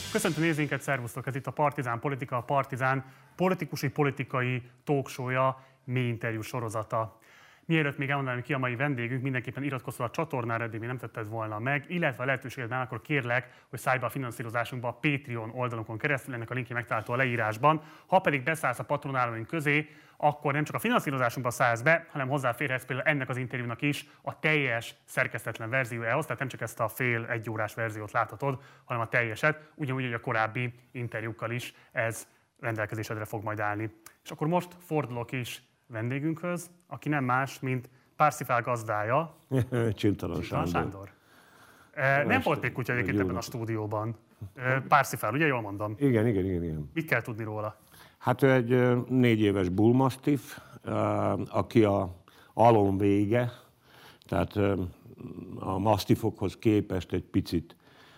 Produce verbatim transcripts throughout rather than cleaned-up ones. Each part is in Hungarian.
Köszöntöm nézőinket, szervusztok! Ez itt a Partizán Politika, a Partizán politikusi politikai talkshow-ja, mély interjú sorozata. Mielőtt még elmondanám ki a mai vendégünk, mindenképpen iratkozz a csatornára, eddig még nem tetted volna meg, illetve a lehetőségedben akkor kérlek, hogy szállj be a finanszírozásunkba a Patreon oldalunkon keresztül, ennek a linkje megtalálható a leírásban. Ha pedig beszállsz a patronálóink közé, akkor nem csak a finanszírozásunkba szállsz be, hanem hozzáférhetsz például ennek az interjúnak is a teljes szerkesztetlen verziójához, tehát nem csak ezt a fél egy órás verziót láthatod, hanem a teljeset, ugyanúgy, hogy a korábbi interjúkkal is ez rendelkezésedre fog majd állni. És akkor most fordulok is vendégünkhöz, aki nem más, mint Parsifal gazdája. Csintalan Sándor. Sándor. E, nem volt még kutya egyébként ebben a stúdióban. E, Parsifal, ugye jól mondom? Igen, igen, igen, igen. Mit kell tudni róla? Hát ő egy négy éves bull mastiff, aki a alom vége, tehát a mastiffokhoz képest egy picit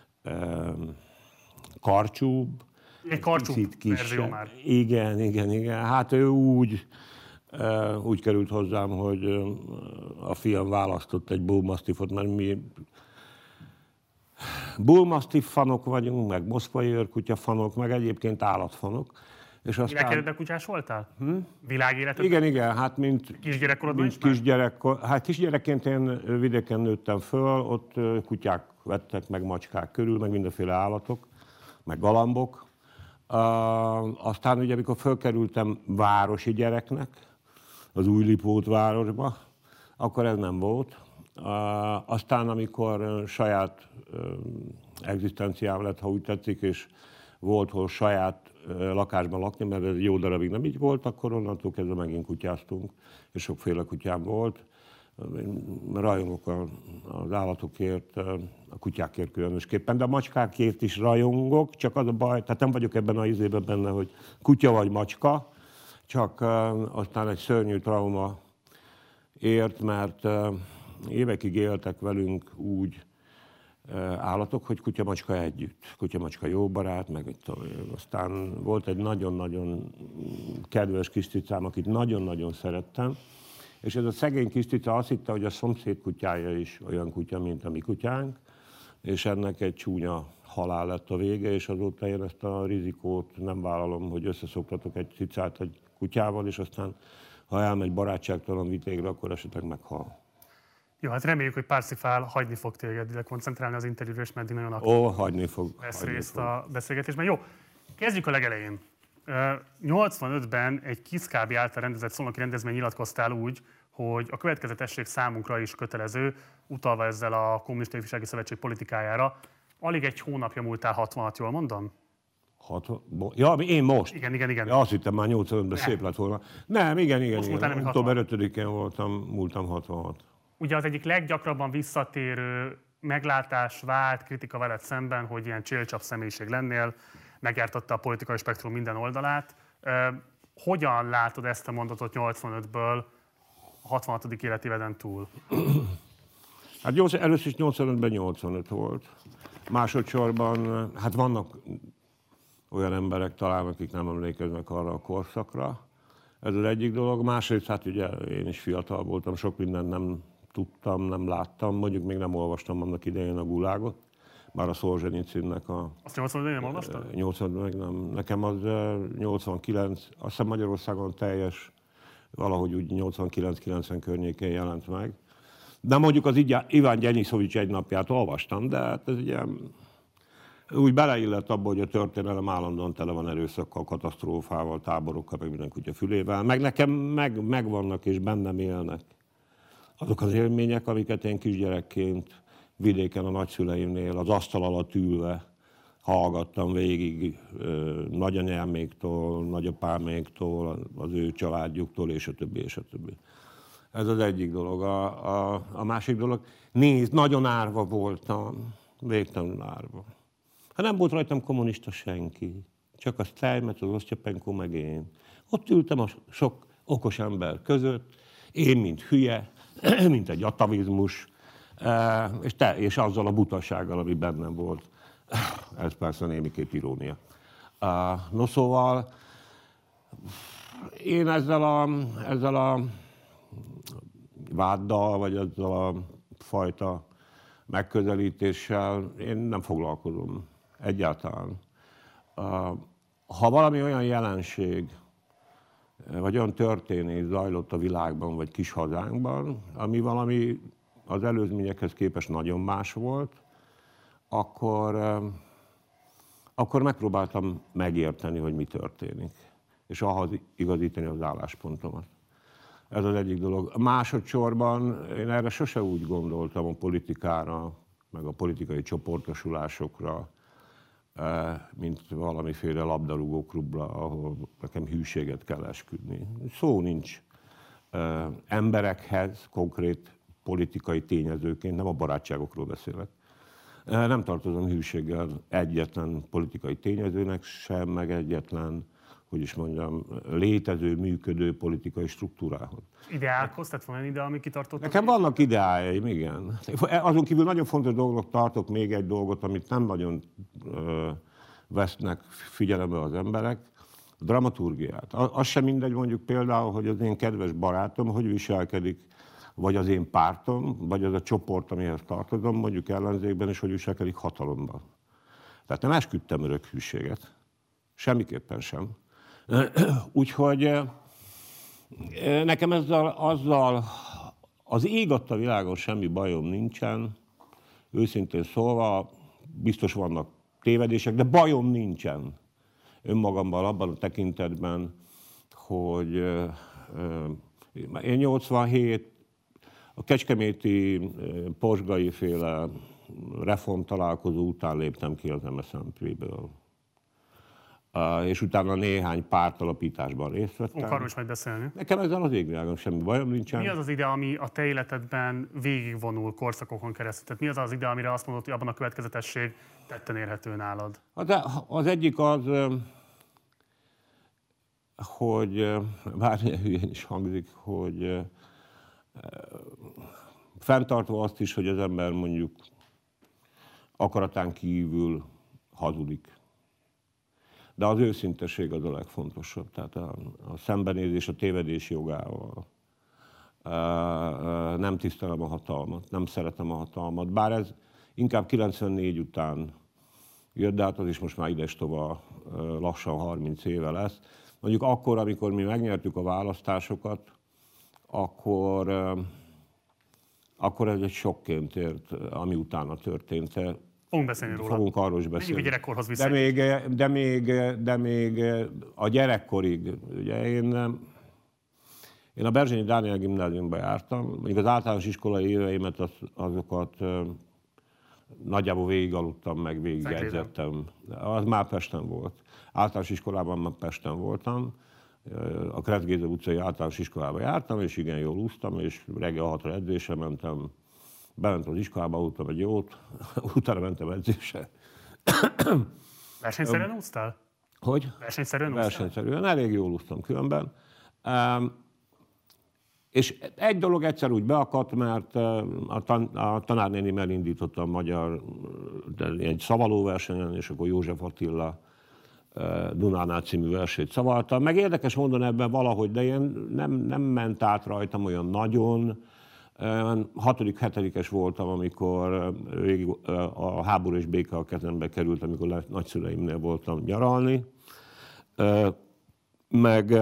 karcsúbb. Egy karcsúbb verzió már. Igen, igen, igen. Hát ő úgy, úgy került hozzám, hogy a fiam választott egy bull mastiffot, mert mi bull mastiff fanok vagyunk, meg moszkvai őrkutya fanok, meg egyébként állatfanok. És aztán... Világéletben kutyás voltál? Hm? Világéletben? Igen, igen, hát mint, kisgyerekkorodban mint is kisgyerek, hát kisgyerekként én vidéken nőttem föl, ott kutyák vettek, meg macskák körül, meg mindenféle állatok, meg galambok. Uh, aztán ugye, amikor fölkerültem városi gyereknek, az Újlipót városba, akkor ez nem volt. Uh, aztán, amikor saját uh, egzisztenciám lett, ha úgy tetszik, és volt, hol saját uh, lakásban lakni, mert ez jó darabig nem így volt, akkor onnantól kezdve megint kutyáztunk, és sokféle kutyám volt. Rajongok az állatokért, a kutyákért különösképpen, de a macskákért is rajongok, csak az a baj, tehát nem vagyok ebben a izében benne, hogy kutya vagy macska, csak uh, aztán egy szörnyű trauma ért, mert uh, évekig éltek velünk úgy uh, állatok, hogy kutya-macska együtt. Kutya-macska jó barát, meg itt, uh, aztán volt egy nagyon-nagyon kedves kis cicám, akit nagyon-nagyon szerettem, és ez a szegény kis cica azt hitte, hogy a szomszéd kutyája is olyan kutya, mint a mi kutyánk, és ennek egy csúnya halál lett a vége, és azóta én ezt a rizikót nem vállalom, hogy összeszoktatok egy cicát egy kutyával, és aztán, ha elmegy barátságtalan vitégra, akkor esetleg meghal. Jó, hát reméljük, hogy Parsifal hagyni fog téged ide koncentrálni az interjúra, és meddig nagyon aktív. Ó, hagyni fog. Vesz hagyni részt fog. a beszélgetésben. Jó, kezdjük a legelején. nyolcvanötben egy Kiszkábi által rendezett szolnoki rendezvény nyilatkoztál úgy, hogy a következetesség számunkra is kötelező, utalva ezzel a Kommunista Ifjúsági Szövetség politikájára. Alig egy hónapja múltál hatvanhat, jól mondom? hatvan? Ja, én most? Igen, igen, igen. Ja, azt hittem már nyolcvanötben szép lett volna. Nem, igen, igen, most igen. október ötödikén voltam, múltam hatvanhat. Ugye az egyik leggyakrabban visszatérő meglátás vált, kritika veled szemben, hogy ilyen csélcsap személyiség lennél, megjártatta a politikai spektrum minden oldalát. Hogyan látod ezt a mondatot nyolcvanötből a hatvanhatodik életéveden túl? Hát először is nyolcvanötben nyolcvanöt volt. Másodszorban, hát vannak olyan emberek talán, akik nem emlékeznek arra a korszakra. Ez az egyik dolog. Másrészt, hát ugye én is fiatal voltam, sok mindent nem tudtam, nem láttam. Mondjuk még nem olvastam annak idején a Gulágot. Bár a Szolzsenyicinnek a... Azt nyolcvanötben nem olvastad? nyolcvanötben meg nem. Nekem az nyolcvankilenc, azt hiszem Magyarországon teljes, valahogy úgy nyolcvankilenc kilencven környékén jelent meg. De mondjuk az Iván Gyenyiszovics egy napját olvastam, de hát ez ugye úgy beleillett abba, hogy a történelem állandóan tele van erőszakkal, katasztrófával, táborokkal, meg minden kutya fülével. Meg nekem meg, megvannak és bennem élnek azok az élmények, amiket én kisgyerekként vidéken a nagyszüleimnél, az asztal alatt ülve hallgattam végig nagyanyáméktól, nagyapáméktól, az ő családjuktól, és a többi, és a többi. Ez az egyik dolog. A, a, a másik dolog, nézd, nagyon árva voltam, végtelenül árva. Hát nem volt rajtam kommunista senki, csak a Steinmetz, az Osztyapenko, meg én. Ott ültem a sok okos ember között, én, mint hülye, mint egy atavizmus, és, te, és azzal a butasággal, ami bennem volt. Ez persze némiképp irónia. No szóval, én ezzel a, ezzel a váddal, vagy ezzel a fajta megközelítéssel én nem foglalkozom egyáltalán. ha valami olyan jelenség, vagy olyan történés zajlott a világban, vagy kis hazánkban, ami valami az előzményekhez képest nagyon más volt, akkor, akkor megpróbáltam megérteni, hogy mi történik, és ahhoz igazítani az álláspontomat. Ez az egyik dolog. Másodszorban én erre sose úgy gondoltam a politikára, meg a politikai csoportosulásokra, mint valamiféle labdarúgó klubra, ahol nekem hűséget kell esküdni. Szó nincs emberekhez, konkrét politikai tényezőként, nem a barátságokról beszélek. Nem tartozom hűséggel egyetlen politikai tényezőnek sem, meg egyetlen, hogy is mondjam, létező, működő politikai struktúrához. Ideákhoz? Tehát van olyan ide, ami kitartott? Nekem vannak ideájaim, igen. Azon kívül nagyon fontos dolgok tartok, még egy dolgot, amit nem nagyon ö, vesznek figyelembe az emberek, a dramaturgiát. Az sem mindegy mondjuk például, hogy az én kedves barátom hogy viselkedik, vagy az én pártom, vagy az a csoport, amihez tartozom, mondjuk ellenzékben, és hogy viselkedik hatalomban. Tehát nem esküdtem örök hűséget. Semmiképpen sem. Úgyhogy nekem ezzel, azzal az ég adta világon semmi bajom nincsen. Őszintén szólva, biztos vannak tévedések, de bajom nincsen önmagamban abban a tekintetben, hogy én nyolcvanhét a kecskeméti posgai féle reformtalálkozó után léptem ki az em es zé en pé-ből. Uh, és utána néhány pártalapításban részt vettem. Arról is majd beszélni. Nekem ezzel az égvilágon semmi bajom nincsen. Mi az az ide, ami a te életedben végigvonul korszakokon keresztül? Tehát mi az az ide, amire azt mondod, hogy abban a következetesség tetten érhető nálad? Az, az egyik az, hogy bármilyen hülyén is hangzik, hogy fenntartva azt is, hogy az ember mondjuk akaratán kívül hazudik. De az őszintesség az a legfontosabb, tehát a, a szembenézés a tévedés jogával. Nem tisztelem a hatalmat, nem szeretem a hatalmat, bár ez inkább kilencvennégy után jött, de hát az is most már idestova lassan harminc éve lesz. Mondjuk akkor, amikor mi megnyertük a választásokat, akkor, akkor ez egy sokként ért, ami utána történt. Fogunk beszélni róla. Fogunk arról is beszélni. A gyerekkorhoz de még, de, még, de még a gyerekkorig, ugye én, én a Berzsenyi Dániel gimnáziumba jártam, mondjuk az általános iskolai éveimet az, azokat nagyjából végigaludtam, meg végigedzettem. Az már Pesten volt. Általános iskolában már Pesten voltam. A Kretz Géza utcai általános iskolába jártam, és igen, jól úsztam, és reggel hatra edzésre mentem. Bementem az iskolába, aludtam egy jót, utána mentem edzésre. Versenyszerűen úsztál? Hogy? Versenyszerűen úsztál? Versenyszerűen, elég jól úsztam különben. Um, és egy dolog egyszer úgy beakadt, mert a, tan a tanárnénimmel indítottam a magyar egy szavalóversenyen, és akkor József Attila Dunánál című versét szavaltam. Meg érdekes módon ebben valahogy, de ilyen nem, nem ment át rajtam olyan nagyon. Hatodik, hetedikes voltam, amikor a Háború és béke a kezembe került, amikor nagyszüleimnél voltam nyaralni. Meg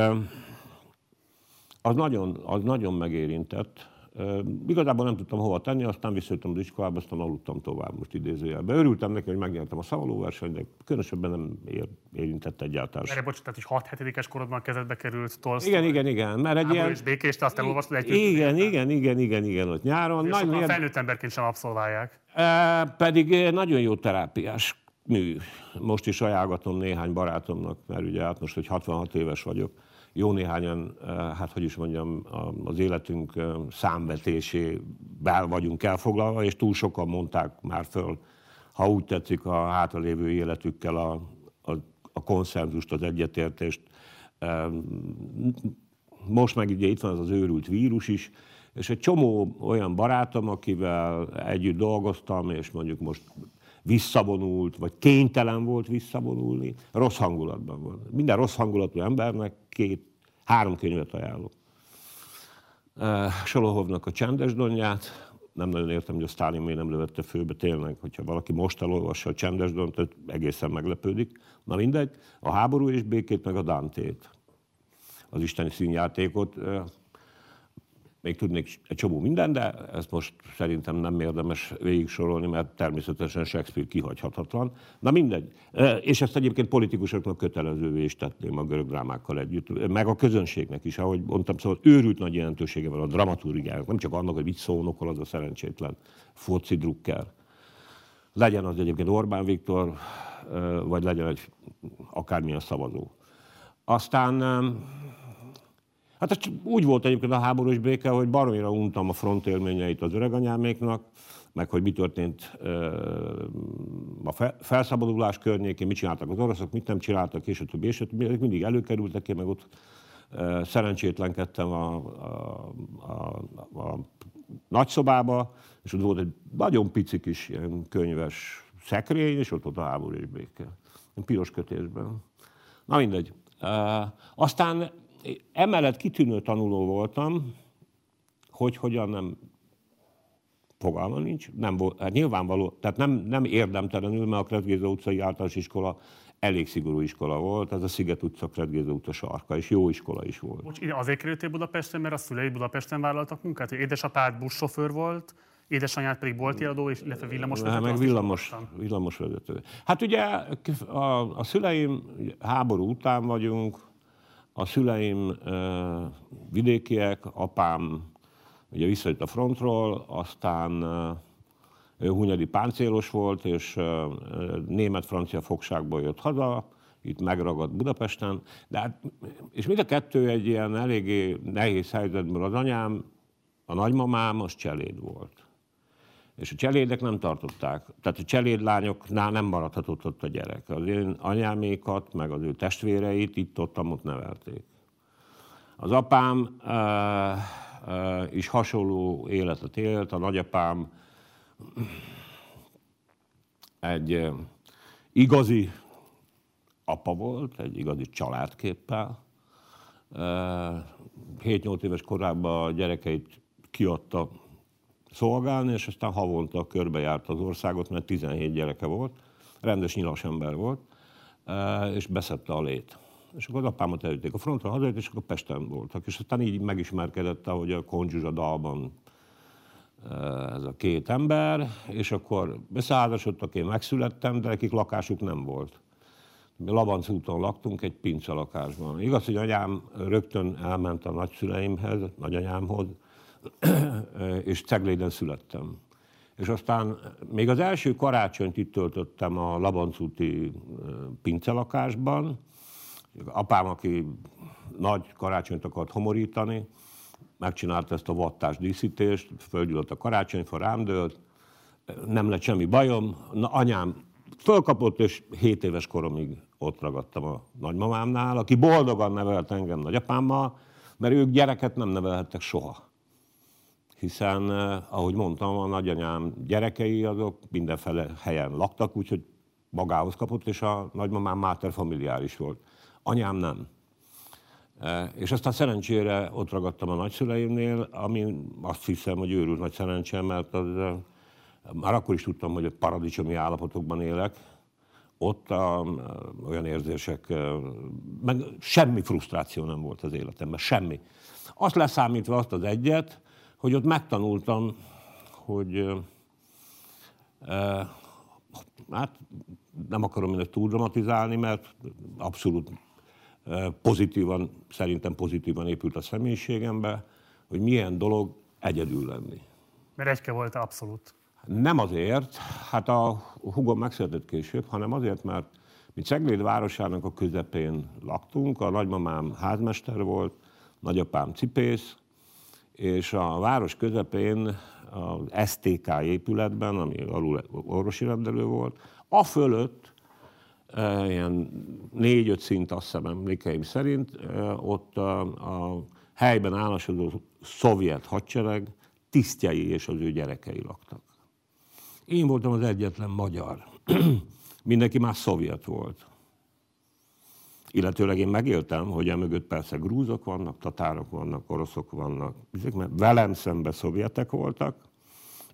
az nagyon, az nagyon megérintett. Igazából nem tudtam hova tenni, aztán visszajöttem az iskolába, aztán aludtam tovább most idézőjelben. Örültem neki, hogy megnyertem a szavalóversenyt, de különösebben nem ér, érintett egyáltalán. Erre bocs, tehát is hat-hetedikes korodban kezedbe került Tolsztoj. Igen, igen, igen. Mert egy ilyen... és békés, te azt elolvastad egy Igen, igen, igen, igen, igen, ott nyáron. És nagyon sokan ér... felnőtt emberként sem abszolválják. E, pedig nagyon jó terápiás mű. Most is ajánlgatom néhány barátomnak, mert ugye hát most, hogy hatvanhat éves vagyok, jó néhányan, hát hogy is mondjam, az életünk számvetésével vagyunk elfoglalva, és túl sokan mondták már föl, ha úgy tetszik, a hátralévő életükkel a, a, a konszenzust, az egyetértést. Most meg ugye itt van az az őrült vírus is, és egy csomó olyan barátom, akivel együtt dolgoztam, és mondjuk most visszavonult, vagy kénytelen volt visszavonulni, rossz hangulatban van. Minden rossz hangulatú embernek két, három könyvet ajánlok. Solohovnak a Csendes Donját, nem nagyon értem, hogy a Sztálin miért nem lövette főbe, tényleg, hogyha valaki most elolvassa a Csendes döntőt, egészen meglepődik. Na mindegy, a Háború és békét, meg a Dantét, az isteni színjátékot. Még tudnék egy csomó minden, de ezt most szerintem nem érdemes végig sorolni, mert természetesen Shakespeare kihagyhatatlan. Na mindegy. És ezt egyébként politikusoknak kötelezővé is tettém a görög drámákkal együtt, meg a közönségnek is, ahogy mondtam, szóval őrült nagy jelentősége van a dramaturgiának, nem csak annak, hogy mit szónokol az a szerencsétlen foci drukker. Legyen az egyébként Orbán Viktor, vagy legyen egy akármilyen szavazó. Aztán hát ez úgy volt egyébként a háborús béke, hogy baromira untam a front élményeit az öreganyáméknak, meg hogy mi történt a felszabadulás környékén, mit csináltak az oroszok, mit nem csináltak, és a többi, és a többi. Ezek mindig előkerültek, én meg ott szerencsétlenkedtem a, a, a, a nagyszobába, és ott volt egy nagyon pici kis ilyen könyves szekrény, és ott volt a háborús béke. Piros kötésben. Na mindegy. Aztán emellett kitűnő tanuló voltam, hogy hogyan nem, fogalma nincs, nem volt, hát nyilvánvaló, tehát nem, nem érdemtelenül, mert a Kretgéza utcai általános iskola elég szigorú iskola volt, ez a Sziget utca, Kretgéza utca sarka, és jó iskola is volt. Bocs, azért kerültél Budapesten, mert a szüleid Budapesten vállaltak munkát? Édesapád buszsofőr volt, édesanyád pedig boltjeladó, illetve villamosvezető? Meg villamos, villamosvezető. Hát ugye a, a szüleim háború után vagyunk, a szüleim uh, vidékiek, apám ugye visszajött a frontról, aztán uh, ő hunyadi páncélos volt, és uh, német-francia fogságból jött haza, itt megragadt Budapesten, de hát, és mind a kettő egy ilyen eléggé nehéz helyzetből. Az anyám, a nagymamám, az cseléd volt. És a cselédek nem tartották, tehát a cselédlányoknál nem maradhatott ott a gyerek. Az én anyámékat, meg az ő testvéreit itt-ott ott nevelték. Az apám uh, uh, is hasonló életet élt, a nagyapám egy uh, igazi apa volt, egy igazi családképpel. hét-nyolc éves korában a gyerekeit kiadta szolgálni, és aztán havonta körbejárt az országot, mert tizenhét gyereke volt, rendes nyilas ember volt, és beszedte a lét. És akkor az apámat elütték a frontra, hazajött, és akkor Pesten voltak. És aztán így megismerkedett, ahogy a Konzsuzsa dalban ez a két ember, és akkor összeházasodtak, én megszülettem, de nekik lakásuk nem volt. Mi Labanc úton laktunk, egy pince lakásban. Igaz, hogy anyám rögtön elment a nagyszüleimhez, nagyanyámhoz, és Cegléden születtem. És aztán még az első karácsonyt itt töltöttem a Labanc úti pince lakásban. Apám, aki nagy karácsonyt akart homorítani, megcsinálta ezt a vattás díszítést, fölgyűlött a karácsonyfa, rám dőlt, nem lett semmi bajom. Na, anyám fölkapott, és hét éves koromig ott ragadtam a nagymamámnál, aki boldogan nevelt engem nagyapámmal, mert ők gyereket nem nevelhettek soha. Hiszen, ahogy mondtam, a nagyanyám gyerekei azok mindenféle helyen laktak, úgyhogy magához kapott, és a nagymamám máter familiáris volt. Anyám nem. És aztán szerencsére ott ragadtam a nagyszüleimnél, ami azt hiszem, hogy őrült nagy szerencsém, mert az, már akkor is tudtam, hogy a paradicsomi állapotokban élek. Ott a, olyan érzések, meg semmi frusztráció nem volt az életemben, semmi. Azt leszámítva azt az egyet, hogy ott megtanultam, hogy e, hát nem akarom mindezt túl dramatizálni, mert abszolút e, pozitívan, szerintem pozitívan épült a személyiségembe, hogy milyen dolog egyedül lenni. Mert egyke volt abszolút. Nem azért, hát a húgom megszületett később, hanem azért, mert mi Cegléd városának a közepén laktunk, a nagymamám házmester volt, nagyapám cipész, és a város közepén az es té ká épületben, ami alul orvosi rendelő volt, a fölött e, ilyen négy-öt szint, azt hiszem emlékeim szerint, e, ott a, a helyben állandó szovjet hadsereg tisztjei és az ő gyerekei laktak. Én voltam az egyetlen magyar. Mindenki más szovjet volt. Illetőleg én megéltem, hogy emögött persze grúzok vannak, tatárok vannak, oroszok vannak, mert velem szemben szovjetek voltak.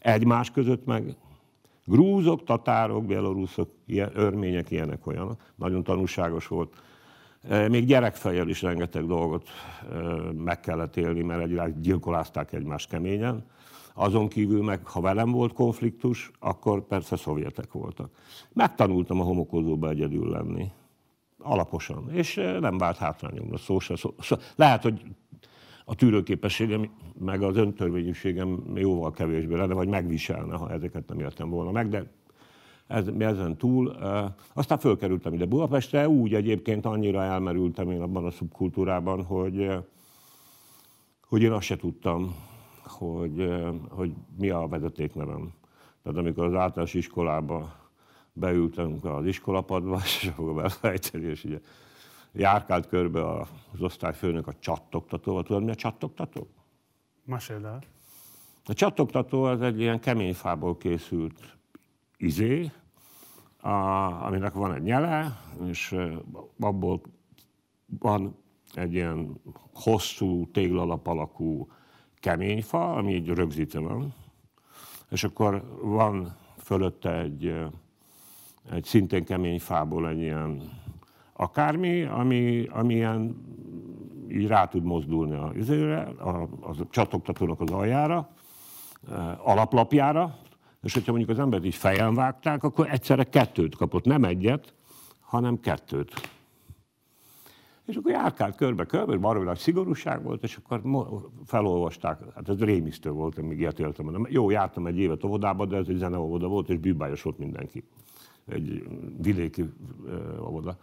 Egymás között meg grúzok, tatárok, beloruszok, örmények, ilyenek olyanok. Nagyon tanulságos volt. Még gyerekfejjel is rengeteg dolgot meg kellett élni, mert egyébként gyilkolázták egymást keményen. Azon kívül meg, ha velem volt konfliktus, akkor persze szovjetek voltak. Megtanultam a homokozóba egyedül lenni. Alaposan. És nem vált hátrányomra szó se. Szó. Lehet, hogy a tűrőképességem, meg az öntörvényűségem jóval kevésbé lenne, vagy megviselne, ha ezeket nem értem volna meg, de ez, ezen túl. Uh, aztán fölkerültem ide Budapestre, úgy egyébként annyira elmerültem én abban a szubkultúrában, hogy, hogy én azt se tudtam, hogy, hogy mi a vezetéknevem. Tehát amikor az általános iskolába beültünk az iskolapadba, és fogom elfejteni, és ugye járkált körbe az osztályfőnök a csattogtatóval. Tudod, mi a csattogtató? Meséld el. A csattogtató az egy ilyen kemény fából készült izé, a, aminek van egy nyele, és abból van egy ilyen hosszú, téglalap alakú kemény fa, ami így rögzítve van. És akkor van fölötte egy, egy szintén kemény fából egy ilyen akármi, ami, ami ilyen így rá tud mozdulni a, a, a csattogtatónak az aljára, alaplapjára, és hogyha mondjuk az embert így fejen vágták, akkor egyszerre kettőt kapott, nem egyet, hanem kettőt. És akkor járkált körbe-körbe, baromi nagy szigorúság volt, és akkor felolvasták, hát ez rémisztő volt, amíg ilyet éltem. Jó, jártam egy évet óvodába, de ez egy zeneóvoda volt, és bűbályos volt mindenki. Egy vidéki uh, óvoda.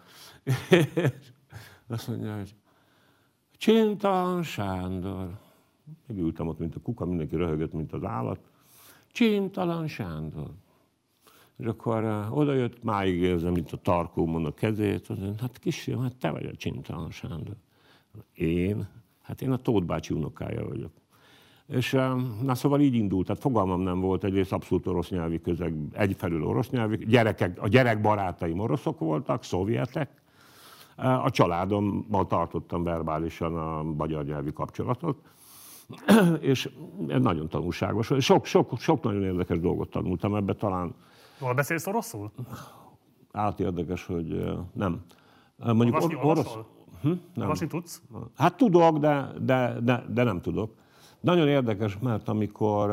Azt mondja, hogy Csintalan Sándor. Megültem ott, mint a kuka, mindenki röhögött, mint az állat. Csintalan Sándor. És akkor uh, oda jött, máig érzem, mint a tarkómon a kezét, az, hát kisfiam, hát te vagy a Csintalan Sándor. Én? Hát én a Tóth bácsi unokája vagyok. És uh, na szóval így indult, tehát fogalmam nem volt, egyrészt abszolút orosz nyelvi közeg, egyfelől orosz nyelvi, gyerekek, a gyerekbarátaim oroszok voltak, szovjetek. Uh, a családommal tartottam verbálisan a magyar nyelvi kapcsolatot. És ez nagyon tanulságos. Sok, sok, sok nagyon érdekes dolgot tanultam ebbe, talán. Hol beszélsz oroszul? Át érdekes, hogy nem. Mondjuk Olvasni or- orosz... Hm? Nem. Olvasni tudsz? Hát tudok, de, de, de, de nem tudok. Nagyon érdekes, mert amikor,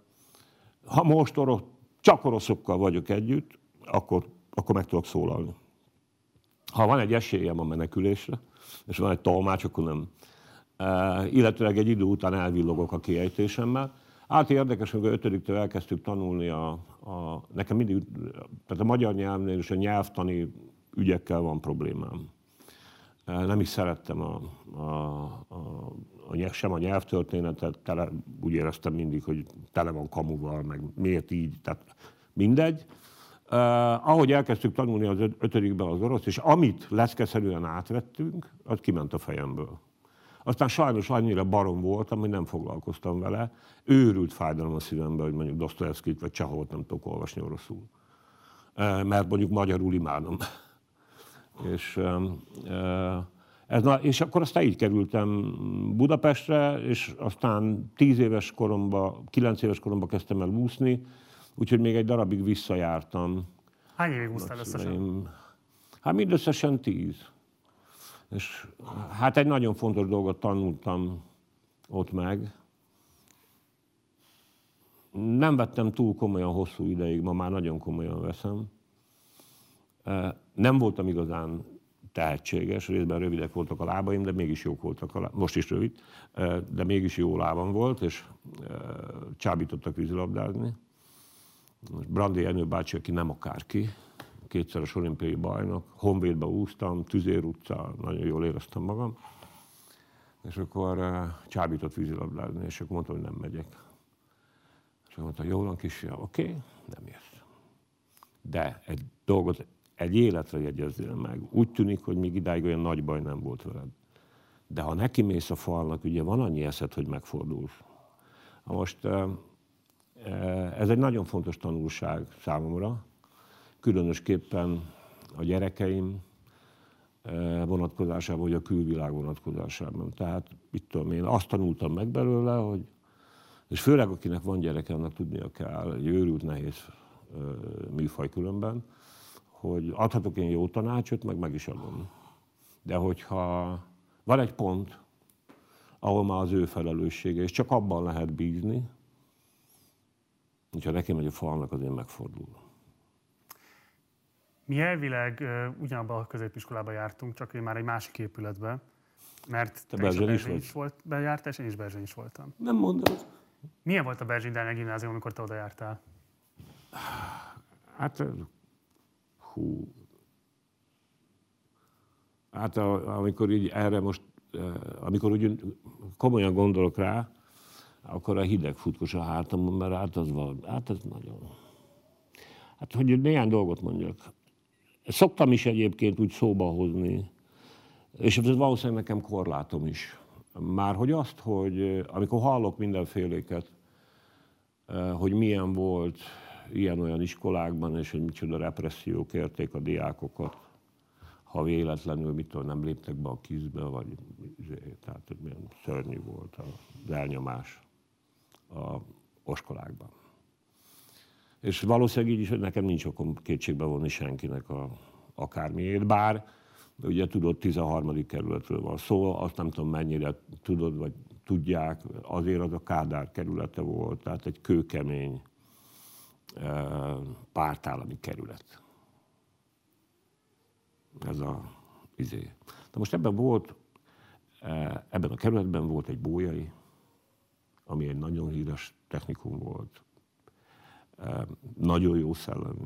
ha most orosz, csak oroszokkal vagyok együtt, akkor, akkor meg tudok szólalni. Ha van egy esélyem a menekülésre, és van egy tolmács, akkor nem. Uh, illetőleg egy idő után elvillogok a kiejtésemmel. Hát érdekes, hogy ötödiktől elkezdtük tanulni a, a... Nekem mindig, tehát a magyar nyelvnél és a nyelvtani ügyekkel van problémám. Uh, nem is szerettem a, a, a, a, sem a nyelvtörténetet, tele, úgy éreztem mindig, hogy tele van kamuval, meg miért így, tehát mindegy. Uh, ahogy elkezdtük tanulni az ötödikben az orosz, és amit leszkeszerűen átvettünk, az kiment a fejemből. Aztán sajnos annyira barom voltam, hogy nem foglalkoztam vele. Őrült fájdalom a szívembe, hogy mondjuk Dosztojevszkijt vagy Csehovot nem tudok olvasni oroszul. Mert mondjuk magyarul imádom. És, ez, és akkor aztán így kerültem Budapestre, és aztán tíz éves koromban, kilenc éves koromban kezdtem el úszni, úgyhogy még egy darabig visszajártam. Hány évig úsztál összesen? Hát mindösszesen tíz. És hát egy nagyon fontos dolgot tanultam ott meg. Nem vettem túl komolyan hosszú ideig, ma már nagyon komolyan veszem. Nem voltam igazán tehetséges, részben rövidek voltak a lábaim, de mégis jók voltak a lábaim. Most is rövid, de mégis jó lábam volt, és csábítottak vízilabdázni. Brandi Ernő bácsi, aki nem akárki, kétszeres olimpiai bajnok, Honvédba úsztam, Tüzér utca, nagyon jól éreztem magam. És akkor uh, csábított vízilabdázni, és akkor mondtam, hogy nem megyek. És akkor mondta, jól van kisfiam, oké, okay, nem érsz. De egy dolgot, egy életre jegyezzél meg. Úgy tűnik, hogy még idáig olyan nagy baj nem volt veled. De ha neki mész a falnak, ugye van annyi eszed, hogy megfordulsz. Most uh, ez egy nagyon fontos tanulság számomra, különösképpen a gyerekeim vonatkozásában, vagy a külvilág vonatkozásában. Tehát, mit tudom én, azt tanultam meg belőle, hogy És főleg akinek van gyereke, annak tudnia kell, egy őrült nehéz műfaj különben, hogy adhatok én jó tanácsot, meg meg is adom. De hogyha van egy pont, ahol már az ő felelőssége, és csak abban lehet bízni, hogyha nekem megy a falnak, az én megfordul. Mi elvileg uh, ugyanabban a középiskolába jártunk, csak én már egy másik épületbe, mert te, te is a Berzsény is volt bejártál, és én is Berzsény is voltam. Nem mondod. Milyen volt a Berzsény Dániel gimnázium, amikor te oda jártál? Hát, hú. Hát amikor így erre most, amikor úgy komolyan gondolok rá, akkor a hideg futkos a hátamon, mert hát az van, hát ez nagyon... Hát, hogy néhány dolgot mondjak. Szoktam is egyébként úgy szóba hozni, és ez valószínűleg nekem korlátom is. Már hogy azt, hogy amikor hallok mindenféléket, hogy milyen volt ilyen-olyan iskolákban, és hogy micsoda repressziók érték a diákokat, ha véletlenül mitől nem léptek be a kizbe, vagy tehát milyen szörnyű volt az elnyomás a oskolákban. És valószínűleg így is, hogy nekem nincs okom kétségbe vonni senkinek a, akármiért, bár ugye tudod, tizenharmadik kerületről van szó, azt nem tudom mennyire tudod, vagy tudják, azért az a Kádár kerülete volt, tehát egy kőkemény pártállami kerület. Ez a izé. De most ebben volt, ebben a kerületben volt egy Bolyai, ami egy nagyon híres technikum volt. Nagyon jó szellemű.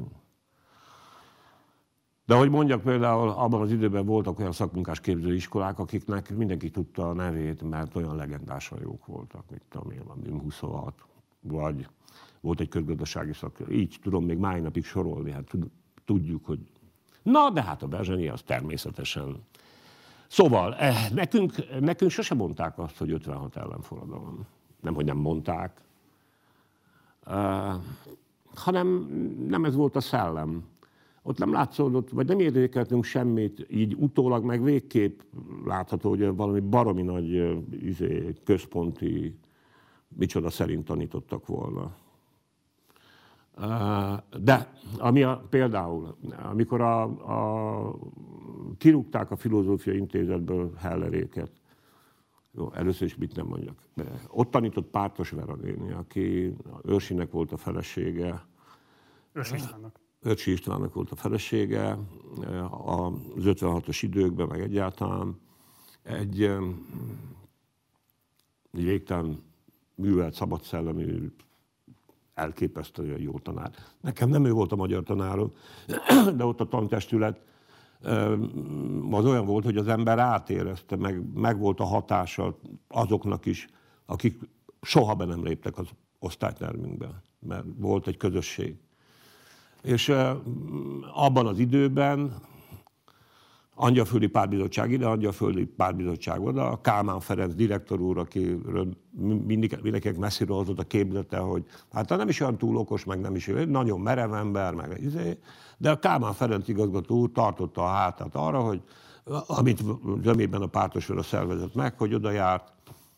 De hogy mondjak, például abban az időben voltak olyan szakmunkás képzőiskolák, akiknek mindenki tudta a nevét, mert olyan legendásan jók voltak, mint tudom én, a MIM huszonhat, vagy volt egy közgazdasági szak. Így tudom még máj napig sorolni, hát tudjuk, hogy... Na, de hát a Berzsenyi az természetesen. Szóval, nekünk, nekünk sosem mondták azt, hogy ötvenhat ellenforradalom. Nem, hogy nem mondták, uh, hanem nem ez volt a szellem. Ott nem látszódott, vagy nem értékeltünk semmit, így utólag meg végképp látható, hogy valami baromi nagy izé, központi, micsoda szerint tanítottak volna. De ami a, például, amikor a, a, kirúgták a Filozófiai Intézetből Helleréket, jó, először is mit nem mondjak, de ott tanított Pártos Vera néni, aki Őrsinek volt a felesége. Őrsi Istvánnak. Őrsi Istvánnak volt a felesége az ötvenhatos időkben, meg egyáltalán egy, egy végtelen művelt, szabadszellemű, elképesztően jó tanár. Nekem nem ő volt a magyar tanárom, de ott a tantestület az olyan volt, hogy az ember átérezte, meg, meg volt a hatása azoknak is, akik soha be nem léptek az osztálytermünkbe, mert volt egy közösség. És abban az időben Angyalföldi Pártbizottság ide, Angyalföldi Pártbizottság oda, a Kálmán Ferenc direktor úr, akiről mindig, mindenkinek messziről hozott a képzete, hogy hát nem is olyan túl okos, meg nem is olyan, nagyon merev ember, meg izé, de a Kálmán Ferenc igazgató úr tartotta a hátát arra, hogy amit zömében a Pártos Vera szervezett meg, hogy oda járt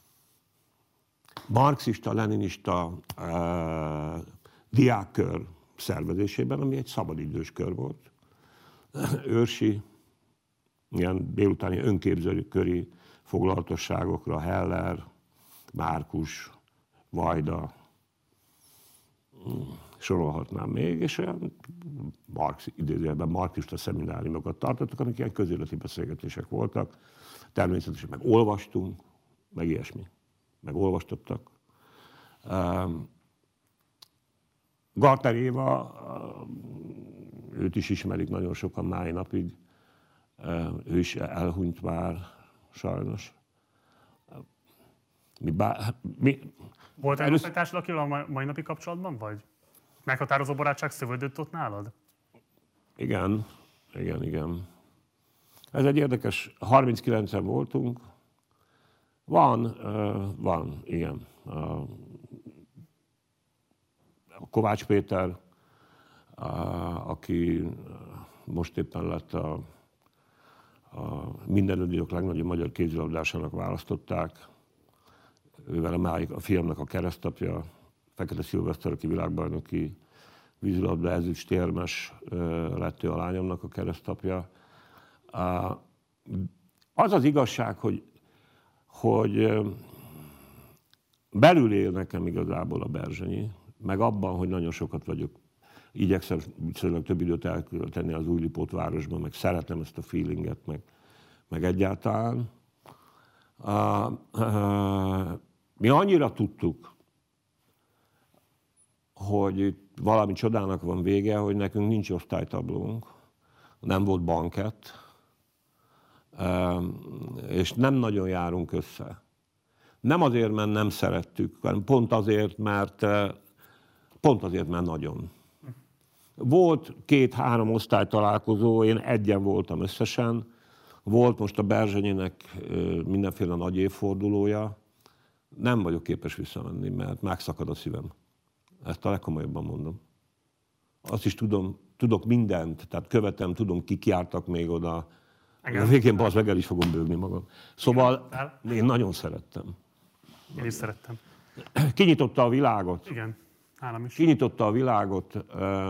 marxista, leninista uh, diákkör szervezésében, ami egy szabadidős kör volt. Őrsi, ilyen délutáni önképzőköri foglalatosságokra Heller, Márkus, Vajda, sorolhatnám még, és olyan Marx, idézőjelben marxista szemináriumokat tartottak, amik ilyen közéleti beszélgetések voltak. Természetesen meg olvastunk, meg ilyesmi. Meg olvastattak. Gartner Éva, őt is ismerik nagyon sokan máj napig, ő is elhunyt már, sajnos. Mi bá, mi, Volt egy osztálytársad, akivel a mai napig kapcsolatban vagy? Meghatározó barátság szövődött ott nálad? Igen, igen, igen. Ez egy érdekes, harminckilencen voltunk. Van, uh, van, igen. Uh, Kovács Péter, uh, aki most éppen lett a, a minden idők legnagyobb magyar kézilabdásának választották. ővel a, a fiamnak a keresztapja, Fekete Szilveszter, aki világbajnoki vízilabda ezüstérmes lett ő a lányomnak a keresztapja. Az az igazság, hogy, hogy belül él nekem igazából a Berzsenyi, meg abban, hogy nagyon sokat vagyok. Igyekszem viszonylag több időt eltenni az Újlipót városban, meg szeretem ezt a feelinget, meg, meg egyáltalán. Uh, uh, mi annyira tudtuk, hogy valami csodának van vége, hogy nekünk nincs osztálytablónk, nem volt bankett, uh, és nem nagyon járunk össze. Nem azért, mert nem szerettük, hanem pont azért, mert, pont azért, mert nagyon. Volt két-három osztálytalálkozó, én egyen voltam összesen. Volt most a Berzsenyinek mindenféle nagy évfordulója. Nem vagyok képes visszamenni, mert megszakad a szívem. Ezt a legkomolyabban mondom. Azt is tudom, tudok mindent, tehát követem, tudom, kik jártak még oda. A végén bazd meg, el is fogom bőgni magam. Szóval én nagyon szerettem. Én is szerettem. Kinyitotta a világot. Igen, nálam is. Kinyitotta a világot.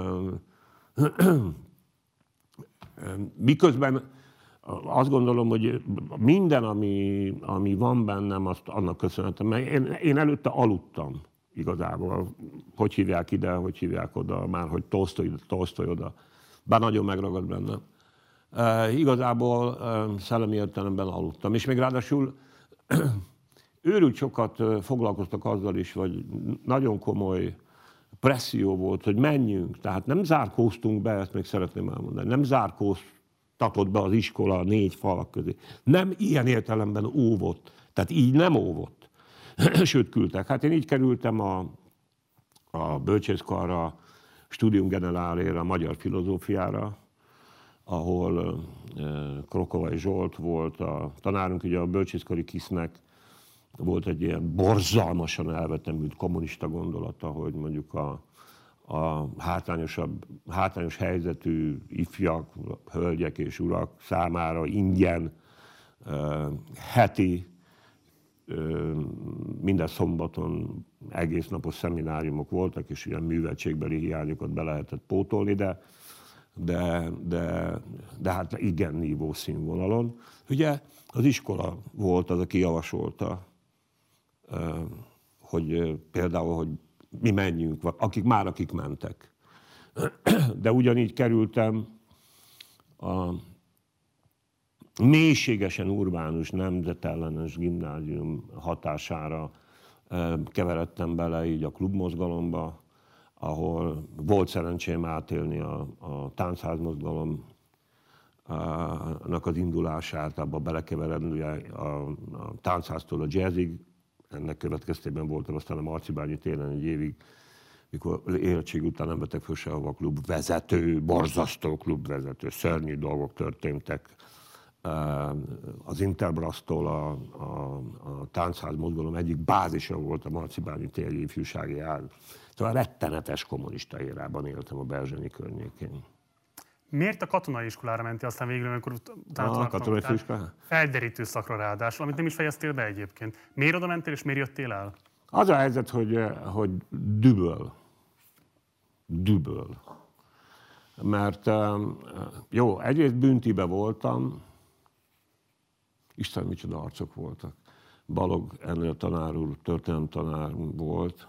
Miközben azt gondolom, hogy minden, ami, ami van bennem, azt annak köszönhetem. Mert én, én előtte aludtam igazából. Hogy hívják ide, hogy hívják oda, már hogy Tolsztoly, Tolsztoly oda. Bár nagyon megragad bennem. Igazából szellemi értelemben aludtam. És még ráadásul őrült sokat foglalkoztak azzal is, vagy nagyon komoly presszió volt, hogy menjünk. Tehát nem zárkóztunk be, ezt még szeretném elmondani, nem zárkóztatott be az iskola négy falak közé. Nem ilyen értelemben óvott. Tehát így nem óvott. Sőt, küldtek. Hát én így kerültem a, a bölcsészkarra, Studium Generálére, a magyar filozófiára, ahol Krokovai Zsolt volt a tanárunk, ugye a bölcsészkari kisznek volt egy ilyen borzalmasan elvetemült kommunista gondolata, hogy mondjuk a, a hátrányosabb, hátrányos helyzetű ifjak, hölgyek és urak számára ingyen uh, heti, uh, minden szombaton egész napos szemináriumok voltak, és ilyen műveltségbeli hiányokat be lehetett pótolni, de, de, de, de hát igen nívó színvonalon. Ugye az iskola volt az, aki javasolta, hogy például, hogy mi menjünk, akik már akik mentek. De ugyanígy kerültem a mélységesen urbánus, nemzetellenes gimnázium hatására, keveredtem bele így a klubmozgalomba, ahol volt szerencsém átélni a, a táncházmozgalomnak az indulását, abba belekeveredni a, a, a táncháztól a jazzig. Ennek következtében voltam aztán a Marcibányi téren egy évig, mikor érettség után nem vettek föl sehova, klubvezető, borzasztó klubvezető, szörnyű dolgok történtek. Az Interbrasztól a, a, a táncház mozgalom egyik bázisa volt a Marcibányi téri ifjúsági ág. Szóval rettenetes kommunista érában éltem a Berzsenyi környékén. Miért a katonai iskolára mentél aztán végül, amikor utána a katonai iskolára? Felderítő szakra ráadásul, amit nem is fejeztél be egyébként. Miért oda mentél és miért jöttél el? Az a helyzet, hogy, hogy düböl. Düböl. Mert jó, egyrészt Büntibe voltam, Isten micsoda arcok voltak. Balog ennél tanár úr, történelem tanár volt,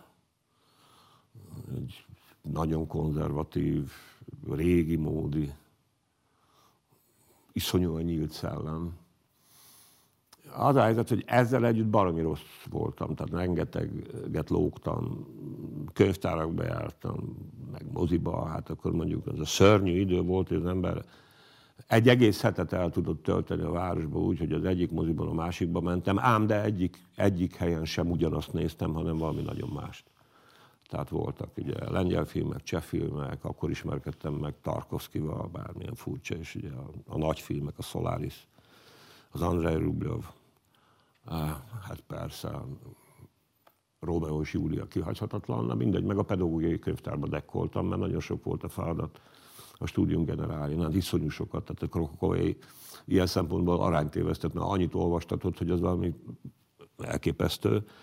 egy nagyon konzervatív, régi módi, iszonyúan nyílt szellem. Az a helyzet, hogy ezzel együtt baromi rossz voltam, tehát rengeteget lógtam, könyvtárakba jártam, meg moziba, hát akkor mondjuk az a szörnyű idő volt, hogy az ember egy egész hetet el tudott tölteni a városba úgy, hogy az egyik moziban a másikba mentem, ám de egyik, egyik helyen sem ugyanazt néztem, hanem valami nagyon mást. Tehát voltak ugye lengyel filmek, cseh filmek, akkor ismerkedtem meg Tarkovszkival, bármilyen furcsa, és ugye a, a nagy filmek, a Solaris, az Andrei Rublev, hát persze, Rómeó és Júlia kihagyhatatlan, na mindegy, meg a pedagógiai könyvtárba dekkoltam, mert nagyon sok volt a feladat a Studium Generálin, hát iszonyú sokat, tehát a Krokovai ilyen szempontból arányt tévesztett, mert annyit olvastatott, hogy az valami elképesztő.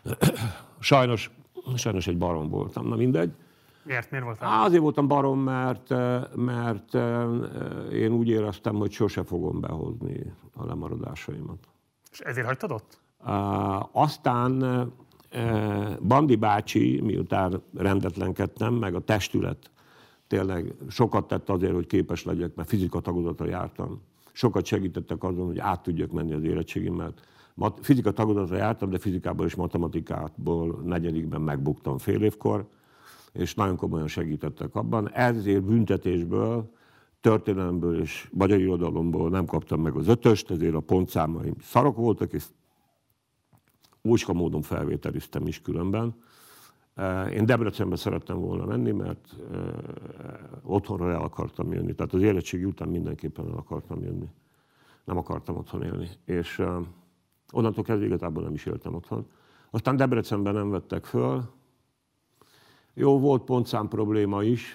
Sajnos, sajnos egy barom voltam, na mindegy. Miért? Miért voltál? Azért voltam barom, mert, mert én úgy éreztem, hogy sose fogom behozni a lemaradásaimat. És ezért hagytad ott? Aztán Bandi bácsi, miután rendetlenkedtem, meg a testület tényleg sokat tett azért, hogy képes legyek, mert fizika tagozatra jártam. Sokat segítettek azon, hogy át tudjak menni az érettségimmet. Fizika tagozatra jártam, de fizikából és matematikából negyedikben megbuktam fél évkor, és nagyon komolyan segítettek abban. Ezért büntetésből, történelemből és magyar irodalomból nem kaptam meg az ötöst, ezért a pontszámaim szarok voltak, és ócska módon felvételiztem is különben. Én Debrecenbe szerettem volna menni, mert otthonra el akartam jönni. Tehát az érettségi után mindenképpen el akartam jönni. Nem akartam otthon élni. És onnantól kezdve igazából nem is éltem otthon. Aztán Debrecenben nem vettek föl. Jó, volt pontszám probléma is,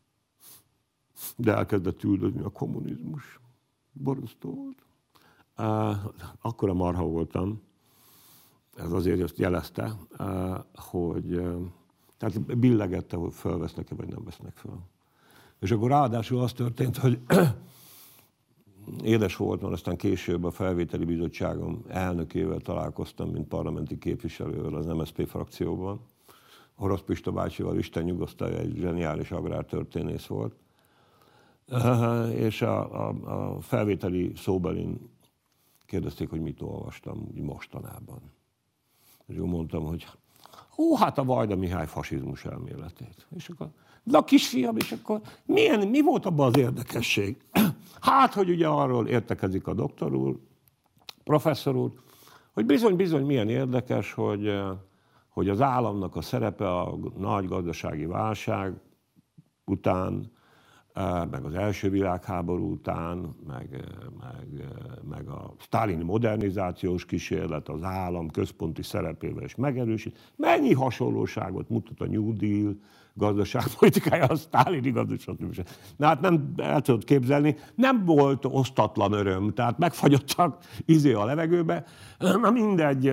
de elkezdett üldözni a kommunizmus. Borzasztó volt. Akkora marha voltam, ez azért azt jelezte, hogy tehát billegette, hogy felvesznek-e, vagy nem vesznek fel. És akkor ráadásul az történt, hogy édes voltam, aztán később a felvételi bizottságom elnökével találkoztam, mint parlamenti képviselővel az em es zé pé frakcióban. Orosz Pista bácsival, Isten nyugosztalja, egy zseniális agrártörténész volt. És a, a, a felvételi szóbelin kérdezték, hogy mit olvastam úgy mostanában. És úgy mondtam, hogy ó, hát a Vajda Mihály fasizmus elméletét. És akkor, de a kisfiam, és akkor milyen, mi volt abban az érdekesség? Hát, hogy ugye arról értekezik a doktor úr, professzor úr, hogy bizony-bizony milyen érdekes, hogy, hogy az államnak a szerepe a nagy gazdasági válság után, meg az első világháború után, meg, meg, meg a sztálini modernizációs kísérlet az állam központi szerepével is megerősít. Mennyi hasonlóságot mutat a New Deal gazdaságpolitikája a sztálini gazdaságpolitikája. Na hát nem el tudod képzelni, nem volt osztatlan öröm, tehát megfagyottak izé a levegőbe. Na mindegy,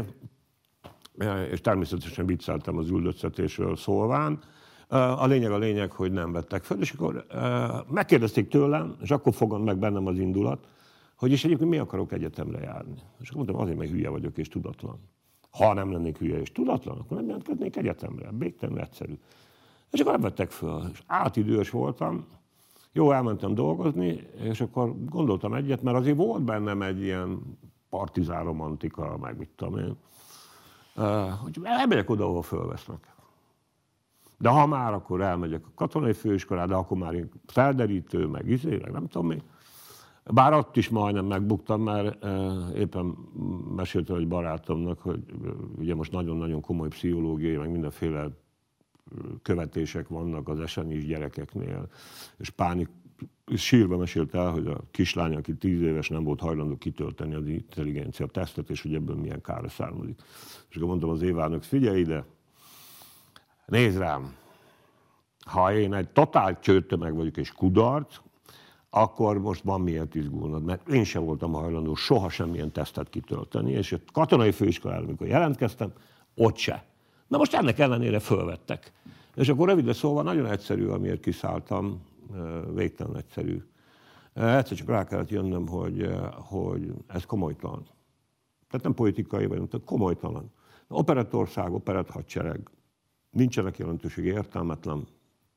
és természetesen vicceltem az üldöztetésről szólván. A lényeg a lényeg, hogy nem vettek fel, és akkor megkérdezték tőlem, és akkor fogant meg bennem az indulat, hogy és egyébként mi akarok egyetemre járni. És akkor mondtam, azért, mert hülye vagyok és tudatlan. Ha nem lennék hülye és tudatlan, akkor nem jelentkeznék egyetemre. Végtelenül egyszerű. És akkor nem vettek fel. És átidős voltam, jó, elmentem dolgozni, és akkor gondoltam egyet, mert azért volt bennem egy ilyen partizán romantika, meg mit tudom én, hogy elmegyek oda, ahol fölvesznek. De ha már, akkor elmegyek a katonai főiskolára, de akkor már felderítő, meg izé, meg nem tudom mi. Bár ott is majdnem megbuktam, mert éppen meséltem egy barátomnak, hogy ugye most nagyon-nagyon komoly pszichológiai, meg mindenféle követések vannak az esenyis gyerekeknél, és pánik, és sírva mesélt el, hogy a kislány, aki tíz éves, nem volt hajlandó kitölteni az intelligencia tesztet, és hogy ebből milyen kára származik. És akkor mondtam az Évának, figyelj ide, nézd rám, ha én egy totál csőrtömeg vagyok és kudarc, akkor most van miért izgulnod, mert én sem voltam hajlandó soha semmilyen tesztet kitölteni, és a katonai főiskolára, amikor jelentkeztem, ott se. Na most ennek ellenére fölvettek. És akkor röviden szóval nagyon egyszerű, amiért kiszálltam, végtelen egyszerű. Egyszer csak rá kellett jönnöm, hogy, hogy ez komolytalan. Tehát nem politikai vagyunk, tehát komolytalan. Operatország, operett hadsereg, nincsenek jelentőség, értelmetlen.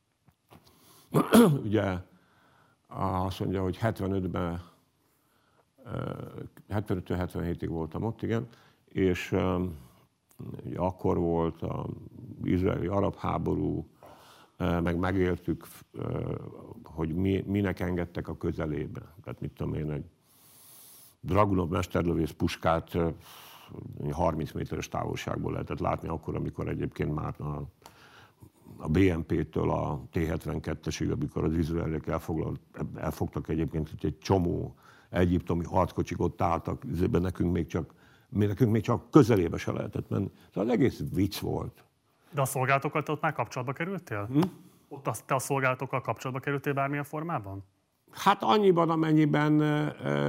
Ugye azt mondja, hogy hetvenötben, hetvenöttől hetvenhétig voltam ott, igen, és ugye akkor volt az izraeli-arab háború, meg megéltük, hogy mi, minek engedtek a közelébe. Tehát mit tudom én, egy Dragunov mesterlövész puskát harminc méteres távolságból lehetett látni akkor, amikor egyébként már a, a bé em pé-től a té hetvenkettesig, amikor az izraeliek elfogtak egyébként egy csomó egyiptomi harckocsik ott álltak, ezért nekünk még csak, nekünk még csak közelébe se lehetett menni. Szóval az egész vicc volt. De a szolgálatokkal te ott már kapcsolatba kerültél? Hm? Ott te a szolgálatokkal kapcsolatba kerültél bármilyen formában? Hát annyiban, amennyiben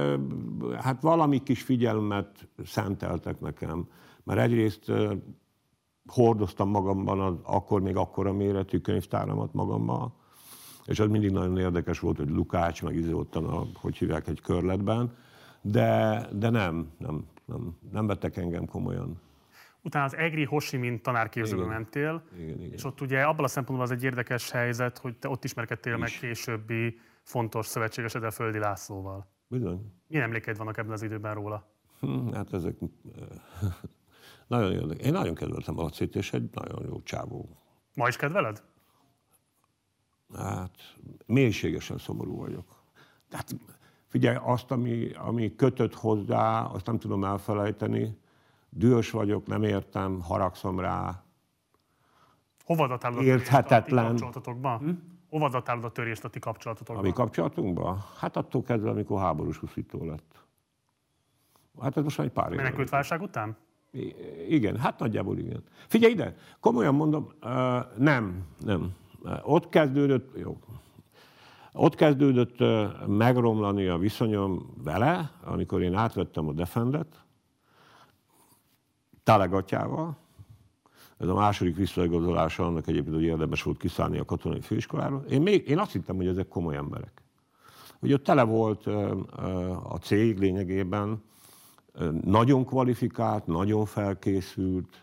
hát valami kis figyelmet szenteltek nekem. Mert egyrészt hordoztam magamban az, akkor még akkora méretű könyvtáramat magammal, és az mindig nagyon érdekes volt, hogy Lukács, meg izé ottan, a, hogy hívják, egy körletben, de, de nem, nem, nem, nem vettek engem komolyan. Utána az Egri Ho Chi Minh tanárképzőbe mentél, igen, igen. és ott ugye abban a szempontból az egy érdekes helyzet, hogy te ott ismerkedtél meg későbbi fontos szövetségeseddel, Földi Lászlóval. Bizony. Milyen emlékeid vannak ebben az időben róla? Hm, hát ezek nagyon érdekes. Én nagyon kedveltem a Lacit, és egy nagyon jó csávó. Ma is kedveled? Hát mélységesen szomorú vagyok. Tehát figyelj, azt, ami, ami kötött hozzá, azt nem tudom elfelejteni. Dühös vagyok, nem értem, haragszom rá. Hova datálod a törést a ti kapcsolatotokban? Hm? Hova datálod a törést a ti kapcsolatotokban? A mi kapcsolatunkban? Hát attól kezdve, amikor háborús huszító lett. Hát ez most már egy pár év. Menekült válság után? I- igen, hát nagyjából igen. Figyelj ide, komolyan mondom, uh, nem, nem. Uh, ott kezdődött, jó. Ott kezdődött uh, megromlani a viszonyom vele, amikor én átvettem a Defendet, Telegatyával. Ez a második visszaigazolása annak egyébként, hogy érdemes volt kiszállni a katonai főiskoláról. Én, még, én azt hittem, hogy ezek komoly emberek. Hogy ott tele volt uh, uh, a cég lényegében, nagyon kvalifikált, nagyon felkészült,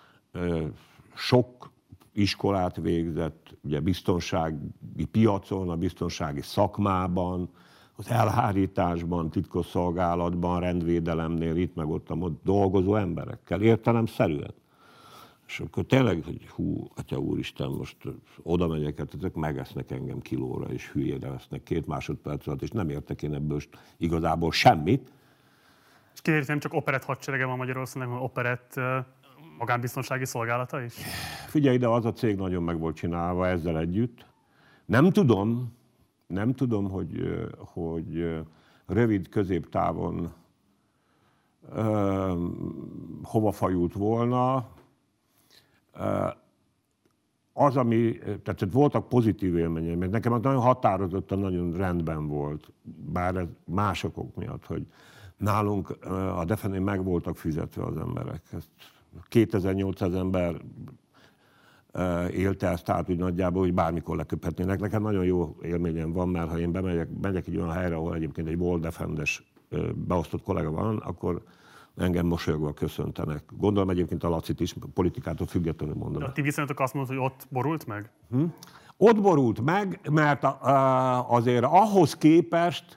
sok iskolát végzett, ugye biztonsági piacon, a biztonsági szakmában, az elhárításban, titkosszolgálatban, rendvédelemnél, itt meg ott, ott dolgozó emberekkel, értelemszerűen. És akkor tényleg, hogy hú, atya úristen, most oda megyek, hát ezek megesznek engem kilóra, és hülyére vesznek két másodperc alatt, és nem értek én ebből igazából semmit. És kiderült, nem csak operett hadserege van Magyarországon, hanem operett uh, magánbiztonsági szolgálata is? Figyelj ide, az a cég nagyon meg volt csinálva ezzel együtt. Nem tudom, nem tudom, hogy, hogy rövid középtávon uh, hova fajult volna. Uh, az, ami, tehát voltak pozitív élmények, mert nekem az nagyon határozottan, nagyon rendben volt, bár ez más okok miatt, hogy nálunk a Defenén meg voltak fizetve az emberek. Ezt kétezer-nyolcszáz ember élte ezt át úgy nagyjából, hogy bármikor leköphetnének. Nekem nagyon jó élményem van, mert ha én bemegyek, megyek egy olyan helyre, ahol egyébként egy Volt Defendes beosztott kollega van, akkor engem mosolyogva köszöntenek. Gondolom egyébként a Lacit is, politikától függetlenül mondom. De a ti viszonyatok azt mondod, hogy ott borult meg? Hm? Ott borult meg, mert azért ahhoz képest,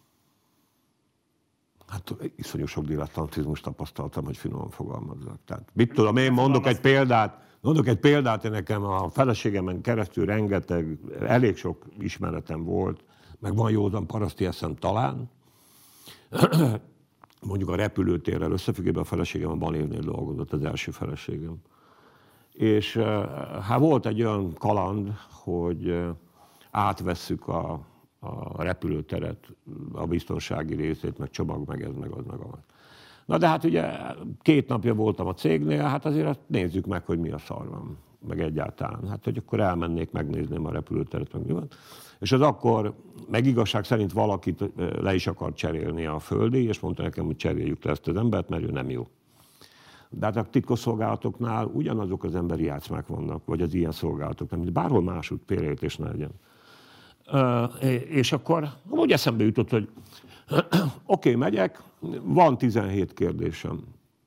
hát iszonyú sok dilettantizmust tapasztaltam, hogy finoman fogalmazzak. Tehát mit tudom, én mondok egy példát, mondok egy példát, én nekem a feleségemen keresztül rengeteg, elég sok ismeretem volt, meg van józan paraszti eszem talán. Mondjuk a repülőtérrel összefüggében a feleségem a Balévnél dolgozott, az első feleségem. És hát volt egy olyan kaland, hogy átvesszük a a repülőteret, a biztonsági részét, meg csomag, meg ez, meg az, meg az. Na de hát ugye két napja voltam a cégnél, hát azért azt nézzük meg, hogy mi a szar van, meg egyáltalán. Hát hogy akkor elmennék, megnézném a repülőteret, meg mi van. És az akkor, meg igazság szerint valakit le is akart cserélni a Földi, és mondta nekem, hogy cseréljük le ezt az embert, mert ő nem jó. De hát a titkosszolgálatoknál ugyanazok az emberi játszmák vannak, vagy az ilyen szolgálatoknál, mint bárhol máshogy félreértés ne legyen. Uh, és akkor úgy eszembe jutott, hogy oké, okay, megyek, van tizenhét kérdésem.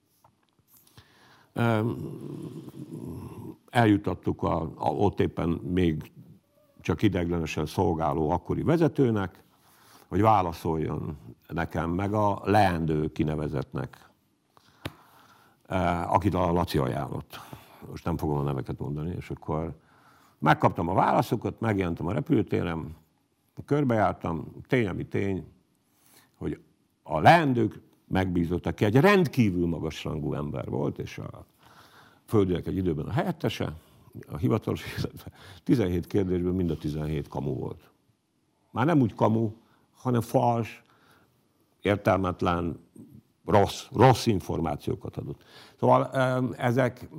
Um, eljutattuk a, a, ott éppen még csak ideiglenesen szolgáló akkori vezetőnek, hogy válaszoljon nekem, meg a leendő kinevezetnek, uh, akit a Laci ajánlott. Most nem fogom a neveket mondani, és akkor megkaptam a válaszokat, megjelentem a repülőtéren, körbejártam, tény, ami tény, hogy a leendők megbízottak ki, egy rendkívül magasrangú ember volt, és a Földinek egy időben a helyettese, a hivatalos életben tizenhét kérdésből mind a tizenhét kamu volt. Már nem úgy kamu, hanem fals, értelmetlen, rossz, rossz információkat adott. Szóval ezek...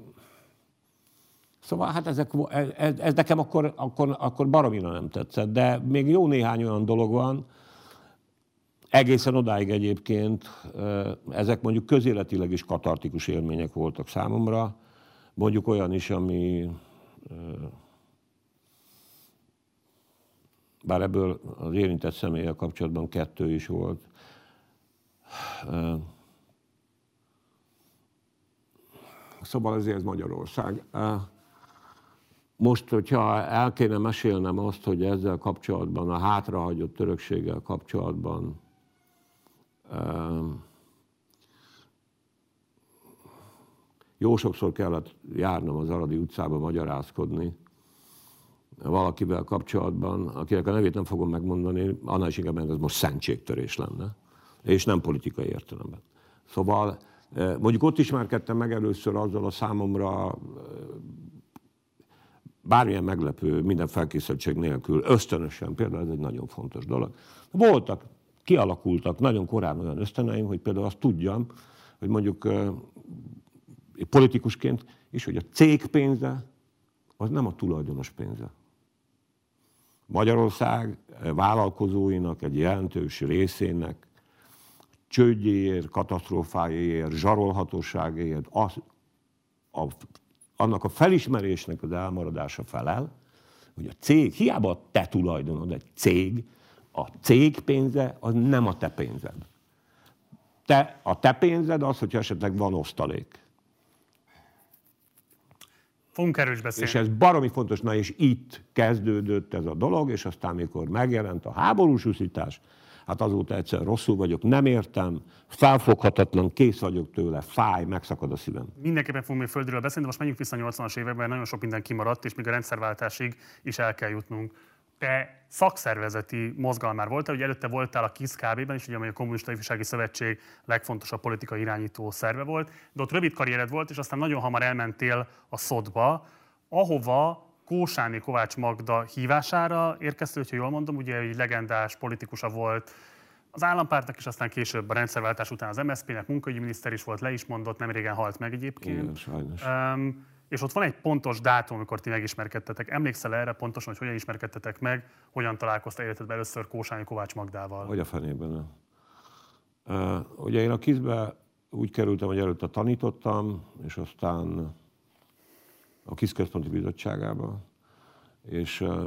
Szóval hát ezek, ez, ez nekem akkor, akkor, akkor baromira nem tetszett, de még jó néhány olyan dolog van, egészen odáig egyébként ezek mondjuk közéletileg is katartikus élmények voltak számomra, mondjuk olyan is, ami bár ebből az érintett személlyel kapcsolatban kettő is volt. Szóval ezért ez Magyarország. Most, hogyha el kéne mesélnem azt, hogy ezzel kapcsolatban, a hátrahagyott örökséggel kapcsolatban jó sokszor kellett járnom az Aradi utcába magyarázkodni valakivel kapcsolatban, akinek a nevét nem fogom megmondani, annál is inkább, mert ez most szentségtörés lenne, és nem politikai értelemben. Szóval mondjuk ott ismerkedtem meg először azzal a számomra bármilyen meglepő, minden felkészültség nélkül, ösztönösen, például ez egy nagyon fontos dolog. Voltak, kialakultak nagyon korán olyan ösztöneim, hogy például azt tudjam, hogy mondjuk politikusként is, hogy a cég pénze az nem a tulajdonos pénze. Magyarország vállalkozóinak egy jelentős részének csődjéért, katasztrófájáért, zsarolhatóságéért, az, a, annak a felismerésnek az elmaradása felel, hogy a cég, hiába a te tulajdonod, egy cég, a cég pénze az nem a te pénzed. Te, a te pénzed az, hogyha esetleg van osztalék. Fogunk erről is beszélni. És ez baromi fontos, na és itt kezdődött ez a dolog, és aztán mikor megjelent a háborús uszítás, hát azóta egyszer rosszul vagyok, nem értem, felfoghatatlan, kész vagyok tőle, fáj, megszakad a szívem. Mindenképpen fogunk még földről beszélni, de most menjünk vissza a nyolcvanas években, nagyon sok minden kimaradt, és még a rendszerváltásig is el kell jutnunk. Te szakszervezeti mozgalmár voltál, ugye előtte voltál a KISZ ká bé-ben is, ugye, amely a Kommunista Ifjúsági Szövetség legfontosabb politikai irányító szerve volt, de ott rövid karriered volt, és aztán nagyon hamar elmentél a szodba, ahova Kósáné Kovács Magda hívására érkeztél, hogyha jól mondom, ugye egy legendás politikusa volt az Állampártnak, és aztán később a rendszerváltás után az em es zé pé-nek munkaügyi miniszter is volt, le is mondott, nemrégen halt meg egyébként. Igen, sajnos. Um, és ott van egy pontos dátum, amikor ti megismerkedtetek. Emlékszel erre pontosan, hogy hogyan ismerkedtetek meg, hogyan találkoztál életedben először Kósáné Kovács Magdával? Hogy a fenében. Uh, ugye én a KISZ-be úgy kerültem, hogy előtte tanítottam, és aztán a KISZ Központi Bizottságába, és uh,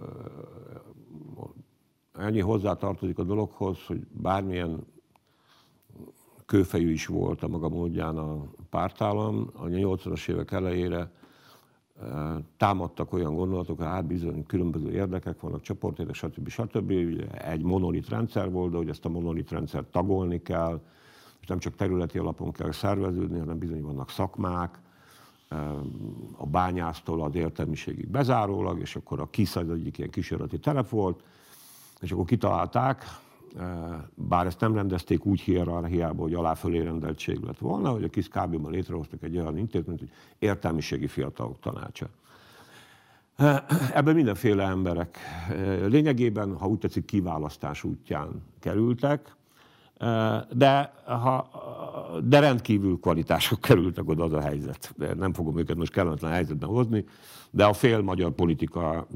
ennyi hozzátartozik a dologhoz, hogy bármilyen kőfejű is volt a maga módján a pártállam, a nyolcvanas évek elejére támadtak olyan gondolatok, hogy hát bizony különböző érdekek vannak, csoportérdek, stb. stb. Egy monolit rendszer volt, de hogy ezt a monolit rendszert tagolni kell, és nem csak területi alapon kell szerveződni, hanem bizony vannak szakmák, a bányásztól az értelmiségig bezárólag, és akkor a KISZ az egyik ilyen kísérleti terep volt, és akkor kitalálták, bár ezt nem rendezték úgy hierarchiába, hogy alá-fölé rendeltség lett volna, hogy a KISZ ká bé-ben létrehoztak egy olyan intézményt, hogy értelmiségi fiatalok tanácsa. Ebből mindenféle emberek lényegében, ha úgy tetszik, kiválasztás útján kerültek, de, ha, de rendkívül kvalitások kerültek oda, az a helyzet. Nem fogom őket most kellemetlen helyzetben hozni, de a fél magyar politika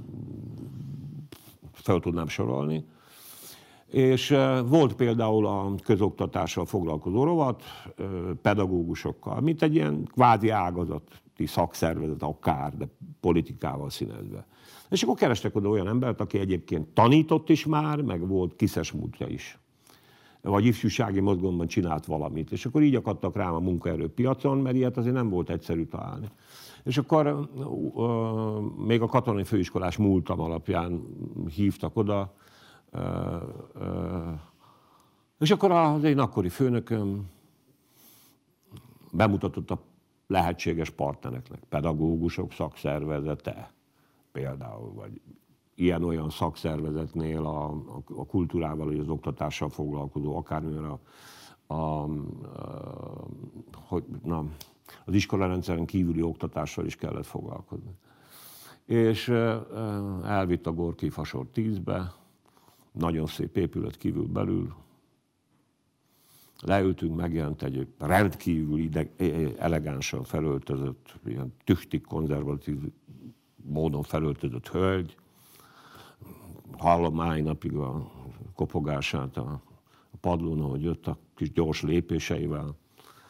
fel tudnám sorolni. És volt például a közoktatással foglalkozó rovat, pedagógusokkal, mint egy ilyen kvázi ágazati szakszervezet akár, de politikával színezve. És akkor kerestek oda olyan embert, aki egyébként tanított is már, meg volt kiszes múltja is. Vagy ifjúsági mozgalomban csinált valamit. És akkor így akadtak rám a munkaerőpiacon, mert ilyet azért nem volt egyszerű találni. És akkor uh, még a katonai főiskolás múltam alapján hívtak oda, Uh, uh, és akkor az én akkori főnököm bemutatott a lehetséges partnereknek, pedagógusok szakszervezete például, vagy ilyen-olyan szakszervezetnél a, a, a kultúrával, vagy az oktatással foglalkozó, akármilyen a, a, a, hogy, na, az iskolarendszeren kívüli oktatással is kellett foglalkozni. És uh, elvitt a Gorki Fasor tízbe, nagyon szép épület kívül belül. Leültünk, megjelent egy rendkívül ideg, elegánsan felöltözött, ilyen tüchtig konzervatív módon felöltözött hölgy. Hallom máj napig a kopogását a padlón, ahogy jött a kis gyors lépéseivel.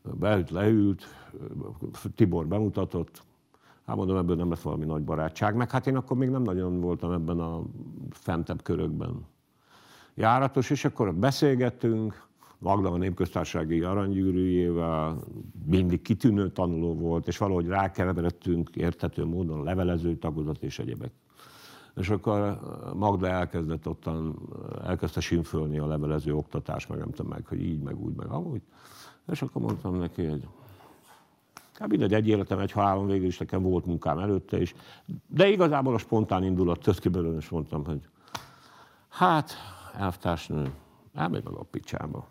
beült, leült, Tibor bemutatott, hát mondom, ebből nem lesz valami nagy barátság, meg hát én akkor még nem nagyon voltam ebben a fentebb körökben járatos, és akkor beszélgettünk, Magda a Népköztársasági aranygyűrűjével, mindig kitűnő tanuló volt, és valahogy rákeveredtünk érthető módon levelező tagozat és egyebek. És akkor Magda elkezdett ottan, elkezdte sinfölni a levelező oktatást, meg nem tudom meg, hogy így, meg úgy, meg amúgy. És akkor mondtam neki, hogy hát mindegy, egy életem, egy halálom, végül is nekem volt munkám előtte is. De igazából a spontán indulat tört ki belőle, és mondtam, hogy hát, elvtársnő, elmegy meg a picsába.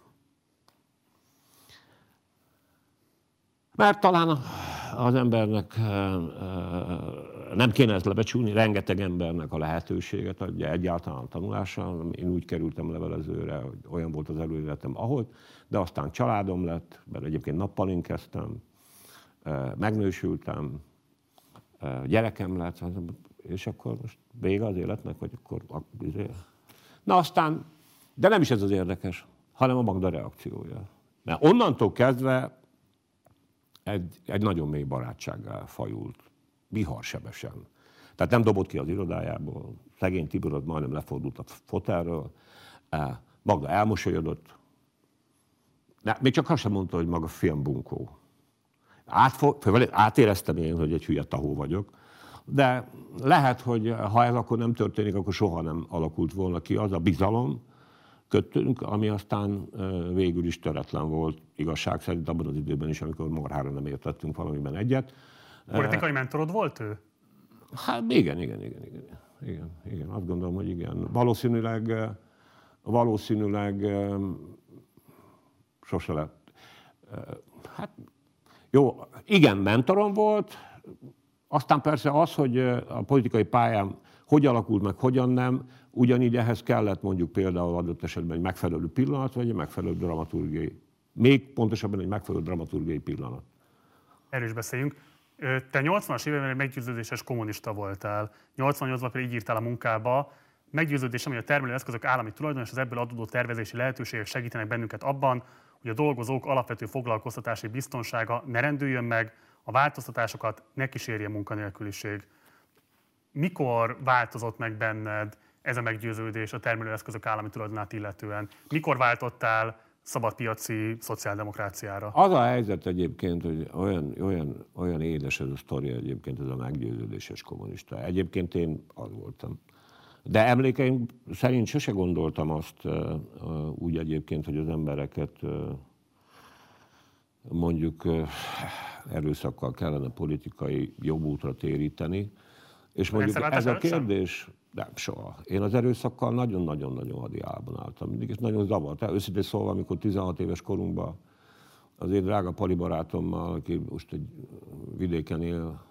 Mert talán az embernek nem kéne ezt lebecsülni, rengeteg embernek a lehetőséget adja egyáltalán a tanulással. Én úgy kerültem levelezőre, hogy olyan volt az előéletem, ahogy, de aztán családom lett, mert egyébként nappalin kezdtem, megnősültem, gyerekem lett, és akkor most vége az életnek, hogy akkor... Na aztán, de nem is ez az érdekes, hanem a Magda reakciója. Mert onnantól kezdve egy, egy nagyon mély barátsággá fajult, viharsebesen. Tehát nem dobott ki az irodájából, szegény Tibor majdnem lefordult a fotelről, Magda elmosolyodott, de még csak azt sem mondta, hogy maga film bunkó. Átfo- átéreztem én, hogy egy hülye tahó vagyok, de lehet, hogy ha ez akkor nem történik, akkor soha nem alakult volna ki az a bizalom köttünk, ami aztán végül is töretlen volt, igazság szerint abban az időben is, amikor marhára nem értettünk valamiben egyet. Politikai mentorod volt ő? Hát igen, igen, igen, igen, igen, igen, azt gondolom, hogy igen. Valószínűleg, valószínűleg sose lett. Hát jó, igen, mentorom volt, aztán persze az, hogy a politikai pályám hogy alakult meg, hogyan nem, ugyanígy ehhez kellett mondjuk például adott esetben egy megfelelő pillanat, vagy egy megfelelő dramaturgiai, még pontosabban egy megfelelő dramaturgiai pillanat. Erről is beszéljünk. Te nyolcvanas években egy meggyőződéses kommunista voltál. nyolcvannyolcban pedig így írtál a munkába. Meggyőződésem, hogy a termelőeszközök állami tulajdon és az ebből adódó tervezési lehetőségek segítenek bennünket abban, hogy a dolgozók alapvető foglalkoztatási biztonsága ne rendüljön meg, a változtatásokat ne kísérje munkanélküliség. Mikor változott meg benned ez a meggyőződés a termelőeszközök állami tulajdonát illetően? Mikor váltottál szabadpiaci szociáldemokráciára? Az a helyzet egyébként, hogy olyan, olyan, olyan édes ez a sztori egyébként, ez a meggyőződéses kommunista. Egyébként én az voltam. De emlékeim szerint sose gondoltam azt úgy egyébként, hogy az embereket mondjuk erőszakkal kellene politikai jobb útra téríteni. És mondjuk ez a kérdés, nem, soha. Én az erőszakkal nagyon-nagyon-nagyon hadiállban álltam mindig, és nagyon zavart. Őszintén szólva, amikor tizenhat éves korunkban az én drága pali barátommal, aki most egy vidéken él,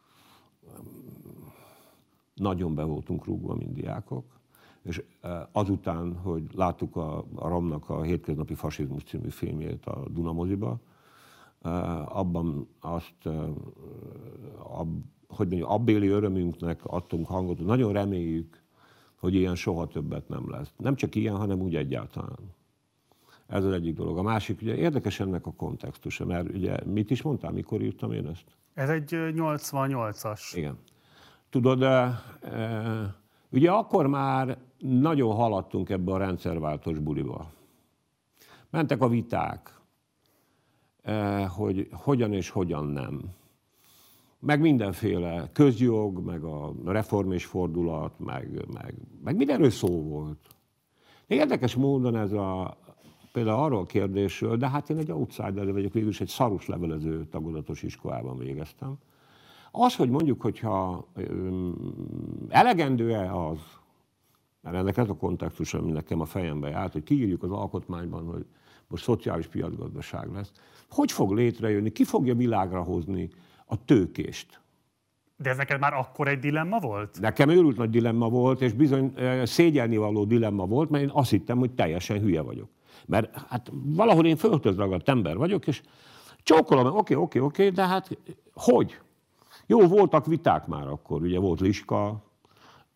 nagyon be voltunk rúgva, mint diákok, és azután, hogy láttuk a, a Ramnak a Hétköznapi fasizmus című filmjét a Dunamoziba, abban azt, ab, hogy mondjuk, abbéli örömünknek adtunk hangot, hogy nagyon reméljük, hogy ilyen soha többet nem lesz. Nem csak ilyen, hanem úgy egyáltalán. Ez az egyik dolog. A másik, ugye érdekes ennek a kontextusa, mert ugye mit is mondtál, mikor írtam én ezt? Ez egy nyolcvannyolcas. Igen. Tudod, e, e, ugye akkor már nagyon haladtunk ebbe a rendszerváltós buliba. Mentek a viták, e, hogy hogyan és hogyan nem. Meg mindenféle közjog, meg a reform és fordulat, meg, meg, meg mindenről szó volt. Érdekes módon ez a, például arról a kérdésről, de hát én egy outsider vagyok, végül is egy szarus levelező tagozatos iskolában végeztem. Az, hogy mondjuk, hogyha elegendő-e az, mert ennek ez a kontextus, ami nekem a fejembe járt, hogy kiírjuk az alkotmányban, hogy most szociális piacgazdaság lesz, hogy fog létrejönni, ki fogja világra hozni a tőkést? De ez neked már akkor egy dilemma volt? Nekem őrült nagy dilemma volt, és bizony szégyelnivaló dilemma volt, mert én azt hittem, hogy teljesen hülye vagyok. Mert hát valahol én földhöz ragadt ember vagyok, és csókolom, oké, oké, oké, de hát hogy? Jó, voltak viták már akkor, ugye volt Liska,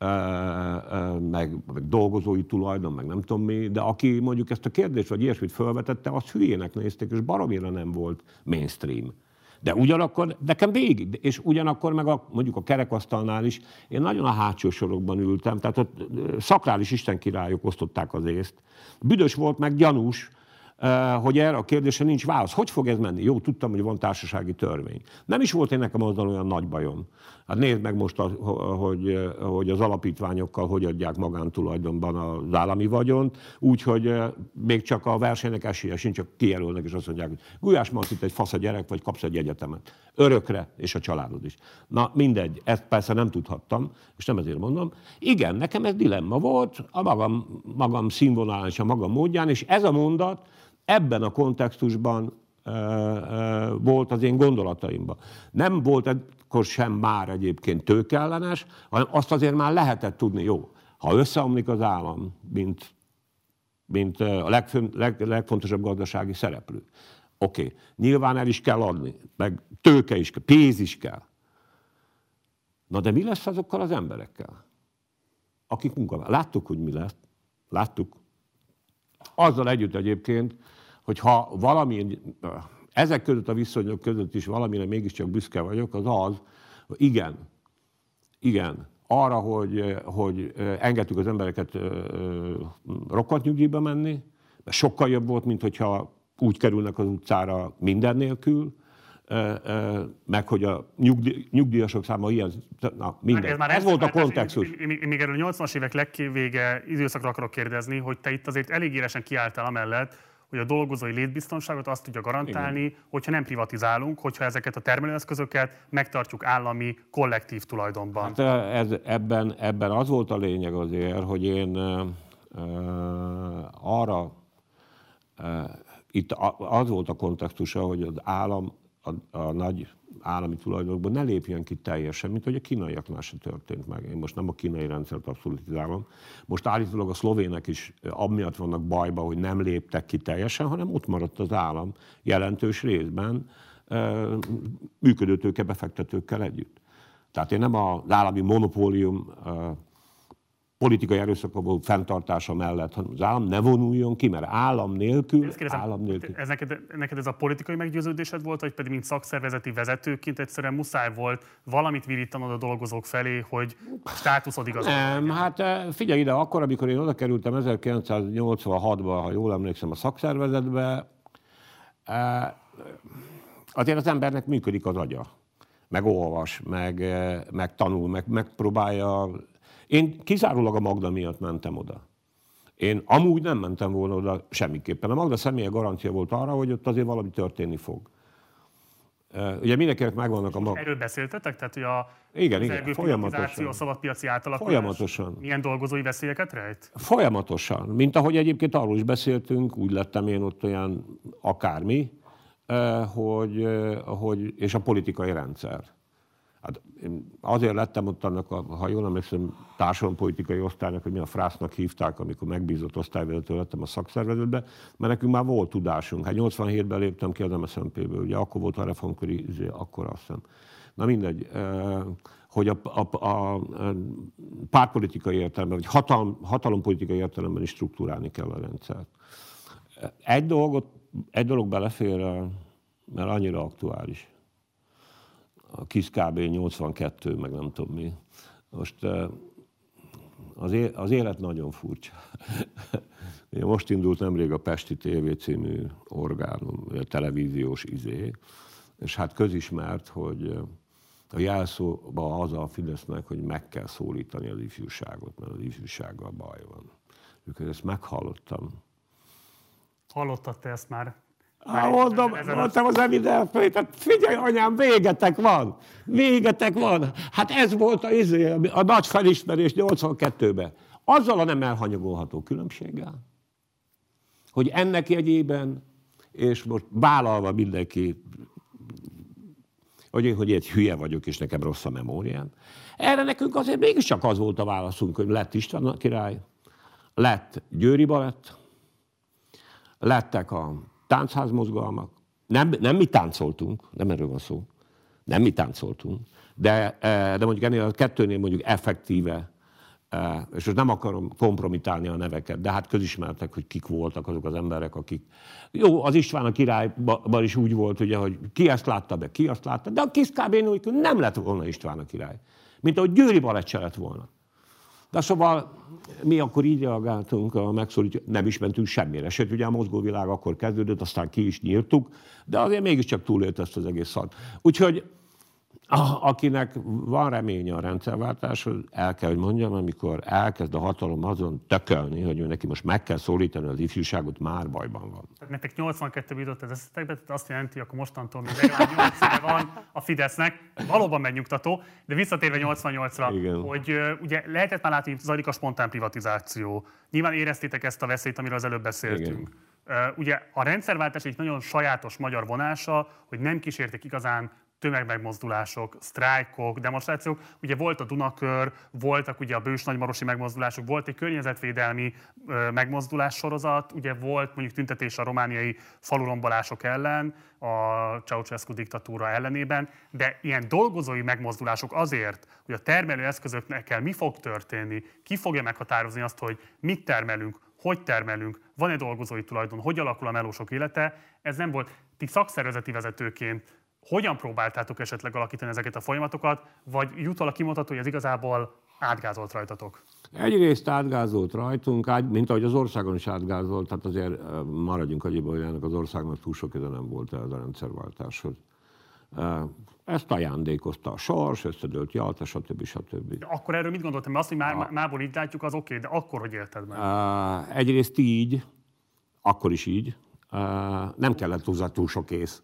meg, meg dolgozói tulajdon, meg nem tudom mi, de aki mondjuk ezt a kérdést vagy ilyesmit felvetette, azt hülyének nézték, és baromira nem volt mainstream. De ugyanakkor, nekem végig, és ugyanakkor meg a, mondjuk a kerekasztalnál is, én nagyon a hátsó sorokban ültem, tehát ott szakrális istenkirályok osztották az észt. Büdös volt, meg gyanús, hogy erre a kérdésre nincs válasz. Hogy fog ez menni? Jó, tudtam, hogy van társasági törvény. Nem is volt én nekem azzal olyan nagy bajom. Hát nézd meg most, hogy, hogy az alapítványokkal hogy adják magántulajdonban az állami vagyont, úgyhogy még csak a versenynek esélye sincs, csak kijelölnek, és azt mondják, hogy Gulyás Marcit egy fasz a gyerek, vagy kapsz egy egyetemet. Örökre, és a családod is. Na mindegy, ezt persze nem tudhattam, és nem ezért mondom. Igen, nekem ez dilemma volt, a magam, magam színvonalán és a magam módján, és ez a mondat ebben a kontextusban uh, uh, volt az én gondolataimban. Nem volt akkor sem már egyébként tőkeellenes, hanem azt azért már lehetett tudni, jó, ha összeomlik az állam, mint, mint a legfön, leg, legfontosabb gazdasági szereplő. Oké, okay. Nyilván el is kell adni, meg tőke is kell, pénz is kell. Na de mi lesz azokkal az emberekkel, akik munkavállalók? Láttuk, hogy mi lesz. Láttuk. Azzal együtt egyébként, hogy ha valami, ezek között a viszonyok között is valamire mégiscsak büszke vagyok, az az, hogy igen, igen, arra, hogy, hogy engedtük az embereket rokkant nyugdíjba menni, mert sokkal jobb volt, mint hogyha úgy kerülnek az utcára minden nélkül, meg hogy a nyugdíj, nyugdíjasok száma ilyen, na minden. Ez, már ez volt a kontextus. Én, én, én még erről a nyolcvanas évek legvége időszakra akarok kérdezni, hogy te itt azért elég élesen kiálltál amellett, hogy a dolgozói létbiztonságot azt tudja garantálni, igen, hogyha nem privatizálunk, hogyha ezeket a termelőeszközöket megtartjuk állami, kollektív tulajdonban. Hát ez, ebben, ebben az volt a lényeg azért, hogy én uh, arra, uh, itt az volt a kontextusa, hogy az állam a, a nagy állami tulajdonokban ne lépjen ki teljesen, mint hogy a kínaiaknál se történt meg. Én most nem a kínai rendszert abszolutizálom. Most állítólag a szlovének is amiatt vannak bajba, hogy nem léptek ki teljesen, hanem ott maradt az állam jelentős részben működő tőkebefektetőkkel együtt. Tehát én nem az állami monopólium politikai erőszakból fenntartása mellett, hanem az állam ne vonuljon ki, mert állam nélkül, kérdezem, állam nélkül. Ez neked, neked ez a politikai meggyőződésed volt, vagy pedig mint szakszervezeti vezetőként egyszerűen muszáj volt valamit virítanod a dolgozók felé, hogy státuszod igaz? Nem, hát figyelj ide, akkor, amikor én oda kerültem ezerkilencszáznyolcvanhatban, ha jól emlékszem, a szakszervezetbe, azért az embernek működik az agya, meg olvas, meg, meg tanul, meg megpróbálja. Én kizárólag a Magda miatt mentem oda. Én amúgy nem mentem volna oda semmiképpen. A Magda személye garancia volt arra, hogy ott azért valami történni fog. Ugye mindenkinek megvannak a mag... Erről beszéltetek? Tehát, hogy a igen, igen, folyamatosan. A szabadpiaci átalakulás folyamatosan. Milyen dolgozói veszélyeket rejt? Folyamatosan. Mint ahogy egyébként arról is beszéltünk, úgy lettem én ott olyan akármi, hogy, hogy, és a politikai rendszer. Hát azért lettem ott annak, a, ha jól emlékszem, társadalompolitikai osztálynak, hogy mi a frásznak hívták, amikor megbízott osztályvezető lettem a szakszervezetbe, mert nekünk már volt tudásunk. Hát nyolcvanhétben léptem ki az em es zé en pé-ből, ugye akkor volt a reformköri, akkor azt hiszem. Na mindegy, hogy a, a, a, a pártpolitikai értelemben, vagy hatalom, hatalompolitikai értelemben is struktúrálni kell a rendszert. Egy, dolgot, egy dolog belefér, mert annyira aktuális. A KISZ kb. nyolcvankettő, meg nem tudom mi. Most az élet nagyon furcsa. Most indult nemrég a Pesti té vé című orgánum, televíziós izé, és hát közismert, hogy a jelszóban az a Fidesznek, hogy meg kell szólítani az ifjúságot, mert az ifjúsággal baj van. Ők ezt meghallottam. Hallottad te ezt már? Á, mondom, mondtam az evidens, tehát figyelj anyám, végetek van, végetek van. Hát ez volt a, a nagy felismerés nyolcvankettőben. Azzal a nem elhanyagolható különbséggel, hogy ennek jegyében, és most vállalva mindenki, hogy én, hogy egy hülye vagyok, és nekem rossz a memóriám, erre nekünk azért mégiscsak az volt a válaszunk, hogy lett István király, lett Győri Balett, lettek a táncházmozgalmak. Nem, nem mi táncoltunk, nem erről van szó, nem mi táncoltunk, de, de mondjuk ennél a kettőnél mondjuk effektíve és most nem akarom kompromitálni a neveket, de hát közismertek, hogy kik voltak azok az emberek, akik... Jó, az István a királyban is úgy volt, ugye, hogy ki ezt látta be, ki azt látta, de a Kiszkábén nem lett volna István a király. Mint ahogy Győri Balázs se lett volna. De szóval mi akkor így reagáltunk a megszólító, nem is mentünk semmire. Sőt, ugye a mozgóvilág akkor kezdődött, aztán ki is nyírtuk, de azért mégiscsak túlélt ezt az egész szart. Úgyhogy akinek van reménye a rendszerváltáshoz, el kell, hogy mondjam, amikor elkezd a hatalom azon tökölni, hogy ő neki most meg kell szólítani az ifjúságot, már bajban van. Tehát nektek nyolcvankettő jutott ez eszetekbe, tehát azt jelenti, hogy akkor mostantól még legalább nyolc éve van a Fidesznek. Valóban megnyugtató, de visszatérve nyolcvannyolcra, igen. Hogy uh, ugye lehetett már látni, hogy zajlik a spontán privatizáció. Nyilván éreztétek ezt a veszélyt, amiről az előbb beszéltünk. Uh, ugye a rendszerváltás egy nagyon sajátos magyar vonása, hogy nem kísérték igazán tömegmegmozdulások, sztrájkok, demonstrációk. Ugye volt a Dunakör, voltak ugye a bős-nagymarosi megmozdulások, volt egy környezetvédelmi ö, megmozdulás sorozat, ugye volt mondjuk tüntetés a romániai falurombolások ellen, a Ceausescu diktatúra ellenében, de ilyen dolgozói megmozdulások azért, hogy a termelőeszközöknek mi fog történni, ki fogja meghatározni azt, hogy mit termelünk, hogy termelünk, van-e dolgozói tulajdon, hogy alakul a melósok élete, ez nem volt. Ti szakszervezeti vezetőként hogyan próbáltátok esetleg alakítani ezeket a folyamatokat, vagy jutólag kimondható, hogy ez igazából átgázolt rajtatok? Egyrészt átgázolt rajtunk, mint ahogy az országon is átgázolt, tehát azért maradjunk annyiba, hogy ennek az országnak túl sok köze nem volt ez a rendszerváltáshoz. Ezt ajándékozta a sors, összedőlt Jalta, stb. stb. De akkor erről mit gondoltam? Mert azt, hogy már, mából így látjuk, az oké, okay, de akkor hogy élted meg? Egyrészt így, akkor is így, nem kellett hozzá túl sok ész.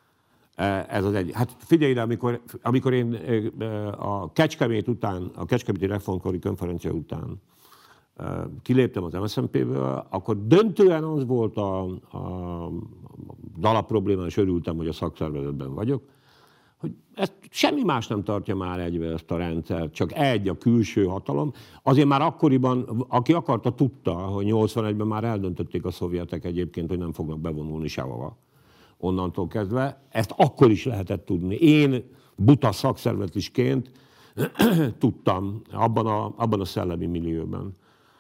Ez az egy. Hát figyelj ide, amikor, amikor én a Kecskemét után, a Kecskeméti Reformkori konferencia után kiléptem az em es zé en pé-ből, akkor döntően az volt a, a dala probléma, és örültem, hogy a szakszervezetben vagyok, hogy ezt semmi más nem tartja már egybe ezt a rendszert, csak egy a külső hatalom. Azért már akkoriban, aki akarta, tudta, hogy nyolcvanegyben már eldöntötték a szovjetek egyébként, hogy nem fognak bevonulni sehova. Onnantól kezdve, ezt akkor is lehetett tudni. Én buta szakszervezetistként tudtam abban a, abban a szellemi millióban.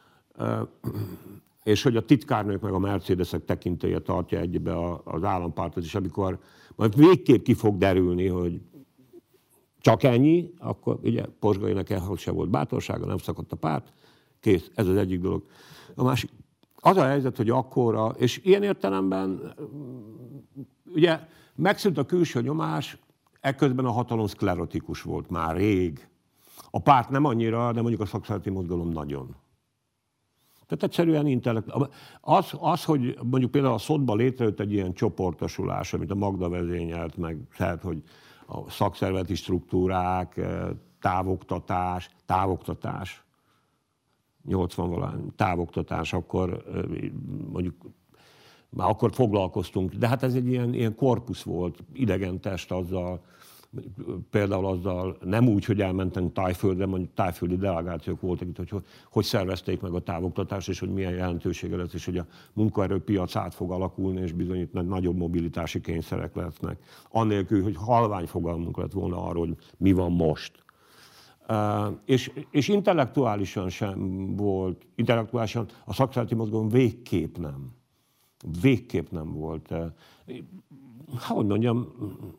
És hogy a titkárnők meg a Mercedesek tekintélye tartja egybe az állampártot, és amikor majd végképp ki fog derülni, hogy csak ennyi, akkor ugye Pozsgainak ehhez se volt bátorsága, nem szakadt a párt, kész, ez az egyik dolog. A másik, az a helyzet, hogy akkora, és ilyen értelemben ugye megszűnt a külső nyomás, ekközben a hatalom szklerotikus volt már rég. A párt nem annyira, de mondjuk a szakszervezeti mozgalom nagyon. Tehát egyszerűen intellekt. Az, az, hogy mondjuk például a szodban létrejött egy ilyen csoportosulás, amit a Magda vezényelt, meg tehát, hogy a szakszervezeti struktúrák, távoktatás, távoktatás, nyolcvan valány távoktatás, akkor mondjuk már akkor foglalkoztunk, de hát ez egy ilyen, ilyen korpusz volt, idegen test azzal, például azzal, nem úgy, hogy elmentem Tájföldre, mondjuk tájföldi delegációk voltak itt, hogy, hogy hogy szervezték meg a távoktatást, és hogy milyen jelentősége lesz, és hogy a munkaerőpiac át fog alakulni, és bizony itt nagyobb mobilitási kényszerek lesznek. Annélkül, hogy halvány fogalmunk lett volna arról, hogy mi van most. Uh, és, és intellektuálisan sem volt, intellektuálisan a szakszervezeti mozgalom végképp nem. Végképp nem volt. Uh, hogy mondjam,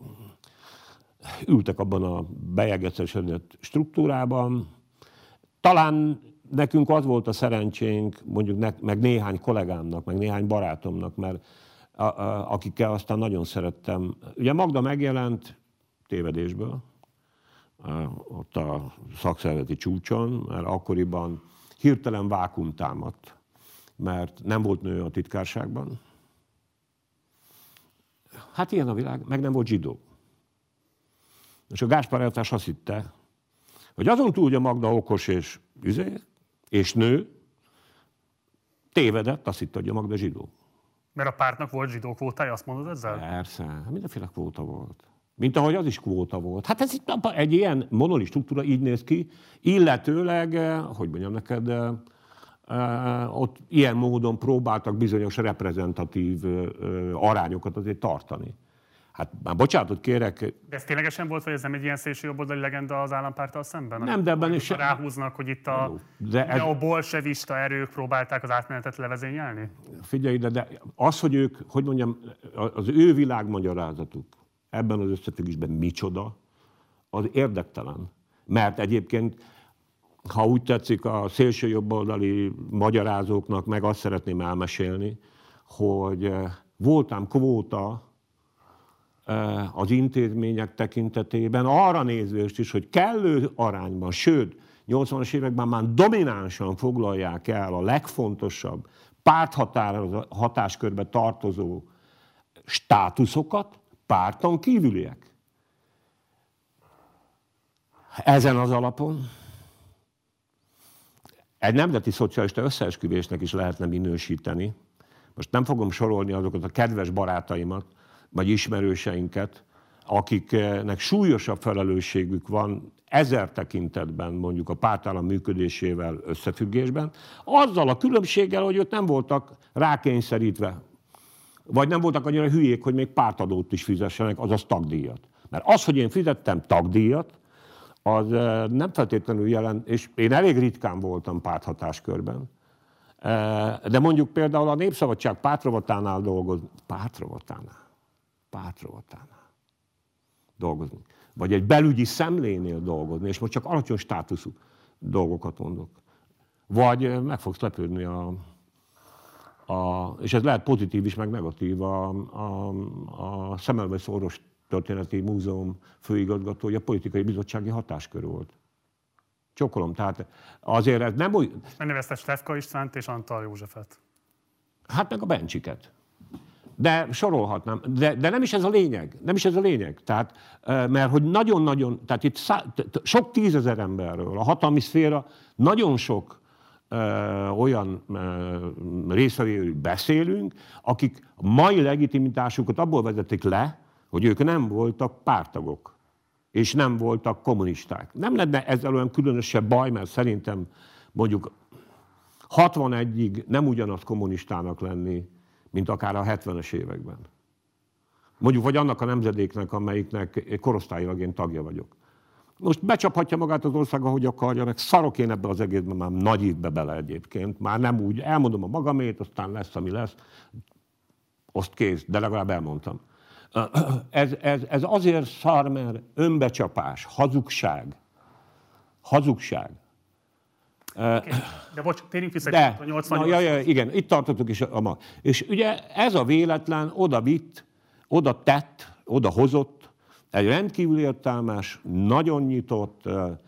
ültek abban a bejegyeztetett struktúrában. Talán nekünk az volt a szerencsénk, mondjuk ne, meg néhány kollégámnak, meg néhány barátomnak, mert a, a, akikkel aztán nagyon szerettem. Ugye Magda megjelent tévedésből, ott a szakszervezeti csúcson, mert akkoriban hirtelen vákum támadt, mert nem volt nő a titkárságban. Hát ilyen a világ, meg nem volt zsidó. És a Gáspár elvtárs azt hitte, hogy azon túl, hogy a Magda okos és, és nő, tévedett, azt hitte, hogy a Magda zsidó. Mert a pártnak volt zsidó kvótája, azt mondod ezzel? Persze, mindenféle kvóta volt. Mint ahogy az is kvóta volt. Hát ez itt egy ilyen monoli struktúra így néz ki, illetőleg, hogy mondjam neked, ott ilyen módon próbáltak bizonyos reprezentatív arányokat azért tartani. Hát már bocsánatot kérek. De ez ténylegesen volt, vagy ez nem egy ilyen szélsőjobboldali legenda az állampárttal szemben? Nem, de ebben is... Ráhúznak, hogy itt a, de ez... a bolsevista erők próbálták az átmenetet levezényelni? Figyelj ide, de az, hogy ők, hogy mondjam, az ő világmagyarázatuk ebben az összefüggésben micsoda, az érdektelen. Mert egyébként, ha úgy tetszik, a szélsőjobboldali magyarázóknak meg azt szeretném elmesélni, hogy voltam kvóta az intézmények tekintetében, arra nézvést is, hogy kellő arányban, sőt, nyolcvanas években már dominánsan foglalják el a legfontosabb párthatáskörbe tartozó státuszokat, párton kívüliek. Ezen az alapon egy nemzeti szocialista összeesküvésnek is lehetne minősíteni. Most nem fogom sorolni azokat a kedves barátaimat, vagy ismerőseinket, akiknek súlyosabb felelősségük van ezer tekintetben, mondjuk a pártállam működésével összefüggésben, azzal a különbséggel, hogy ők nem voltak rákényszerítve, vagy nem voltak annyira hülyék, hogy még pártadót is fizessenek, azaz tagdíjat. Mert az, hogy én fizettem tagdíjat, az nem feltétlenül jelent, és én elég ritkán voltam párthatáskörben, de mondjuk például a Népszabadság pártrovatánál dolgozni, pártrovatánál, pártrovatánál dolgozni, vagy egy belügyi szemlénél dolgozni, és most csak alacsony státuszú dolgokat mondok. Vagy meg fogsz lepődni a, a és ez lehet pozitív is, meg negatív, a, a, a Semmelweis Orvos Történeti Múzeum főigazgatója a politikai bizottsági hatáskör volt. Csókolom, tehát azért ez nem úgy... Megnevezte Stefka Istvánt és Antal Józsefet. Hát meg a Bencsiket. De sorolhatnám. De, de nem is ez a lényeg. Nem is ez a lényeg. Tehát, mert hogy nagyon-nagyon, tehát itt szá, sok tízezer emberről, a hatalmi szféra nagyon sok ö, olyan részvevőről beszélünk, akik mai legitimitásukat abból vezetik le, hogy ők nem voltak párttagok, és nem voltak kommunisták. Nem lenne ezzel olyan különösebb baj, mert szerintem mondjuk hatvanegyig nem ugyanaz kommunistának lenni, mint akár a hetvenes években. Mondjuk, vagy annak a nemzedéknek, amelyiknek korosztályilag én tagja vagyok. Most becsaphatja magát az ország, ahogy akarja, meg szarok én ebbe az egészben már nagy évbe bele egyébként. Már nem úgy, elmondom a magamét, aztán lesz, ami lesz. Azt kész, de legalább elmondtam. Ez, ez, ez azért szar, mert önbecsapás, hazugság. Hazugság. Okay. De bocs, térjünk vissza De, a nyolcvannyolc. Na, ja, ja, igen, itt tartottuk is a ma. És ugye ez a véletlen oda vitt, oda tett, oda hozott egy rendkívül értelmes, nagyon nyitott,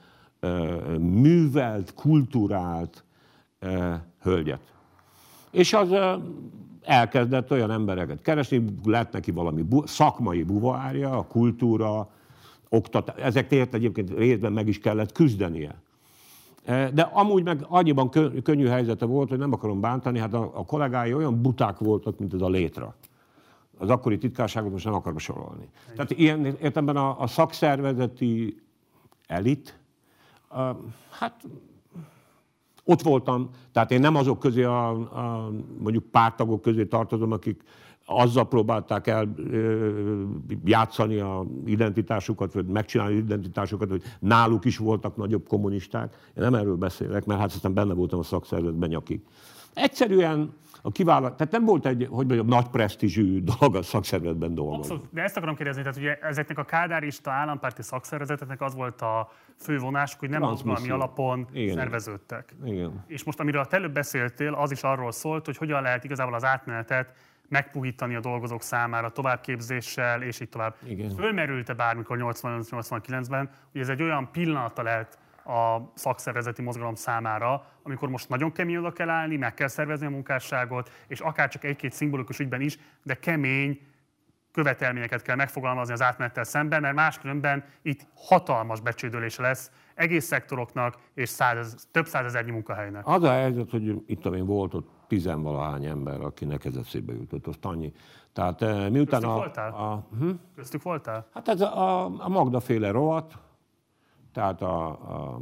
művelt, kulturált hölgyet. És az elkezdett olyan embereket keresni, lett neki valami bu- szakmai buvárja, a kultúra, oktatás, ezekért egyébként részben meg is kellett küzdenie. De amúgy meg annyiban könnyű helyzete volt, hogy nem akarom bántani, hát a, a kollégái olyan buták voltak, mint ez a létra. Az akkori titkárságot most nem akarom sorolni. Egy. Tehát ilyen értelemben a, a szakszervezeti elit, a, hát ott voltam, tehát én nem azok közé, a, a, mondjuk párttagok közé tartozom, akik azzal próbálták el ö, játszani a identitásukat, vagy megcsinálni identitásukat, hogy náluk is voltak nagyobb kommunisták. Én nem erről beszélek, mert hát aztán benne voltam a szakszervezetben nyakig. Egyszerűen a kiválasztás, tehát nem volt egy, hogy mondjam, nagy presztízsű dolog a szakszervezetben dolgozni. Abszolút, de ezt akarom kérdezni, tehát ugye ezeknek a kádárista állampárti szakszervezeteknek az volt a fő vonásuk, hogy nem mozgalmi alapon Igen. szerveződtek. Igen. És most amiről te előbb beszéltél, az is arról szólt, hogy hogyan lehet igazából az átmenetet megpuhítani a dolgozók számára továbbképzéssel, és így tovább. Igen. Fölmerült-e bármikor nyolcvanöt-nyolcvankilencben, hogy ez egy olyan pillanata lehet a szakszervezeti mozgalom számára, amikor most nagyon kemény oda kell állni, meg kell szervezni a munkásságot, és akár csak egy-két szimbolikus ügyben is, de kemény követelményeket kell megfogalmazni az átmenettel szemben, mert máskülönben itt hatalmas becsődölése lesz egész szektoroknak és száz, több százezernyi munkahelynek. Az a helyzet, hogy itt amint volt ott tizenvalahány ember, akinek ez eszébe jutott, azt annyi. Tehát miután Köztük a... voltál? a hm? Köztük voltál? Hát ez a, a Magda-féle rovat, tehát a, a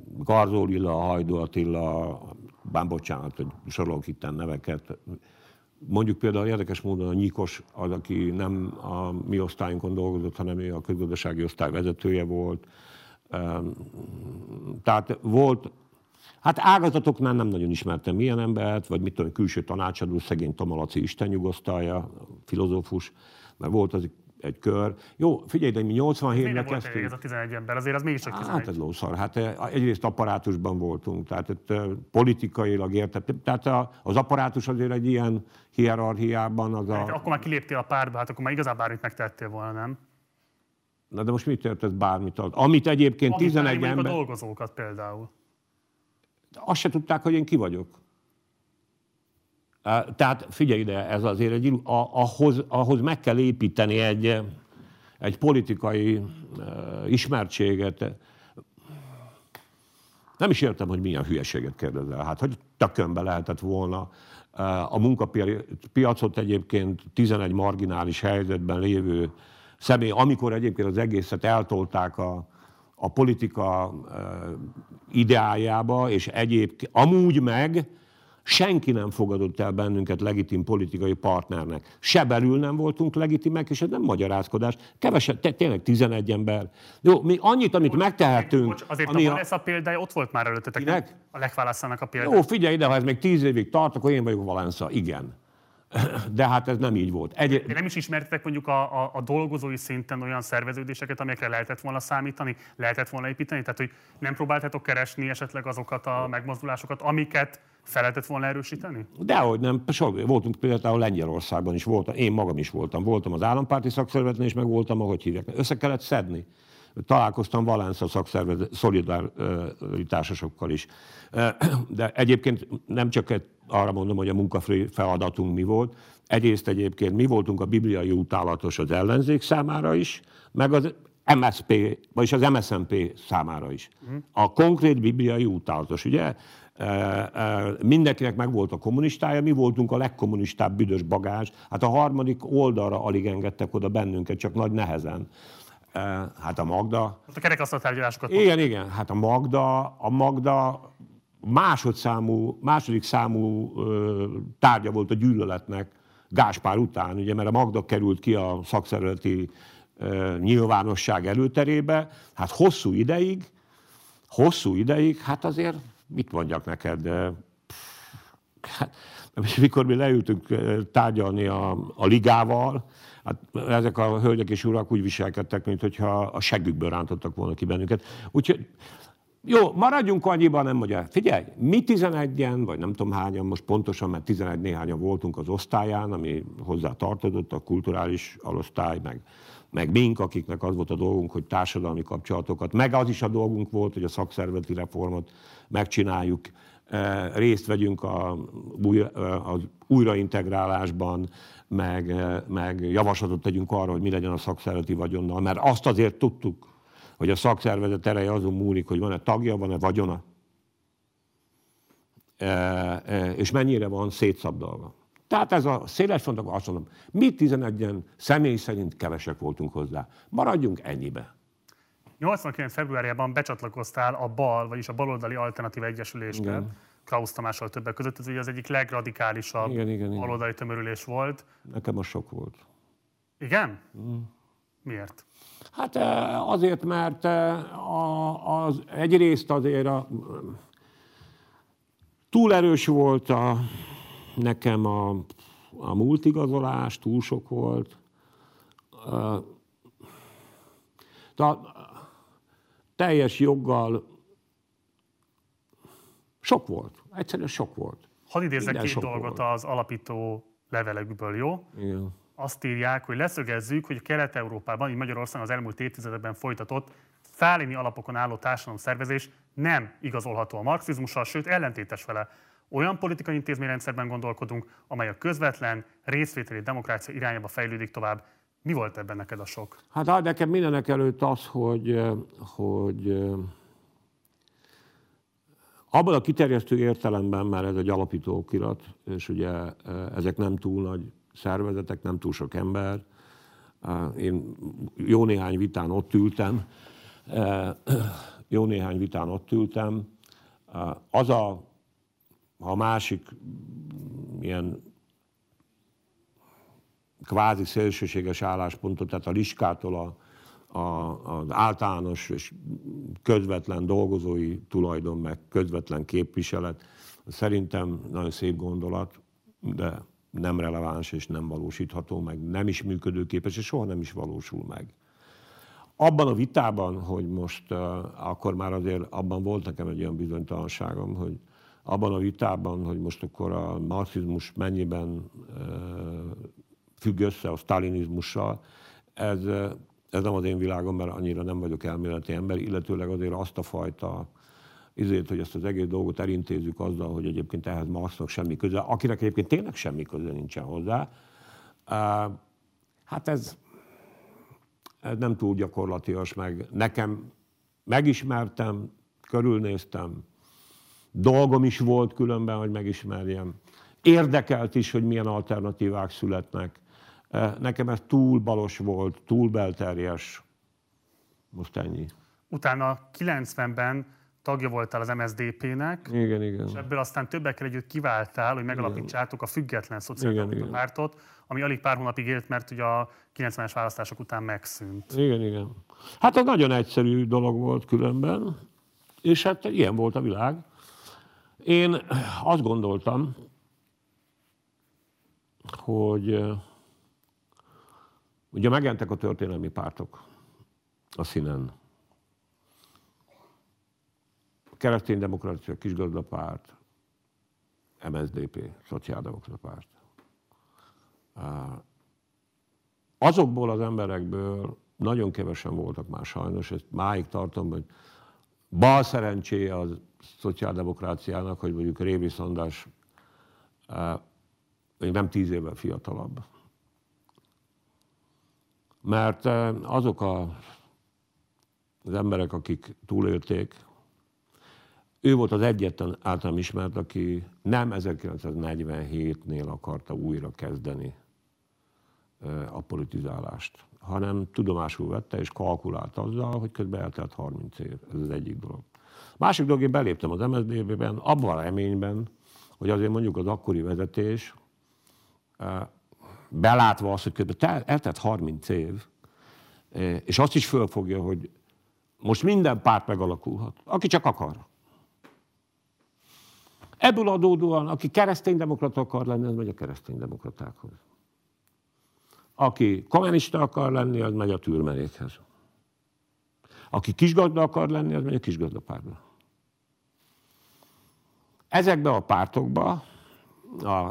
Garzó Lilla, a Hajdú Attila, bár bocsánat, hogy sorolok itten neveket, mondjuk például érdekes módon a Nyikos az, aki nem a mi osztályunkon dolgozott, hanem ő a közgazdasági osztály vezetője volt. Tehát volt, hát ágazatoknál nem nagyon ismertem ilyen embert, vagy mit tudom, külső tanácsadó, szegény Tomalaci Isten nyugosztalja, filozófus, mert volt az egy kör. Jó, figyelj, de mi nyolcvanhétben kezdtünk. Ez a tizenegy ember, azért az mégiscsak tizenegy. Hát ez lószar. Hát egyrészt apparátusban voltunk, tehát itt politikailag értett. Tehát az apparátus azért egy ilyen hierarchiában az hát, a... Akkor már kiléptél a pártba, hát akkor már igazán bármit megtettél volna, nem? Na de most mit értesz bármit? Amit egyébként Amit tizenegy ember... a dolgozókat például. Azt se tudták, hogy én ki vagyok. Tehát figyelj ide, ez azért egy, ahhoz, ahhoz meg kell építeni egy, egy politikai uh, ismertséget. Nem is értem, hogy milyen hülyeséget kérdezel. Hát, hogy tökönbe lehetett volna uh, a munkapiacot egyébként tizenegy marginális helyzetben lévő személy, amikor egyébként az egészet eltolták a, a politika uh, ideájába, és egyébként amúgy meg senki nem fogadott el bennünket legitim politikai partnernek. Se belül nem voltunk legitimek, és ez nem magyarázkodás. Keveset, tényleg tizenegy ember. Jó, mi annyit, amit bocs, megtehetünk... Bocs, azért ami a Valesz a példája ott volt már előttetek. A Lech Válaszának a példája. Jó, figyelj ide, ha ez még tíz évig tart, akkor én vagyok Valensza. Igen. De hát ez nem így volt. Egy... De nem is ismertetek mondjuk a, a, a dolgozói szinten olyan szerveződéseket, amelyekre lehetett volna számítani, lehetett volna építeni? Tehát, hogy nem próbáltátok keresni esetleg azokat a megmozdulásokat, amiket fel lehetett volna erősíteni? Dehogy nem. Sok, voltunk például Lengyelországban is voltam, én magam is voltam. Voltam az állampárti szakszervezeten, és meg voltam, ahogy hívják. Össze kellett szedni. Találkoztam Valensza szakszervezet szolidaritásosokkal is. De egyébként nem csak arra mondom, hogy a munkafree feladatunk mi volt. Egyrészt egyébként mi voltunk a bibliai utálatos az ellenzék számára is, meg az em es zé pé, vagyis az em es zé en pé számára is. A konkrét bibliai utálatos, ugye? Mindenkinek meg volt a kommunistája, mi voltunk a legkommunistább büdös bagázs. Hát a harmadik oldalra alig engedtek oda bennünket, csak nagy nehezen. Hát a Magda... A kerekasztaltárgyalásokat... Igen, igen. Hát a Magda, a Magda másodszámú, második számú ö, tárgya volt a gyűlöletnek Gáspár után, ugye, mert a Magda került ki a szakszervezeti ö, nyilvánosság előterébe. Hát hosszú ideig, hosszú ideig, hát azért mit mondjak neked, de, pff, hát, mikor mi leültünk tárgyalni a, a ligával, hát ezek a hölgyek és urak úgy viselkedtek, mintha a seggükből rántottak volna ki bennünket. Úgyhogy jó, maradjunk annyiban, nem mondja. Figyelj, mi tizenegyen, vagy nem tudom hányan, most pontosan, mert tizenegy néhányan voltunk az osztályán, ami hozzá tartozott, a kulturális alosztály, meg, meg mink, akiknek az volt a dolgunk, hogy társadalmi kapcsolatokat, meg az is a dolgunk volt, hogy a szakszervezeti reformot megcsináljuk, részt vegyünk a, az újraintegrálásban, meg, meg javaslatot tegyünk arra, hogy mi legyen a szakszervezeti vagyonnal, mert azt azért tudtuk, hogy a szakszervezet ereje azon múlik, hogy van-e tagja, van-e vagyona, és mennyire van szétszabdalva. Tehát ez a széles font, akkor azt mondom, mi tizenegyen személy szerint kevesek voltunk hozzá. Maradjunk ennyibe. nyolcvankilenc februárjában becsatlakoztál a BAL, vagyis a Baloldali Alternatív Egyesülésbe, Krausz Tamással többek között. Ez ugye az egyik legradikálisabb igen, igen, igen. baloldali tömörülés volt. Nekem az sok volt. Igen? Mm. Miért? Hát azért, mert az, egyrészt azért a, túl erős volt a, nekem a, a múltigazolás, túl sok volt. Tehát teljes joggal sok volt. Egyszerűen sok volt. Hadd idézzek két dolgot volt az alapító levelekből, jó? Igen. Azt írják, hogy leszögezzük, hogy Kelet-Európában, így Magyarországon az elmúlt évtizedekben folytatott sztálini alapokon álló társadalomszervezés nem igazolható a marxizmussal, sőt ellentétes vele. Olyan politikai intézményrendszerben gondolkodunk, amely a közvetlen, részvételi demokrácia irányába fejlődik tovább. Mi volt ebben neked a sok? Hát nekem mindenek előtt az, hogy, hogy abban a kiterjesztő értelemben, mert ez egy alapító okirat, és ugye ezek nem túl nagy szervezetek, nem túl sok ember. Én jó néhány vitán ott ültem, jó néhány vitán ott ültem. Az a, a másik ilyen kvázi szélsőséges álláspontot, tehát a Liskától a, a, az általános és közvetlen dolgozói tulajdon, meg közvetlen képviselet, szerintem nagyon szép gondolat, de nem releváns és nem valósítható meg, nem is működőképes, és soha nem is valósul meg. Abban a vitában, hogy most uh, akkor már azért abban volt nekem egy olyan bizonytalanságom, hogy abban a vitában, hogy most akkor a marxizmus mennyiben uh, függ össze a sztálinizmussal, ez, uh, ez nem az én világom, mert annyira nem vagyok elméleti ember, illetőleg azért azt a fajta izért, hogy ezt az egész dolgot elintézzük azzal, hogy egyébként ehhez Marxnak semmi köze, akinek egyébként tényleg semmi köze nincsen hozzá. Uh, hát ez, ez nem túl gyakorlatias, meg nekem megismertem, körülnéztem, dolgom is volt különben, hogy megismerjem. Érdekelt is, hogy milyen alternatívák születnek. Nekem ez túl balos volt, túl belterjes. Most ennyi. Utána kilencvenben tagja voltál az em es zé dé pé-nek, igen, igen. és ebből aztán többekkel együtt kiváltál, hogy megalapítsátok a Független Szociáldemokrata Pártot, ami alig pár hónapig élt, mert ugye a kilencvenes választások után megszűnt. Igen, igen. Hát ez nagyon egyszerű dolog volt különben, és hát ilyen volt a világ. Én azt gondoltam, hogy ugye megjelentek a történelmi pártok a színen. Kereszténydemokracia, Kisgazdapárt, em es zé dé pé, Szociáldemokrata Párt. Azokból az emberekből nagyon kevesen voltak már sajnos, ezt máig tartom, hogy bal szerencséje a szociáldemokráciának, hogy mondjuk Révész András még nem tíz évvel fiatalabb. Mert azok a, az emberek, akik túlélték, ő volt az egyetlen általam ismert, aki nem ezerkilencszáznegyvenhétnél akarta újra kezdeni a politizálást, hanem tudomásul vette és kalkulált azzal, hogy közben eltelt harminc év. Ez az egyik dolog. Másik dolog, én beléptem az em es zé dé pé-ben, abban a reményben, hogy azért mondjuk az akkori vezetés, belátva azt, hogy közben eltelt harminc év, és azt is fölfogja, hogy most minden párt megalakulhat, aki csak akar. Ebből adódóan, aki kereszténydemokrata akar lenni, az megy a kereszténydemokratákhoz. Aki kommunista akar lenni, az megy a Türmerékhez. Aki kisgazda akar lenni, az megy a Kisgazdapártba. Ezekbe a pártokba a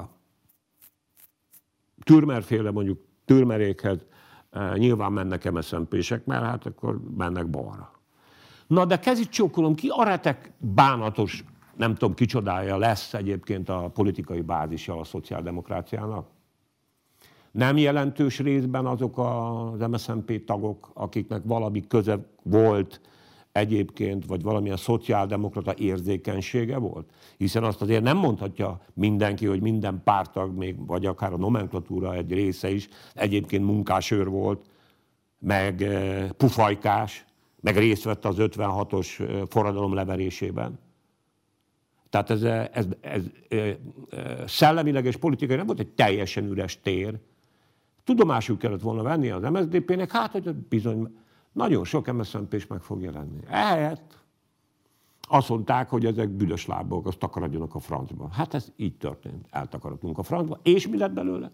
Türmerféle, mondjuk Türmerékhez nyilván mennek em es zé en pé-sek, mert hát akkor mennek balra. Na de kezit csókolom, ki a retek bánatos, nem tudom kicsodája lesz egyébként a politikai bázisa a szociáldemokráciának? Nem jelentős részben azok az em es zé en pé tagok, akiknek valami köze volt egyébként, vagy valamilyen szociáldemokrata érzékenysége volt? Hiszen azt azért nem mondhatja mindenki, hogy minden párttag, még, vagy akár a nomenklatúra egy része is egyébként munkásőr volt, meg pufajkás, meg részt vett az ötvenhatos forradalom leverésében. Tehát ez, ez, ez, ez szellemileg és politikai nem volt egy teljesen üres tér. Tudomásul kellett volna venni az em es zé dé pé-nek, hát, hogy bizony nagyon sok em es zé en pé-s meg fog jelenni. Ehelyett azt mondták, hogy ezek büdös lábok, azt takarodjanak a francba. Hát ez így történt. Eltakarodtunk a francba. És mi lett belőle?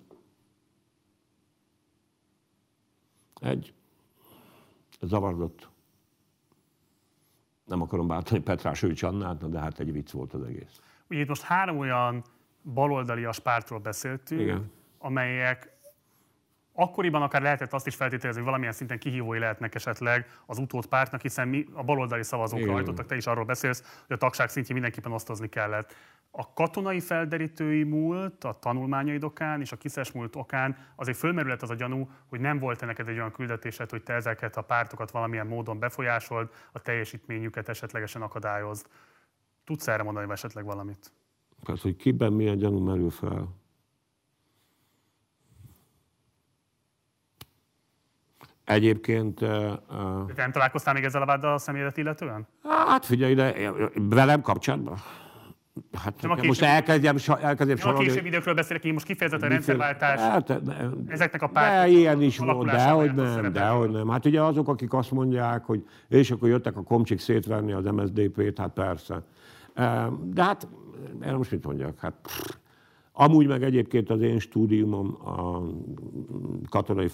Egy zavarodott. Nem akarom bántani Petrás Őcs Annát, de hát egy vicc volt az egész. Ugye itt most három olyan baloldalias pártról beszéltünk, igen, amelyek akkoriban akár lehetett azt is feltételezni, hogy valamilyen szinten kihívói lehetnek esetleg az utódpártnak, hiszen mi a baloldali szavazókra hajtottak, te is arról beszélsz, hogy a tagság szintjén mindenképpen osztozni kellett. A katonai felderítői múlt, a tanulmányaid okán és a kiszes múlt okán azért fölmerülhet az a gyanú, hogy nem volt-e neked egy olyan küldetésed, hogy te ezeket a pártokat valamilyen módon befolyásold, a teljesítményüket esetlegesen akadályozd. Tudsz erre mondani esetleg valamit? Hát, hogy kiben milyen gyanú merül fel. Egyébként... Uh, De nem találkoztál még ezzel a váddal a személyedet illetően? Hát figyelj ide, velem kapcsolatban. Hát most elkezdjem, elkezdjem sorolni. A később időkről beszélek, én most kifejezetten a rendszerváltás. Hát, ezeknek a pártoknak. De ilyen is volt, dehogy nem, dehogy nem. Hát ugye azok, akik azt mondják, hogy és akkor jöttek a komcsik szétverni az em es zé dé pét, hát persze. De hát, erre most mit mondjak? Hát, pff. Amúgy meg egyébként az én stúdiumom a katonai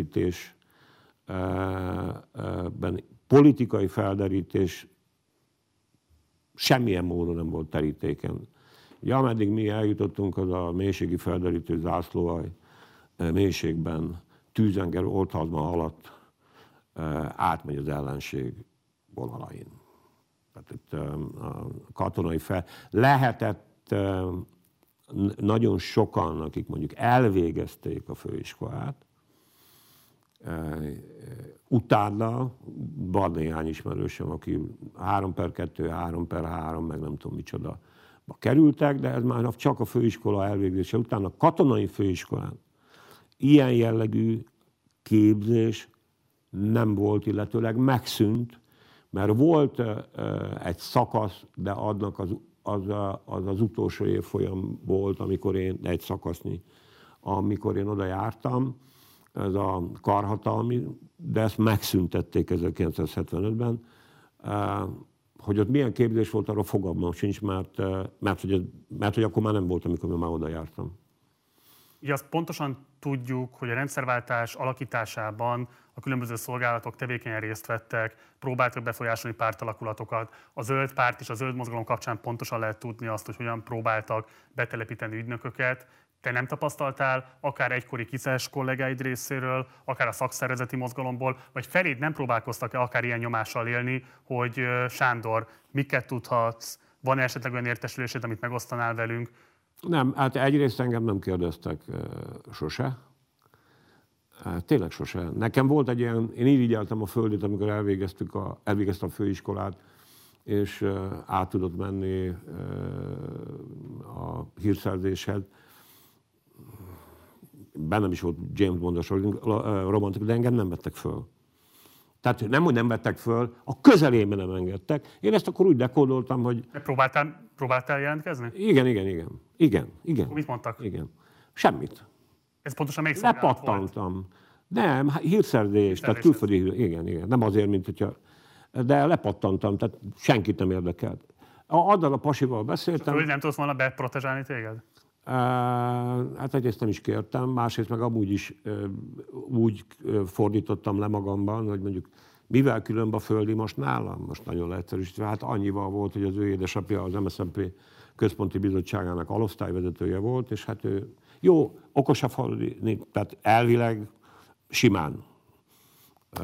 felderítésben, politikai felderítés semmilyen módon nem volt terítéken. Ugye ameddig mi eljutottunk, az a mélységi felderítő zászlóalj mélységben tűzenger oldhazma alatt átmegy az ellenség vonalain. Tehát itt a katonai fel... Lehetett nagyon sokan, akik mondjuk elvégezték a főiskolát, utána van néhány ismerősöm, aki három per kettő, három per három, meg nem tudom micsoda kerültek, de ez már csak a főiskola elvégzése után. A katonai főiskolán ilyen jellegű képzés nem volt, illetőleg megszűnt, mert volt egy szakasz, de annak az Az, az az utolsó évfolyam volt, amikor én egy szakasznyi, amikor én oda jártam, ez a karhatalmi, de ezt megszüntették ezerkilencszázhetvenötben. Hogy ott milyen képzés volt, arról fogalmam sincs, mert, mert, hogy, mert hogy akkor már nem volt, amikor én már oda jártam. Ugye azt pontosan tudjuk, hogy a rendszerváltás alakításában a különböző szolgálatok tevékenyen részt vettek, próbáltak befolyásolni pártalakulatokat. A zöld párt és a zöld mozgalom kapcsán pontosan lehet tudni azt, hogy hogyan próbáltak betelepíteni ügynököket. Te nem tapasztaltál akár egykori kiszes kollégáid részéről, akár a szakszervezeti mozgalomból, vagy feléd nem próbálkoztak-e akár ilyen nyomással élni, hogy Sándor, miket tudhatsz, van-e esetleg olyan értesülésed, amit megosztanál velünk? Nem, hát egyrészt engem nem kérdeztek uh, sose. Uh, tényleg sose. Nekem volt egy ilyen, én irigyeltem a földét, amikor elvégeztük a, elvégeztem a főiskolát, és uh, át tudott menni uh, a hírszerzéshez. Bennem is volt James Bondos romantikus, de engem nem vettek föl. Tehát nem, hogy nem vettek föl, a közelében nem engedtek. Én ezt akkor úgy dekódoltam, hogy... De próbáltál, próbáltál jelentkezni? Igen, igen, igen. Igen, igen. Mit mondtak? Igen. Semmit. Ez pontosan még szolgálat volt? Lepattantam. Nem, hírszerzés, tehát külföldi, igen, igen. Nem azért, mint hogyha... De lepattantam, tehát senkit nem érdekelt. Addal a pasival beszéltem... És nem tudsz volna beprotezsálni téged? Uh, hát egyrészt nem is kértem, másrészt meg amúgy is uh, úgy uh, fordítottam le magamban, hogy mondjuk mivel különb a földi most nálam, most nagyon leegyszerűsítve, hát annyival volt, hogy az ő édesapja az em es zé en pé központi bizottságának alosztályvezetője volt, és hát ő jó, okos a faludi, tehát elvileg simán. Uh,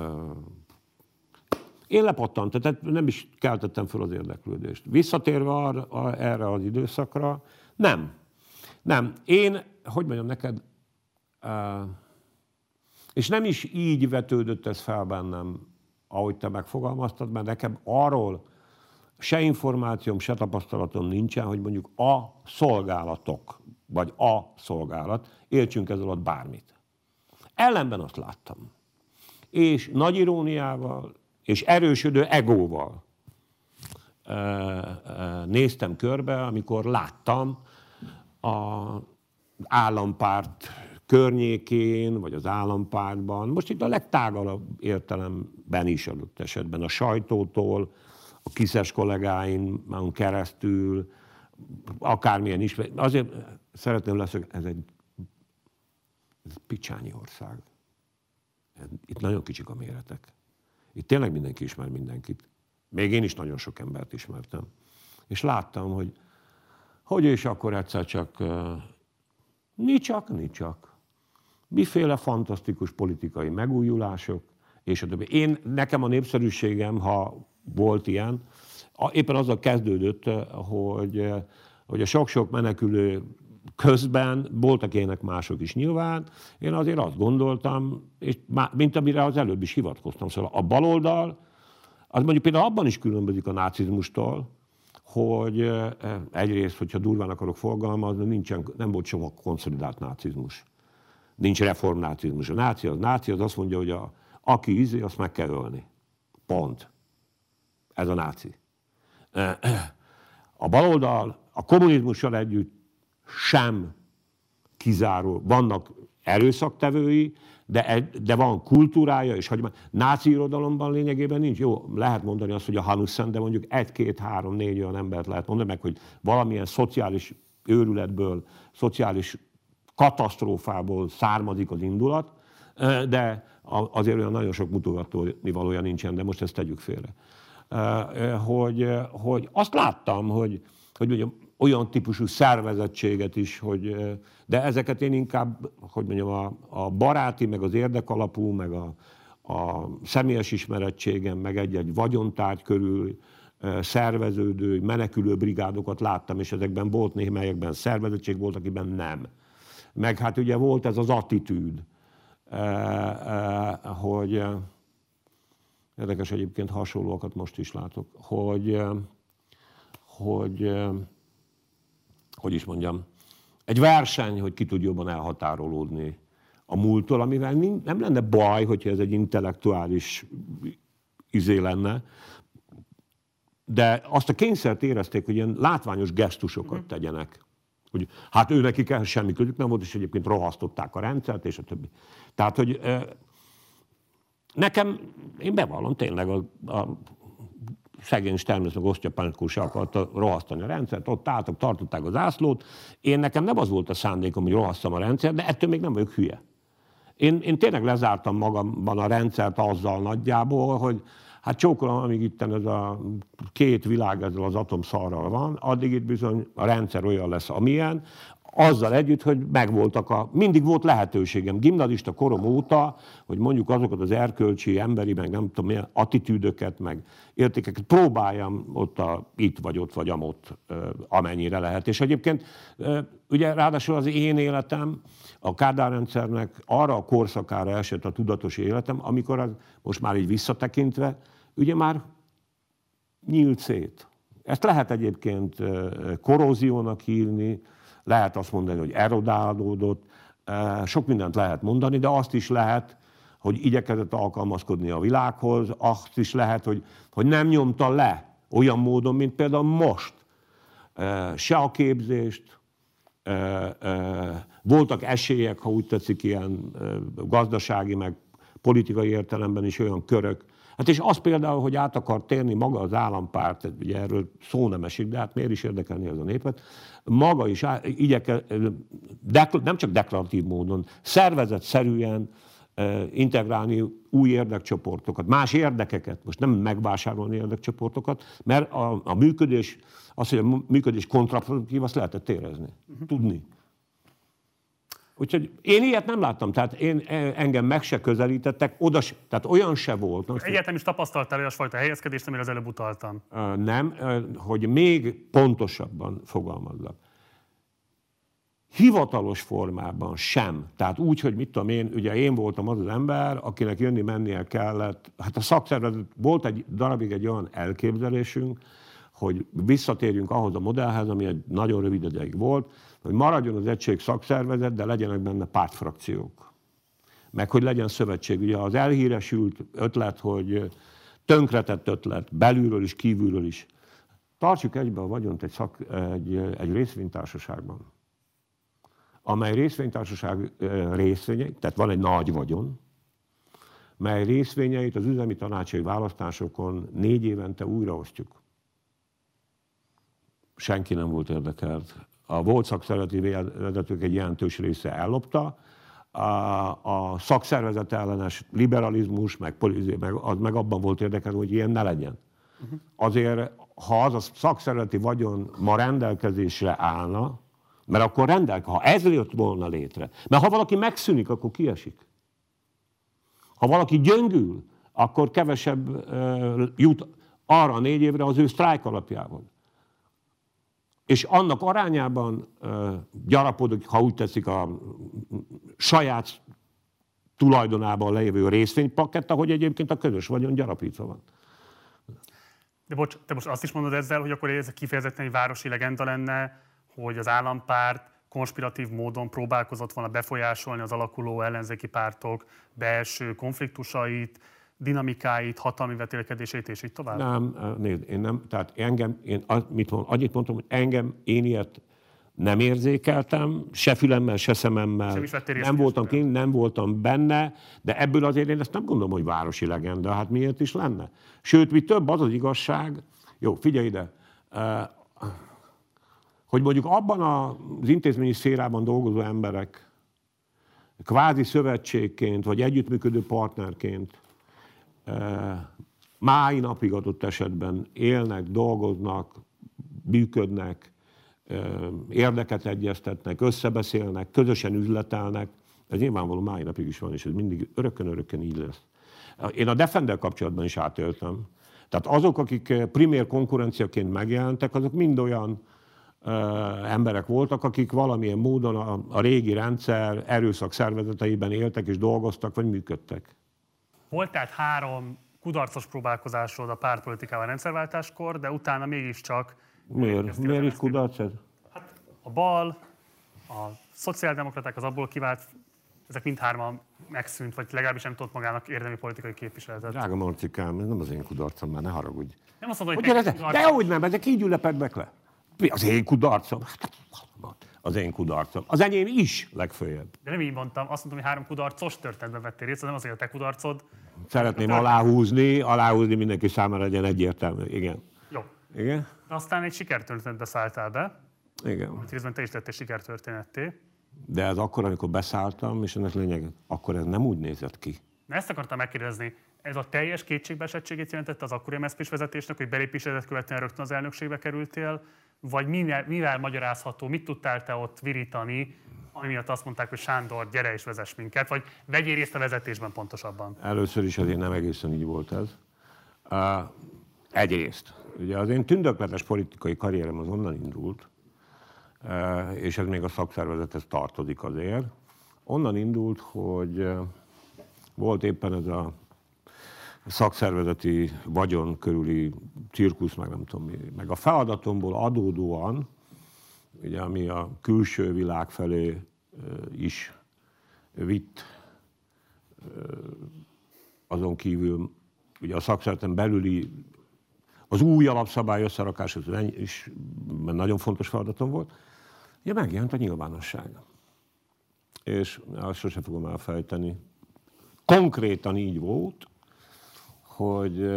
én lepattantam, tehát nem is keltettem fel az érdeklődést. Visszatérve arra, a, erre az időszakra, nem. Nem. Én, hogy mondjam neked, uh, és nem is így vetődött ez fel bennem, ahogy te megfogalmaztad, mert nekem arról se információm, se tapasztalatom nincsen, hogy mondjuk a szolgálatok, vagy a szolgálat, értsünk ez alatt bármit. Ellenben azt láttam. És nagy iróniával, és erősödő egóval uh, uh, néztem körbe, amikor láttam, az állampárt környékén, vagy az állampártban, most itt a legtágabb értelemben is adott esetben, a sajtótól, a kiszes kollégáimon keresztül, akármilyen is. Azért szeretném leszögezni, ez egy, ez egy picsányi ország. Itt nagyon kicsik a méretek. Itt tényleg mindenki ismer mindenkit. Még én is nagyon sok embert ismertem. És láttam, hogy hogy és akkor egyszer csak, uh, mi csak, mi csak. Miféle fantasztikus politikai megújulások, és a többi. Én, nekem a népszerűségem, ha volt ilyen, éppen azzal kezdődött, hogy, hogy a sok-sok menekülő közben voltak ének mások is nyilván. Én azért azt gondoltam, és má, mint amire az előbb is hivatkoztam. Szóval a baloldal, az mondjuk például abban is különbözik a nácizmustól, hogy egyrészt, hogyha durván akarok fogalmazni, nincsen, nem volt soha konszolidált nácizmus. Nincs reformnácizmus. A náci az náci, az azt mondja, hogy a, aki ízi, azt meg kell ölni. Pont. Ez a náci. A baloldal a kommunizmussal együtt sem kizáró. Vannak erőszaktevői, de, de van kultúrája, és hogy náci irodalomban lényegében nincs. Jó, lehet mondani azt, hogy a Hanussen, de mondjuk egy, két, három, négy olyan embert lehet mondani, meg hogy valamilyen szociális őrületből, szociális katasztrófából származik az indulat, de azért olyan nagyon sok mutogatni valója nincsen, de most ezt tegyük félre. Hogy, hogy azt láttam, hogy, hogy mondjam, olyan típusú szervezettséget is, hogy, de ezeket én inkább, hogy mondjam, a, a baráti, meg az érdekalapú, meg a, a személyes ismerettségem, meg egy-egy vagyontárgy körül szerveződő, menekülő brigádokat láttam, és ezekben volt némelyekben szervezettség, volt, akiben nem. Meg hát ugye volt ez az attitűd, hogy érdekes egyébként hasonlóakat most is látok, hogy, hogy hogy is mondjam, egy verseny, hogy ki tud jobban elhatárolódni a múlttól, amivel nem lenne baj, hogyha ez egy intellektuális izé lenne, de azt a kényszert érezték, hogy ilyen látványos gesztusokat tegyenek. Hogy hát ő nekik ehhez semmi közük nem volt, és egyébként rohasztották a rendszert, és a többi. Tehát, hogy nekem, én bevallom tényleg a, a szegény természetesen Osztyapánkó se akarta rohasztani a rendszert, ott álltak, tartották az zászlót. Én nekem nem az volt a szándékom, hogy rohasszam a rendszert, de ettől még nem vagyok hülye. Én, én tényleg lezártam magamban a rendszert azzal nagyjából, hogy hát csókolom, amíg itt ez a két világ ezzel az atomszarral van, addig itt bizony a rendszer olyan lesz, amilyen, azzal együtt, hogy megvoltak a... Mindig volt lehetőségem gimnazista korom óta, hogy mondjuk azokat az erkölcsi, emberi, meg nem tudom milyen attitűdöket, meg értékeket próbáljam ott a, itt vagy ott vagy amott, amennyire lehet. És egyébként ugye ráadásul az én életem a Kádár rendszernek arra a korszakára esett a tudatos életem, amikor az, most már így visszatekintve, ugye már nyílt szét. Ezt lehet egyébként korróziónak hívni, lehet azt mondani, hogy erodálódott, sok mindent lehet mondani, de azt is lehet, hogy igyekezett alkalmazkodni a világhoz, azt is lehet, hogy, hogy nem nyomta le olyan módon, mint például most. Se a képzést, voltak esélyek, ha úgy tetszik, ilyen gazdasági, meg politikai értelemben is olyan körök. Hát és az például, hogy át akar térni maga az állampárt, ugye erről szó nem esik, de hát miért is érdekelni ez a népet, maga is igyeke, nem csak deklaratív módon, szervezetszerűen integrálni új érdekcsoportokat, más érdekeket, most nem megvásárolni érdekcsoportokat, mert a, a működés, az, hogy a működés kontraproduktív, azt lehetett érezni, uh-huh. tudni. Úgyhogy én ilyet nem láttam, tehát én, engem meg se közelítettek, oda se, tehát olyan se volt. Egyáltalán is tapasztaltál olyasfajta helyezkedést, amire az előbb utaltam? Nem, hogy még pontosabban fogalmazlak. Hivatalos formában sem. Tehát úgy, hogy mit tudom én, ugye én voltam az az ember, akinek jönni-mennie kellett. Hát a szakszervezet, volt egy darabig egy olyan elképzelésünk, hogy visszatérjünk ahhoz a modellhez, ami egy nagyon rövid ideig volt, hogy maradjon az egység szakszervezet, de legyenek benne pártfrakciók. Meg hogy legyen szövetség. Ugye az elhíresült ötlet, hogy tönkretett ötlet, belülről is, kívülről is. Tartsuk egybe a vagyont egy, szak, egy, egy részvénytársaságban, amely részvénytársaság részvényei, tehát van egy nagy vagyon, mely részvényeit az üzemi tanácsai választásokon négy évente újraosztjuk. Senki nem volt érdekelt. A volt szakszervezeti vezetők egy jelentős része ellopta, a, a szakszervezet ellenes liberalizmus, meg, meg, az meg abban volt érdekelt, hogy ilyen ne legyen. Uh-huh. Azért, ha az a szakszervezeti vagyon ma rendelkezésre állna, mert akkor rendelke, ha ez jött volna létre, mert ha valaki megszűnik, akkor kiesik. Ha valaki gyöngül, akkor kevesebb uh, jut arra a négy évre az ő sztrájk alapjával. És annak arányában uh, gyarapodik, ha úgy teszik, a saját tulajdonában lévő részvénypakett, ahogy egyébként a közös vagyon gyarapítva van. De bocs, te most azt is mondod ezzel, hogy akkor ez kifejezetten egy városi legenda lenne, hogy az állampárt konspiratív módon próbálkozott volna befolyásolni az alakuló ellenzéki pártok belső konfliktusait, dinamikáit, hatalmi vetélkedését, és így tovább? Nem, nézd, én nem, tehát engem, én az, mit mond, annyit mondtam, hogy engem, én ilyet nem érzékeltem, se fülemmel, se szememmel, nem voltam kint, nem voltam benne, de ebből azért én ezt nem gondolom, hogy városi legenda, hát miért is lenne? Sőt, mi több, az az igazság, jó, figyelj ide, hogy mondjuk abban az intézményi szférában dolgozó emberek kvázi szövetségként, vagy együttműködő partnerként mai napig adott esetben élnek, dolgoznak, működnek, érdeket egyeztetnek, összebeszélnek, közösen üzletelnek. Ez nyilvánvaló mai napig is van, és ez mindig örökön-örökön így lesz. Én a Defender kapcsolatban is átéltem. Tehát azok, akik primér konkurenciaként megjelentek, azok mind olyan ö, emberek voltak, akik valamilyen módon a, a régi rendszer erőszak szervezeteiben éltek és dolgoztak, vagy működtek. Volt tehát három kudarcos próbálkozásod a pártpolitikával rendszerváltáskor, de utána mégiscsak... Miért? Miért is kudarc ez? Hát a bal, a szociáldemokraták, az abból kivált, ezek mindhárman megszűnt, vagy legalábbis nem tudott magának érdemi politikai képviseletet. Drága Marcikám, ez nem az én kudarcom, már ne haragudj. Nem azt mondom, hogy, hogy ez, de hogy nem, ezek így ülepednek le. Az én kudarcom. Az én kudarcom. Az enyém is legfőjebb. De nem így mondtam, azt mondtam, hogy három kudarcos történetben vettél részt, nem azért a te kudarcod. Szeretném aláhúzni, aláhúzni mindenki számára legyen egyértelmű. Igen. Jó. Igen? De aztán egy sikertörténetbe szálltál be. Igen. Amit részben te is lettél sikertörténetté. De ez akkor, amikor beszálltam, és ennek lényeg, akkor ez nem úgy nézett ki. Na ezt akartam megkérdezni. Ez a teljes kétségbeesettségét jelentette az akkori em es zé pés vezetésnek, hogy belépésedet követően rögtön az elnökségbe kerültél? Vagy mivel, mivel magyarázható, mit tudtál te ott virítani, ami miatt azt mondták, hogy Sándor, gyere és vezess minket, vagy vegyél részt a vezetésben pontosabban? Először is azért nem egészen így volt ez. Uh, egyrészt. Ugye az én tündökletes politikai karrierem az onnan indult, uh, és ez még a szakszervezethez tartozik azért. Onnan indult, hogy uh, volt éppen ez a szakszervezeti vagyon körüli cirkusz, meg nem tudom mi. Meg a feladatomból adódóan, ugye, ami a külső világ felé uh, is vitt, uh, azon kívül ugye a szakszervezeten belüli az új alapszabály összerakása is nagyon fontos feladatom volt. Ugye megjelent a nyilvánosság. És azt sosem fogom elfelejteni. Konkrétan így volt, hogy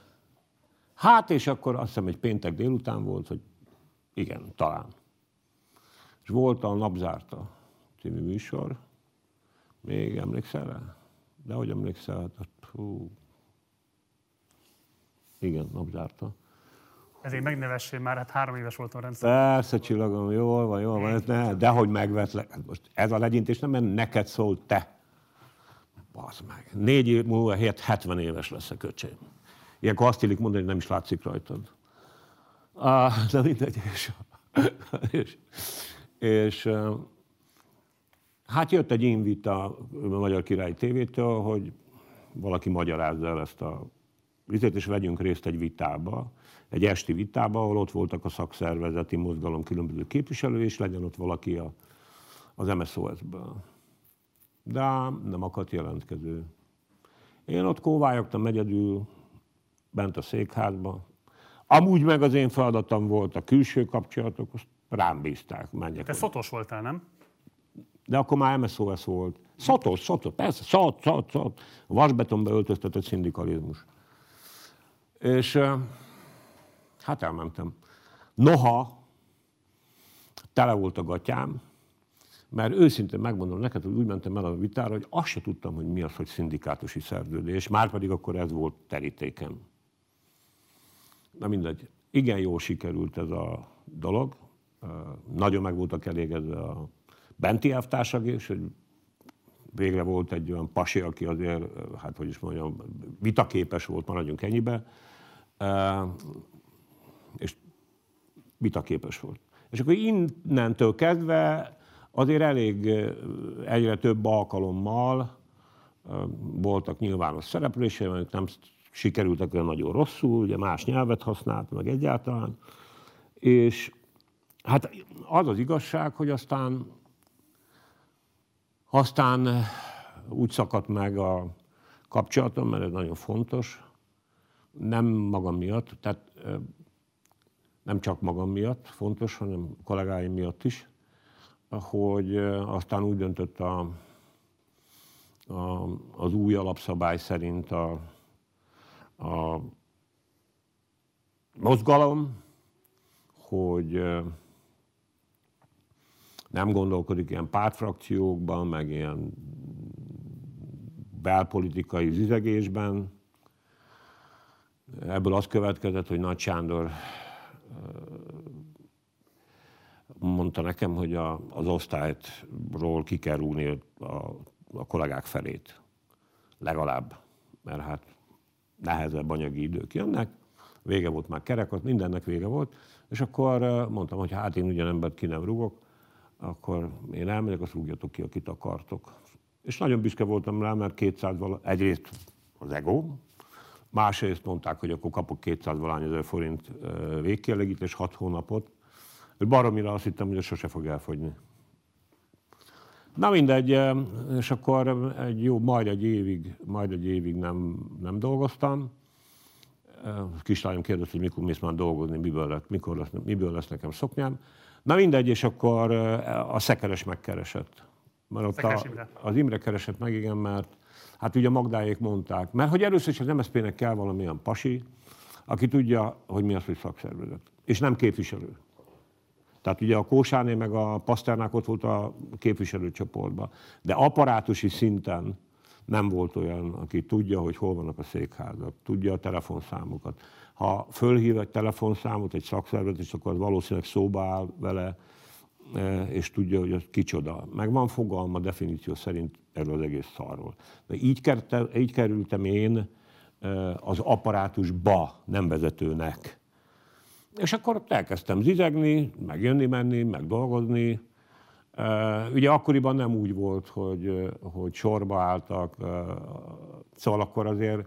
hát és akkor azt hiszem egy péntek délután volt, hogy igen, talán. És volt a Napzárta című műsor. Még emlékszel rá? De hogy emlékszel? Hát, hú. Igen, Napzárta. Ezért megnevessél már, hát három éves voltam a rendszer. Persze, csillagom, jól van, jól van, ez ne, de hogy megvetlek. Most ez a legyintés nem, mert neked szólt te. Bazd meg. Négy év múlva hetven éves lesz a köcsém. Ilyenkor azt illik mondani, hogy nem is látszik rajtad. Ah, de mindegy. És, és, és hát jött egy invit a Magyar Királyi tévétől, hogy valaki magyarázza el ezt a vizet, és vegyünk részt egy vitába, egy esti vitába, ahol ott voltak a szakszervezeti mozgalom különböző képviselői, és legyen ott valaki a, az em es zé o es-ből. De nem akadt jelentkező. Én ott kóvályogtam egyedül, bent a székházba. Amúgy meg az én feladatom volt a külső kapcsolatok, azt rám bízták. Menjek. Te szotos voltál, nem? De akkor már em es zé o es volt. Szotos, szotos, persze, szot, szot, szot. Vasbetonba öltöztetett szindikalizmus. És hát elmentem. Noha tele volt a gatyám, mert őszintén megmondom neked, hogy úgy mentem el a vitára, hogy azt se tudtam, hogy mi az, hogy szindikátusi szerződés, márpedig akkor ez volt terítéken. Na mindegy. Igen jól sikerült ez a dolog. Nagyon meg voltak elégedve a benti elvtársak is, hogy végre volt egy olyan pasi, aki azért, hát hogy is mondjam, vitaképes volt, maradjunk ennyibe, és vitaképes volt. És akkor innentől kezdve azért elég egyre több alkalommal voltak nyilvános szereplései, amik nem sikerültek olyan nagyon rosszul, ugye más nyelvet használt, meg egyáltalán. És hát az az igazság, hogy aztán, aztán úgy szakadt meg a kapcsolatom, mert ez nagyon fontos. Nem magam miatt, tehát nem csak magam miatt fontos, hanem kollégáim miatt is, hogy aztán úgy döntött a, a, az új alapszabály szerint a, a mozgalom, hogy nem gondolkodik ilyen pártfrakciókban, meg ilyen belpolitikai zizegésben. Ebből az következett, hogy Nagy Sándor mondta nekem, hogy a, az osztályról ki kell rúgni a, a kollégák felét. Legalább, mert hát nehezebb anyagi idők jönnek. Vége volt már kerekot, mindennek vége volt. És akkor mondtam, hogy hát én ugyan embert ki nem rúgok, akkor én elmegyek, azt rúgjatok ki, akit akartok. És nagyon büszke voltam rá, mert kétszáz vala, egyrészt az ego, másrészt mondták, hogy akkor kapok kétszáz valány ezer forint végkielégítés hat hónapot. Baromira azt hittem, hogy ez sose fog elfogyni. Na mindegy, és akkor egy jó, majd egy évig, majd egy évig nem, nem dolgoztam. Kislányom kérdezte, hogy mikor mész már dolgozni, miből, lett, mikor lesz, miből lesz nekem szoknyám. Na mindegy, és akkor a Szekeres megkeresett. Mert ott a, az Imre keresett meg, igen, mert hát ugye Magdáék mondták, mert hogy először is az em es zé pé-nek kell valamilyen pasi, aki tudja, hogy mi az, hogy szakszervezet, és nem képviselő. Tehát ugye a Kósáné meg a Paszternák ott volt a képviselőcsoportban, de apparátusi szinten nem volt olyan, aki tudja, hogy hol vannak a székházak, tudja a telefonszámokat. Ha fölhív egy telefonszámot, egy szakszervezet, akkor valószínűleg szóba áll vele, és tudja, hogy az kicsoda. Meg van fogalma definíció szerint erről az egész szarról. De így, kertem, így kerültem én az apparátusba, nem vezetőnek. És akkor ott elkezdtem zizegni, meg jönni-menni, meg dolgozni. Ugye akkoriban nem úgy volt, hogy, hogy sorba álltak, szóval akkor azért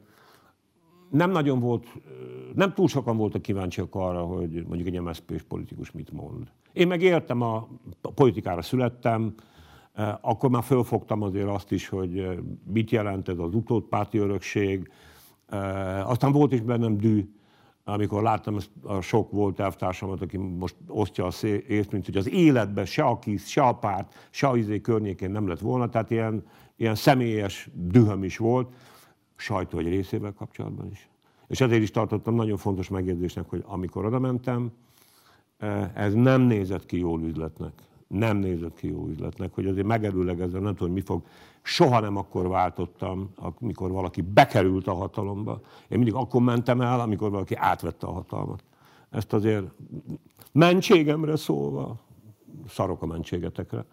nem nagyon volt, nem túl sokan voltak kíváncsiak arra, hogy mondjuk egy em es zé pés politikus mit mond. Én meg értem, a politikára születtem, akkor már fölfogtam azért azt is, hogy mit jelent ez az utódpárti örökség. Aztán volt is bennem dű, amikor láttam ezt a sok volt elvtársamat, aki most osztja a észt, mint hogy az életben se a KISZ, se a párt, se a izé környékén nem lett volna, tehát ilyen, ilyen személyes dühöm is volt, sajtó egy részével kapcsolatban is. És ezért is tartottam nagyon fontos megjegyzésnek, hogy amikor oda mentem, ez nem nézett ki jó üzletnek. Nem nézett ki jó üzletnek, hogy azért megerőlegezzen, nem tudom, mi fog. Soha nem akkor váltottam, amikor valaki bekerült a hatalomba. Én mindig akkor mentem el, amikor valaki átvette a hatalmat. Ezt azért mentségemre szólva, szarok a mentségetekre,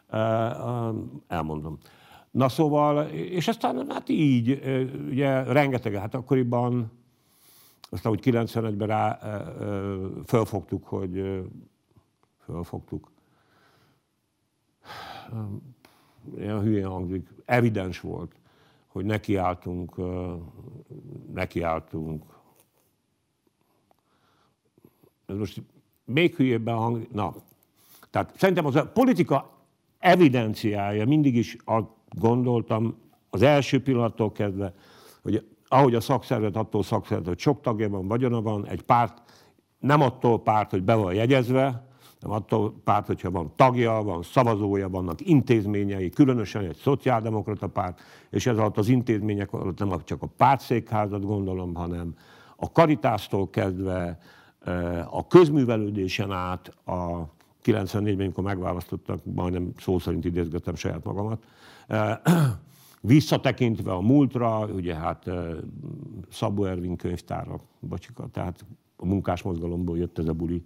elmondom. Na szóval, és aztán hát így, ugye rengeteg, hát akkoriban, aztán úgy kilencvenegyben rá fölfogtuk, hogy fölfogtuk, ilyen hülyén hangzik, evidens volt, hogy nekiálltunk, nekiálltunk. Ez most még hülyébben hangzik, na, tehát szerintem az a politika evidenciája, mindig is azt gondoltam, az első pillanattól kezdve, hogy ahogy a szakszervezet, attól szakszervezet, hogy sok tagja van, vagyona van, egy párt nem attól párt, hogy be van jegyezve, nem attól párt, hogyha van tagja, van szavazója, vannak intézményei, különösen egy szociáldemokrata párt, és ez alatt az intézmények alatt nem csak a pártszékházat gondolom, hanem a Karitástól kezdve a közművelődésen át a kilencvennégyben, amikor megválasztottak, majdnem szó szerint idézgetem saját magamat, visszatekintve a múltra, ugye hát Szabó Ervin könyvtára, bocsika, tehát a munkásmozgalomból jött ez a buli,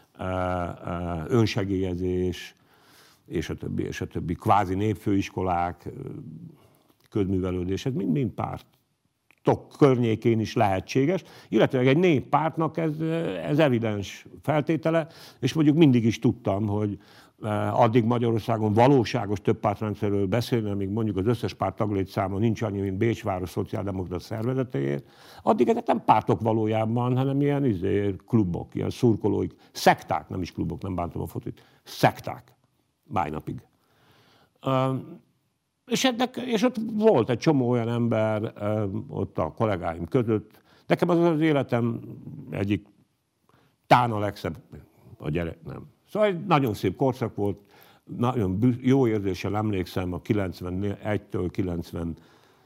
önsegélyezés, és a többi, és a többi, kvázi népfőiskolák, közművelődés, ez mind-mind pártok környékén is lehetséges, illetve egy néppártnak ez, ez evidens feltétele, és mondjuk mindig is tudtam, hogy addig Magyarországon valóságos többpártrendszerről beszélni, amíg mondjuk az összes párt taglétszáma nincs annyi, mint Bécsváros szociáldemokrata szervezetéért, addig ezek nem pártok valójában, hanem ilyen izé, klubok, ilyen szurkolóik, szekták, nem is klubok, nem bántom a fotit, szekták, májnapig. És, ennek, és ott volt egy csomó olyan ember ott a kollégáim között. Nekem az az életem egyik tán a legszebb a gyerek, nem. Szóval egy nagyon szép korszak volt, nagyon jó érzéssel emlékszem a kilencvenegytől kilencvenöt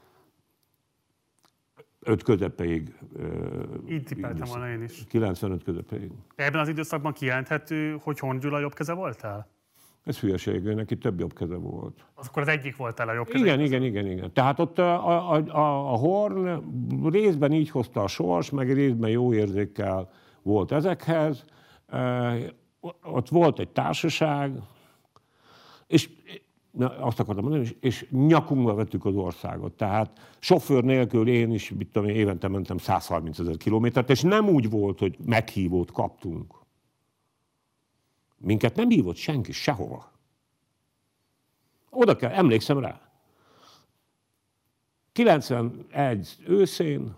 közepéig. Így tippeltem volna én is. kilencvenöt közepéig. Ebben az időszakban kijelenthető, hogy Horn Gyula jobb keze voltál? Ez hülyeség, neki több jobb keze volt. Az akkor az egyik voltál a jobb keze. Igen, igen, igen, igen. Tehát ott a, a, a, a Horn részben így hozta a sors, meg részben jó érzékkel volt ezekhez. Ott volt egy társaság, és azt akartam mondani, és, és nyakunkba vettük az országot. Tehát sofőr nélkül én is, mit tudom én, évente mentem száz harminc ezer kilométert, és nem úgy volt, hogy meghívót kaptunk. Minket nem hívott senki sehova. Oda kell, emlékszem rá. kilencvenegy őszén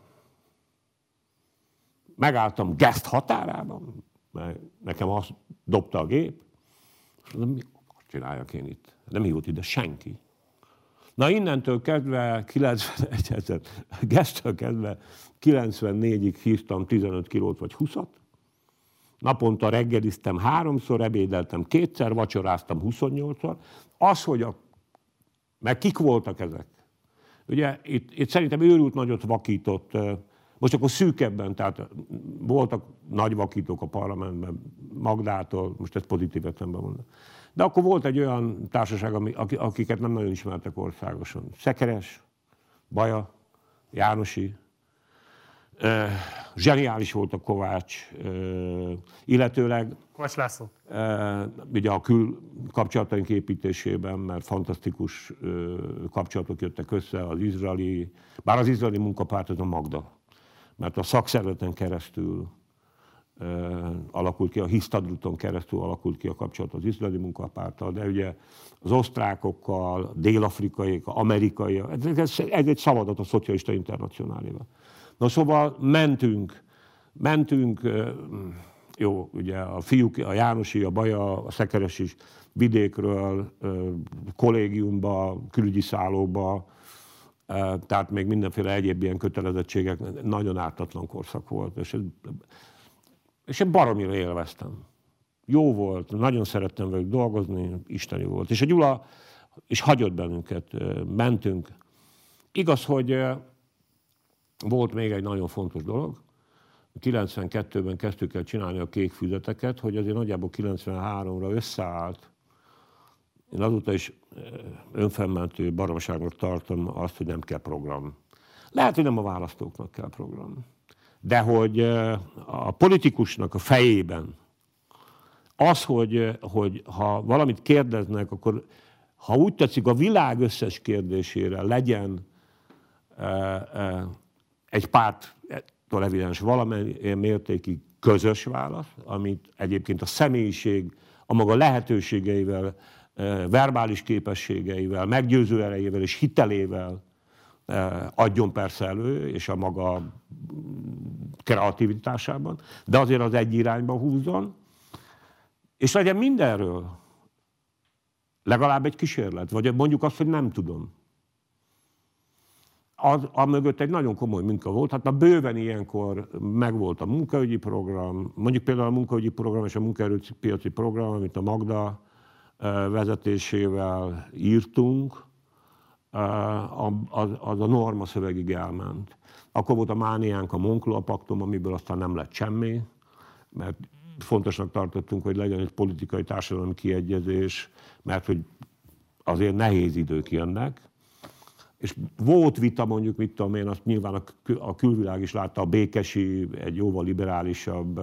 megálltam Gest határában, mert nekem azt dobta a gép, és mondom, mi csináljak én itt? Nem hívott ide senki. Na innentől kezdve, kilencvenegy, Gesttől kezdve kilencvennégyig hívtam tizenöt kilót vagy húszat. Naponta reggeliztem háromszor, ebédeltem kétszer, vacsoráztam huszonnyolcszor. Az, hogy a... Meg kik voltak ezek? Ugye itt, itt szerintem őrült nagyot vakított, most akkor szűkebben, tehát voltak nagy vakítók a parlamentben, Magdától, most ezt pozitív értelemben mondom. De akkor volt egy olyan társaság, akiket nem nagyon ismertek országosan. Szekeres, Baja, Jánosi, Uh, zseniális volt a Kovács, uh, illetőleg Kovács László. Uh, ugye a külkapcsolataink építésében, mert fantasztikus uh, kapcsolatok jöttek össze az izraeli, bár az izraeli munkapárt az a Magda, mert a szakszervezeten keresztül uh, alakult ki, a Histadruton keresztül alakult ki a kapcsolat az izraeli munkapárttal, de ugye az osztrákokkal, dél-afrikaiakkal, amerikaiakkal, ez, ez, ez egy szavadat a szocialista internacionálével. Na szóval mentünk, mentünk, jó, ugye a fiúk, a Jánosi, a Baja, a Szekeres is vidékről, kollégiumba, külügyi szállóba, tehát még mindenféle egyéb ilyen kötelezettségek, nagyon ártatlan korszak volt, és, ez, és én baromira élveztem. Jó volt, nagyon szerettem velük dolgozni, isteni volt. És a Gyula és hagyott bennünket, mentünk. Igaz, hogy volt még egy nagyon fontos dolog. kilencvenkettőben kezdtük el csinálni a kék füzeteket, hogy azért nagyjából kilencvenháromra összeállt. Én azóta is önfennmentő baromságnak tartom azt, hogy nem kell program. Lehet, hogy nem a választóknak kell program. De hogy a politikusnak a fejében az, hogy, hogy ha valamit kérdeznek, akkor ha úgy tetszik, a világ összes kérdésére legyen egy párttól evidens valamilyen mértékig közös válasz, amit egyébként a személyiség a maga lehetőségeivel, verbális képességeivel, meggyőző erejével és hitelével adjon persze elő, és a maga kreativitásában, de azért az egy irányba húzzon, és legyen mindenről legalább egy kísérlet, vagy mondjuk azt, hogy nem tudom. Az, a mögött egy nagyon komoly munka volt, hát már bőven ilyenkor megvolt a munkaügyi program, mondjuk például a munkaügyi program és a munkaerőpiaci program, amit a Magda vezetésével írtunk, az a norma szövegig elment. Akkor volt a mániánk a Moncloa paktum, amiből aztán nem lett semmi, mert fontosnak tartottunk, hogy legyen egy politikai társadalmi kiegyezés, mert hogy azért nehéz idők jönnek. És volt vita, mondjuk, mit tudom én, azt nyilván a, a külvilág is látta, a Békesi egy jóval liberálisabb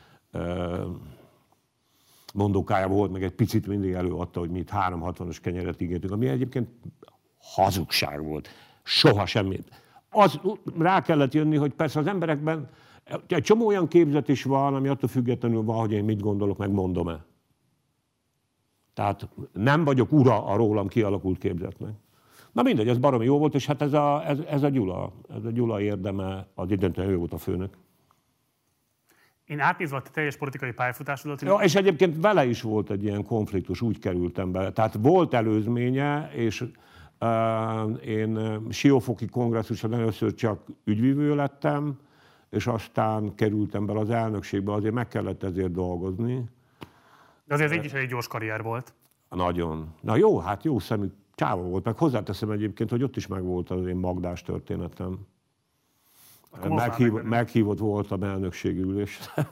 mondókája volt, meg egy picit mindig előadta, hogy mi itt háromszázhatvanos kenyeret ígértünk, ami egyébként hazugság volt. Soha semmit. Az rá kellett jönni, hogy persze az emberekben egy csomó olyan képzet is van, ami attól függetlenül van, hogy én mit gondolok, meg mondom-e. Tehát nem vagyok ura a rólam kialakult képzetnek. Na mindegy, ez baromi jó volt, és hát ez a, ez, ez a Gyula, ez a Gyula érdeme, az időntően ő volt a főnök. Én átnézve a teljes politikai pályafutásodat... Ja, és egyébként vele is volt egy ilyen konfliktus, úgy kerültem bele. Tehát volt előzménye, és Én Siófoki kongresszuson először csak ügyvivő lettem, és aztán kerültem bele az elnökségbe, azért meg kellett ezért dolgozni. De azért ez így is egy gyors karrier volt. Nagyon. Na jó, hát jó szemű csáva volt, meg hozzáteszem egyébként, hogy ott is megvolt az én Magdás történetem. Meghív, meghívott voltam elnökségi ülésre,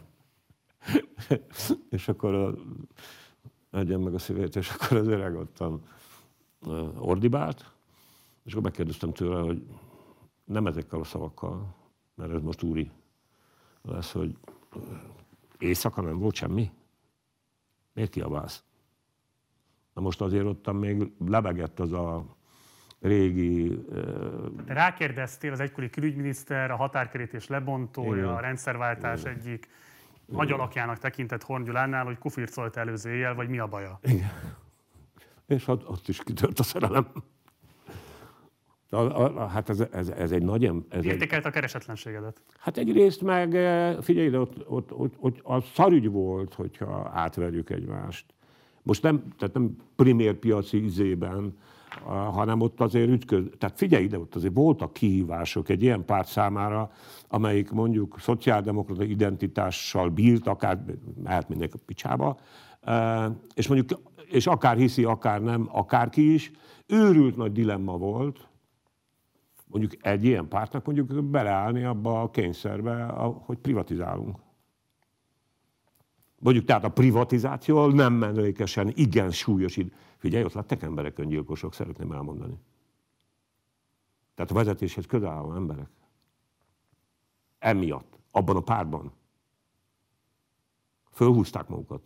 és akkor a, egyen meg a szívét, és akkor az öreg ottan ordibált, és akkor megkérdeztem tőle, hogy nem ezekkel a szavakkal, mert ez most úri lesz, hogy éjszaka nem volt semmi? Miért kiabálsz? Na most azért ottan még lebegett az a régi... Te rákérdeztél az egykori külügyminiszter, a határkerítés lebontója, igen, a rendszerváltás igen, egyik nagy alakjának tekintett Horn Gyulánál, hogy kufircolt előző éjjel, vagy mi a baja? Igen. És ott, ott is kitört a szerelem. A, a, a, hát ez, ez, ez egy nagy... Ez Értékelt a keresetlenségedet? Hát egyrészt meg, figyelj ide, ott, ott, ott, ott a szarügy volt, hogyha átverjük egymást. Most nem, tehát nem primér piaci izében, hanem ott azért ütköz... Tehát figyelj ide, ott azért voltak kihívások egy ilyen párt számára, amelyik mondjuk szociáldemokrata identitással bírt, akár mehet mindenki a picsába, és mondjuk, és akár hiszi, akár nem, akárki is, őrült nagy dilemma volt, mondjuk egy ilyen pártnak mondjuk beleállni abba a kényszerbe, hogy privatizálunk. Mondjuk tehát a privatizáció nem menőlékesen, igen súlyos idő. Figyelj, ott lettek emberek öngyilkosok, szeretném elmondani. Tehát a vezetéshez közel álló emberek. Emiatt, abban a pártban. Fölhúzták magukat.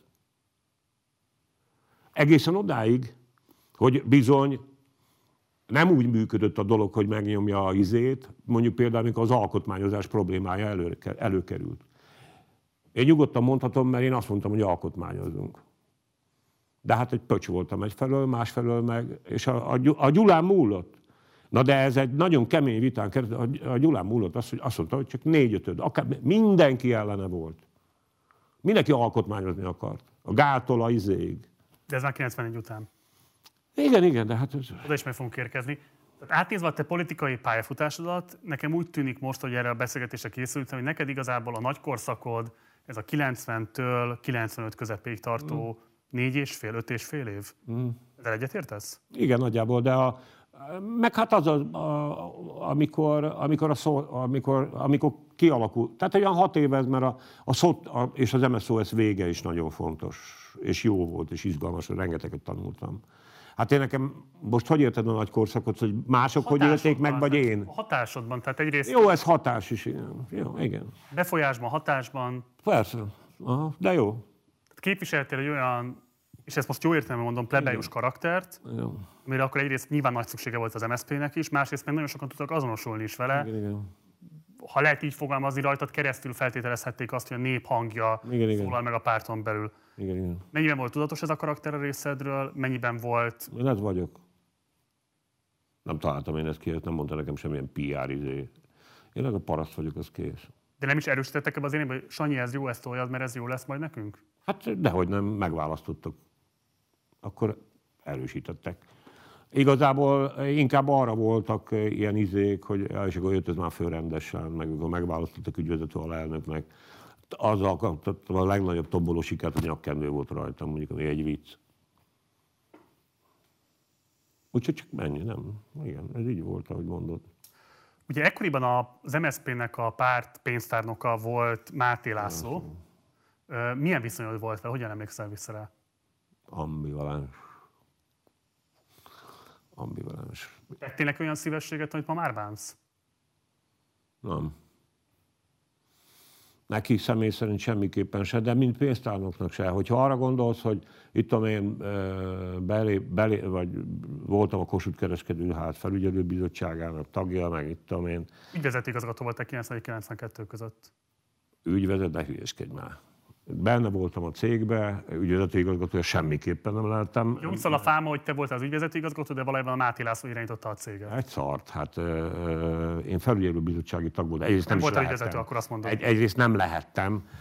Egészen odáig, hogy bizony nem úgy működött a dolog, hogy megnyomja a izét, mondjuk például, amikor az alkotmányozás problémája elő, előkerült. Én nyugodtan mondhatom, mert én azt mondtam, hogy alkotmányozunk. De hát egy pöcs voltam egyfelől, másfelől meg, és a, a, a Gyulán múlott. Na de ez egy nagyon kemény vitán került, a Gyulán múlott azt, hogy azt mondta, hogy csak négy-ötöd, akár mindenki ellene volt. Mindenki alkotmányozni akart. A gától a izéig. De ez már kilencvenegy után. Igen, igen, de hát... Ez... Oda is meg fogunk érkezni. Tehát átnézve a te politikai pályafutásodat, nekem úgy tűnik most, hogy erre a beszélgetésre készültem, hogy neked igazából a nagy korszakod, ez a kilencventől kilencvenöt közepéig tartó mm. négy és fél, öt és fél év. Mm. Ezzel egyetértesz? Igen, nagyjából, de a, meg hát az, a, a, amikor, amikor, a szó, amikor, amikor kialakul, tehát olyan hat év ez, mert a, a szó, a, és az em es zé o es vége is nagyon fontos, és jó volt, és izgalmas, rengeteget tanultam. Hát én nekem, most hogy érted a nagy korszakot, hogy mások hogy élték meg, vagy én? A hatásodban, tehát egyrészt... Jó, ez hatás is, igen. Jó, igen. Befolyásban, hatásban... Persze, aha, de jó. Képviseltél egy olyan, és ezt most jó értelemben mondom, plebejus karaktert, jó, amire akkor egyrészt nyilván nagy szüksége volt az em es zé pé-nek is, másrészt meg nagyon sokan tudtak azonosulni is vele. Igen, igen. Ha lehet így fogalmazni, rajtad keresztül feltételezhették azt, hogy a nép hangja igen, szólal igen. meg a párton belül. Igen, igen. Mennyiben volt tudatos ez a karakter a részedről? Mennyiben volt... Én ez vagyok. Nem találtam én ezt ki, nem mondta nekem semmilyen pé er izé. Én meg a paraszt vagyok, az kész. De nem is erősítettek ebbe az én, hogy Sanyi, ez jó, ezt toljad, mert ez jó lesz majd nekünk? Hát dehogy nem, megválasztottak. Akkor erősítettek. Igazából inkább arra voltak ilyen izék, hogy és akkor jött ez már fölrendesen, meg akkor megválasztottak ügyvezető alelnöknek. Azzal kaptam a legnagyobb tomboló sikert, hogy nyakkendő volt rajtam, mondjuk, ami egy vicc. Úgyhogy csak mennyi, nem? Igen, ez így volt, ahogy mondod. Ugye ekkoriban az em es zé pé-nek a párt pénztárnoka volt Máté László. Milyen viszonyod volt vele? Hogyan emlékszel vissza rá? Ambivalens. Ambivalens. Tettél neki olyan szívességet, amit ma már bánsz? Nem. Neki személy szerint semmiképpen se, de mint pénztárnoknak se. Hogyha arra gondolsz, hogy itt tudom én belé, belé, vagy voltam a Kossuth Kereskedőház felügyelőbizottságának tagja, meg itt tudom én. Ügyvezetőigazgató voltál kilencvenegy-kilencvenkettő között. Ügyvezet, ne hülyeskedj már. Benne voltam a cégbe, ügyvezetőigazgató, semmiképpen nem lehettem. Jó, úgy szól a fáma, hogy te voltál az ügyvezetőigazgató, de valójában a Máté László irányította a céget. Egy szart. Hát euh, én felügyelőbizottsági tag voltam. Egyrészt nem, nem is voltál lehettem. Ügyvezető, akkor azt mondom. Egy, egyrészt nem lehettem.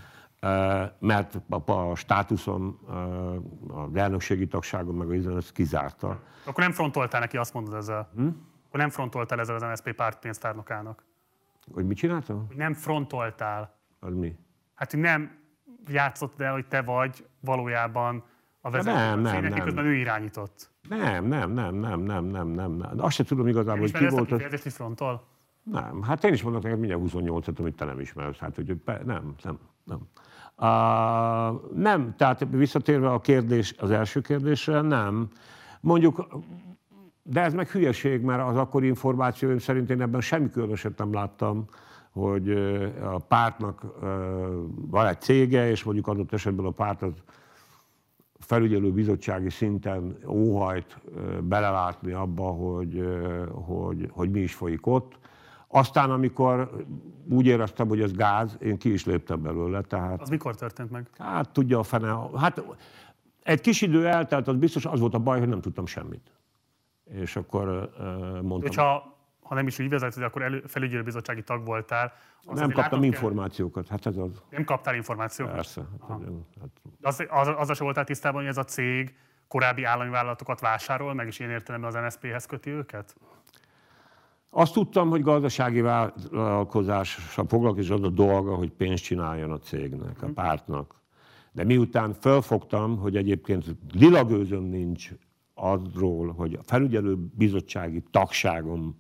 mert a státuszom, az elnökségi tagságom meg az ezt kizárta. Akkor nem frontoltál neki, azt mondod ezzel? Hm? Akkor nem frontoltál ezzel az em es zé pé pártpénztárnokának? Hogy mit csináltam? Hogy nem frontoltál. Az mi? Hát, hogy nem játszott el, hogy te vagy valójában a vezető. Nem, nem, Szének, nem. Miközben ő irányított. Nem, nem, nem, nem, nem, nem, nem, nem. Azt sem tudom igazából, hogy ki Ismered ezt a volt. kifejezést, hogy frontol? Nem, hát én is mondok neked mindjárt huszonnyolcat, amit te nem ismersz. Hát, hogy nem, nem, nem. Uh, nem, tehát visszatérve a kérdés, az első kérdésre, nem. Mondjuk, de ez meg hülyeség, mert az akkori információim szerint én ebben semmi különöset nem láttam, hogy a pártnak van egy cége, és mondjuk adott esetben a párt az felügyelő bizottsági szinten óhajt belelátni abba, hogy, hogy, hogy mi is folyik ott. Aztán, amikor úgy éreztem, hogy ez gáz, én ki is léptem belőle. Tehát, az mikor történt meg? Hát tudja a fene. Hát egy kis idő eltelt, az biztos az volt a baj, hogy nem tudtam semmit. És akkor uh, mondtam. Hogyha, ha nem is úgy vezetett, akkor elő, felügyelőbizottsági tag voltál. Nem kaptam információkat, hát ez az. Nem kaptál információkat? Persze. Hát, hát. Az, az, azzal sem voltál tisztában, hogy ez a cég korábbi állami vállalatokat vásárol, meg is ilyen értelemben az em es zé péhez köti őket? Azt tudtam, hogy gazdasági vállalkozással foglalkozik, az a dolga, hogy pénzt csináljon a cégnek, a pártnak. De miután felfogtam, hogy egyébként lilagőzöm nincs arról, hogy a felügyelő bizottsági tagságom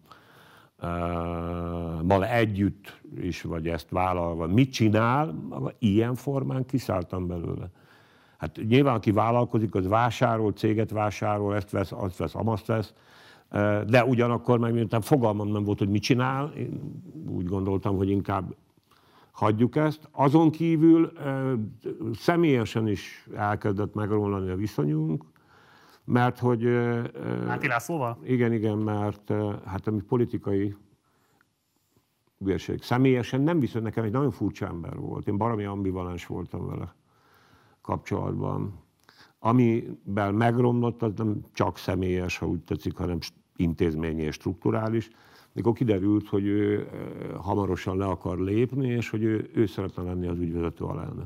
mal együtt is, vagy ezt vállalva, mit csinál, ilyen formán kiszálltam belőle. Hát nyilván, aki vállalkozik, az vásárol, céget vásárol, ezt vesz, azt vesz, amazt vesz, de ugyanakkor meg miután fogalmam nem volt, hogy mit csinál, én úgy gondoltam, hogy inkább hagyjuk ezt. Azon kívül személyesen is elkezdett megromlani a viszonyunk, mert hogy... Máté Lászlóval? Igen, igen, mert hát ami politikai ügyesség. Személyesen nem viszont nekem egy nagyon furcsa ember volt. Én baromi ambivalens voltam vele kapcsolatban. Amiben megromlott, az nem csak személyes, ha úgy tetszik, hanem intézményi és strukturális. Mikor kiderült, hogy ő hamarosan le akar lépni, és hogy ő, ő szeretne lenni az ügyvezető alelnök.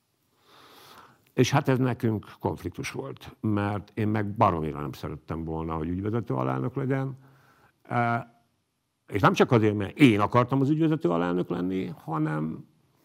És hát ez nekünk konfliktus volt, mert én meg baromira nem szerettem volna, hogy ügyvezető alelnök legyen. És nem csak azért, mert én akartam az ügyvezető alelnök lenni, hanem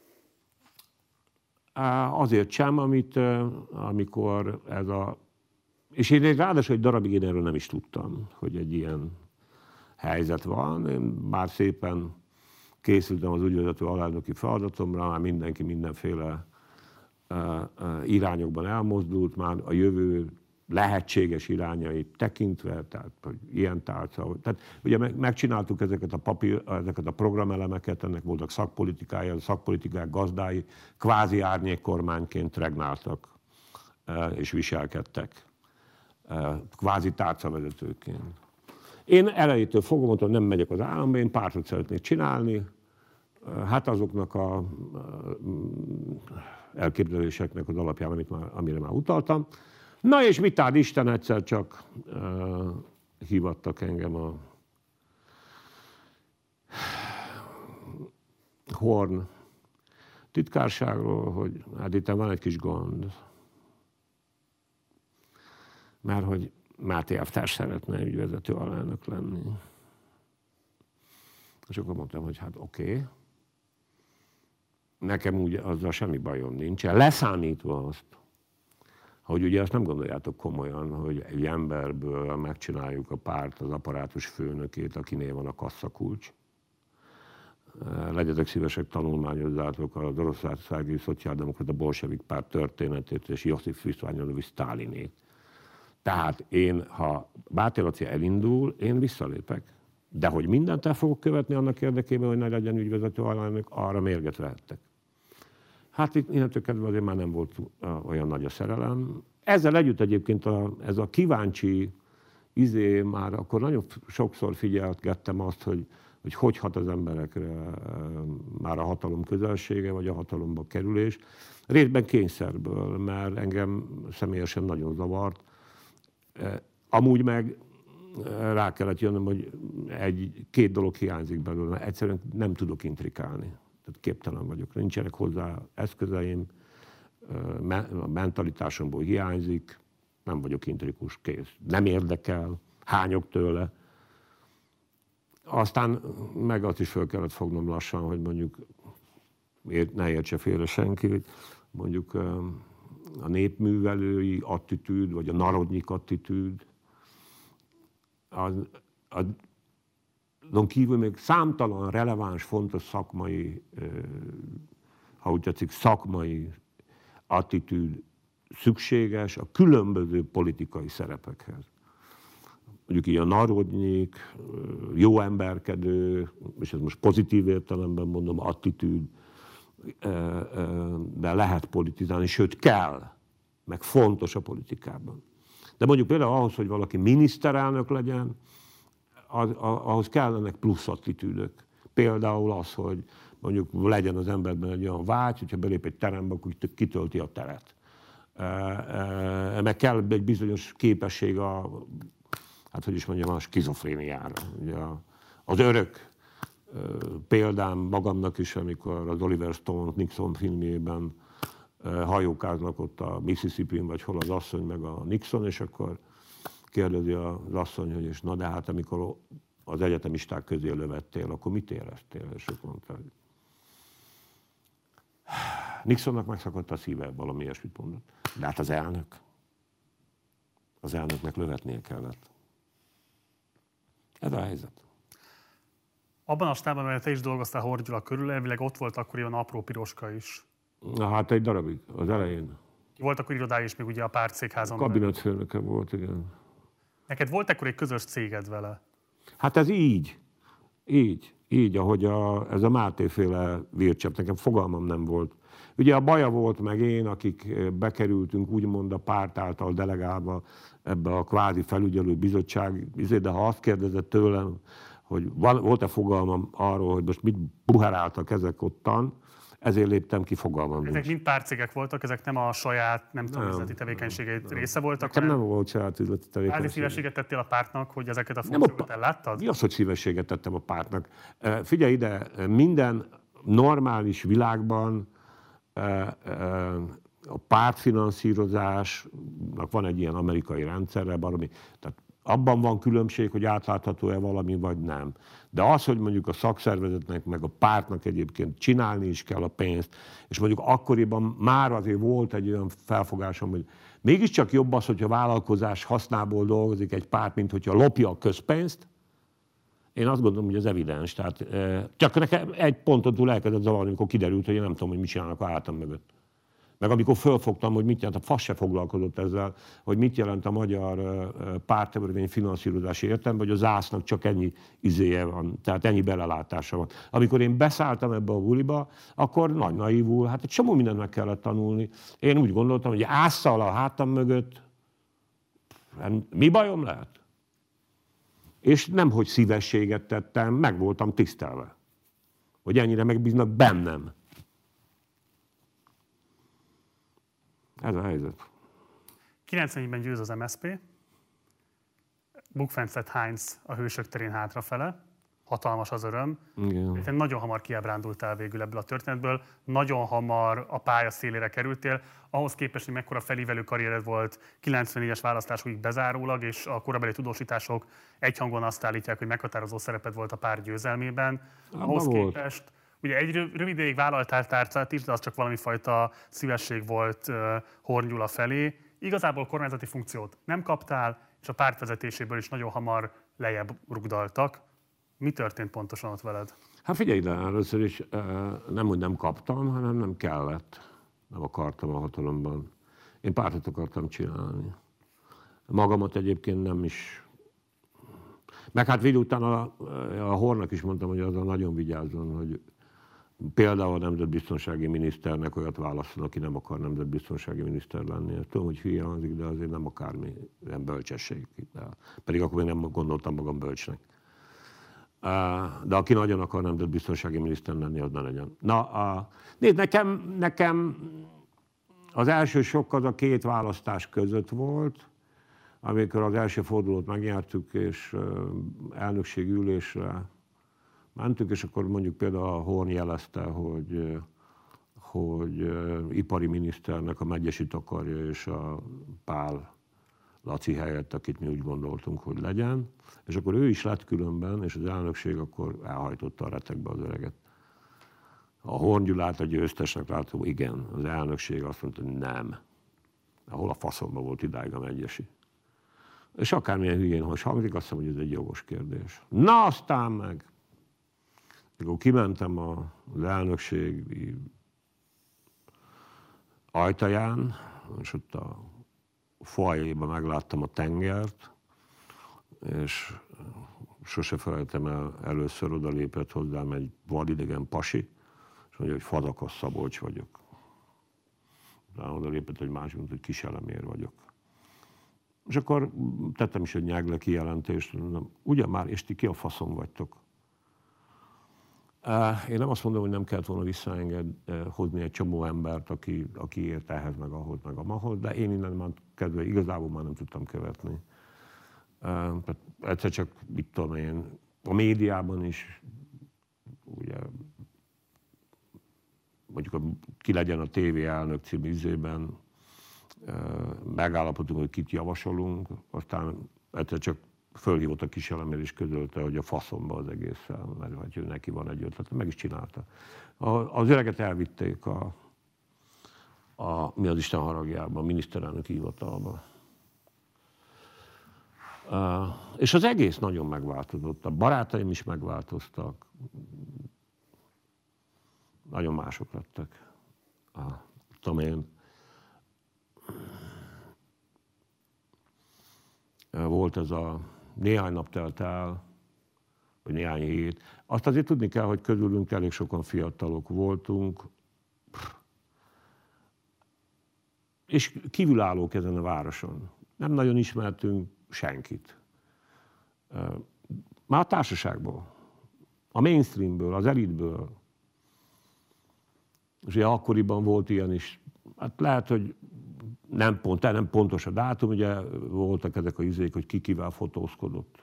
azért sem, amit, amikor ez a... És én ráadásul egy darabig én erről nem is tudtam, hogy egy ilyen helyzet van. Én már szépen készültem az ügyvezető alelnöki feladatomra, már mindenki mindenféle irányokban elmozdult, már a jövő lehetséges irányait tekintve, tehát hogy ilyen tárca. Tehát ugye megcsináltuk ezeket a, papír, ezeket a programelemeket, ennek voltak szakpolitikája, a szakpolitikák gazdái kvázi árnyékkormányként regnáltak és viselkedtek, kvázi tárcavezetőként. Én elejétől fogom, mondtam, nem megyek az államba, én pártot szeretnék csinálni, hát azoknak a elképzeléseknek az alapján, amit már, amire már utaltam. Na és mit áld Isten, egyszer csak uh, hívattak engem a Horn titkárságról, hogy hát itt van egy kis gond. Mert hogy Máté elvtárs szeretne ügyvezető alelnök lenni. És akkor mondtam, hogy hát oké. Okay. Nekem úgy azzal semmi bajom nincsen. Leszámítva azt, hogy ugye azt nem gondoljátok komolyan, hogy egy emberből megcsináljuk a párt, az apparátus főnökét, akinél van a kasszakulcs. Legyetek szívesek, tanulmányozzátok az Oroszországi Szociáldemokrata Bolsevik Párt történetét és Josif Vissarionovics Sztálinét. Tehát én, ha Máté Laci elindul, én visszalépek. De hogy mindent el fogok követni annak érdekében, hogy ne legyen ügyvezető alelnök, arra mérget vehettek. Hát itt innentől kezdve azért már nem volt olyan nagy a szerelem. Ezzel együtt egyébként a, ez a kíváncsi izé, már akkor nagyon sokszor figyelgettem azt, hogy hogy hogy hat az emberekre már a hatalom közelsége, vagy a hatalomba kerülés. Részben kényszerből, mert engem személyesen nagyon zavart. Amúgy meg rá kellett jönnöm, hogy egy, két dolog hiányzik belőle. Egyszerűen nem tudok intrikálni. Tehát képtelen vagyok. Nincsenek hozzá eszközeim, a mentalitásomból hiányzik, nem vagyok intrikus, kész. Nem érdekel, hányok tőle. Aztán meg azt is föl kellett fognom lassan, hogy mondjuk ne értse félre senkit, mondjuk a népművelői attitűd, vagy a narodnyik attitűd, az, az, azon kívül még számtalan releváns, fontos szakmai, ha úgy tetszik, szakmai attitűd szükséges a különböző politikai szerepekhez. Mondjuk így a narodnyik, jó emberkedő, és ez most pozitív értelemben mondom, attitűd, de lehet politizálni, sőt kell, meg fontos a politikában. De mondjuk például ahhoz, hogy valaki miniszterelnök legyen, ahhoz kellenek plusz attitűdök. Például az, hogy mondjuk legyen az emberben egy olyan vágy, hogyha belép egy terembe, akkor kitölti a teret. Meg kell egy bizonyos képesség a, hát hogy is mondjam, a skizofréniára. Ugye az örök példám magamnak is, amikor az Oliver Stone Nixon filmjében hajókáznak ott a Mississippi-n, vagy hol az asszony meg a Nixon, és akkor kérdezi az asszony, hogy és na de hát amikor az egyetemisták közé lövettél, akkor mit éreztél? És ők mondta, hogy Nixonnak megszakadt a szíve, valami ilyesmit mondott. De hát az elnök, az elnöknek lövetnie kellett. Ez a helyzet. Abban a stábban, amelyet te is dolgoztál Horn Gyula körül, elvileg ott volt akkoriban apró piroska is. Na hát egy darabig, az elején. Volt akkor irodája is még ugye a pártszékházon. Kabinetfőnöke volt, igen. Neked volt ekkor egy közös céged vele? Hát ez így, így, így, ahogy a, ez a Máté-féle vircsepp, nekem fogalmam nem volt. Ugye a Baja volt meg én, akik bekerültünk úgymond a párt által delegálva ebbe a kvázi felügyelő bizottság, de ha azt kérdezett tőlem, hogy volt-e fogalmam arról, hogy most mit buheráltak ezek ottan, ezért léptem ki, fogalmam. Ezek mind pártcégek voltak, ezek nem a saját, nem tudom, üzleti tevékenységét része voltak? Nekem nem volt saját üzleti tevékenység. Házi szívességet tettél a pártnak, hogy ezeket a funkciókat elláttad? Mi az, hogy szívességet tettem a pártnak? Figyelj ide, minden normális világban a pártfinanszírozásnak van egy ilyen amerikai rendszerre, valami, tehát abban van különbség, hogy átlátható-e valami, vagy nem. De az, hogy mondjuk a szakszervezetnek, meg a pártnak egyébként csinálni is kell a pénzt, és mondjuk akkoriban már azért volt egy olyan felfogásom, hogy mégiscsak jobb az, hogyha vállalkozás hasznából dolgozik egy párt, mint hogyha lopja a közpénzt. Én azt gondolom, hogy ez evidens. Tehát, csak nekem egy ponton túl elkezdett zavarni, amikor kiderült, hogy én nem tudom, hogy mit csinálnak a hátam mögött. Meg amikor fölfogtam, hogy mit jelent, a FASZ se foglalkozott ezzel, hogy mit jelent a magyar párttörvény finanszírozási értelemben, hogy az ásznak csak ennyi izéje van, tehát ennyi belelátása van. Amikor én beszálltam ebbe a buliba, akkor nagy naívul, hát egy csomó mindent meg kellett tanulni. Én úgy gondoltam, hogy ásszal a hátam mögött, mi bajom lehet? És nemhogy szívességet tettem, meg voltam tisztelve, hogy ennyire megbíznak bennem. Ez a helyzet. kilencvenben győz az em es zé pé, Bukfencet Heinz a Hősök terén hátrafele, hatalmas az öröm. Igen. Nagyon hamar kiábrándultál végül ebből a történetből, nagyon hamar a pálya szélére kerültél, ahhoz képest, hogy mekkora felívelő karriered volt kilencvennégyes választásig bezárólag, és a korabeli tudósítások egyhangon azt állítják, hogy meghatározó szereped volt a párt győzelmében. Ahhoz volt. képest ugye egy rövid ideig vállaltál tárcát is, de az csak valami fajta szívesség volt uh, Horn Gyula felé. Igazából kormányzati funkciót nem kaptál, és a párt vezetéséből is nagyon hamar lejjebb rugdaltak. Mi történt pontosan ott veled? Hát figyelj ide, először is nem, hogy nem kaptam, hanem nem kellett. Nem akartam a hatalomban. Én pártot akartam csinálni. Magamat egyébként nem is. Meg hát végül utána a, a Hornak is mondtam, hogy azon nagyon vigyázzon, hogy például a nemzetbiztonsági miniszternek olyat válaszol, aki nem akar nemzetbiztonsági miniszter lenni. Ezt tudom, hogy hülye hangzik, de azért nem akármi, nem bölcsesség. De pedig akkor még nem gondoltam magam bölcsnek. De aki nagyon akar nemzetbiztonsági miniszter lenni, az ne legyen. Na, a, nézd, nekem, nekem az első sok az a két választás között volt, amikor az első fordulót megnyertük, és elnökségi ülésre Mentünk, és akkor mondjuk például a Horn jelezte, hogy, hogy ipari miniszternek a Megyesi akarja, és a Pál Laci helyett, akit mi úgy gondoltunk, hogy legyen. És akkor ő is lett különben, és az elnökség akkor elhajtotta a retekbe az öreget. A Horn Gyulát a győztesnek látó, igen, az elnökség azt mondta, hogy nem. Ahol a faszomba volt idáig a Megyesi. És akármilyen hülyén, hogy hangzik, azt mondom, hogy ez egy jogos kérdés. Na aztán meg! Akkor kimentem az elnökség ajtaján, és ott a foajéban megláttam a tengert, és sose felejtem el, először oda lépett hozzám egy vadidegen pasi, és mondja, hogy Fazakas Szabolcs vagyok. Utána oda lépett egy másik, mondta, hogy Kiselemér vagyok. És akkor tettem is egy nyegle kijelentést, mondom, ugyan már, és ti ki a faszom vagytok? Én nem azt mondom, hogy nem kellett volna visszahozni egy csomó embert, aki, aki ért ehhez, meg ahhoz, meg amahhoz, de én innen már kezdve igazából már nem tudtam követni. Tehát egyszer csak, mit tudom én, a médiában is, ugye, mondjuk a, ki legyen a té vé elnök című üzében, megállapodtunk, hogy kit javasolunk, aztán egyszer csak fölhívott a Kiselemér és közölte, hogy a faszomba az egésszel, mert hogy neki van egy ötlet, meg is csinálta. A, az öreget elvitték a, a, mi az Isten haragjában, a miniszterelnök hivatalba. Uh, és az egész nagyon megváltozott. A barátaim is megváltoztak. Nagyon mások lettek. Uh, tudom én, volt ez a néhány nap telt el, vagy néhány hét. Azt azért tudni kell, hogy közülünk elég sokan fiatalok voltunk, és kívülállók ezen a városon. Nem nagyon ismertünk senkit. Már a társaságból, a mainstreamből, az elitből. És ugye akkoriban volt ilyen is, hát lehet, hogy nem, pont, nem pontos a dátum, ugye voltak ezek a izék, hogy ki kivel fotózkodott.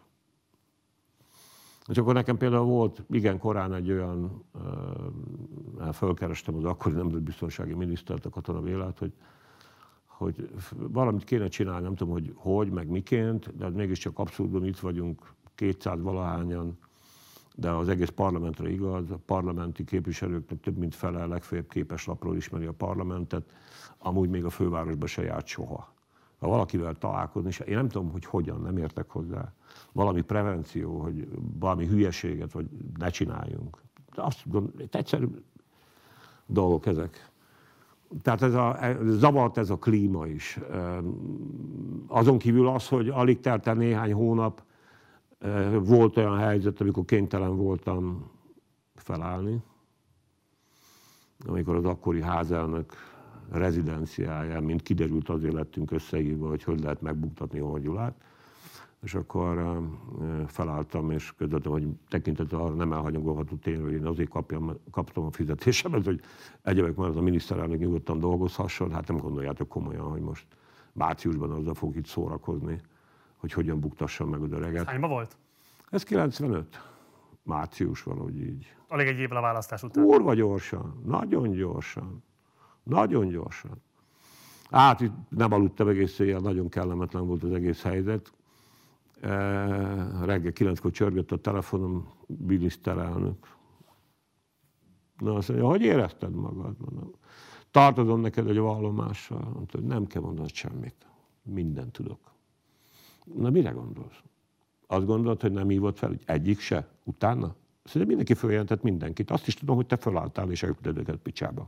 És akkor nekem például volt, igen, korán egy olyan, uh, fölkerestem az akkori nemzetbiztonsági minisztert, a Katona Bélát, hogy, hogy valamit kéne csinálni, nem tudom, hogy hogy, meg miként, de mégiscsak abszurdum, itt vagyunk kétszáz valahányan, de az egész parlamentre igaz, a parlamenti képviselőknek több mint fele, legfeljebb képeslapról ismeri a parlamentet, amúgy még a fővárosba se járt soha. Ha valakivel találkozni, és én nem tudom, hogy hogyan, nem értek hozzá. Valami prevenció, hogy valami hülyeséget, vagy ne csináljunk. De azt gondolom, egyszerű dolgok ezek. Tehát ez a, zavart ez a klíma is. Azon kívül az, hogy alig telt el néhány hónap, volt olyan helyzet, amikor kénytelen voltam felállni, amikor az akkori házelnök rezidenciáján, mint kiderült, azért lettünk összehívva, hogy hogy lehet megbuktatni Horn Gyulát. És akkor felálltam, és közöltem, hogy tekintettel arra nem elhanyagolható tényleg, hogy én azért kapjam, kaptam a fizetésemet, hogy egyébként már az a miniszterelnök nyugodtan dolgozhasson. Hát nem gondoljátok komolyan, hogy most márciusban azzal fog itt szórakozni, hogy hogyan buktassam meg az öreget. Hányba volt? Ez kilencvenöt. Március valahogy így. Alig egy évvel a választás után. Kurva gyorsan, nagyon gyorsan, nagyon gyorsan. Hát itt nem aludtam egész éjjel, nagyon kellemetlen volt az egész helyzet. E, reggel kilenckor csörgött a telefonom, miniszterelnök. Na azt mondja, hogy érezted magad? Mondom, tartozom neked egy vallomással. Mondta, hogy nem kell mondanod semmit. Mindent tudok. Na mire gondolsz? Azt gondolod, hogy nem hívott fel, hogy egyik se? Utána? Szerintem mindenki följelentett mindenkit. Azt is tudom, hogy te fölálltál és elküldted őket picsába.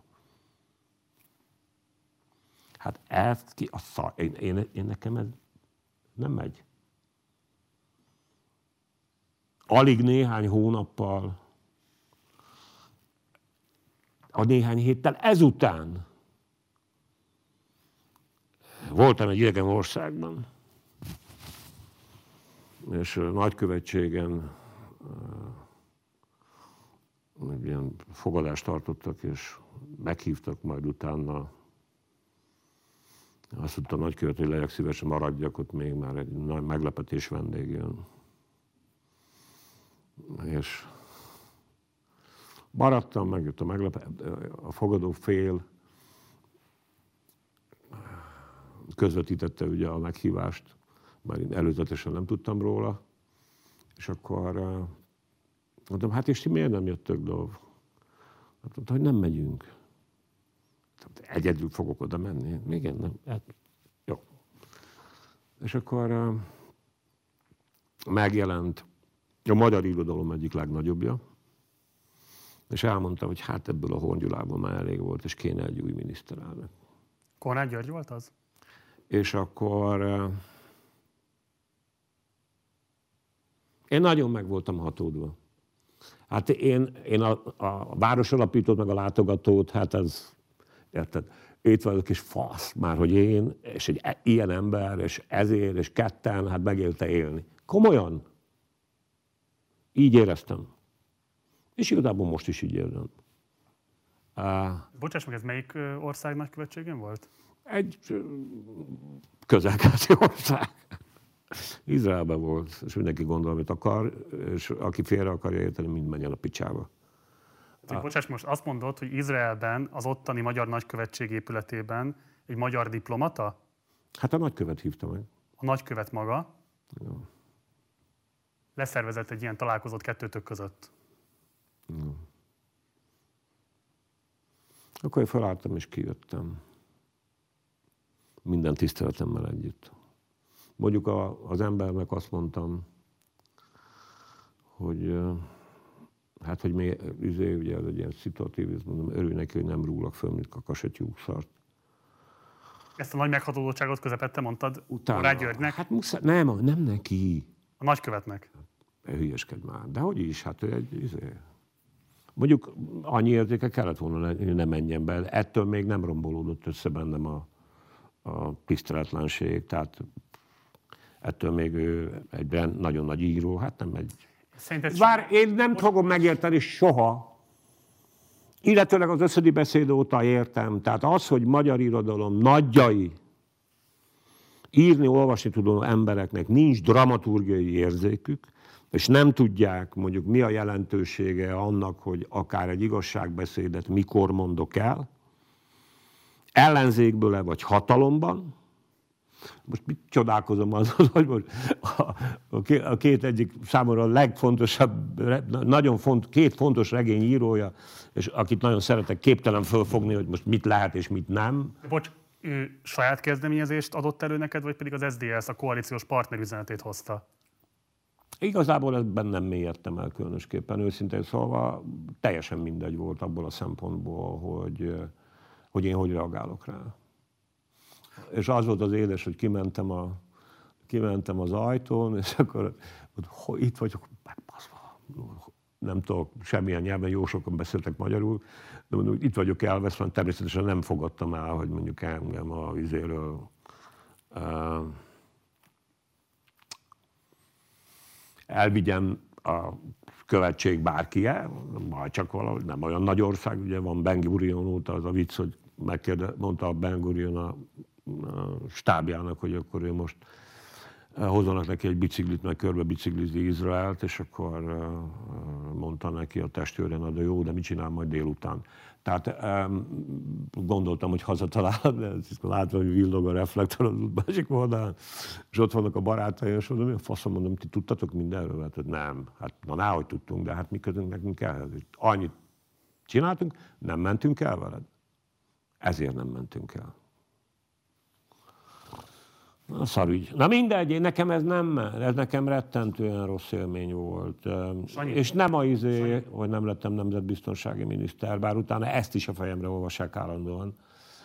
Hát ezt ki a szar... Én, én, én nekem ez nem megy. Alig néhány hónappal, a néhány héttel ezután voltam egy idegen országban, és nagykövetségen egy ilyen fogadást tartottak, és meghívtak majd utána. Azt mondta a nagykövet, hogy legyek szívesen, maradjak ott még, már egy nagy meglepetés vendég jön. És Maradtam, megjött a meglep... a fogadó fél közvetítette ugye a meghívást, már én előzetesen nem tudtam róla, és akkor mondtam, hát és ti miért nem jöttök, Dov? Hát mondta, hogy nem megyünk. Egyedül fogok oda menni. Igen, nem. Hát, jó. És akkor megjelent a magyar irodalom egyik legnagyobbja, és elmondta, hogy hát ebből a Horn Gyulából már elég volt, és kéne egy új miniszterelnök. Konrád György volt az? És akkor én nagyon meg voltam hatódva. Hát én, én a, a városalapítót, meg a látogatót, hát ez, érted, itt vagyok, és fasz már, hogy én, és egy ilyen ember, és ezért, és ketten, hát megélte élni. Komolyan. Így éreztem. És igazából most is így érzem. Uh, Bocsáss meg, ez melyik ország nagykövetségén volt? Egy közel-keleti ország. Izraelben volt, és mindenki gondol, amit akar, és aki félre akarja érteni, mind menjen a picsába. Hát, bocsáss, most azt mondod, hogy Izraelben, az ottani magyar nagykövetség épületében egy magyar diplomata? Hát a nagykövet hívta meg. A nagykövet maga? Ja. Leszervezett egy ilyen találkozót kettőtök között? Ja. Akkor én felálltam és kijöttem. Minden tiszteletemmel együtt. Mondjuk a, az embernek azt mondtam, hogy hát, hogy mi, üzé, ugye ez egy ilyen szituatív, mondom, örülj neki, hogy nem rúlak föl, mint kakas a tyúkszart. Ezt a nagy meghatódottságot közepette mondtad Konrád Györgynek? Hát muszáj, nem, nem neki. A nagykövetnek? Hülyeskedj már. De hogy is, hát ő egy, üzé. Mondjuk annyi értéke kellett volna, hogy ne menjen be. Ettől még nem rombolódott össze bennem a, a tiszteletlenség. Tehát ettől még ő egy nagyon nagy író, hát nem egy... Szerinted... Bár én nem most... fogom megérteni soha, illetőleg az összödi beszéd óta értem. Tehát az, hogy magyar irodalom nagyjai, írni, olvasni tudó embereknek nincs dramaturgiai érzékük, és nem tudják, mondjuk mi a jelentősége annak, hogy akár egy igazságbeszédet mikor mondok el, ellenzékből-e vagy hatalomban. Most mit csodálkozom azon, hogy most a két egyik számomra a legfontosabb, nagyon font, két fontos regény írója, és akit nagyon szeretek, képtelen fölfogni, hogy most mit lehet és mit nem. Bocs, ő saját kezdeményezést adott elő neked, vagy pedig az es zé dé es, a koalíciós partnerüzenetét hozta? Igazából ebben nem mélyedtem el különösképpen, őszintén szólva teljesen mindegy volt abból a szempontból, hogy, hogy én hogy reagálok rá. És az volt az édes, hogy kimentem, a, kimentem az ajtón, és akkor hogy itt vagyok, megbaszva. Nem tudok semmilyen nyelven, jó sokan beszéltek magyarul, de mondom, itt vagyok elveszve, természetesen nem fogadtam el, hogy mondjuk engem a vizéről uh, elvigyem a követség bárkie, majd csak valahogy, nem olyan nagy ország, ugye van Ben Gurion óta az a vicc, hogy megkérde, mondta a Ben Gurion a, a stábjának, hogy akkor ő most hozzanak neki egy biciklit, meg körbe biciklizni Izraelt, és akkor mondta neki a testőre, na de jó, de mit csinál majd délután. Tehát gondoltam, hogy hazatalál, de látva, hogy villog a reflektor az út másik oldalán, és ott vannak a barátaim, és mondom, mi a faszom, mondom, ti tudtatok mindenről? Hát nem, hát na náhogy tudtunk, de hát mi közünk nekünk ehhez. Annyit csináltunk, nem mentünk el veled. Ezért nem mentünk el. Na, szarügy. Na mindegy, én nekem ez nem, ez nekem rettentően rossz élmény volt. Sanyi. És nem az izé, hogy nem lettem nemzetbiztonsági miniszter, bár utána ezt is a fejemre olvassák állandóan.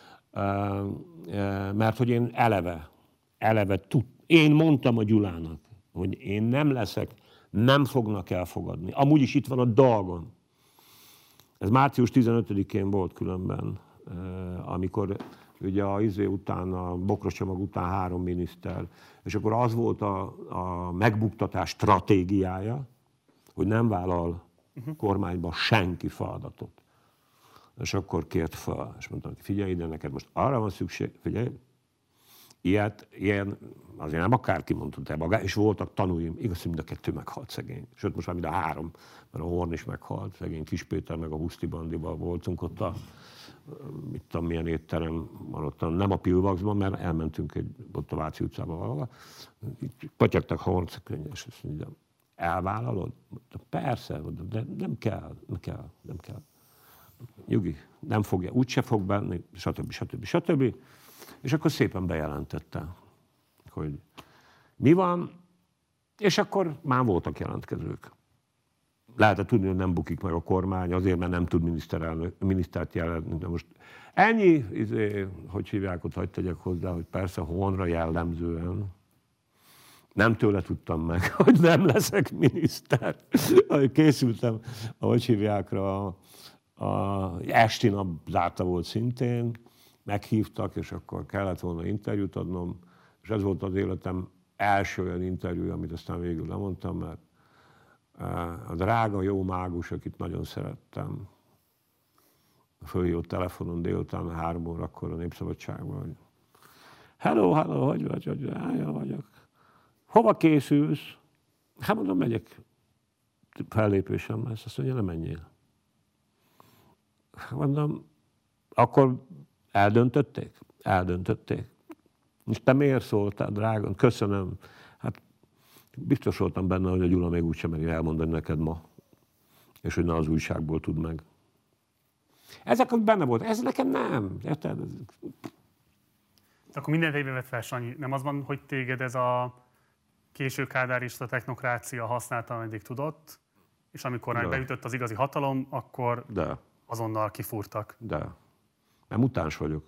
Mert hogy én eleve, eleve tud, én mondtam a Gyulának, hogy én nem leszek, nem fognak elfogadni. Amúgy is itt van a dolgon. Ez március tizenötödikén volt különben, amikor ugye a izé után, a bokros csomag után három miniszter, és akkor az volt a, a megbuktatás stratégiája, hogy nem vállal uh-huh. kormányba senki feladatot. És akkor kért fel, és mondtam, figyelj ide, neked most arra van szükség, figyelj, Ilyet, ilyen, azért nem akárki mondta maga, és voltak tanúim, igaz, hogy mind a kettő meghalt szegény. Sőt, most már mind a három, mert a Horn is meghalt, szegény Kis Péter, meg a Huszti Bandiban voltunk ott a, mit tudom, milyen étterem van ott, nem a Pilvaxban, mert elmentünk egy, ott a Váci utcába valahol. Patyagtak Horn szegény, és azt mondja, elvállalod? Persze, de nem kell, nem kell, nem kell. Nyugi, nem fogja, úgyse fog benni, stb. stb. stb. És akkor szépen bejelentette, hogy mi van, és akkor már voltak jelentkezők. Lehetett tudni, hogy nem bukik meg a kormány, azért, mert nem tud miniszterelnök, minisztert jelentni. De most ennyi, izé, hogy hívják, ott hagyd tegyek hozzá, hogy persze Hornra jellemzően nem tőle tudtam meg, hogy nem leszek miniszter. Készültem, ahogy hívjákra, a, a esti nap zárta volt szintén, meghívtak, és akkor kellett volna interjút adnom, és ez volt az életem első olyan interjú, amit aztán végül lemondtam, mert a drága, jó mágus, akit nagyon szerettem, fölhívott telefonon délután három órakor a Népszabadságban, hogy hello, hello, hogy vagy, hogy állja vagyok. Hova készülsz? Hát mondom, megyek fellépésem lesz. Azt mondja, nem menjél. Mondom, akkor eldöntötték? Eldöntötték. És te miért szóltál, drágám? Köszönöm. Hát biztos voltam benne, hogy a Gyula még úgysem meri elmondani neked ma. És hogy ne az újságból tud meg. Ezek, hogy benne volt, ez nekem nem. Érted? Akkor mindent egyben vett fel, Sanyi. Nem az van, hogy téged ez a késő kádárista technokrácia használta, ameddig tudott, és amikor meg beütött az igazi hatalom, akkor De. azonnal kifúrtak. De. Nem mutáns vagyok.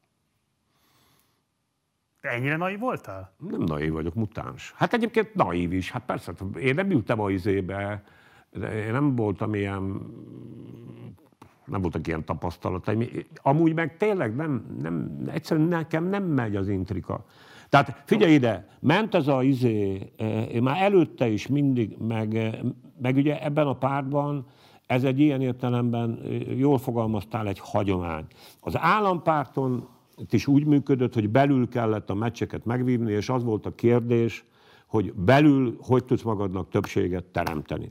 De ennyire naív voltál? Nem naív vagyok, mutáns. Hát egyébként naív is. Hát persze, én nem ültem a izébe, én nem voltam ilyen, nem voltak ilyen tapasztalataim. Amúgy meg tényleg nem, nem, egyszerűen nekem nem megy az intrika. Tehát figyelj ide, ment ez a izé, én már előtte is mindig, meg, meg ugye ebben a pártban, ez egy ilyen értelemben, jól fogalmaztál, egy hagyomány. Az állampárton is úgy működött, hogy belül kellett a meccseket megvívni, és az volt a kérdés, hogy belül hogy tudsz magadnak többséget teremteni.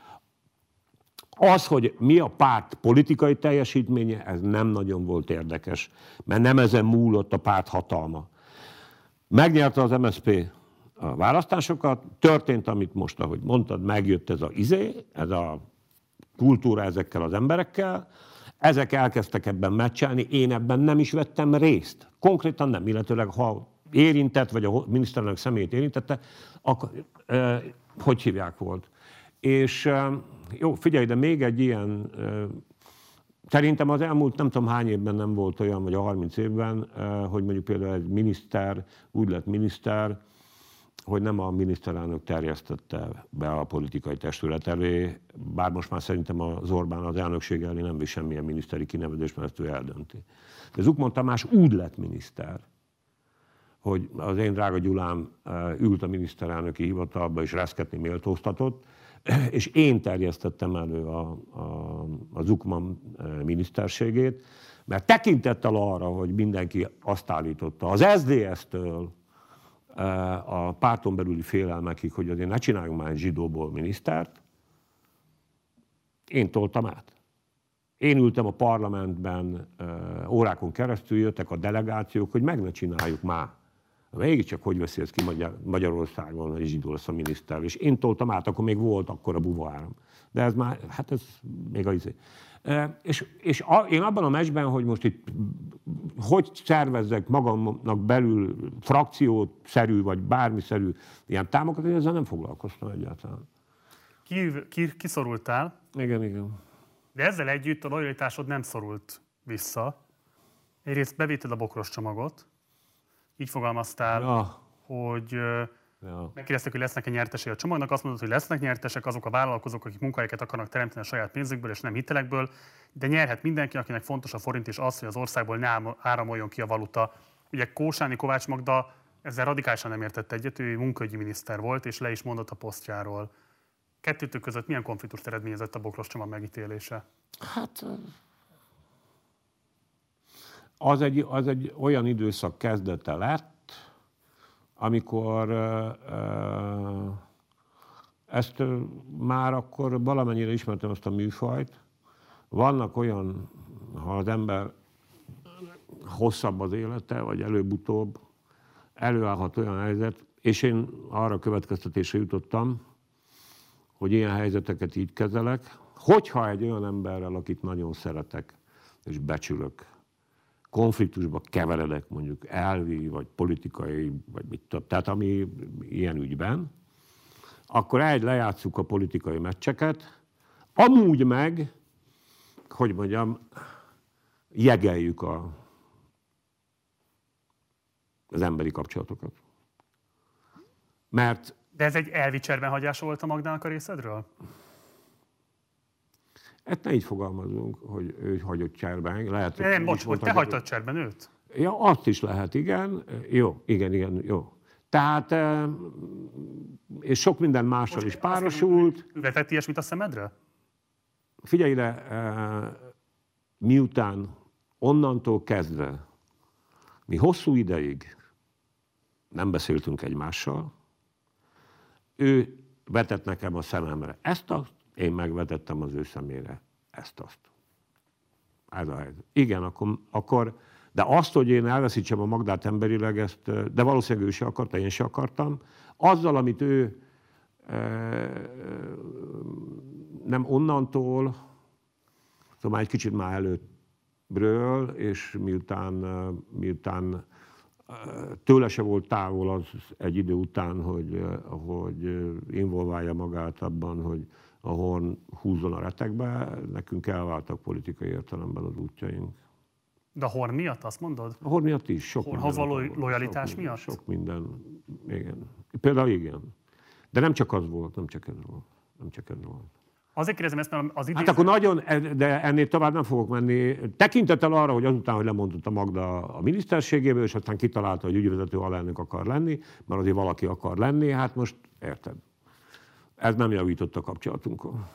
Az, hogy mi a párt politikai teljesítménye, ez nem nagyon volt érdekes, mert nem ezen múlott a párt hatalma. Megnyerte az em es zé pé a választásokat, történt, amit most, ahogy mondtad, megjött ez a izé, ez a kultúra ezekkel az emberekkel, ezek elkezdtek ebben meccselni, én ebben nem is vettem részt. Konkrétan nem, illetőleg ha érintett, vagy a miniszterelnök személyét érintette, akkor eh, hogy hívják volt. És eh, jó, figyelj, de még egy ilyen, eh, szerintem az elmúlt nem tudom hány évben nem volt olyan, vagy a harminc évben, eh, hogy mondjuk például egy miniszter úgy lett miniszter, hogy nem a miniszterelnök terjesztette be a politikai testület elé, bár most már szerintem az Orbán az elnökség elé nem visz semmilyen miniszteri kinevezést, mert ezt ő eldönti. De Zuckman Tamás úgy lett miniszter, hogy az én drága Gyulám ült a miniszterelnöki hivatalba és reszketni méltóztatott, és én terjesztettem elő a, a, a Zuckman miniszterségét, mert tekintettel arra, hogy mindenki azt állította az es zé dé es-től, a párton belüli félelmekig, hogy azért ne csináljunk már egy zsidóból minisztert, én toltam át. Én ültem a parlamentben, órákon keresztül jöttek a delegációk, hogy meg ne csináljuk már. Mégiscsak hogy veszi ez ki Magyarországon, hogy zsidó lesz a miniszter. És én toltam át, akkor még volt akkor a buvaáram. De ez már, hát ez még az izé. És, és a, én abban a meccsben, hogy most itt hogy szervezzek magamnak belül frakciószerű, vagy bármiszerű ilyen támogatást, ezzel nem foglalkoztam egyáltalán. Ki, ki, kiszorultál. Igen, igen. De ezzel együtt a lojalitásod nem szorult vissza. Egyrészt bevitted a bokros csomagot, így fogalmaztál, ja. hogy ja. megkérdeztek, hogy lesznek-e nyertesei a csomagnak, azt mondod, hogy lesznek nyertesek azok a vállalkozók, akik munkahelyeket akarnak teremteni a saját pénzükből és nem hitelekből, de nyerhet mindenki, akinek fontos a forint és az, hogy az országból ne áramoljon ki a valuta. Ugye Kósáni Kovács Magda ezzel radikálisan nem értett egyet, ő munkaügyi miniszter volt, és le is mondott a posztjáról. Kettőtök között milyen konfliktust eredményezett a bokros csomag megítélése? Hát az egy, az egy olyan időszak kezdete lett, amikor ezt már akkor valamennyire ismertem azt a műfajt. Vannak olyan, ha az ember hosszabb az élete, vagy előbb-utóbb előállhat olyan helyzet, és én arra következtetésre jutottam, hogy ilyen helyzeteket így kezelek, hogyha egy olyan emberrel, akit nagyon szeretek és becsülök, konfliktusba keveredek, mondjuk elvi, vagy politikai, vagy mit tudom, tehát ami ilyen ügyben, akkor egy lejátsszuk a politikai meccseket, amúgy meg, hogy mondjam, jegeljük a, az emberi kapcsolatokat. Mert... De ez egy elvi cserbenhagyása volt a Magdának a részedről? Hát ne így fogalmazunk, hogy ő hagyott cserben. Lehet, nem, bocs, hogy te hagytad cserben őt? Ja, azt is lehet, igen. Jó, igen, igen, jó. Tehát, és sok minden mással most is párosult. Ő vetett ilyesmit a szemedre? Figyelj ide, miután onnantól kezdve mi hosszú ideig nem beszéltünk egymással, ő vetett nekem a szememre ezt azt, én megvetettem az ő szemére ezt-azt. Ez a helyzet. Igen, akkor, akkor, de azt, hogy én elveszítsem a Magdát emberileg, ezt, de valószínűleg ő se akarta, én se akartam, azzal, amit ő e, nem onnantól, szóval már egy kicsit már előbbről, és miután, miután tőle se volt távol az egy idő után, hogy, hogy involválja magát abban, hogy a Horn húzzon a retekbe, nekünk elváltak politikai értelemben az útjaink. De a Horn miatt azt mondod? A Horn miatt is. Sok Hornhoz való lojalitás sok, miatt? Sok minden, igen. Például igen. De nem csak az volt, nem csak ez volt. Nem csak ez volt. Azért kérdezem ezt, mert az idén... Hát akkor nagyon, de ennél tovább nem fogok menni. Tekintettel arra, hogy azután, hogy lemondott a Magda a miniszterségéből, és aztán kitalálta, hogy ügyvezető alelnök akar lenni, mert azért valaki akar lenni, hát most érted. Ez nem javított a kapcsolatunkon.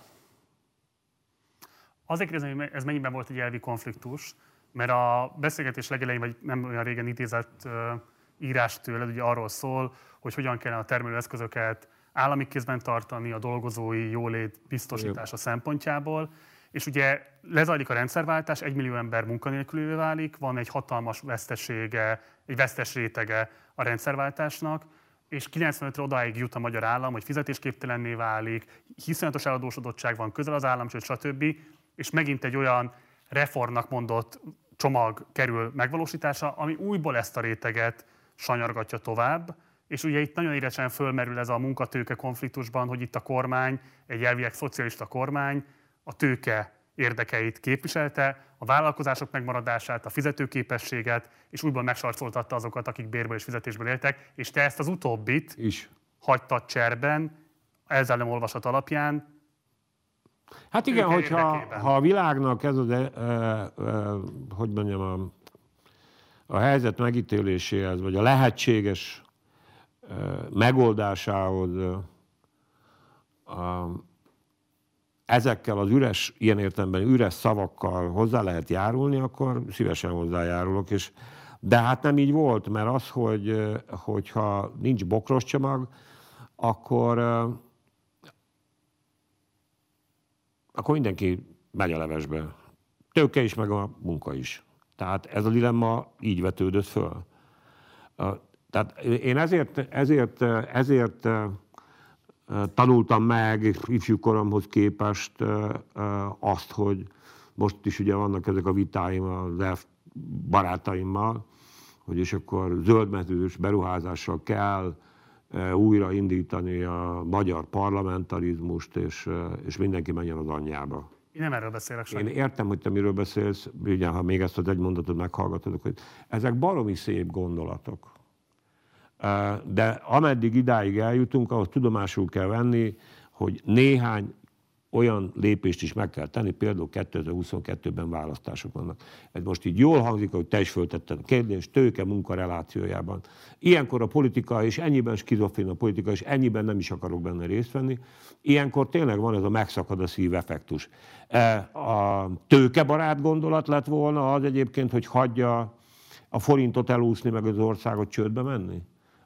Azért kérdezem, hogy ez mennyiben volt egy elvi konfliktus, mert a beszélgetés legelején, vagy nem olyan régen idézett uh, írás tőled, ugye arról szól, hogy hogyan kellene a termelőeszközöket állami kézben tartani, a dolgozói jólét biztosítása Jó. szempontjából. És ugye lezajlik a rendszerváltás, egymillió ember munkanélkülivé válik, van egy hatalmas vesztesége, egy vesztes rétege a rendszerváltásnak, és kilencvenötre odáig jut a magyar állam, hogy fizetésképtelenné válik, iszonyatos eladósodottság van, közel az államcsőd, stb. És megint egy olyan reformnak mondott csomag kerül megvalósítása, ami újból ezt a réteget sanyargatja tovább. És ugye itt nagyon élesen fölmerül ez a munkatőke konfliktusban, hogy itt a kormány, egy elvileg szocialista kormány a tőke érdekeit képviselte, a vállalkozások megmaradását, a fizetőképességet, és újból megsarcoltatta azokat, akik bérből és fizetésből éltek, és te ezt az utóbbit is hagytad cserben, ezzel nem olvasat alapján. Hát igen, hogyha ha a világnak ez az, e, e, e, hogy mondjam, a, a helyzet megítéléséhez, vagy a lehetséges e, megoldásához e, a, ezekkel az üres, ilyen értelemben üres szavakkal hozzá lehet járulni, akkor szívesen hozzájárulok. És, de hát nem így volt, mert az, hogy, hogyha nincs bokros csomag, akkor, akkor mindenki megy a levesbe. Tőke is, meg a munka is. Tehát ez a dilemma így vetődött föl. Tehát én ezért, ezért, ezért tanultam meg ifjúkoromhoz képest azt, hogy most is ugye vannak ezek a vitáim az elf barátaimmal, hogy és akkor zöldmezős beruházással kell újra indítani a magyar parlamentarizmust, és, és mindenki menjen az anyjába. Én nem erről beszélek sem. Én értem, hogy te miről beszélsz, ugye, ha még ezt az egy mondatot meghallgatod, hogy ezek baromi szép gondolatok. De ameddig idáig eljutunk, ahhoz tudomásul kell venni, hogy néhány olyan lépést is meg kell tenni, például kétezer-huszonkettőben választások vannak. Ez most így jól hangzik, hogy te is föltetted a kérdést, tőke-munka relációjában. Ilyenkor a politika, és ennyiben skizofrén a politika, és ennyiben nem is akarok benne részt venni, ilyenkor tényleg van ez a megszakad a szív effektus. A tőkebarát gondolat lett volna az egyébként, hogy hagyja a forintot elúszni, meg az országot csődbe menni?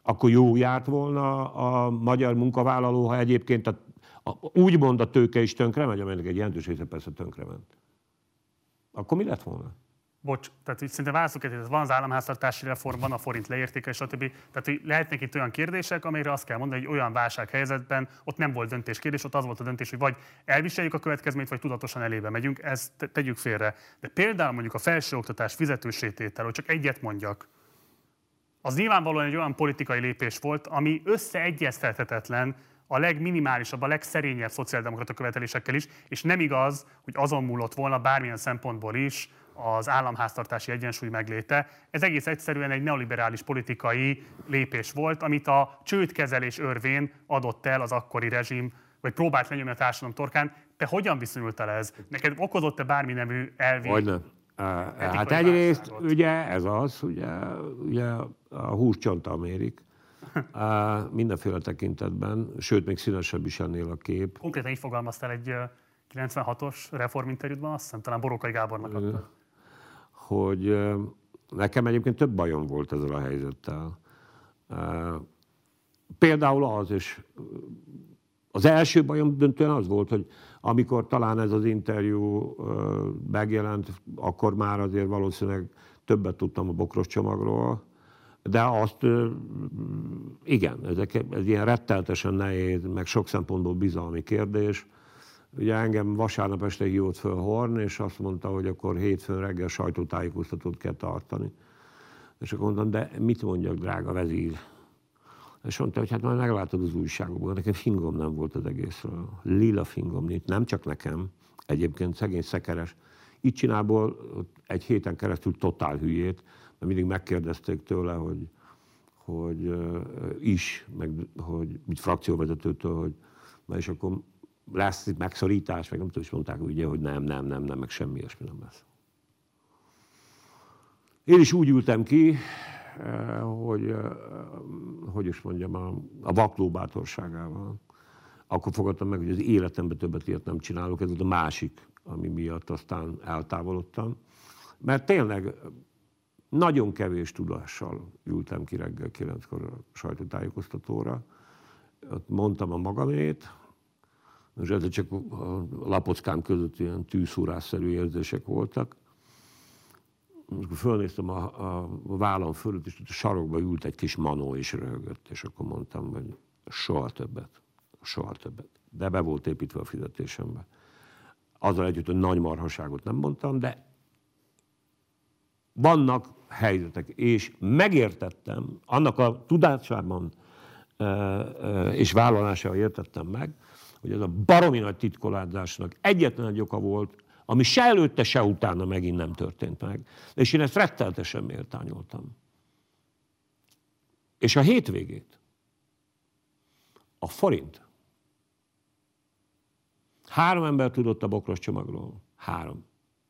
akkor jó járt volna a magyar munkavállaló, ha egyébként a, a, úgymond a tőke is tönkre megy, amelynek egy jelentős része persze tönkre ment. Akkor mi lett volna? Bocs, tehát így szinte válaszok, hogy van az államháztartási reform, van a forint leértékelés, stb. Tehát hogy lehetnek itt olyan kérdések, amelyre azt kell mondani, hogy olyan válsághelyzetben ott nem volt döntés kérdés, ott az volt a döntés, hogy vagy elviseljük a következményt, vagy tudatosan elébe megyünk, ezt tegyük félre. De például mondjuk a felsőoktatás fizetősé-tétel, hogy csak egyet mondjak, az nyilvánvalóan egy olyan politikai lépés volt, ami összeegyeztethetetlen a legminimálisabb, a legszerényebb szociáldemokrata követelésekkel is, és nem igaz, hogy azon múlott volna bármilyen szempontból is az államháztartási egyensúly megléte. Ez egész egyszerűen egy neoliberális politikai lépés volt, amit a csődkezelés örvén adott el az akkori rezsim, vagy próbált lenyomni a társadalom torkán. Te hogyan viszonyultál ez? Neked okozott-e bármi nevű elvi? Hogyne. Hát egyrészt ugye ez az, ugye, ugye a húscsonttal mérik. Mindenféle tekintetben, sőt, még színesebb is ennél a kép. Konkrétan így fogalmaztál egy kilencvenhatos reforminterjútban, azt hiszem, talán Borókai Gábornak adta. Hogy nekem egyébként több bajom volt ezzel a helyzettel. Például az, és az első bajom döntően az volt, hogy amikor talán ez az interjú megjelent, akkor már azért valószínűleg többet tudtam a bokros csomagról, de azt, igen, ezek, ez ilyen retteltesen nehéz, meg sok szempontból bizalmi kérdés. Ugye engem vasárnap este hívott föl Horn, és azt mondta, hogy akkor hétfőn reggel sajtótájékoztatót kell tartani. És akkor mondtam, de mit mondjak, drága vezír? És mondta, hogy hát majd meglátod az újságokban. Nekem fingom nem volt az egészről. Lila fingom nincs, nem csak nekem. Egyébként szegény Szekeres. Így csinálból egy héten keresztül totál hülyét, mert mindig megkérdezték tőle, hogy, hogy uh, is, meg hogy mit frakcióvezetőtől, hogy na és akkor lesz itt megszorítás, meg nem tudom, és mondták ugye, hogy nem, nem, nem, nem, meg semmi ilyesmi nem lesz. Én is úgy ültem ki, hogy, hogy is mondjam, a, a vakló bátorságával. Akkor fogadtam meg, hogy az életemben többet ilyet nem csinálok, ez volt a másik, ami miatt aztán eltávolodtam. Mert tényleg nagyon kevés tudással ültem ki reggel kilenckor a sajtótájékoztatóra. Ott mondtam a magamét, és ez csak a lapockám között ilyen tűszúrásszerű érzések voltak. És akkor fölnéztem a, a, a vállam fölött, és ott a sarokba ült egy kis manó és röhögött, és akkor mondtam, hogy soha többet, soha többet. De be volt építve a fizetésembe. Azzal együtt, hogy nagy marhaságot nem mondtam, de vannak helyzetek, és megértettem, annak a tudásában és vállalásával értettem meg, hogy ez a baromi nagy titkolázásnak egyetlen egy oka volt, ami se előtte, se utána megint nem történt meg. És én ezt retteltesen méltányoltam. És a hétvégét, a forint. Három ember tudott a bokros csomagról. Három.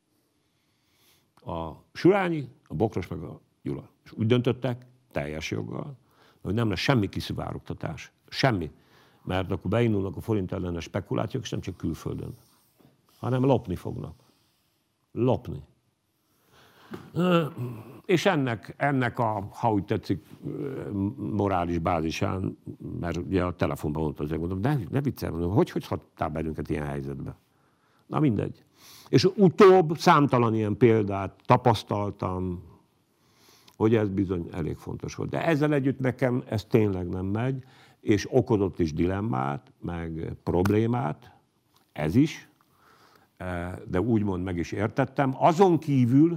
A Surányi, a Bokros meg a Gyula. És úgy döntöttek, teljes joggal, hogy nem lesz semmi kiszivárogtatás. Semmi. Mert akkor beindulnak a forint ellenes spekulációk, és nem csak külföldön, hanem lopni fognak. Lopni. És ennek, ennek a, ha úgy tetszik, morális bázisán, mert ugye a telefonban mondta, azért mondom, de ne viccelj, mondom, hogy hogy hagytál bennünket ilyen helyzetbe? Na mindegy. És utóbb számtalan ilyen példát tapasztaltam, hogy ez bizony elég fontos volt. De ezzel együtt nekem ez tényleg nem megy, és okozott is dilemmát, meg problémát, ez is, de úgymond meg is értettem. Azon kívül,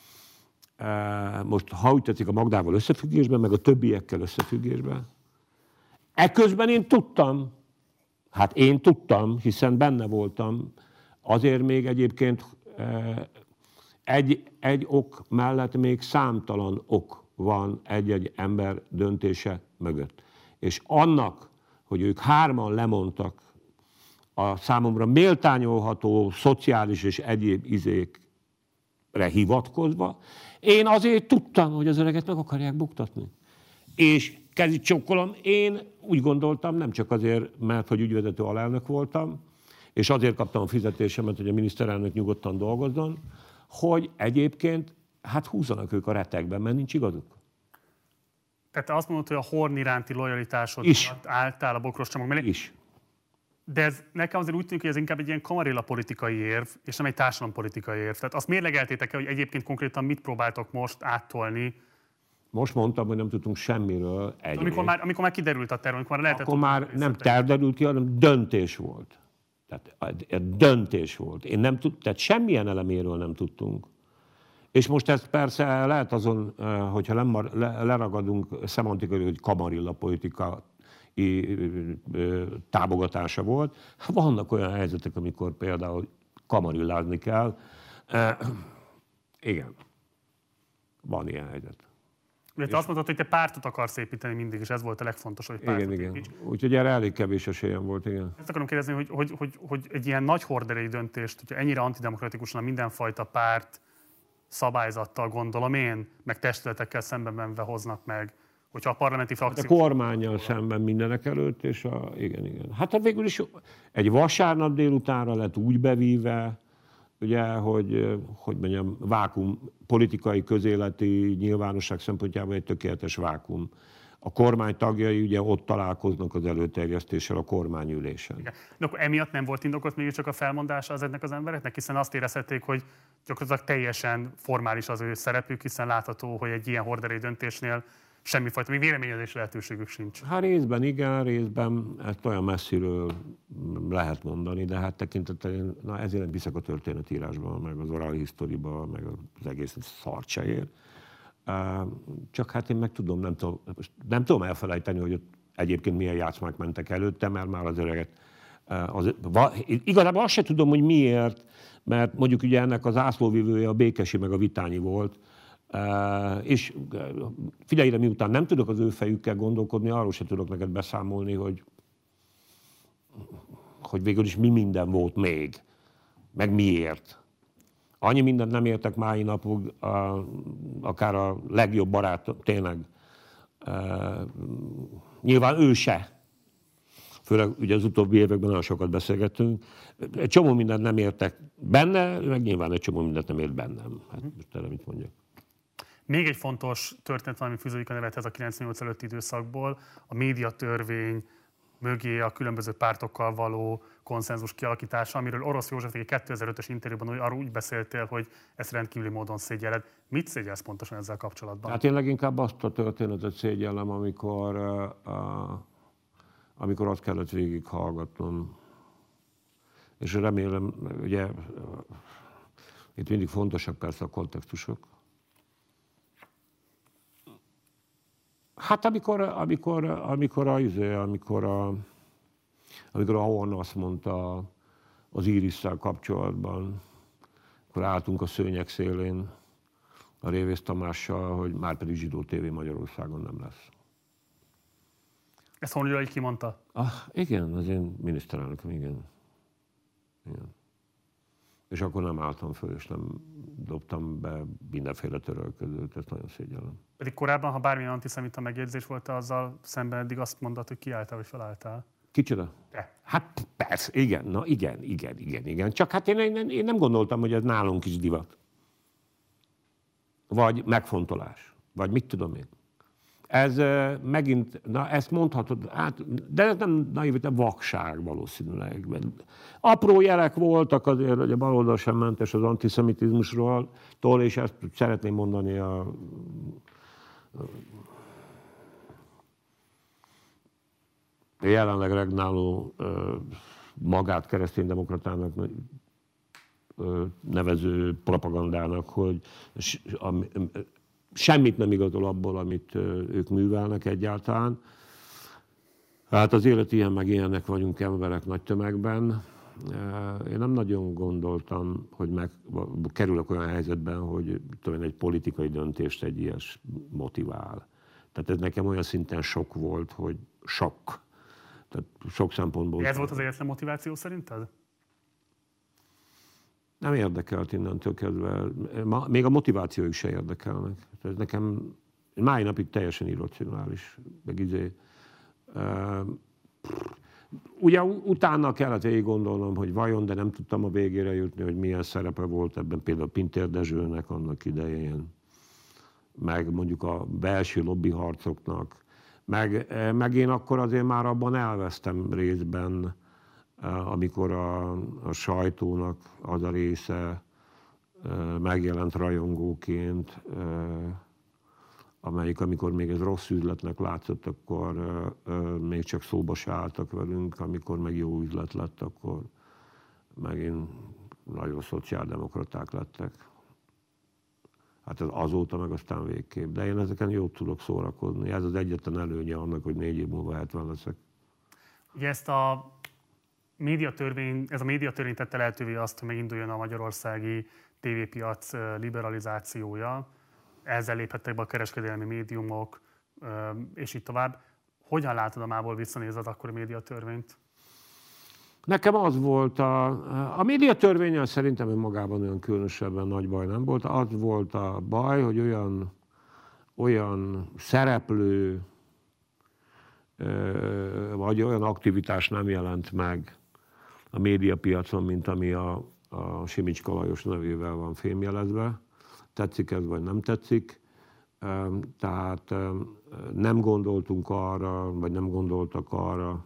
most ha úgy tetszik a Magdával összefüggésben, meg a többiekkel összefüggésben, eközben én tudtam, hát én tudtam, hiszen benne voltam, azért még egyébként egy, egy ok mellett még számtalan ok van egy-egy ember döntése mögött. És annak, hogy ők hárman lemondtak a számomra méltányolható szociális és egyéb izékre hivatkozva, én azért tudtam, hogy az öreget meg akarják buktatni. És kezit csókolom, én úgy gondoltam, nem csak azért, mert hogy ügyvezető alelnök voltam, és azért kaptam a fizetésemet, hogy a miniszterelnök nyugodtan dolgozzon, hogy egyébként hát húzzanak ők a retekben, mert nincs igazuk. Tehát te azt mondod, hogy a Horn iránti lojalitásod is. miatt álltál a bokros csomag mellé. Is. De ez nekem azért úgy tűnik, hogy ez inkább egy ilyen kamarilla politikai érv, és nem egy társadalompolitikai érv. Tehát azt mérlegeltétek el, hogy egyébként konkrétan mit próbáltok most áttolni? Most mondtam, hogy nem tudtunk semmiről egyrészt. Amikor már, amikor már kiderült a terv, amikor már lehetett... Akkor már nem terv derült ki, hanem döntés volt. Tehát döntés volt. Én nem tud, tehát semmilyen eleméről nem tudtunk. És most ez persze lehet azon, hogyha lemar, le, leragadunk szemantikai, hogy kamarilla politika támogatása volt. Vannak olyan helyzetek, amikor például kamarillázni kell. E, igen, van ilyen helyzet. Ugye te azt mondtad, hogy te pártot akarsz építeni mindig, és ez volt a legfontosabb, hogy pártot igen, építs. igen. Úgyhogy erre elég kevés esélyem volt, igen. Ezt akarom kérdezni, hogy, hogy, hogy, hogy egy ilyen nagy horderejű döntést, hogyha ennyire antidemokratikusan a mindenfajta párt szabályzattal, gondolom én, meg testületekkel szemben menve hoznak meg, hogyha a parlamenti frakció... A kormánnyal szemben mindenek előtt, és a... igen, igen. Hát végül is egy vasárnap délutánra lett úgy bevíve, ugye, hogy, hogy mondjam, vákum, politikai, közéleti nyilvánosság szempontjából egy tökéletes vákum. A kormány tagjai ugye ott találkoznak az előterjesztéssel a kormányülésen. Igen. De akkor emiatt nem volt indokolt mégiscsak a felmondása ezeknek az embereknek, hiszen azt érezhették, hogy gyakorlatilag teljesen formális az ő szerepük, hiszen látható, hogy egy ilyen horderejű döntésnél semmifajta, még véleményezési lehetőségük sincs. Hát részben igen, részben ezt olyan messziről lehet mondani, de hát tekintettel, na ezért nem viszek a történetírásban, meg az oral historyban, meg az egész szart se ér. Csak hát én meg tudom, nem tudom, nem tudom elfelejteni, hogy ott egyébként milyen játszmák mentek előtte, mert már az öreget... Az, igazából azt se tudom, hogy miért, mert mondjuk ugye ennek az zászlóvivője a Békesi meg a Vitányi volt, Uh, és figyelj ide, miután nem tudok az ő fejükkel gondolkodni, arról sem tudok neked beszámolni, hogy, hogy végül is mi minden volt még, meg miért. Annyi mindent nem értek mai napig, uh, akár a legjobb barát, tényleg. Uh, nyilván ő se. Főleg ugye az utóbbi években nagyon sokat beszélgettünk. Egy csomó mindent nem értek benne, meg nyilván egy csomó mindent nem ért bennem. Hát most erre mit mondjak. Még egy fontos történet valami fűződik a nevethez a kilencvennyolc előtti időszakból, a médiatörvény mögé a különböző pártokkal való konszenzus kialakítása, amiről Orosz József egy kétezer-ötös interjúban arról úgy beszéltél, hogy ezt rendkívüli módon szégyelled. Mit szégyelsz pontosan ezzel kapcsolatban? Hát én leginkább azt a történetet szégyellem, amikor, uh, amikor azt kellett végighallgatnom. És remélem, ugye, uh, itt mindig fontosak persze a kontextusok. Hát amikor, amikor, amikor, a, amikor, a, amikor a Horn azt mondta az Írisszel kapcsolatban, akkor álltunk a szőnyeg szélén a Révész Tamással, hogy már pedig zsidó tévé Magyarországon nem lesz. Ezt Horn Gyula így kimondta? Ah, igen, az én miniszterelnököm, igen. igen. És akkor nem álltam föl, és nem dobtam be mindenféle törölközőt, ezt nagyon szégyellem. Pedig korábban, ha bármilyen antiszemita megjegyzés volt, azzal szemben eddig azt mondtad, hogy kiálltál, vagy felálltál. Kicsoda? Te. Hát persze, igen, na igen, igen, igen, igen. Csak hát én, én, én nem gondoltam, hogy ez nálunk is divat. Vagy megfontolás. Vagy mit tudom én. Ez megint, na ezt mondhatod, hát, de ez nem naivitás, vakság valószínűleg. Apró jelek voltak azért, hogy a baloldal sem mentes az antiszemitizmusról, és ezt szeretném mondani a, a jelenleg regnáló magát kereszténydemokratának nevező propagandának, hogy semmit nem igazol abból, amit ők művelnek egyáltalán. Hát az élet ilyen meg ilyenek vagyunk emberek nagy tömegben. Én nem nagyon gondoltam, hogy meg, kerülök olyan helyzetben, hogy tudom, egy politikai döntést egy ilyes motivál. Tehát ez nekem olyan szinten sok volt, hogy sok. Tehát sok szempontból. Ez volt az egyetlen motiváció szerinted? Nem érdekelt innentől kezdve. Ma, még a motivációik se érdekelnek. Ez nekem mai napig teljesen irracionális. Meg izé. Uh, ugye utána kellett végig gondolnom, hogy vajon, de nem tudtam a végére jutni, hogy milyen szerepe volt ebben például Pintér Dezsőnek annak idején. meg mondjuk a belső lobbyharcoknak, meg, meg én akkor azért már abban elvesztem részben, amikor a, a sajtónak az a része megjelent rajongóként, amelyik, amikor még ez rossz üzletnek látszott, akkor még csak szóba se álltak velünk, amikor meg jó üzlet lett, akkor megint nagyon szociáldemokraták lettek. Hát ez azóta meg aztán végképp. De én ezeken jót tudok szórakozni. Ez az egyetlen előnye annak, hogy négy év múlva hetven leszek. Ugye ezt a médiatörvény, ez a médiatörvény tette lehetővé azt, hogy meginduljon a magyarországi tévépiac liberalizációja. Ezzel léphettek be a kereskedelmi médiumok, és így tovább. Hogyan látod a mából visszanézed akkor a médiatörvényt? Nekem az volt, a, a médiatörvénnyel szerintem önmagában olyan különösebben nagy baj nem volt. Az volt a baj, hogy olyan, olyan szereplő, vagy olyan aktivitás nem jelent meg a médiapiacon, mint ami a, a Simicska Lajos nevével van fémjelezve. Tetszik ez, vagy nem tetszik. Tehát nem gondoltunk arra, vagy nem gondoltak arra,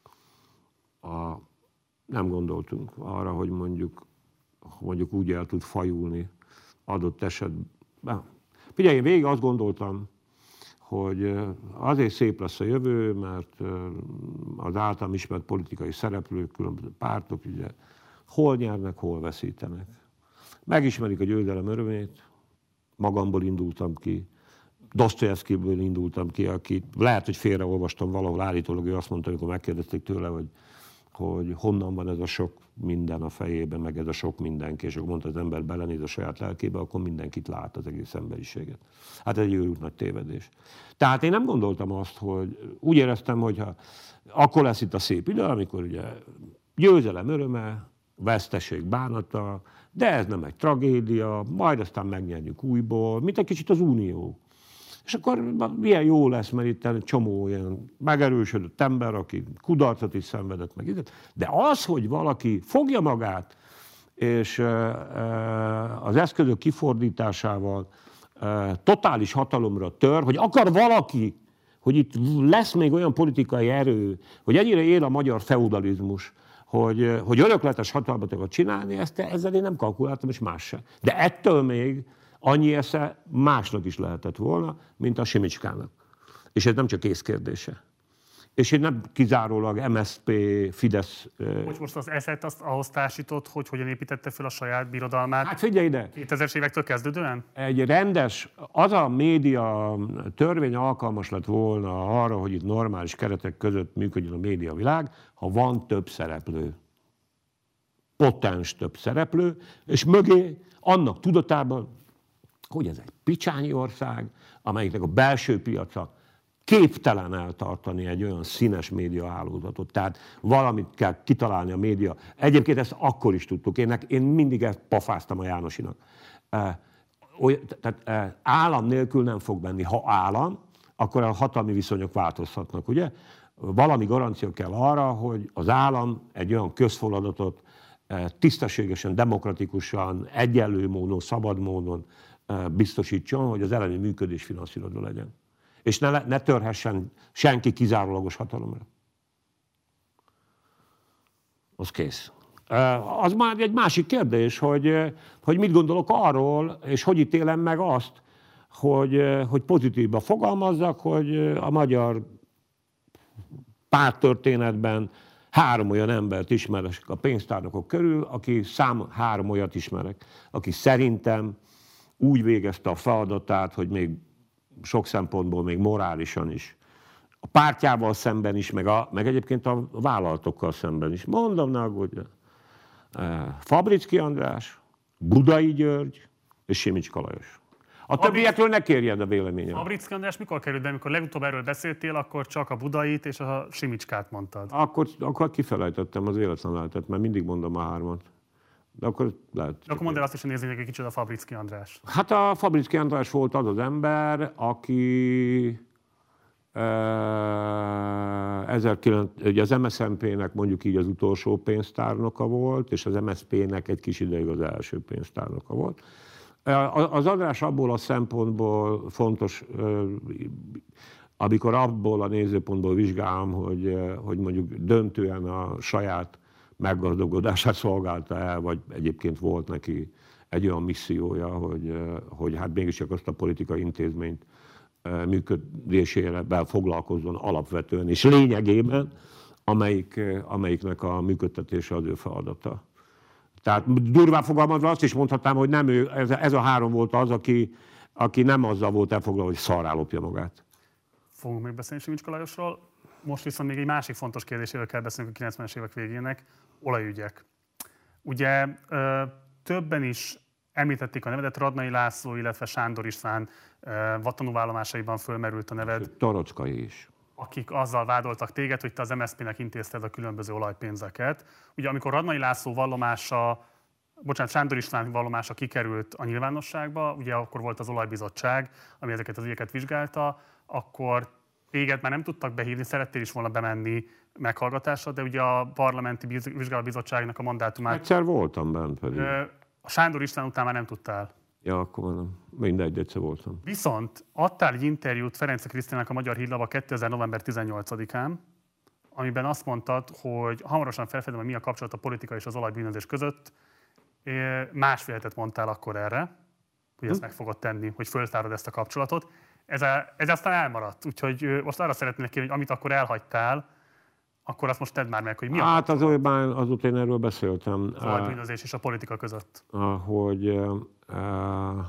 a, nem gondoltunk arra, hogy mondjuk, mondjuk úgy el tud fajulni adott esetben. Figyelj, én végig azt gondoltam, hogy azért szép lesz a jövő, mert az általam ismert politikai szereplők, különböző pártok, ugye, hol nyernek, hol veszítenek. Megismerik a győzelem örömét, magamból indultam ki, Dostoyevskijből indultam ki, akit lehet, hogy félreolvastam valahol, állítólag ő azt mondta, amikor megkérdezték tőle, hogy, hogy honnan van ez a sok minden a fejében, meg ez a sok mindenki, és akkor mondta, az ember belenéz a saját lelkébe, akkor mindenkit lát, az egész emberiséget. Hát ez egy őrült nagy tévedés. Tehát én nem gondoltam azt, hogy úgy éreztem, hogy ha, akkor lesz itt a szép idő, amikor ugye győzelem öröme, veszteség bánata, de ez nem egy tragédia, majd aztán megnyerjük újból, mint egy kicsit az Unió. És akkor milyen jó lesz, mert itt egy csomó ilyen megerősödött ember, aki kudarcot is szenvedett meg. De az, hogy valaki fogja magát, és az eszközök kifordításával totális hatalomra tör, hogy akar valaki, hogy itt lesz még olyan politikai erő, hogy ennyire él a magyar feudalizmus, hogy, hogy örökletes hatalmat akar csinálni, ezt, ezzel én nem kalkuláltam, és más sem. De ettől még annyi esze másnak is lehetett volna, mint a Simicskának. És ez nem csak észkérdése. És én nem kizárólag em es zé pé, Fidesz... Hogy most az eszet azt ahhoz társított, hogy hogyan építette fel a saját birodalmát? Hát figyelj ide! kétezres évektől kezdődően? Egy rendes, az a média törvény alkalmas lett volna arra, hogy itt normális keretek között működjön a médiavilág, ha van több szereplő. Potens több szereplő, és mögé annak tudatában, hogy ez egy picsányi ország, amelyiknek a belső piaca képtelen eltartani egy olyan színes médiahálózatot. Tehát valamit kell kitalálni a média. Egyébként ezt akkor is tudtuk. Én, én mindig ezt pafáztam a Jánosinak. Tehát állam nélkül nem fog menni. Ha állam, akkor a hatalmi viszonyok változhatnak, ugye? Valami garancia kell arra, hogy az állam egy olyan közfeladatot tisztességesen, demokratikusan, egyenlő módon, szabad módon biztosítson, hogy az elemi működés finanszírozva legyen. És ne, ne törhessen senki kizárólagos hatalomra. Az kész. Az már egy másik kérdés, hogy, hogy mit gondolok arról, és hogy ítélem meg azt, hogy, hogy pozitívban fogalmazzak, hogy a magyar párttörténetben három olyan embert ismerek a pénztárnokok körül, aki szám, három olyat ismerek, aki szerintem úgy végezte a feladatát, hogy még sok szempontból még morálisan is. A pártjával szemben is, meg, a, meg egyébként a vállalatokkal szemben is. Mondom, ne aggódj. Fabricki András, Budai György és Simicska Lajos. A többiekről ne kérjed a véleményem. Fabricki András mikor került be? Amikor legutóbb erről beszéltél, akkor csak a Budait és a Simicskát mondtad. Akkor, akkor kifelejtettem, az életlen lehetett, mert mindig mondom a hármat. De akkor lehet. De akkor mondd el azt is, hogy nézzék egy kicsit a Fabricki András. Hát a Fabricki András volt az az ember, aki ezerkilencszáz, ugye az em es zé en pé-nek mondjuk így az utolsó pénztárnoka volt, és az em es zé pé-nek egy kis ideig az első pénztárnoka volt. Az András abból a szempontból fontos, amikor abból a nézőpontból vizsgálom, hogy, hogy mondjuk döntően a saját meggazdagodását szolgálta el, vagy egyébként volt neki egy olyan missziója, hogy, hogy hát mégiscsak azt a politikai intézményt működésével foglalkozzon alapvetően és lényegében, amelyik, amelyiknek a működtetése az ő feladata. Tehát durván fogalmazva azt is mondhatnám, hogy nem ő, ez, ez a három volt az, aki, aki nem azzal volt elfoglalva, hogy szarrá lopja magát. Fogunk még beszélni Simics Lajosról. Most viszont még egy másik fontos kérdéséről kell beszélnünk a kilencvenes évek végének, olajügyek. Ugye ö, többen is említették a nevedet, Radnai László, illetve Sándor István tanúvállomásaiban fölmerült a neved. Torockai is. Akik azzal vádoltak téged, hogy te az em es zé pé-nek intézted a különböző olajpénzeket. Ugye amikor Radnai László vallomása, bocsánat, Sándor István vallomása kikerült a nyilvánosságba, ugye akkor volt az olajbizottság, ami ezeket az ügyeket vizsgálta, akkor téged már nem tudtak behívni, szerettél is volna bemenni meghallgatásra, de ugye a parlamenti vizsgálóbizottságnak a mandátumát... Egyszer voltam bent pedig. A Sándor István után már nem tudtál. Ja, akkor nem. Mindegy, egyszer voltam. Viszont adtál egy interjút Ferenc Krisztinának a Magyar Hírlapba kétezer november tizennyolcadikán, amiben azt mondtad, hogy hamarosan felfedem, hogy mi a kapcsolat a politika és az olajbűnözés között. Másfél hetet mondtál akkor erre, hogy ezt hm. meg fogod tenni, hogy föltárod ezt a kapcsolatot. Ez, a, ez aztán elmaradt, úgyhogy most arra szeretnék kérni, hogy amit akkor elhagytál, akkor azt most tedd már meg, hogy mi a Hát az olyan, azóta én erről beszéltem. Az olajbűnözés és a politika között. Hogy uh,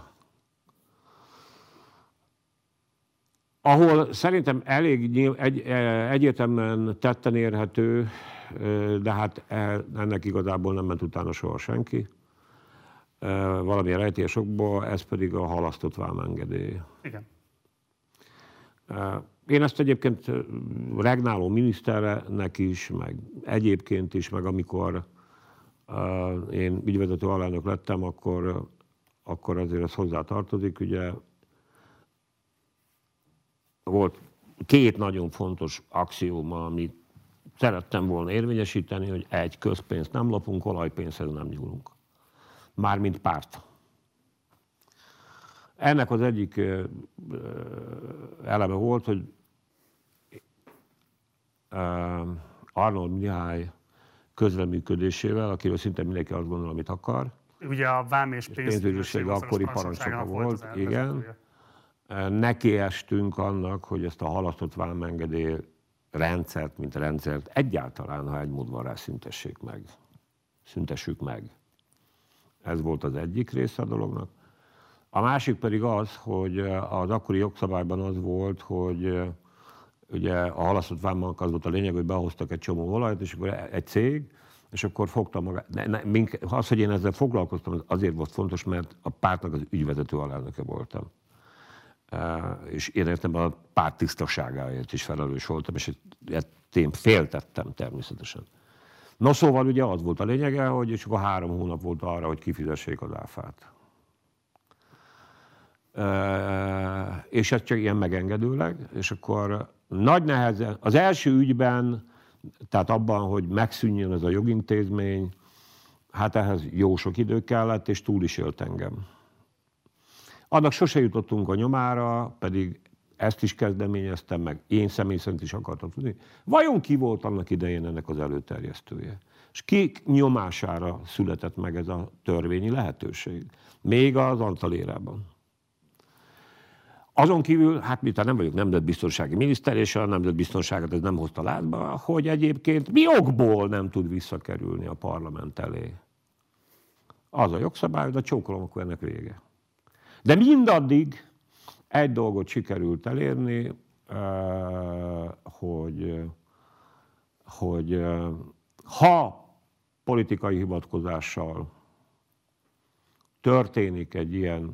ahol szerintem elég egy, egyértelműen tetten érhető, de hát ennek igazából nem ment utána soha senki, valamilyen rejtélyes okból, ez pedig a halasztott vámengedély. Igen. Én ezt egyébként regnáló miniszternek is, meg egyébként is, meg amikor uh, én ügyvezető alelnök lettem, akkor, akkor azért ez hozzá tartozik. Ugye volt két nagyon fontos axióma, amit szerettem volna érvényesíteni, hogy egy, közpénzt nem lopunk, olajpénzhez nem nyúlunk. Mármint párt. Ennek az egyik eleme volt, hogy Arnold Mihály közreműködésével, akiről szinte mindenki azt gondol, amit akar. Ugye a vám és pénzügyesség akkori parancsnoka volt, igen. Nekiestünk annak, hogy ezt a halasztott vámengedély rendszert, mint rendszert egyáltalán, ha egy mód van rá, szüntessék meg. Szüntessük meg. Ez volt az egyik része a dolognak. A másik pedig az, hogy az akkori jogszabályban az volt, hogy ugye a halasztott vámnak az volt a lényeg, hogy behoztak egy csomó olajat, és akkor egy cég, és akkor fogta magát. Ne, ne, mink, az, hogy én ezzel foglalkoztam, azért volt fontos, mert a pártnak az ügyvezető alelnöke voltam. És én értem, a párt tisztaságáért is felelős voltam, és én féltettem természetesen. No, szóval ugye az volt a lényege, hogy és akkor három hónap volt arra, hogy kifizessék az áfát. Uh, és ez csak ilyen megengedőleg, és akkor nagy nehezen, az első ügyben, tehát abban, hogy megszűnjön ez a jogintézmény, hát ehhez jó sok idő kellett, és túl is élt engem. Annak sose jutottunk a nyomára, pedig ezt is kezdeményeztem, meg én személy szerint is akartam tudni. Vajon ki volt annak idején ennek az előterjesztője? És ki nyomására született meg ez a törvényi lehetőség? Még az Antal érában. Azon kívül, hát miután nem vagyok nemzetbiztonsági miniszter, és a nemzetbiztonságot ez nem hozta látba, hogy egyébként mi okból nem tud visszakerülni a parlament elé. Az a jogszabály, de csókolom, akkor ennek vége. De mindaddig egy dolgot sikerült elérni, hogy, hogy ha politikai hivatkozással történik egy ilyen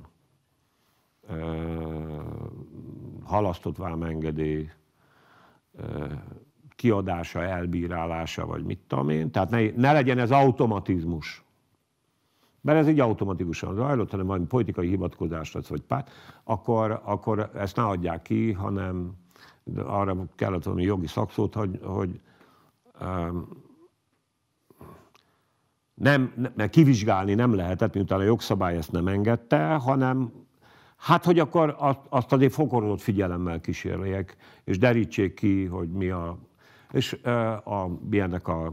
halasztott vámengedély kiadása, elbírálása, vagy mit tudom én. Tehát ne, ne legyen ez automatizmus. Mert ez így automatikusan zajlott, hanem valami politikai hivatkozás lesz, vagy párt, akkor, akkor ezt ne adják ki, hanem arra kellett valami jogi szakszót, hogy, hogy um, nem, mert kivizsgálni nem lehetett, miután a jogszabály ezt nem engedte, hanem hát, hogy akkor azt azért fokozott figyelemmel kísérjék, és derítsék ki, hogy mi a, és a, milyennek a,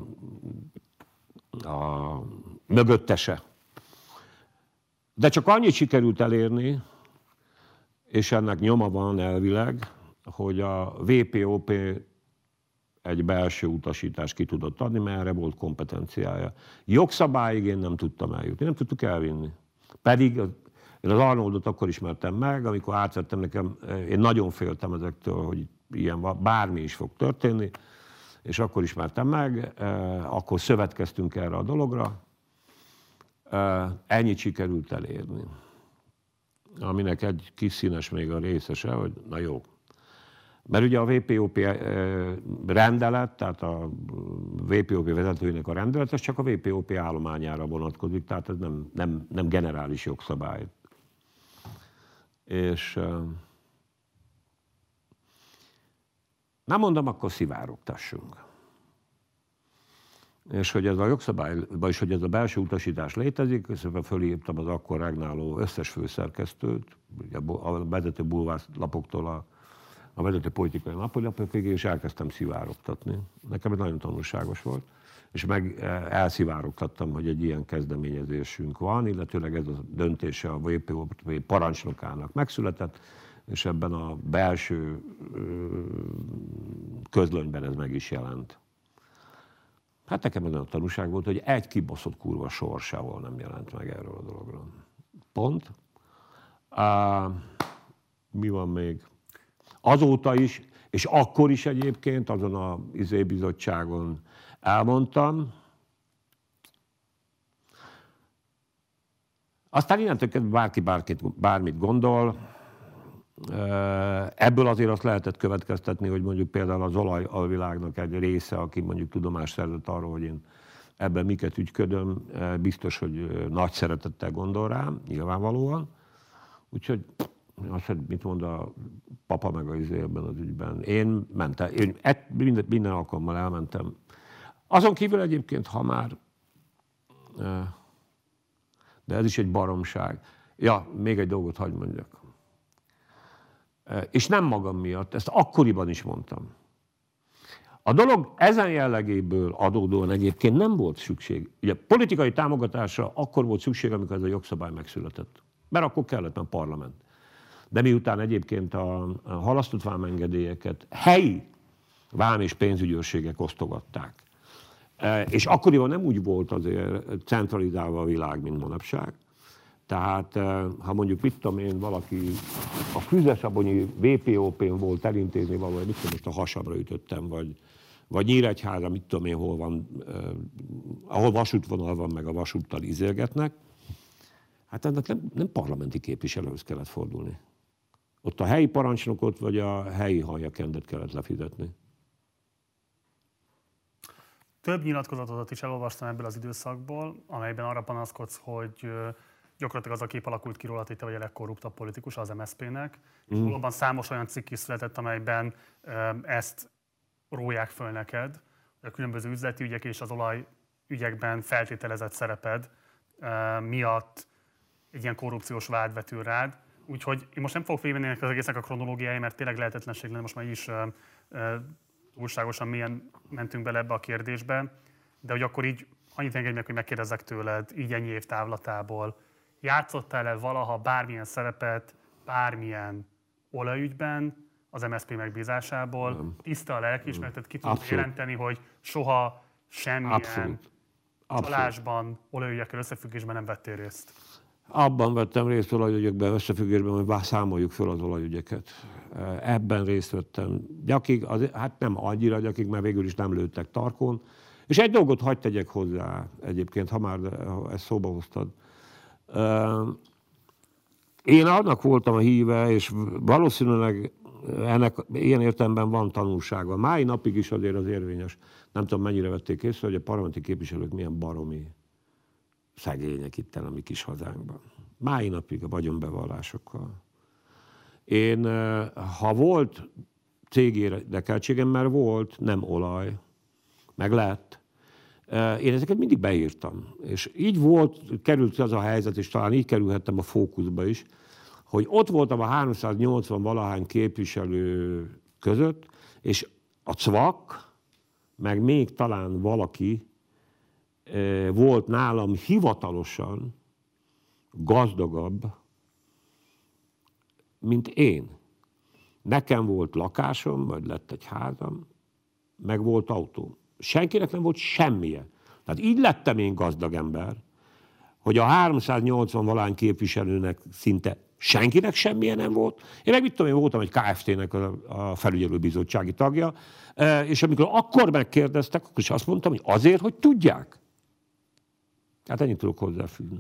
a mögöttese. De csak annyit sikerült elérni, és ennek nyoma van elvileg, hogy a vé pé o pé egy belső utasítást ki tudott adni, mert erre volt kompetenciája. Jogszabályig én nem tudtam eljutni, nem tudtuk elvinni. Pedig én az Arnoldot akkor ismertem meg, amikor átvettem nekem, én nagyon féltem ezektől, hogy ilyen van, bármi is fog történni, és akkor ismertem meg, akkor szövetkeztünk erre a dologra, ennyit sikerült elérni. Aminek egy kis színes még a részese, hogy na jó. Mert ugye a vé pé o pé rendelet, tehát a vé pé o pé vezetőinek a rendelet, ez csak a vé pé o pé állományára vonatkozik, tehát ez nem, nem, nem generális jogszabály. És nem mondom, akkor szivárogtassunk. És hogy ez a jogszabály, vagyis hogy ez a belső utasítás létezik, szóval fölírtam az akkor regnáló összes főszerkesztőt, a vezető bulvárlapoktól a, a vezető politikai napilapokig, és elkezdtem szivárogtatni. Nekem ez nagyon tanulságos volt, és meg elszivárogtattam, hogy egy ilyen kezdeményezésünk van, illetőleg ez a döntése a vé pé o pé parancsnokának megszületett, és ebben a belső közlönyben ez meg is jelent. Hát nekem ez a tanúság volt, hogy egy kibaszott kurva sor sehol nem jelent meg erről a dologról. Pont. Uh, mi van még? Azóta is, és akkor is egyébként azon a izé bizottságon elmondtam. Aztán innentől kezdve bárki bárkit, bármit gondol. Ebből azért azt lehetett következtetni, hogy mondjuk például az olajvilágnak egy része, aki mondjuk tudomást szerzett arról, hogy én ebben miket ügyködöm, biztos, hogy nagy szeretettel gondol rám, nyilvánvalóan. Úgyhogy azt, hogy mit mond a papa meg az izé ebben az ügyben. Én mentem, én minden, minden alkalommal elmentem. Azon kívül egyébként, ha már, de ez is egy baromság. Ja, még egy dolgot hadd mondjak. És nem magam miatt, ezt akkoriban is mondtam. A dolog ezen jellegéből adódóan egyébként nem volt szükség. Ugye politikai támogatásra akkor volt szükség, amikor ez a jogszabály megszületett. Mert akkor kellett a parlament. De miután egyébként a halasztott vámengedélyeket helyi vám- és pénzügyőrségek osztogatták. És akkoriban nem úgy volt azért centralizálva a világ, mint manapság. Tehát, ha mondjuk, mit tudom én, valaki a Füzesabonyi vé pé o pén volt elintézni valami, mit tudom, most a hasamra ütöttem, vagy, vagy Nyíregyháza, mit tudom én, hol van, eh, ahol vasútvonal van, meg a vasúttal izélgetnek, hát ennek nem, nem parlamenti képviselőhöz kellett fordulni. Ott a helyi parancsnokot, vagy a helyi hajakendet kellett lefizetni. Több nyilatkozatot is elolvastam ebből az időszakból, amelyben arra panaszkodsz, hogy gyakorlatilag az a kép alakult ki róla, hogy te vagy a legkorruptabb politikus az em es zé pének. Mm. És valóban számos olyan cikk is született, amelyben ezt róják föl neked, hogy a különböző üzleti ügyek és az olajügyekben feltételezett szereped miatt egy ilyen korrupciós vád vetül rád. Úgyhogy én most nem fogok végigmenni az egésznek a kronológiája, mert tényleg lehetetlenség lenne, most már is túlságosan mélyen mentünk bele ebbe a kérdésbe, de hogy akkor így annyit engedj meg, hogy megkérdezzek tőled, így ennyi év távlatából, játszottál-e valaha bármilyen szerepet, bármilyen olajügyben az em es zé pé megbízásából? Nem. Tiszta a lelkiismeretet, ki tudod jelenteni, hogy soha semmilyen Abszolút. Abszolút. csalásban, olajügyekkel összefüggésben nem vettél részt? Abban vettem részt olajügyekben, összefüggésben, hogy számoljuk föl az olajügyeket. Ebben részt vettem. Gyakig, az, hát nem annyira gyakig, mert végül is nem lőttek tarkón. És egy dolgot hadd tegyek hozzá egyébként, ha már ezt szóba hoztad. Én annak voltam a híve, és valószínűleg ennek ilyen értelemben van tanulsága. Mai napig is azért az érvényes. Nem tudom, mennyire vették észre, hogy a parlamenti képviselők milyen baromi szegények itt a mi kis hazánkban. Mai napig a vagyonbevallásokkal. Én, ha volt cégi érdekeltségem, mert volt, nem olaj, meg lett, Én ezeket mindig beírtam. És így volt, került az a helyzet, és talán így kerülhettem a fókuszba is, hogy ott voltam a háromszáznyolcvan valahány képviselő között, és a cvak, meg még talán valaki volt nálam hivatalosan gazdagabb, mint én. Nekem volt lakásom, vagy lett egy házam, meg volt autóm. Senkinek nem volt semmije. Tehát így lettem én gazdag ember, hogy a háromszáznyolcvan valahány képviselőnek szinte senkinek semmije nem volt. Én meg mit tudom, én voltam egy ká ef té-nek a, a felügyelőbizottsági tagja, és amikor akkor megkérdeztek, akkor is azt mondtam, hogy azért, hogy tudják. Hát ennyit tudok hozzáfűzni.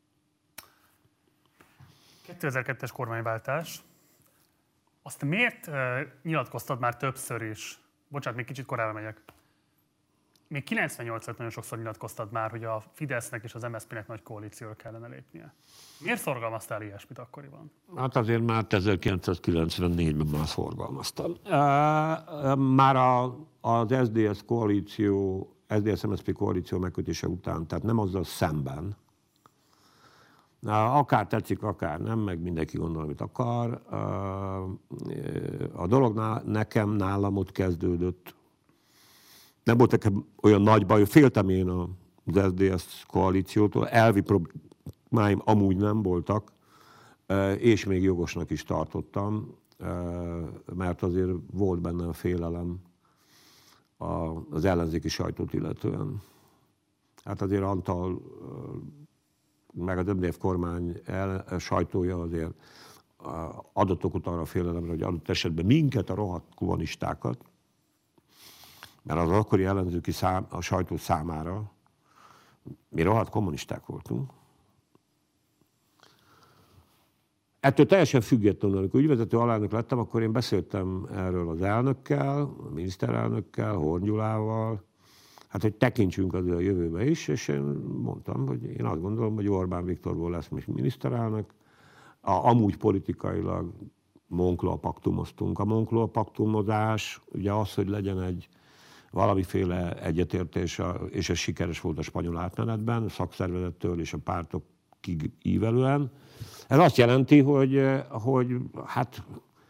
kétezer-kettes kormányváltás. Azt miért uh, nyilatkoztad már többször is? Bocsánat, még kicsit korábban megyek. Még kilencvennyolc nagyon sokszor nyilatkoztad már, hogy a Fidesznek és az em es zé pének nagy koalícióra kellene lépnie. Miért szorgalmaztál ilyesmit akkoriban? Hát azért már ezerkilencszázkilencvennégyben már szorgalmaztam. Már a, az es zé dé es koalíció, es zé dé es-em es zé pé koalíció megkötése után, tehát nem azzal szemben, akár tetszik, akár nem, meg mindenki gondol, amit akar. A dolog nekem, nálam ott kezdődött. Nem volt nekem olyan nagy baj, féltem én az es zé dé es koalíciótól, elvi problémáim amúgy nem voltak, és még jogosnak is tartottam, mert azért volt bennem félelem az ellenzéki sajtót illetően. Hát azért Antal, meg az em dé ef kormány el, sajtója azért adott okot arra a félelemre, hogy adott esetben minket, a rohadt kommunistákat, mert az akkori ellenzőki szám, a sajtó számára mi rohadt kommunisták voltunk. Ettől teljesen függetlenül, amikor ügyvezető alelnök lettem, akkor én beszéltem erről az elnökkel, a miniszterelnökkel, Horn Gyulával, hát hogy tekintsünk azért a jövőbe is, és én mondtam, hogy én azt gondolom, hogy Orbán Viktorból lesz még miniszterelnök. A, amúgy politikailag Moncloa paktumoztunk. A Moncloa paktumozás, ugye az, hogy legyen egy valamiféle egyetértés, és ez sikeres volt a spanyol átmenetben, a szakszervezettől és a pártokig ívelően. Ez azt jelenti, hogy, hogy hát...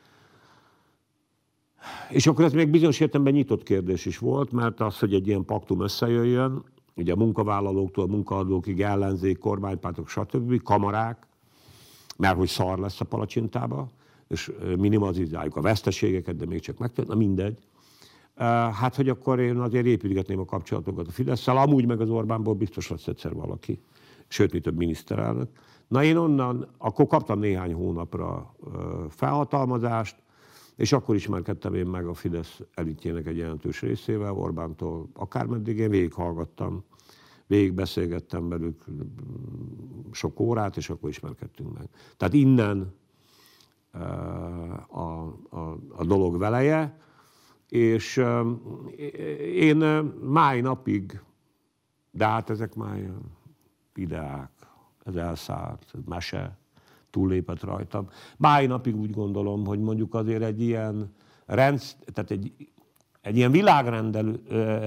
És akkor ez még bizonyos értelemben nyitott kérdés is volt, mert az, hogy egy ilyen paktum összejöjjön, ugye a munkavállalóktól a munkaadókig, ellenzék, kormánypártok, stb., kamarák, mert hogy szar lesz a palacsintába, és minimalizáljuk a veszteségeket, de még csak megtört, na mindegy. Hát, hogy akkor én azért építgetném a kapcsolatokat a Fidesszel, amúgy meg az Orbánból biztos lesz egyszer valaki, sőt, mi több miniszterelnök. Na én onnan, akkor kaptam néhány hónapra felhatalmazást, és akkor ismerkedtem én meg a Fidesz elitjének egy jelentős részével, Orbántól akármeddig, én végighallgattam, végigbeszélgettem velük sok órát, és akkor ismerkedtünk meg. Tehát innen a, a, a dolog veleje, és én máj napig, de hát ezek már ideák, ez elszállt, ez mese, túllépett rajtam. Máj napig úgy gondolom, hogy mondjuk azért egy ilyen rendsz, tehát egy, egy ilyen világrendelő,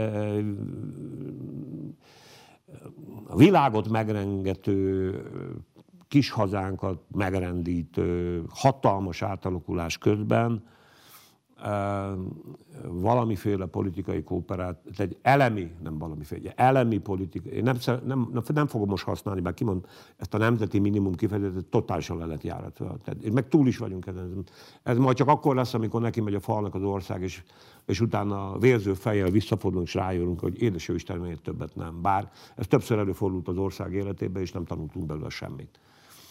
a világot megrengető, kis hazánkat megrendítő, hatalmas átalakulás közben valamiféle politikai kooperáció, egy elemi, nem valamiféle, elemi politikai, én nem, nem, nem fogom most használni, bár kimond, ezt a nemzeti minimum kifejezetet totálisan le lett járatva. Tehát, meg túl is vagyunk ezen. Ez majd csak akkor lesz, amikor neki megy a falnak az ország, és, és utána vérző fejjel visszafordulunk, és rájövünk, hogy édes jó Isten, miért többet nem. Bár ez többször előfordult az ország életében, és nem tanultunk belőle semmit.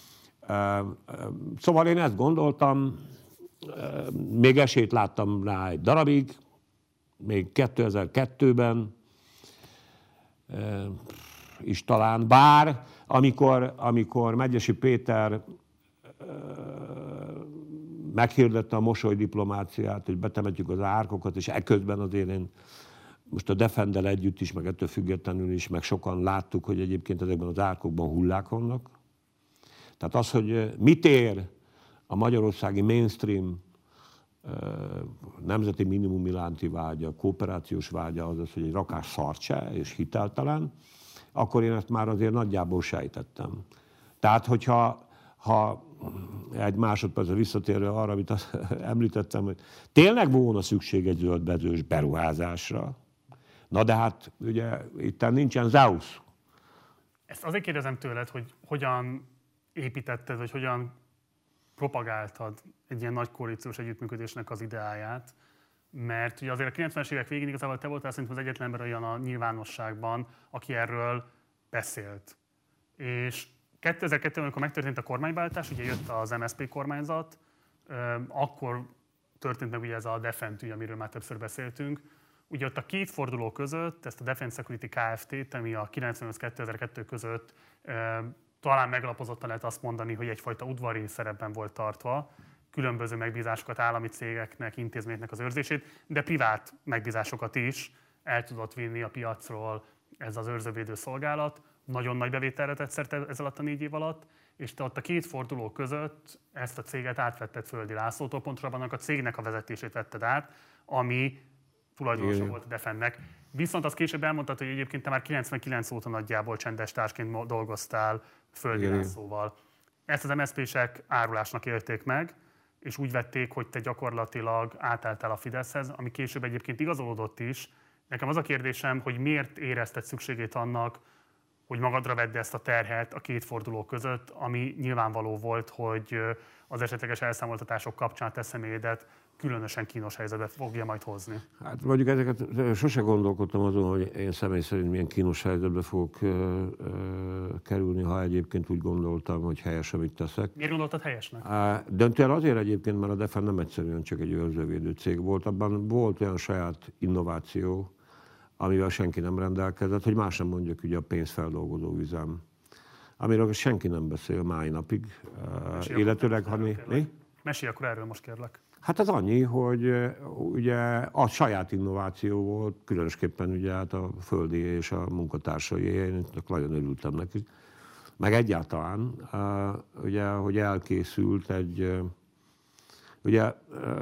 Szóval én ezt gondoltam, még esélyt láttam rá egy darabig, még kétezer-kettőben is talán, bár amikor, amikor Medgyessy Péter meghirdette a mosolydiplomáciát, hogy betemetjük az árkokat, és eközben azért én most a Defendel együtt is, meg ettől függetlenül is, meg sokan láttuk, hogy egyébként ezekben az árkokban hullák vannak. Tehát az, hogy mit ér a magyarországi mainstream nemzeti minimum iránti vágya, kooperációs vágya az az, hogy egy rakás szarcse és hiteltelen, akkor én ezt már azért nagyjából sejtettem. Tehát, hogyha ha egy másodpercre visszatérve arra, amit azt említettem, hogy tényleg volna szükség egy zöldmezős beruházásra, na de hát ugye itt nincsen Zeus. Ezt azért kérdezem tőled, hogy hogyan építetted, vagy hogyan propagáltad egy ilyen nagy koalíciós együttműködésnek az ideáját, mert ugye azért a kilencvenes évek végén igazából te voltál szerintem az egyetlen ember olyan a nyilvánosságban, aki erről beszélt. És kétezer-kettőben, amikor megtörtént a kormányváltás, ugye jött az em es zé pé kormányzat, akkor történt meg ugye ez a Defent ügy, amiről már többször beszéltünk. Ugye ott a két forduló között, ezt a Defense Security Kft-t, ami a kilencvennyolc-kétezer-kettő között talán megalapozottan lehet azt mondani, hogy egyfajta udvari szerepben volt tartva, különböző megbízásokat állami cégeknek, intézményeknek az őrzését, de privát megbízásokat is el tudott vinni a piacról ez az őrzővédő szolgálat. Nagyon nagy bevételre tett szert ez alatt a négy év alatt, és te ott a két forduló között ezt a céget átvetted Földi Lászlótól, pontosabban annak a cégnek a vezetését vetted át, ami tulajdonosa volt a Defennek. Viszont azt később elmondtad, hogy egyébként te már kilencvenkilenc óta nagyjából csendes társként dolgoztál Földi Lászlóval. Ezt az em es zé pések árulásnak élték meg, és úgy vették, hogy te gyakorlatilag átálltál a Fideszhez, ami később egyébként igazolódott is. Nekem az a kérdésem, hogy miért érezted szükségét annak, hogy magadra vedd ezt a terhet a két forduló között, ami nyilvánvaló volt, hogy az esetleges elszámoltatások kapcsán te személyedet különösen kínos helyzetbe fogja majd hozni. Hát mondjuk ezeket sose gondolkodtam azon, hogy én személy szerint milyen kínos helyzetbe fogok ö, ö, kerülni, ha egyébként úgy gondoltam, hogy helyes, amit teszek. Miért gondoltad helyesnek? Döntően azért egyébként, mert a Defend nem egyszerűen csak egy őrzővédő cég volt, abban volt olyan saját innováció, amivel senki nem rendelkezett, hogy más nem mondjuk ugye a pénzfeldolgozó üzem, amiről senki nem beszél mai napig, Mesélj illetőleg, ha mi? mi? Mesélj akkor erről most, kérlek. Hát az annyi, hogy ugye a saját innováció volt, különösképpen ugye hát a Földi és a munkatársai, én nagyon örültem nekik. Meg egyáltalán, ugye, hogy elkészült egy, ugye,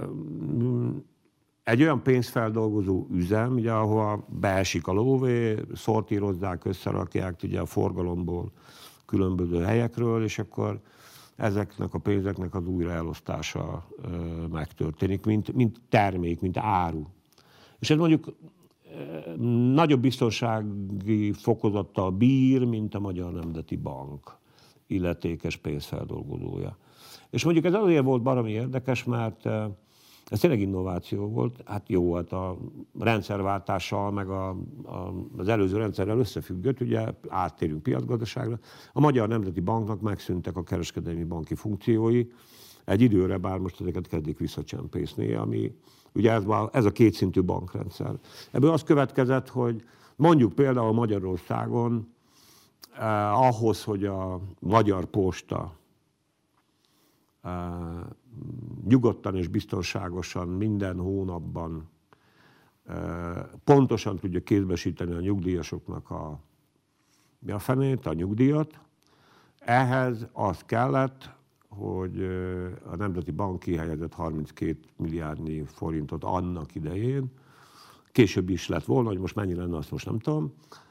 egy olyan pénzfeldolgozó üzem, ugye, ahova beesik a lóvé, szortírozzák, összerakják ugye, a forgalomból különböző helyekről, és akkor ezeknek a pénzeknek az újraelosztása ö, megtörténik, mint, mint termék, mint áru. És ez mondjuk ö, nagyobb biztonsági fokozattal bír, mint a Magyar Nemzeti Bank illetékes pénzfeldolgozója. És mondjuk ez azért volt baromi érdekes, mert ö, ez tényleg innováció volt. Hát jó, hát a rendszerváltással, meg a, a, az előző rendszerrel összefüggött, ugye áttérünk piacgazdaságra. A Magyar Nemzeti Banknak megszűntek a kereskedelmi banki funkciói egy időre, bár most ezeket kezdik visszacsempészni, ami ugye ez, ez a kétszintű bankrendszer. Ebből az következett, hogy mondjuk például Magyarországon eh, ahhoz, hogy a Magyar Posta eh, nyugodtan és biztonságosan minden hónapban pontosan tudja kézbesíteni a nyugdíjasoknak a, mi a fenét, a nyugdíjat. Ehhez az kellett, hogy a Nemzeti Bank kihelyezett harminckét milliárdnyi forintot annak idején, később is lett volna, hogy most mennyi lenne, azt most nem tudom,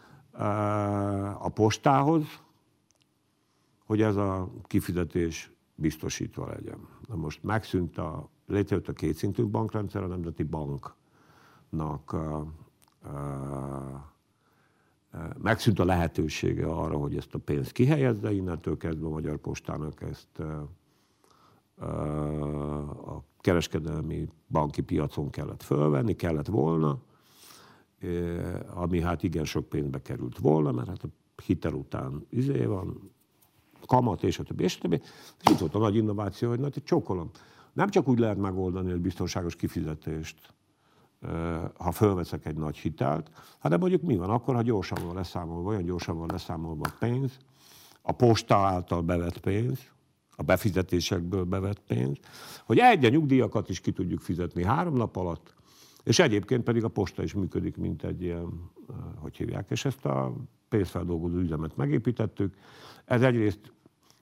a postához, hogy ez a kifizetés biztosítva legyen. Na most megszűnt a, létrejött a kétszintű bankrendszer, a Nemzeti Banknak a, a, a, megszűnt a lehetősége arra, hogy ezt a pénzt kihelyezze, innentől kezdve a Magyar Postának ezt a, a, a kereskedelmi banki piacon kellett fölvenni, kellett volna, ami hát igen sok pénzbe került volna, mert hát a hitel után izé van, kamat, és a többi, és a többi. És itt volt a nagy innováció, hogy na, csókolom. Nem csak úgy lehet megoldani egy biztonságos kifizetést, ha fölveszek egy nagy hitelt, hanem mondjuk mi van akkor, ha gyorsan van leszámolva, olyan gyorsan van leszámolva a pénz, a posta által bevett pénz, a befizetésekből bevett pénz, hogy egy nyugdíjakat is ki tudjuk fizetni három nap alatt, és egyébként pedig a posta is működik, mint egy ilyen, hogy hívják, és ezt a pénzfeldolgozó üzemet megépítettük. Ez egyrészt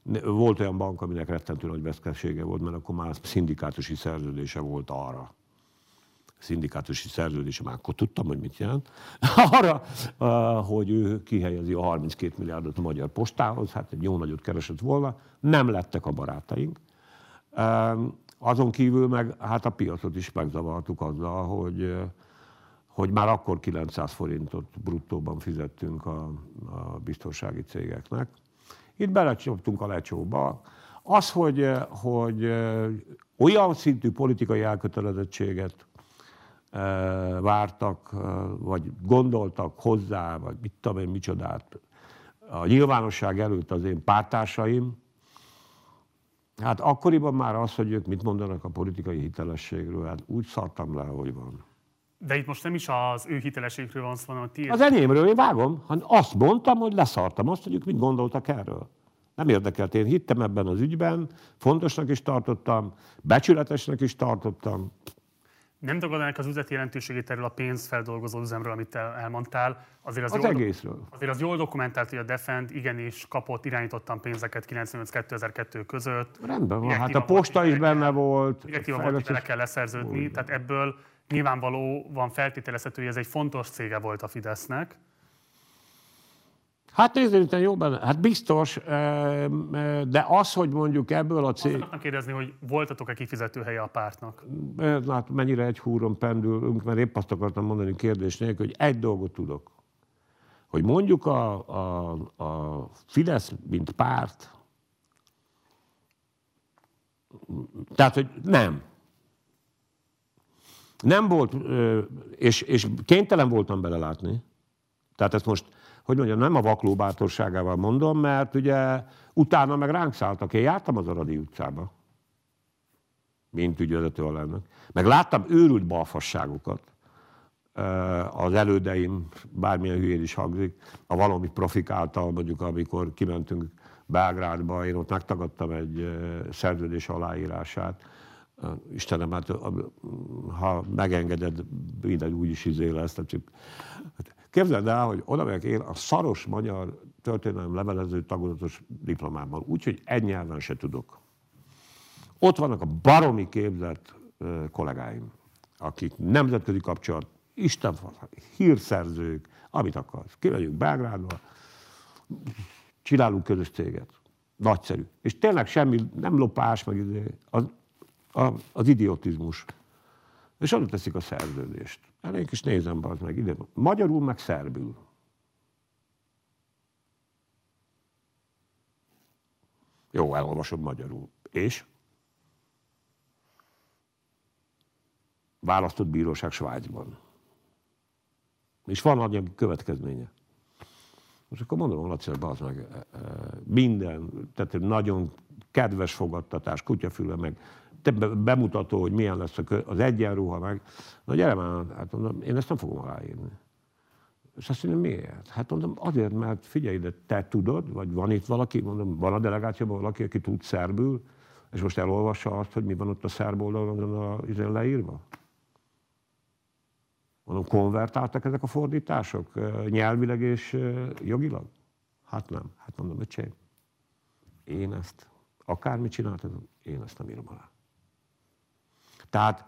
Volt olyan bank, aminek rettentő nagy vesztesége volt, mert akkor már szindikátusi szerződése volt arra. Szindikátusi szerződése, már akkor tudtam, hogy mit jelent, arra, hogy ő kihelyezi a harminckét milliárdot a Magyar Postához, hát egy jó nagyot keresett volna, nem lettek a barátaink. Azon kívül meg hát a piacot is megzavartuk azzal, hogy, hogy már akkor kilencszáz forintot bruttóban fizettünk a, a biztonsági cégeknek. Itt belecsaptunk a lecsóba. Az, hogy, hogy olyan szintű politikai elkötelezettséget vártak, vagy gondoltak hozzá, vagy mit tudom én, micsodát a nyilvánosság előtt az én párttársaim, hát akkoriban már az, hogy ők mit mondanak a politikai hitelességről, hát úgy szartam le, hogy van. De itt most nem is az ő hitelességről van szó, hanem a tiéd. Az enyémről, én vágom, hanem azt mondtam, hogy leszartam azt, hogy ők mit gondoltak erről. Nem érdekelt, én hittem ebben az ügyben, fontosnak is tartottam, becsületesnek is tartottam. Nem tagadnák az üzleti jelentőségét erről a pénzfeldolgozó üzemről, amit elmondtál. Azért az, az jól, egészről. Azért az jól dokumentált, hogy a Defend igenis kapott, irányítottan pénzeket kilencvennyolc kétezer-kettő között. Rendben van, hát a posta is benne volt. Direktíva volt, hogy vele kell leszerződni, volt. Tehát ebből nyilvánvaló van feltételezhető, hogy ez egy fontos cége volt a Fidesznek. Hát nézd, jó benne. Hát biztos, de az, hogy mondjuk ebből a cég... Azt akartam kérdezni, hogy voltatok-e kifizetőhelye a pártnak? Hát mennyire egy húron pendülünk, mert épp azt akartam mondani kérdés nélkül, hogy egy dolgot tudok. Hogy mondjuk a, a, a Fidesz, mint párt, tehát, hogy nem. Nem volt, és, és kénytelen voltam belelátni. Tehát ezt most, hogy mondjam, nem a vakló bátorságával mondom, mert ugye utána meg ránk szálltak. Én jártam az Aradi utcába, mint ügyvezető alelnök. Meg láttam őrült balfasságokat. Az elődeim, bármilyen hülyén is hangzik, a valami profik által, mondjuk amikor kimentünk Belgrádba, én ott megtagadtam egy szerződés aláírását. Istenem, hát ha megengeded, minden úgy is izé lesz. Csak... Képzeld el, hogy oda megyek én a szaros magyar történelem levelező tagozatos diplomában, úgyhogy egy nyelven se tudok. Ott vannak a baromi képzett kollégáim, akik nemzetközi kapcsolat, Isten, hírszerzők, amit akarsz. Kimegyünk Belgrádba, csinálunk közös céget. Nagyszerű. És tényleg semmi, nem lopás, meg az, az idiotizmus. És oda teszik a szerződést. Elég is nézem be az meg ide. Magyarul, meg szerbül. Jó, elolvasod magyarul. És? Választott bíróság Svájcban. És van anyagi következménye. Most akkor mondom, Laci, az meg minden, tehát nagyon kedves fogadtatás, kutyafüle, meg bemutató, hogy milyen lesz az egyenruha, meg. Na gyere már, hát mondom, én ezt nem fogom aláírni. És azt mondom, miért? Hát mondom, azért, mert figyelj, de te tudod, vagy van itt valaki, mondom, van a delegációban valaki, aki tud szerbül, és most elolvassa azt, hogy mi van ott a szerb oldalon a leírva? Mondom, konvertáltak ezek a fordítások nyelvileg és jogilag? Hát nem. Hát mondom, öcsém, én ezt, akármit csináltam, én ezt nem írom alá. Tehát,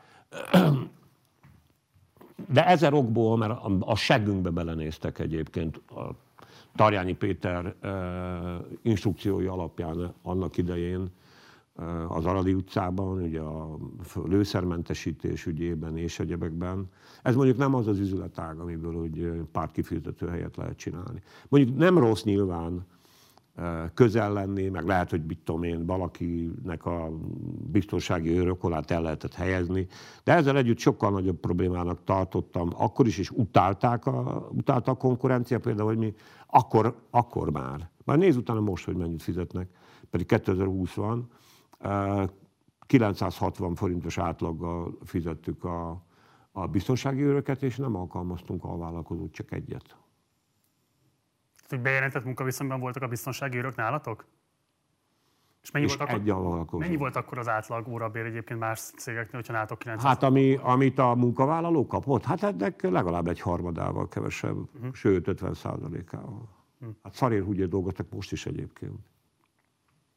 de ezer okból, mert a seggünkbe belenéztek egyébként a Tarjányi Péter instrukciói alapján annak idején az Aradi utcában, ugye a lőszermentesítés ügyében és egyebekben. Ez mondjuk nem az az üzletág, amiből úgy pártkifizető helyet lehet csinálni. Mondjuk nem rossz nyilván közel lenni, meg lehet, hogy mit tudom én, valakinek a biztonsági örökolát el lehetett helyezni, de ezzel együtt sokkal nagyobb problémának tartottam, akkor is, és utálták a, utálta a konkurencia, például, hogy mi akkor, akkor már. Már nézz utána most, hogy mennyit fizetnek, pedig kétezer-húsz van, kilencszázhatvan forintos átlaggal fizettük a, a biztonsági őröket, és nem alkalmaztunk alvállalkozót, csak egyet. Hogy bejelentett munkaviszonyban voltak a biztonsági őrök nálatok? És mennyi, és volt, akkor, mennyi volt akkor az átlag órabér egyébként más cégeknél, hogyha nálatok kilencszáz? Hát ami, amit a munkavállaló kapott, hát ennek legalább egy harmadával kevesebb, uh-huh. sőt ötven százalékával. Uh-huh. Hát szarérhúgyért dolgoztak most is egyébként.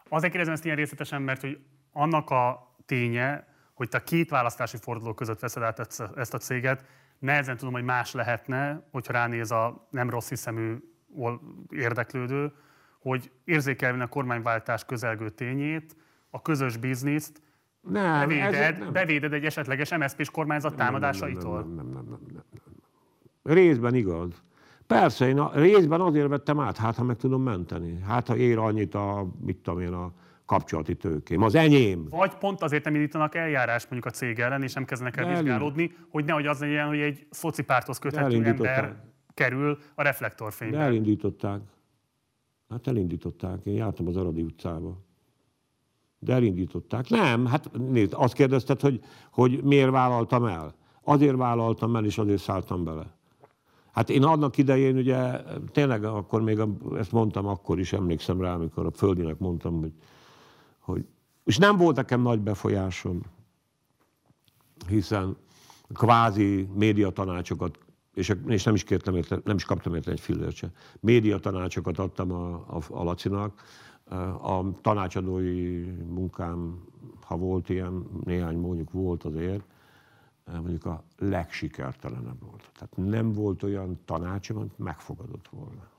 Azért kérdezem ezt ilyen részletesen, mert hogy annak a ténye, hogy te két választási forduló között veszed át ezt a céget, nehezen tudom, hogy más lehetne, hogyha ránéz a nem rossz hiszemű érdeklődő, hogy érzékelve a kormányváltás közelgő tényét, a közös bizniszt, nem, bevéded, nem. bevéded egy esetleges em es zé pés kormányzat nem, támadásaitól? Nem, nem, nem, nem, nem, nem, nem. Részben igaz. Persze, én a, részben azért vettem át, hát ha meg tudom menteni. Hát ha ér annyit a, mit tudom én, a kapcsolati tőkém. Az enyém. Vagy pont azért nem indítanak eljárást mondjuk a cég ellen, és nem kezdenek el vizsgálódni, hogy nehogy az legyen, hogy egy szocipárthoz köthető ember kerül a reflektorfénybe. De elindították. Hát elindították. Én jártam az Aradi utcába. De elindították. Nem, hát nézd, azt kérdezted, hogy, hogy miért vállaltam el. Azért vállaltam el, és azért szálltam bele. Hát én annak idején ugye, tényleg akkor még, a, ezt mondtam akkor is, emlékszem rá, amikor a Földinek mondtam, hogy, hogy és nem volt nekem nagy befolyásom, hiszen kvázi médiatanácsokat, és, és nem is kértem érte, nem is kaptam érte egy fillért se, médiatanácsokat adtam a, a, a Lacinak. A tanácsadói munkám, ha volt ilyen, néhány mondjuk volt azért, mondjuk a legsikertelenebb volt. Tehát nem volt olyan tanácsom, amit megfogadott volna.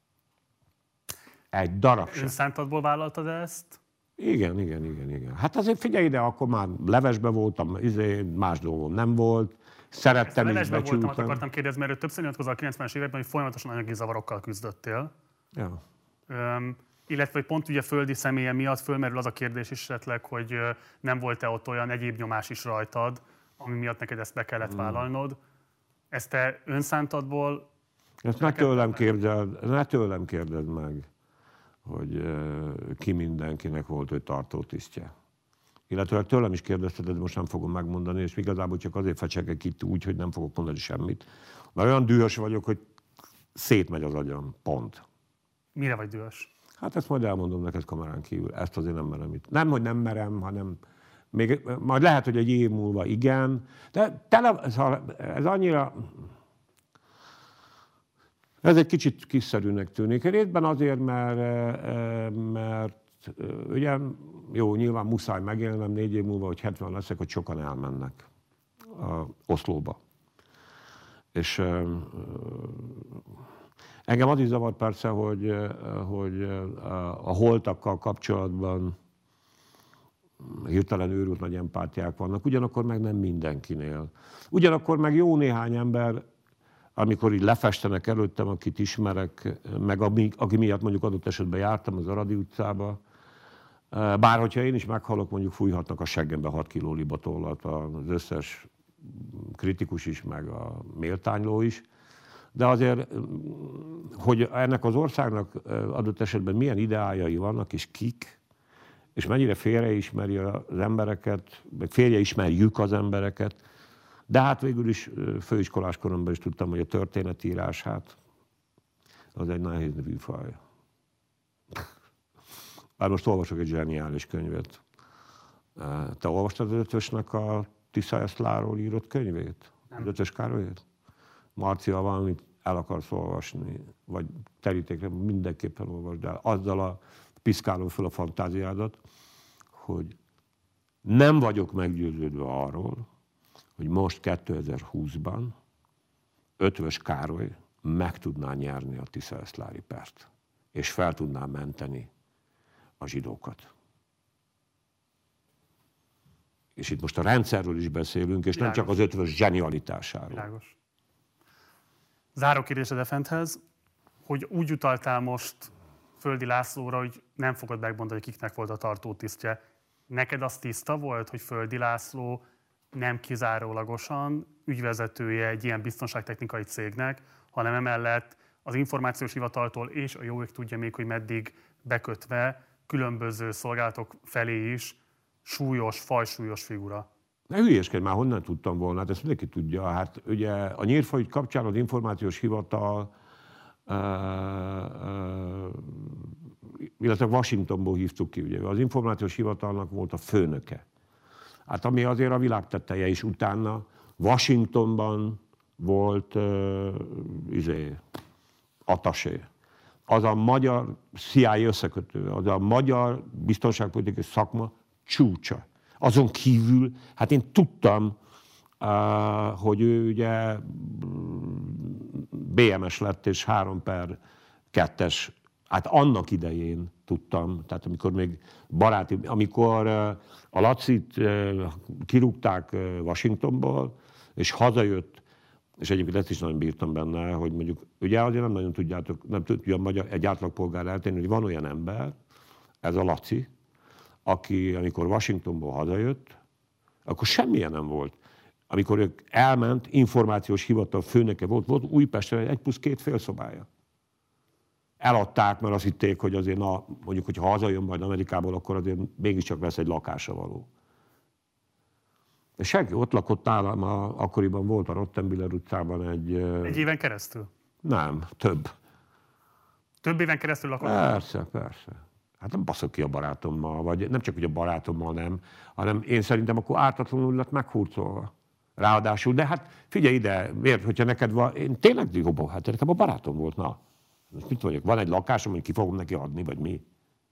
Egy darab sem. Önszántadból vállaltad ezt? Igen, igen, igen, igen. Hát azért figyelj ide, akkor már levesbe voltam, izé, más dolgom nem volt. Szerettem is, becsültem. Levesbe voltam, akartam kérdezni, mert többször nyilatkozol a kilencvenes években, hogy folyamatosan anyagi zavarokkal küzdöttél. Ja. Öm, illetve hogy pont ugye földi személye miatt fölmerül az a kérdés is esetleg, hogy nem volt-e ott olyan egyéb nyomás is rajtad, ami miatt neked ezt be kellett vállalnod. Ezt te önszántadból... Ezt ne tőlem kérdezd, ne tőlem kérdezd meg, hogy uh, ki mindenkinek volt ő tartótisztje. Illetve tőlem is kérdezted, de most nem fogom megmondani, és igazából csak azért fecsegek itt úgy, hogy nem fogok mondani semmit. Mert olyan dühös vagyok, hogy szétmegy az agyam. Pont. Mire vagy dühös? Hát ezt majd elmondom neked kamerán kívül. Ezt azért nem merem itt. Nem, hogy nem merem, hanem még, majd lehet, hogy egy év múlva igen. De tele, ez annyira... Ez egy kicsit kiszerűnek tűnik. Részben azért, mert, mert ugye, jó, nyilván muszáj megélnem négy év múlva, hogy hetven leszek, hogy sokan elmennek a Oszlóba. És engem az is zavar persze, hogy, hogy a holtakkal kapcsolatban hirtelen őrült nagy empátiák vannak, ugyanakkor meg nem mindenkinél. Ugyanakkor meg jó néhány ember, amikor így lefestenek előttem, akit ismerek, meg ami, aki miatt mondjuk adott esetben jártam az Aradi utcába, bár hogyha én is meghalok, mondjuk fújhatnak a seggembe hat kiló libatollat az összes kritikus is, meg a méltányló is, de azért, hogy ennek az országnak adott esetben milyen ideájai vannak, és kik, és mennyire félreismeri az embereket, meg félreismerjük az embereket, de hát végül is főiskolás koromban is tudtam, hogy a történetírás, hát az egy nehéz műfaj. Bár most olvasok egy zseniális könyvet. Te olvastad az Ötvösnek a Tisza Esztláról írott könyvét? Nem. Az Ötvös Károlyét? Marcia, valamit el akarsz olvasni, vagy terítékre, mindenképpen olvasd el. Azzal a piszkáló föl a fantáziádat, hogy nem vagyok meggyőződve arról, hogy most kétezer-húszban Ötvös Károly meg tudná nyerni a Tisza-Esztlári pert, és fel tudná menteni a zsidókat. És itt most a rendszerről is beszélünk, és Világos. Nem csak az Ötvös zsenialitásáról. Világos. Záró kérdés a Defenthez, hogy úgy utaltál most Földi Lászlóra, hogy nem fogod megmondani, hogy kiknek volt a tartótisztje. Neked az tiszta volt, hogy Földi László nem kizárólagosan ügyvezetője egy ilyen biztonságtechnikai cégnek, hanem emellett az információs hivataltól és a jó ég tudja még, hogy meddig bekötve különböző szolgálatok felé is súlyos, fajsúlyos figura. Ne hülyeskedj, már honnan tudtam volna, hát ezt mindenki tudja. Hát ugye a Nyírfa ügy kapcsán az információs hivatal, uh, uh, illetve Washingtonból hívtuk ki, ugye. Az információs hivatalnak volt a főnöke. Hát ami azért a világ tetteje is utána, Washingtonban volt uh, izé, atasé. az a magyar C I A összekötő, az a magyar biztonságpolitikai szakma csúcsa. Azon kívül, hát én tudtam, hogy ő ugye bé em es lett, és három per kettes, hát annak idején tudtam, tehát amikor még baráti, amikor a Lacit kirúgták Washingtonból, és hazajött, és egyébként ezt is nagyon bírtam benne, hogy mondjuk, ugye azért nem nagyon tudjátok, nem tudja magyar, egy átlagpolgár eltenni, hogy van olyan ember, ez a Laci, aki amikor Washingtonból hazajött, akkor semmilyen nem volt. Amikor ők elment, információs hivatal főnöke volt, volt Újpesten egy plusz két félszobája. Eladták, mert azt hitték, hogy azért, na, mondjuk, hogy ha hazajön majd Amerikából, akkor azért mégiscsak lesz egy lakása való. És senki ott lakott nálam, a, akkoriban volt a Rottenbiller utcában egy... Egy éven keresztül? Nem, több. Több éven keresztül lakott? Persze, persze. Hát nem baszok ki a barátommal, vagy nem csak, hogy a barátommal nem, hanem én szerintem akkor ártatlanul lett meghurcolva. Ráadásul, de hát figyelj ide, miért, hogyha neked van, én tényleg jobb, hát nekem a barátom volt, na. Most mit vagyok, van egy lakásom, hogy ki fogom neki adni, vagy mi?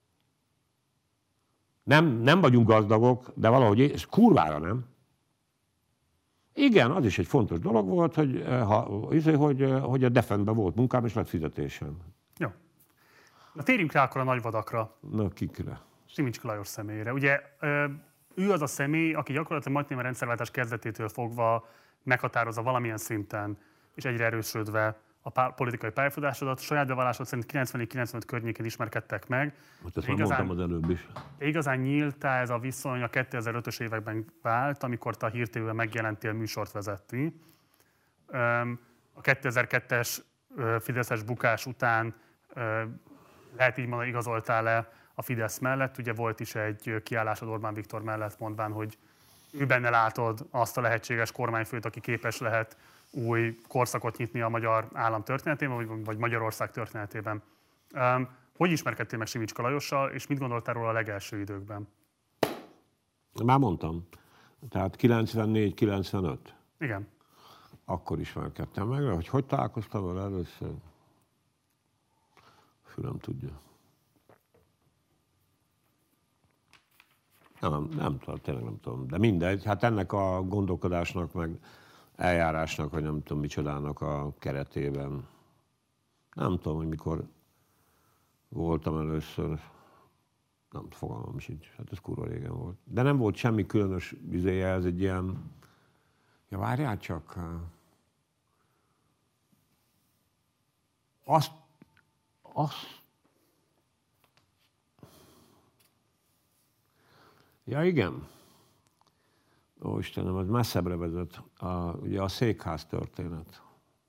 Nem, nem vagyunk gazdagok, de valahogy, és kurvára nem. Igen, az is egy fontos dolog volt, hogy, ha, hogy, hogy a Defenben volt munkám, és lett fizetésem. Jó. Na térjünk rá akkor a nagyvadakra. Na, kikre? Simicska Lajos személyére. Ugye ő az a személy, aki gyakorlatilag majdnem a rendszerváltás kezdetétől fogva meghatározza valamilyen szinten, és egyre erősödve a pár, politikai pályafutásodat. Saját bevallásod szerint kilencvennégy kilencvenöt környékén ismerkedtek meg. Hát ezt már mondtam az előbb is. Igazán nyíltál ez a viszony a kétezer-ötös években vált, amikor te a Hír té vében megjelentél műsort vezetni. A kétezer-kettes fideszes bukás után lehet így mondani, igazoltál le a Fidesz mellett. Ugye volt is egy kiállásod Orbán Viktor mellett, mondván, hogy ő benne látod azt a lehetséges kormányfőt, aki képes lehet új korszakot nyitni a magyar állam történetében, vagy, vagy Magyarország történetében. Um, hogy ismerkedtél meg Simicska Lajossal, és mit gondoltál róla a legelső időkben? Már mondtam. Tehát kilencvennégy kilencvenöt. Igen. Akkor ismerkedtem meg, hogy hogy találkoztam vele először? Fülem tudja. Nem, nem tudom, tényleg nem tudom. De mindegy, hát ennek a gondolkodásnak, meg eljárásnak, vagy nem tudom micsodának a keretében. Nem tudom, hogy mikor voltam először. Nem fogalmam sincs, hát ez kurva régen volt. De nem volt semmi különös vizéje, ez egy ilyen... Ja, várjál csak... Azt... Azt... Ja, igen. Ó, Istenem, ez messzebbre vezet. A, ugye a székház történet.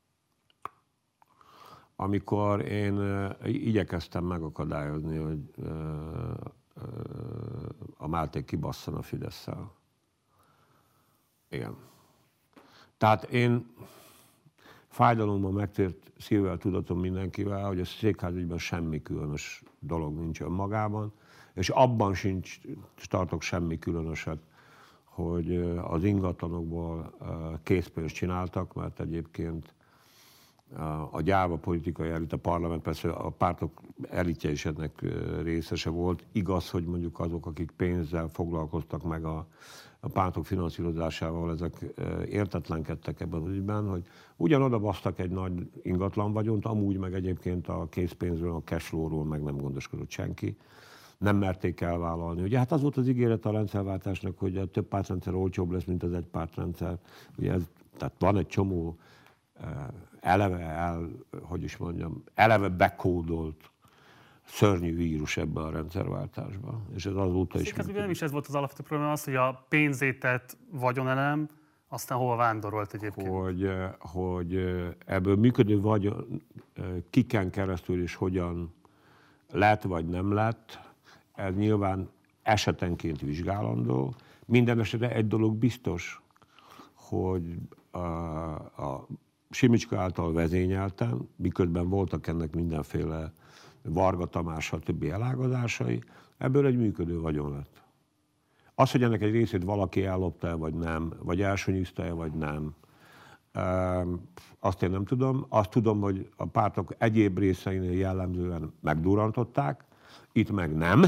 Amikor én uh, igyekeztem megakadályozni, hogy uh, uh, a Máté kibasszon a Fidesszel. Igen. Tehát én fájdalomban megtért szívvel tudatom mindenkivel, hogy a székházügyben semmi különös dolog nincs önmagában, és abban sincs tartok semmi különöset, hogy az ingatlanokból készpénzt csináltak, mert egyébként a gyáva politikai elit, a parlament, persze a pártok elitje is ennek részese volt. Igaz, hogy mondjuk azok, akik pénzzel foglalkoztak meg a, a pártok finanszírozásával, ezek értetlenkedtek ebben az ügyben, hogy ugyanoda basztak egy nagy ingatlan vagyont, amúgy meg egyébként a készpénzről, a cashflow-ról meg nem gondoskodott senki. Nem merték elvállalni. Ugye hát az volt az ígéret a rendszerváltásnak, hogy a több pártrendszer olcsóbb lesz, mint az egy pártrendszer. Ugye ez, tehát van egy csomó eleve el, hogy is mondjam, eleve bekódolt szörnyű vírus ebbe a rendszerváltásba. És ez azóta is... Székház, nem is ez volt az alapvető probléma, az, hogy a pénzétett vagyonelem aztán hova vándorolt egyébként? Hogy, hogy ebből működő vagyon kiken keresztül és hogyan lett vagy nem lett, ez nyilván esetenként vizsgálandó. Minden esetre egy dolog biztos, hogy a, a Simicska által vezényelten, miközben voltak ennek mindenféle Varga Tamás, stb. Elágazásai, ebből egy működő vagyon lett. Az, hogy ennek egy részét valaki ellopta, vagy nem, vagy elsonyízta, vagy nem, Azt én nem tudom. Azt tudom, hogy a pártok egyéb részeinél jellemzően megdurrantották, itt meg nem.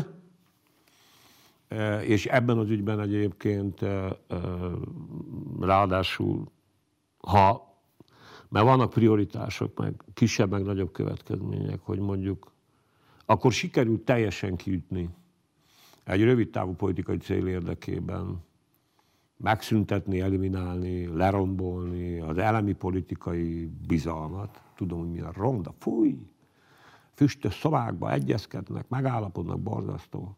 És ebben az ügyben egyébként ráadásul, ha, mert vannak prioritások, meg kisebb, meg nagyobb következmények, hogy mondjuk, akkor sikerült teljesen kiütni egy rövid távú politikai cél érdekében, megszüntetni, eliminálni, lerombolni az elemi politikai bizalmat. Tudom, hogy milyen ronda, fúj, füstös szobákba egyezkednek, megállapodnak, borzasztó.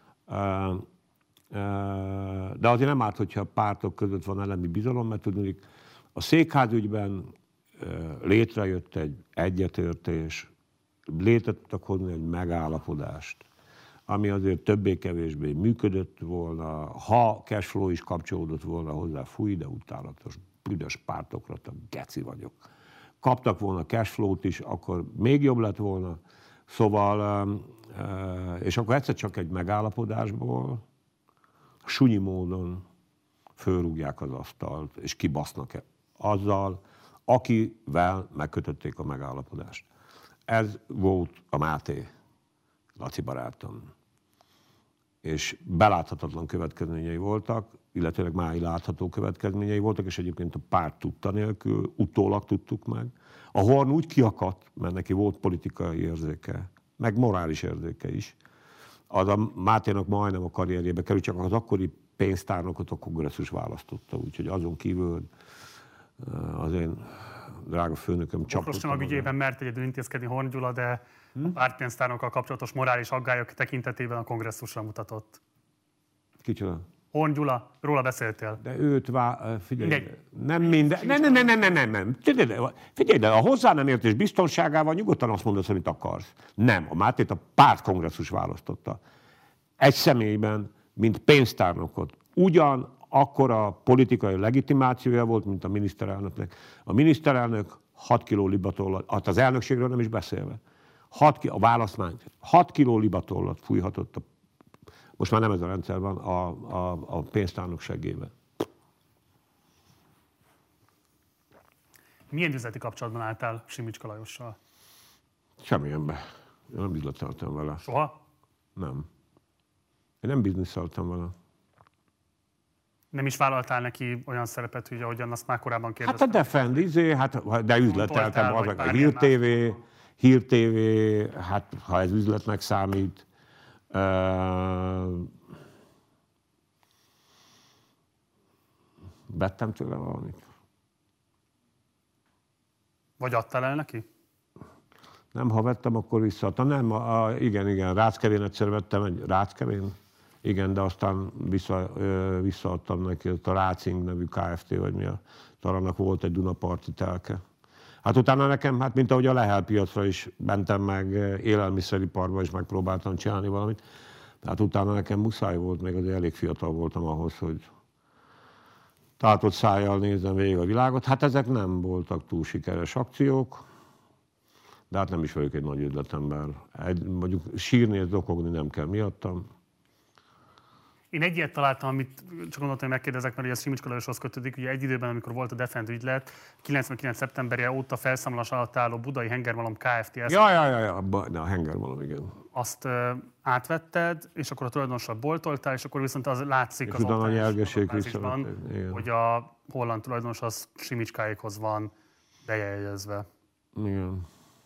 De azért nem árt, hogyha a pártok között van elemi bizalom, mert tudnék, a székházügyben létrejött egy egyetértés, létre tudtak hozni egy megállapodást, ami azért többé-kevésbé működött volna, ha cashflow is kapcsolódott volna hozzá, fúj, de utálatos, büdös pártokra, geci vagyok. Kaptak volna cashflow-t is, akkor még jobb lett volna. Szóval, és akkor egyszer csak egy megállapodásból sunyi módon fölrúgják az asztalt, és kibasznak azzal, akivel megkötötték a megállapodást. Ez volt a Máté, Laci barátom. És beláthatatlan következményei voltak, illetőleg máig látható következményei voltak, és egyébként a párt tudta nélkül, utólag tudtuk meg. A Horn úgy kiakadt, mert neki volt politikai érzéke, meg morális érzéke is. Az a Máténak majdnem a karrierjébe került, csak az akkori pénztárnokot a kongresszus választotta, úgyhogy azon kívül az én drága főnököm csapott. Most a ügyében mert egyedül intézkedni Horn Gyula, de hm? a pártpénztárnokkal kapcsolatos morális aggályok tekintetében a kongresszusra mutatott. Kicsoda? Horn Gyula, róla beszéltél. De őt vá... Figyelj, Mindegy. nem minden... Nem, nem, nem, nem, nem, nem. Figyelj, de a hozzá nem értés biztonságával nyugodtan azt mondasz, amit akarsz. Nem, a Mátét a pártkongresszus választotta. Egy személyben, mint pénztárnokot. Ugyan akkora politikai legitimációja volt, mint a miniszterelnöknek. A miniszterelnök hat kiló libatollat, hát az elnökségről nem is beszélve, hat, a választmányt, hat kiló libatollat fújhatott, a, most már nem ez a rendszer van, a, a, a pénztárnok seggében. Milyen üzleti kapcsolatban álltál Simicska Lajossal? Semmilyenben. Én nem üzleteltem vele. Soha? Nem. Én nem bizniszoltam vele. Nem is vállaltál neki olyan szerepet, hogy ahogyan azt már korábban kérdeztem. Hát a Defend, izé, hát, de üzleteltem, az meg a Hír té vé, Hír té vé, hát ha ez üzletnek számít. Uh, vettem tőle valamit. Vagy adtál el neki? Nem, ha vettem, akkor visszaadtam. Nem, a, a, igen, igen, Ráckevén egyszer vettem egy Ráckevén. Igen, de aztán vissza, ö, visszaadtam neki a Rácing nevű Kft. Vagy mi a tarannak volt egy Dunaparti telke. Hát utána nekem, hát mint ahogy a Lehel piacra is mentem meg, élelmiszeriparba is megpróbáltam csinálni valamit. Tehát utána nekem muszáj volt, még azért elég fiatal voltam ahhoz, hogy tátott szájjal nézzem végig a világot. Hát ezek nem voltak túl sikeres akciók, de hát nem is vagyok egy nagy üzletember. Egy, mondjuk sírni és zokogni nem kell miattam. Én egy ilyet találtam, amit csak gondoltam, hogy megkérdezek, mert ez Simicska Lajoshoz kötődik. Ugye egy időben, amikor volt a Defend ügylet, kilencvenkilenc szeptemberje óta felszámolás alatt álló Budai Hengermalom Kft. Ja, ja, ja, ja, a Hengermalom, igen. Azt uh, átvetted, és akkor a tulajdonosat boltoltál, és akkor viszont az látszik és az adatbázisban, hogy a holland tulajdonos az Simicskáékhoz van bejegyezve. Igen.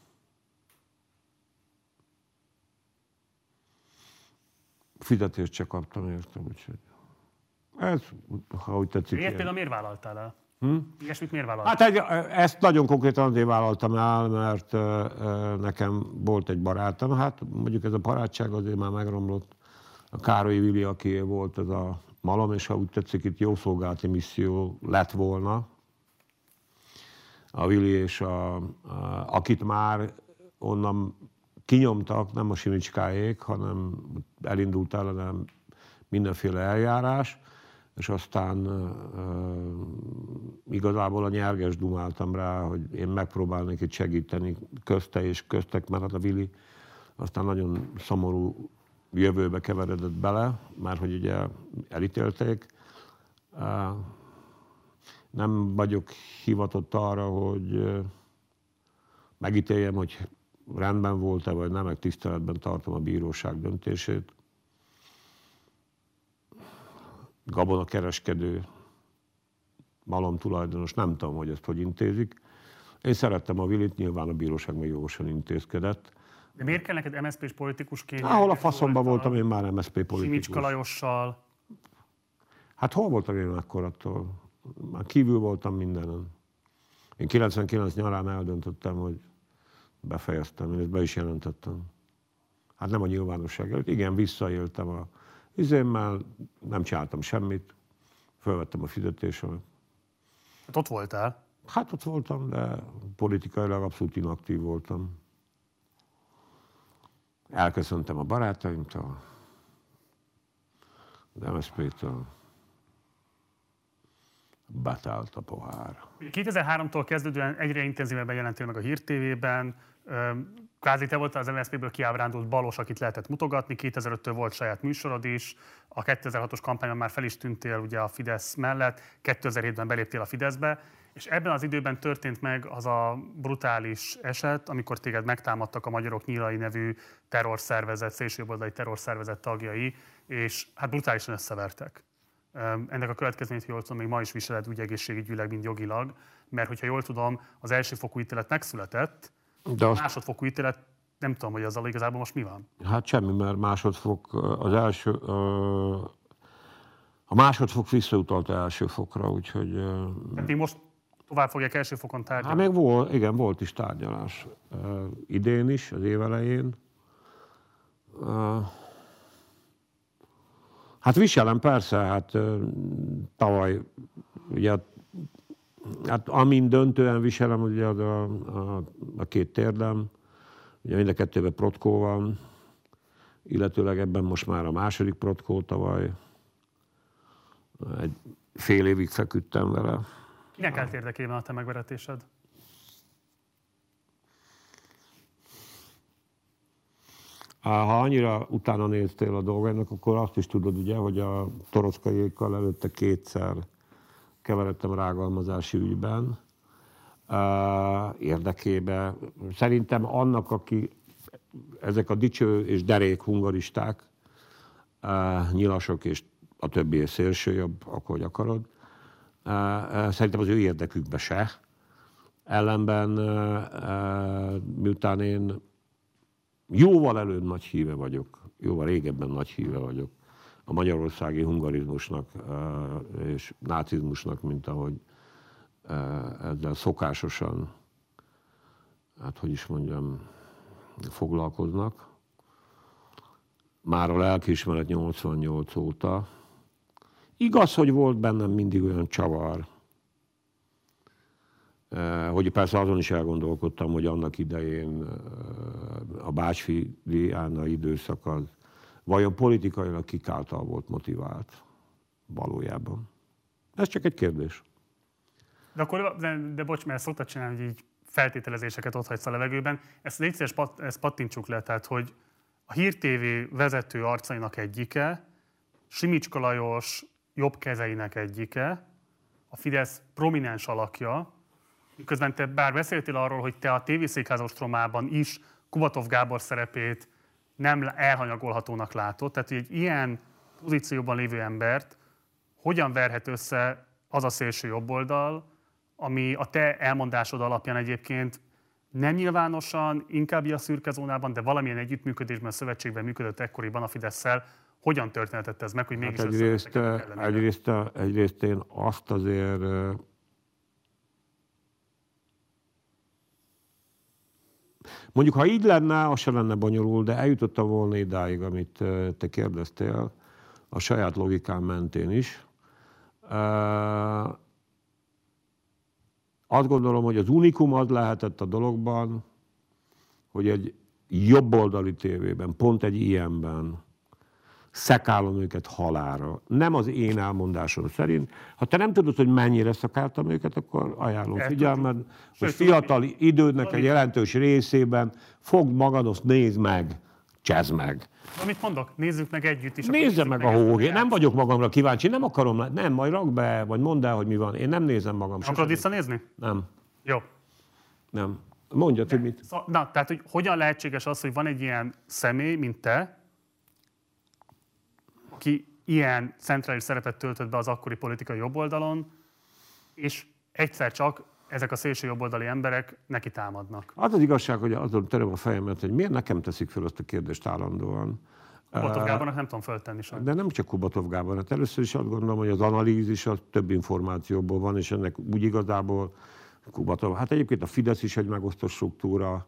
Fizetést csak kaptam, értem, úgyhogy ez, ha úgy tetszik. Ilyet például miért vállaltál el? Hm? Ilyesmit miért vállaltál? Hát egy, ezt nagyon konkrétan azért vállaltam el, mert uh, nekem volt egy barátom, hát mondjuk ez a barátság azért már megromlott. A Károly Vili, aki volt ez a malom, és ha úgy tetszik, itt jószolgálati misszió lett volna. A Vili és a, a, akit már onnan kinyomtak, nem a Simicskáék, hanem elindult ellenem mindenféle eljárás, és aztán uh, igazából a nyerges dumáltam rá, hogy én megpróbálnék itt segíteni közte és köztek, mert hát a Vili aztán nagyon szomorú jövőbe keveredett bele, mert hogy ugye elítélték. Uh, nem vagyok hivatott arra, hogy megítéljem, hogy rendben volt-e, vagy nem, meg tiszteletben tartom a bíróság döntését. Gabonakereskedő, malomtulajdonos, nem tudom, hogy ezt hogy intézik. Én szerettem a Willit, nyilván a bíróság meg jogosan intézkedett. De miért kell neked em es zé pés politikusként? Ahol a faszomban voltam, én már em es zé pé politikus. Simicska Lajossal. Hát hol voltam én akkor attól? Már kívül voltam mindenen. Én kilencvenkilenc nyarán eldöntöttem, hogy befejeztem, én ezt be is jelentettem. Hát nem a nyilvánosság előtt. Igen, visszaéltem a izémmel, nem csináltam semmit, fölvettem a fizetésemet. Hát ott voltál? Hát ott voltam, de politikailag abszolút inaktív voltam. Elköszöntem a barátaimtól, az em es zé pé-től. Betált a pohár. kétezer-háromtól kezdődően egyre intenzívebben jelentél meg a Hír té vében. Kvázi te voltál az em es zé péből kiábrándult balos, akit lehetett mutogatni. kétezer-öttől volt saját műsorod is. A kétezer-hatos kampányban már fel is tűntél ugye a Fidesz mellett. kétezer-hétben beléptél a Fideszbe. És ebben az időben történt meg az a brutális eset, amikor téged megtámadtak a Magyarok Nyílai nevű terrorszervezet, szélsőjobboldali terrorszervezet tagjai, és hát brutálisan összevertek. Ennek a következményt, jól tudom, még ma is viseled úgy egészségügyileg, mint jogilag, mert hogyha jól tudom, az elsőfokú ítélet megszületett, de azt... a másodfokú ítélet, nem tudom, hogy azzal igazából most mi van. Hát semmi, mert másodfok az első, a másodfok visszautalta első fokra, úgyhogy... Tehát még most tovább fogják első fokon tárgyalni? Hát még volt, igen, volt is tárgyalás. Idén is, az év elején. Hát viselem, persze, hát tavaly, ugye, hát amin döntően viselem, ugye a, a, a két térdem, ugye mind a kettőben protkó van, illetőleg ebben most már a második protkó tavaly, egy fél évig feküdtem vele. Kinek állt érdekében a te megveretésed? Ha annyira utána néztél a dolgainak, akkor azt is tudod, ugye, hogy a Toroczkaiékkal előtte kétszer keveredtem rágalmazási ügyben érdekébe. Szerintem annak, aki ezek a dicső és derék hungaristák, nyilasok és a többi szélsőjobb, akkor, hogy akarod, szerintem az ő érdekükbe se. Ellenben, miután én jóval előbb nagy híve vagyok, jóval régebben nagy híve vagyok a magyarországi hungarizmusnak és nácizmusnak, mint ahogy ezzel szokásosan, hát hogy is mondjam, foglalkoznak. Már a lelkiismeret nyolcvannyolc óta. Igaz, hogy volt bennem mindig olyan csavar, hogy persze azon is elgondolkodtam, hogy annak idején a Bácsfi Anna időszak az vajon politikailag kik által volt motivált valójában. Ez csak egy kérdés. De akkor, de, de bocs, mert szoktad csinálni, hogy így feltételezéseket ott hagysz a levegőben. Ezt légy szíves, pat, ezt pattintsuk le, tehát, hogy a Hír té vé vezető arcainak egyike, Simicska Lajos jobb kezeinek egyike, a Fidesz prominens alakja, miközben te bár beszéltél arról, hogy te a tévészékház ostromában is Kubatov Gábor szerepét nem elhanyagolhatónak látod, tehát hogy egy ilyen pozícióban lévő embert hogyan verhet össze az a szélső jobboldal, ami a te elmondásod alapján egyébként nem nyilvánosan, inkább a szürke zónában, de valamilyen együttműködésben, a szövetségben működött ekkoriban a Fidesszel. Hogyan történhetett ez meg, hogy mégis hát egyrészt, egyrészt, egyrészt én azt azért mondjuk, ha így lenne, az se lenne bonyolult, de eljutottam volna idáig, amit te kérdeztél, a saját logikám mentén is. Azt gondolom, hogy az unikum az lehetett a dologban, hogy egy jobboldali tévében, pont egy ilyenben szekálom őket halálra. Nem az én elmondásom szerint. Ha te nem tudod, hogy mennyire szekáltam őket, akkor ajánlom figyelmed, hogy fiatal idődnek egy jelentős részében fogd magad, azt nézd meg. Csezd meg. Amit mondok, nézzük meg együtt is. Nézzem meg a hóhé. Nem vagyok magamra kíváncsi, nem akarom, nem, majd rak be, vagy mondd el, hogy mi van. Én nem nézem magam. Akarod visszanézni? Nem. Jó. Nem. Mondjad, hogy mit. Szó, na, tehát, hogy hogyan lehetséges az, hogy van egy ilyen személy, mint te, aki ilyen centrális szerepet töltött be az akkori politikai jobboldalon, és egyszer csak ezek a szélső jobboldali emberek neki támadnak. Az az igazság, hogy azon töröm a fejemet, hogy miért nekem teszik fel azt a kérdést állandóan. Kubatov Gábornak nem tudom föltenni sem. De nem csak Kubatov Gábor. Hát először is azt gondolom, hogy az analízis az több információból van, és ennek úgy igazából Kubatov. Hát egyébként a Fidesz is egy megosztott struktúra.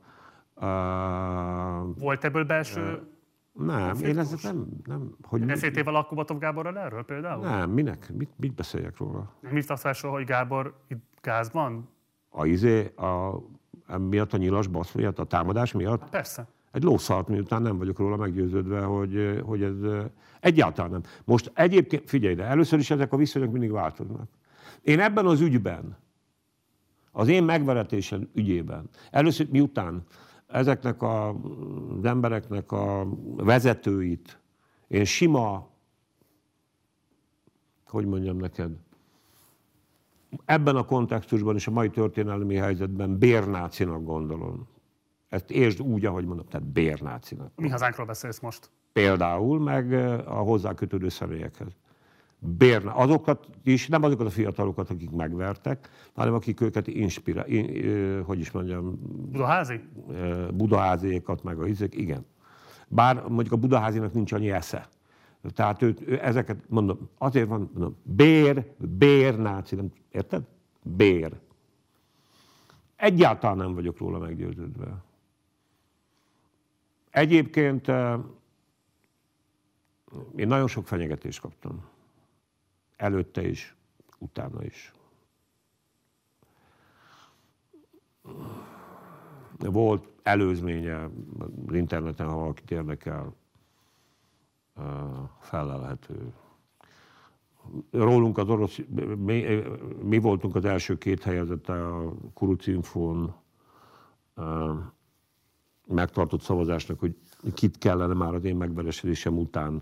Volt ebből belső... Nem, én ezt nem... nem hogy Beszéltél valaha Kubatov Gáborral erről például? Nem, minek? Mit, mit beszéljek róla? Nem hívtad fel soha, hogy Gábor itt gázban? A izé, a, a miatt a nyilas basz miatt, a támadás miatt? Persze. Egy lószart, miután nem vagyok róla meggyőződve, hogy, hogy ez egyáltalán nem. Most egyébként, figyelj, de először is ezek a viszonyok mindig változnak. Én ebben az ügyben, az én megveretésem ügyében, először, miután ezeknek a, az embereknek a vezetőit én sima, hogy mondjam neked, ebben a kontextusban és a mai történelmi helyzetben bérnácinak gondolom. Ezt értsd úgy, ahogy mondom, tehát bérnácinak. Mi hazánkról beszélsz most? Például, meg a hozzá kötődő személyekhez. Bérna. Azokat is, nem azokat a fiatalokat, akik megvertek, hanem akik őket inspirál, in, hogy is mondjam... Budaházi? Budaháziékat, meg a hizek, igen. Bár mondjuk a Budaházinak nincs annyi esze. Tehát ő, ő ezeket, mondom, azért van, mondom, bér, bér, náci, nem, érted? Bér. Egyáltalán nem vagyok róla meggyőződve. Egyébként én nagyon sok fenyegetést kaptam. Előtte is, utána is. Volt előzménye az interneten, ha valakit érdekel, fellelhető. Rólunk az orosz, mi, mi voltunk az első két helyezett a Kurucinfón megtartott szavazásnak, hogy kit kellene már az én megveresedésem után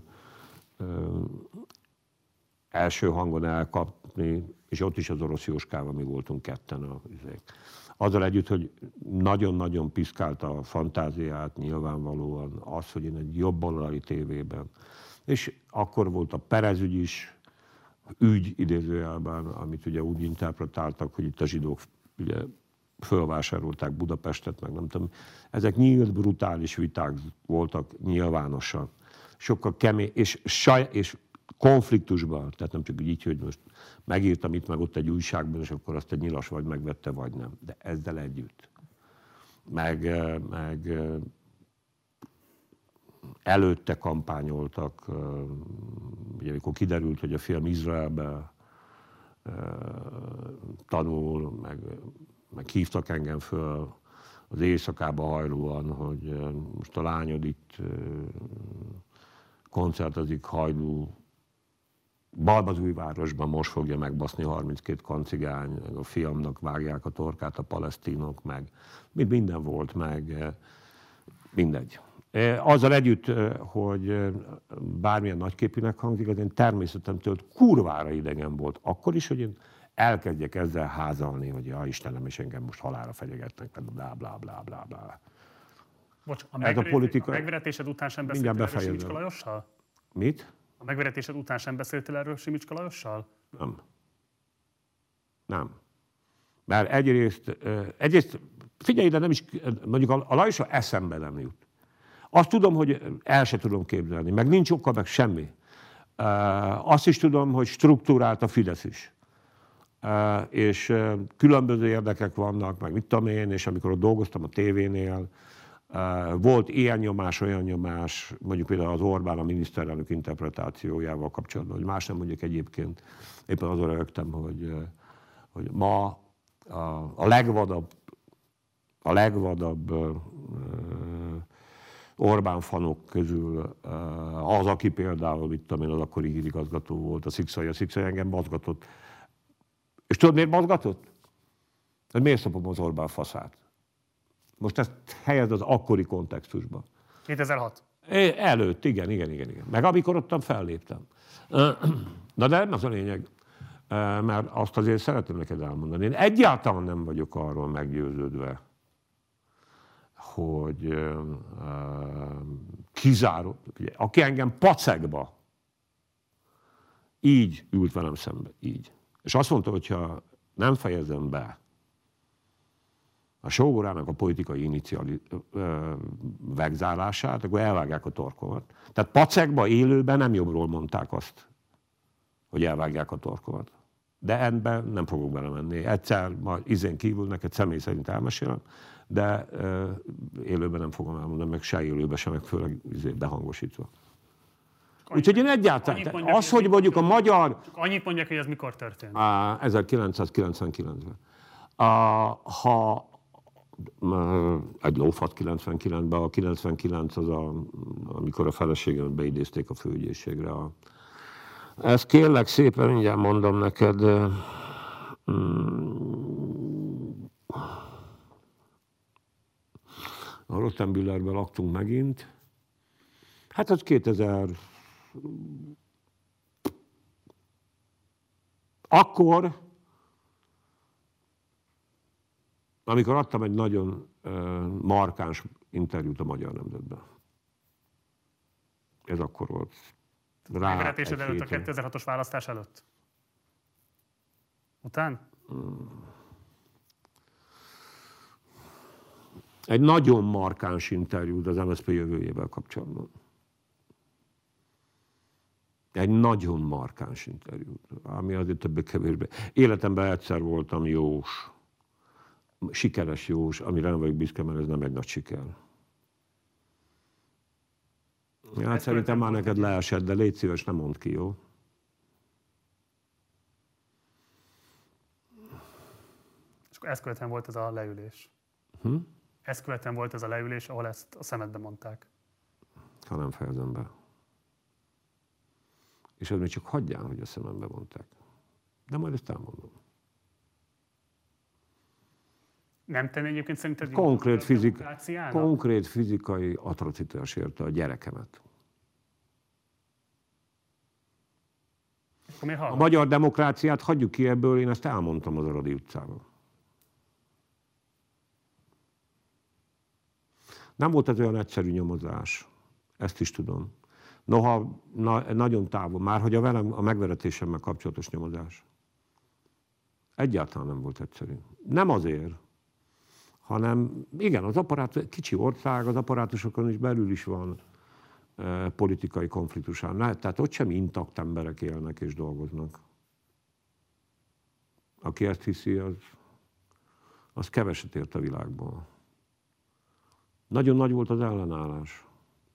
első hangon elkapni, és ott is az orosz Jóskával mi voltunk ketten. A, azzal együtt, hogy nagyon-nagyon piszkálta a fantáziát nyilvánvalóan az, hogy én egy jobboldali tévében. És akkor volt a Perez ügy is, ügy idézőjelben, amit ugye úgy interpretáltak, hogy itt a zsidók ugye fölvásárolták Budapestet, meg nem tudom. Ezek nyílt, brutális viták voltak nyilvánosan. Sokkal kemény, és, saj, és konfliktusban, tehát nem csak így, hogy most megírtam itt meg ott egy újságban, és akkor azt egy nyilas vagy megvette, vagy nem. De ezzel együtt. Meg, meg előtte kampányoltak, ugye amikor kiderült, hogy a film Izraelbe tanul, meg, meg hívtak engem föl az éjszakába hajlóan, hogy most a lányod itt koncertezik Hajdú, Balmazújvárosban most fogja megbaszni harminckét kancigány, a fiamnak vágják a torkát a palesztinok, meg minden volt, meg mindegy. Azzal együtt, hogy bármilyen nagyképűnek hangzik, az én természetemtől kurvára idegen volt. Akkor is, hogy én elkezdjek ezzel házalni, hogy ja, Istenem, és engem most halálra fenyegetnek, blá, blá, blá, blá, blá. Bocs, a, megveretés, a, politika... a megveretésed után sem beszéltél erről Simicska Lajossal? Mit? A megveretésed után sem beszéltél erről Simicska Lajossal? Nem. Nem. Mert egyrészt, egyrészt figyelj, de nem is, mondjuk a, a Lajossal eszembe nem jut. Azt tudom, hogy el se tudom képzelni, meg nincs oka, meg semmi. Azt is tudom, hogy struktúrált a Fidesz is. És különböző érdekek vannak, meg mit tudom én, és amikor ott dolgoztam a tévénél, volt ilyen nyomás, olyan nyomás, mondjuk például az Orbán a miniszterelnök interpretációjával kapcsolatban, hogy más nem mondjuk egyébként. Éppen azon rögtem, hogy, hogy ma a, a legvadabb, a legvadabb Orbán fanok közül az, aki például, mit tudom én, az akkori hírigazgató volt, a Szikszai, a Szikszai engem mozgatott. És tudod, miért mozgatott? Hogy miért szopom az Orbán faszát? Most ezt helyezd az akkori kontextusba. kétezer-hat. É, előtt, igen, igen, igen, igen. Meg amikor ottan felléptem. Na de nem az a lényeg, mert azt azért szeretném neked elmondani. Én egyáltalán nem vagyok arról meggyőződve, hogy kizáró, aki engem pacekba így ült velem szembe, így. És azt mondta, hogyha nem fejezem be a sógorának a politikai iniciali vegzálását, akkor elvágják a torkomat. Tehát pacekba, élőben nem jobbról mondták azt, hogy elvágják a torkomat. De ebben nem fogok belemenni. Egyszer, majd izén kívül neked személy szerint elmesélem, de uh, élőben nem fogom elmondani, meg se élőben, sem, meg főleg izé behangosítva. Úgyhogy én egyáltalán, mondják, az, hogy mondjuk a magyar... Csak annyit mondják, hogy ez mikor történt? ezerkilencszázkilencvenkilencben. A, ha egy lófatt kilencvenkilencben, a kilencvenkilenc az, a, amikor a feleségemet beidézték a főügyészségre. A, ezt kérlek szépen, mindjárt mondom neked, a Rottenbüllerben laktunk megint. Hát az kétezer... Akkor, amikor adtam egy nagyon markáns interjút a Magyar Nemzetben. Ez akkor volt. Rá megveretésed előtt, a kétezer-hatos választás előtt? Után? Egy nagyon markáns interjút az em es zé pé jövőjével kapcsolatban. Egy nagyon markáns interjút, ami azért többé-kevésbé. Életemben egyszer voltam jós, sikeres jós, amire nem vagyok büszke, mert ez nem egy nagy siker. Hát szerintem már neked leesett, de légy szíves, nem mondd ki, jó? És ezt követően volt ez a leülés. Hm? Ezt követően volt ez a leülés, ahol ezt a szemedbe mondták. Ha nem fejezem be. És ez még csak hagyján, hogy a szemembe mondták. De majd ezt elmondom. Nem tenni egyébként szerinted konkrét, fizik, konkrét fizikai atrocitás érte a gyerekemet. A magyar demokráciát hagyjuk ki ebből, én ezt elmondtam az Aradi utcában. Nem volt ez olyan egyszerű nyomozás, ezt is tudom. Noha na, nagyon távol, már hogy a, velem, a megveretésemmel kapcsolatos nyomozás. Egyáltalán nem volt egyszerű. Nem azért, hanem igen, az apparátus, kicsi ország, az apparátusokon is belül is van e, politikai konfliktusán. Tehát ott sem intakt emberek élnek és dolgoznak. Aki ezt hiszi, az, az keveset ért a világból. Nagyon nagy volt az ellenállás.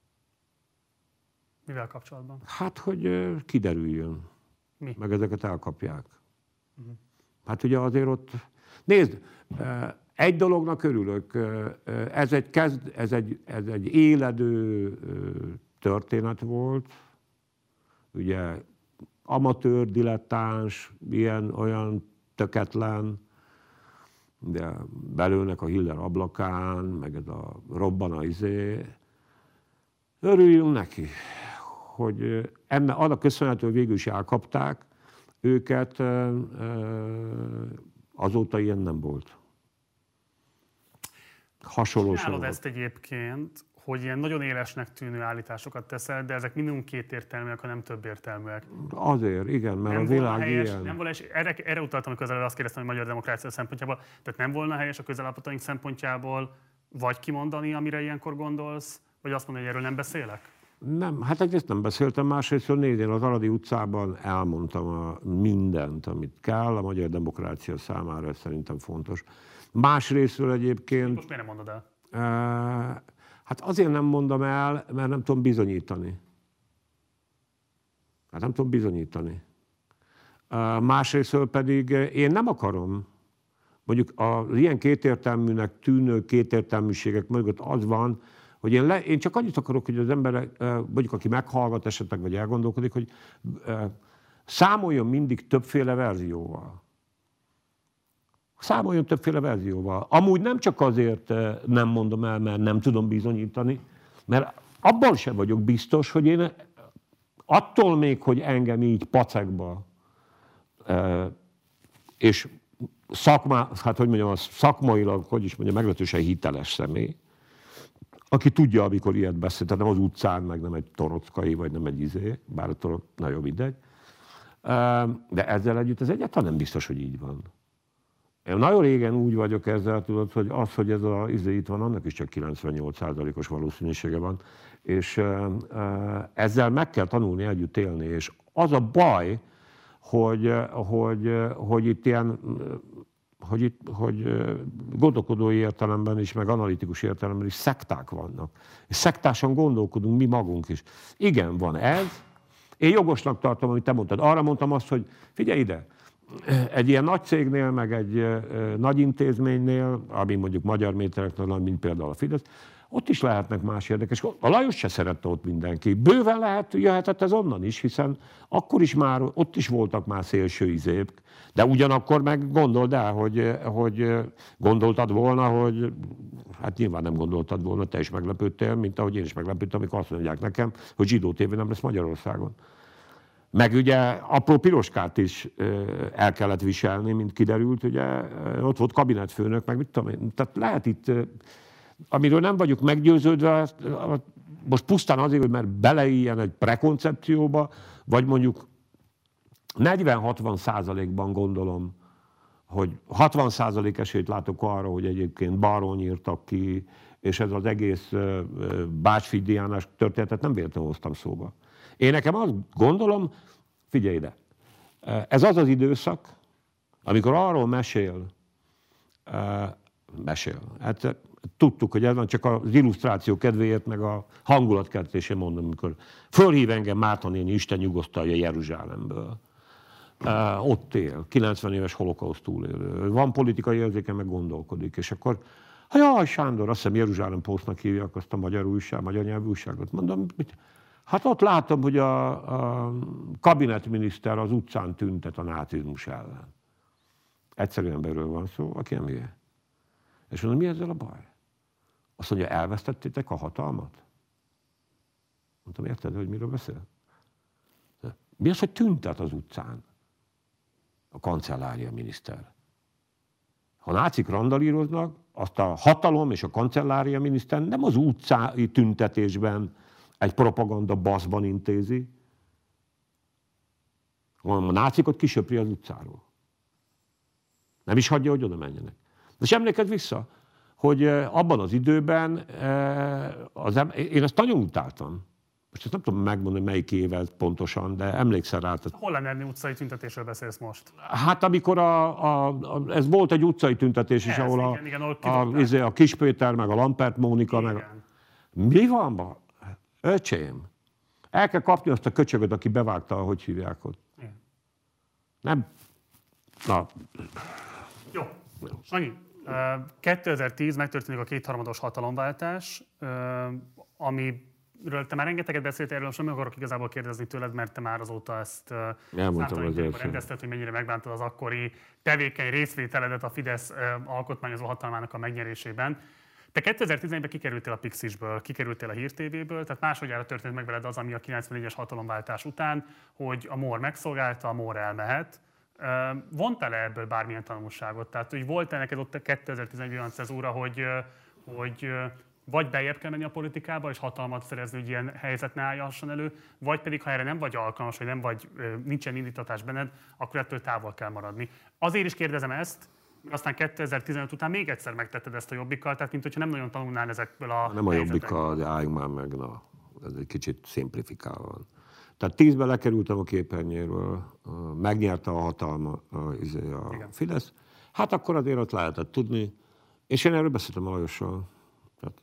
Mivel kapcsolatban? Hát, hogy kiderüljön. Mi? Meg ezeket elkapják. Uh-huh. Hát ugye azért ott... Nézd, egy dolognak örülök. Ez egy, kezd, ez egy, ez egy éledő történet volt. Ugye amatőr, dilettáns, ilyen, olyan töketlen, de belőnek a Hiller ablakán, meg ez a robban a izé. Örüljünk neki, hogy ennek annak köszönhető, hogy végül is elkapták őket, azóta ilyen nem volt. Hasonló Csinálod ezt egyébként, hogy ilyen nagyon élesnek tűnő állításokat teszel, de ezek minimum kétértelműek, ha nem több értelműek. Azért, igen, mert nem a világ helyes, ilyen. Nem volna, és erre, erre utaltam, amikor azt kérdeztem, hogy magyar demokrácia szempontjából, tehát nem volna helyes a közelállapotink szempontjából vagy kimondani, amire ilyenkor gondolsz, vagy azt mondani, hogy erről nem beszélek? Nem, hát egyrészt nem beszéltem, másrészt nézd, én az Aradi utcában elmondtam a mindent, amit kell, a magyar demokrácia számára ez szerintem fontos. Másrésztről egyébként... Most miért nem mondod el? Uh, hát azért nem mondom el, mert nem tudom bizonyítani. Hát nem tudom bizonyítani. Uh, másrésztről pedig én nem akarom, mondjuk az ilyen kétértelműnek tűnő kétértelműségek mögött az van, hogy én, le, én csak annyit akarok, hogy az ember, mondjuk aki meghallgat esetleg, vagy elgondolkodik, hogy számoljon mindig többféle verzióval. Számoljon többféle verzióval. Amúgy nem csak azért nem mondom el, mert nem tudom bizonyítani, mert abban sem vagyok biztos, hogy én attól még, hogy engem így pacekba, és szakmá, hát hogy mondjam, szakmailag, hogy is mondjam, meglehetősen hiteles személy, aki tudja, amikor ilyet beszél, tehát nem az utcán, meg nem egy torockai, vagy nem egy izé, bár a torok, nagyon mindegy. De ezzel együtt ez egyáltalán nem biztos, hogy így van. Én nagyon régen úgy vagyok ezzel, tudod, hogy az, hogy ez az izé itt van, annak is csak kilencvennyolc százalékos valószínűsége van. És ezzel meg kell tanulni együtt élni. És az a baj, hogy, hogy, hogy itt ilyen, hogy, itt, hogy gondolkodói értelemben is, meg analitikus értelemben is szekták vannak. És szektásan gondolkodunk mi magunk is. Igen, van ez. Én jogosnak tartom, amit te mondtad. Arra mondtam azt, hogy figyelj ide, egy ilyen nagy cégnél, meg egy nagy intézménynél, ami mondjuk magyar métereknél, mint például a Fidesz, ott is lehetnek más érdekes. A Lajos se szerette ott mindenki. Bőven lehet, jöhetett ez onnan is, hiszen akkor is már, ott is voltak már szélső izék, de ugyanakkor meg gondold el, hogy, hogy gondoltad volna, hogy hát nyilván nem gondoltad volna, te is meglepődtél, mint ahogy én is meglepődtem, amikor azt mondják nekem, hogy zsidó tévé nem lesz Magyarországon. Meg ugye apró piroskát is el kellett viselni, mint kiderült, ugye ott volt kabinetfőnök, meg mit tudom én. Tehát lehet itt, amiről nem vagyok meggyőződve, most pusztán azért, hogy mert beleéljen egy prekoncepcióba, vagy mondjuk negyven-hatvan százalékban gondolom, hogy hatvan százalék esélyt látok arra, hogy egyébként Baron írtak ki, és ez az egész Bácsfi Diánás történetet nem véletlenül hoztam szóba. Én nekem azt gondolom, figyelj ide, ez az az időszak, amikor arról mesél, mesél, hát tudtuk, hogy ez van, csak az illusztráció kedvéért, meg a hangulatkeltésén mondom, amikor fölhív engem Márton néni, Isten nyugosztalja Jeruzsálemből. Ott él, kilencven éves holokauszt túlélő. Van politikai érzéke, meg gondolkodik, és akkor ha jaj, Sándor, azt hiszem Jeruzsálem Postnak hívják azt a magyar újság, magyar nyelvű újságot. Mondom, mit? Hát ott látom, hogy a, a kabinetminiszter az utcán tüntet a nácizmus ellen. Egyszerű emberről van szó, aki nem hülye. És mondom, mi ezzel a baj? Azt mondja, elvesztettétek a hatalmat? Mondtam, érted, hogy miről beszél? Mi az, hogy tüntet az utcán? A kancellária miniszter. Ha nácik randalíroznak, azt a hatalom és a kancellária miniszter nem az utcai tüntetésben egy propaganda baszban intézi, hanem a nácikot kisöpri az utcáról. Nem is hagyja, hogy oda menjenek. De és emlékezz vissza, hogy abban az időben az em- én ezt nagyon utáltam. Most ezt nem tudom megmondani, melyik éve pontosan, de emlékszel rá. Hol lenne utcai tüntetésről beszélsz most? Hát amikor a, a, a, ez volt egy utcai tüntetés is, ez, ahol a, igen, igen, a, a Kis Péter, meg a Lampert Mónika, igen. meg a... Mi van ma? Öcsém, el kell kapni azt a köcsögöt, aki bevágta, hogy hívják ott. Igen. Nem? Na. Jó. Sanyi, kétezer-tíz megtörténik a kétharmados hatalomváltás, amiről te már rengeteget beszéltél, erről most nem akarok igazából kérdezni tőled, mert te már azóta ezt rendezted, hogy mennyire megbántod az akkori tevékeny részvételedet a Fidesz alkotmányozó hatalmának a megnyerésében. Te kétezer-tizenegyben kikerültél a Pixisből, kikerültél a Hír té véből, tehát másodjára történt meg veled az, ami a kilencvennégyes hatalomváltás után, hogy a MOR megszolgálta, a MOR elmehet. Vontál-e ebből bármilyen tanulságot? Tehát, hogy volt-e neked ott a kétezer-tizenegyben olyan cezúra, hogy, hogy vagy bejebb kell menni a politikába, és hatalmat szerezni, hogy ilyen helyzet ne állhasson elő, vagy pedig, ha erre nem vagy alkalmas, vagy nem vagy, nincsen indítatás benned, akkor ettől távol kell maradni. Azért is kérdezem ezt, aztán kétezer-tizenöt után még egyszer megtetted ezt a Jobbikkal, tehát mint hogyha nem nagyon tanulnál ezekből a Nem a Jobbikkal, de álljunk már meg, na, ez egy kicsit szimplifikálva van. Tehát tízben lekerültem a képernyőről, megnyerte a hatalma a, a Fidesz, hát akkor azért ott lehetett tudni, és én erről beszéltem a Lajossal. Tehát,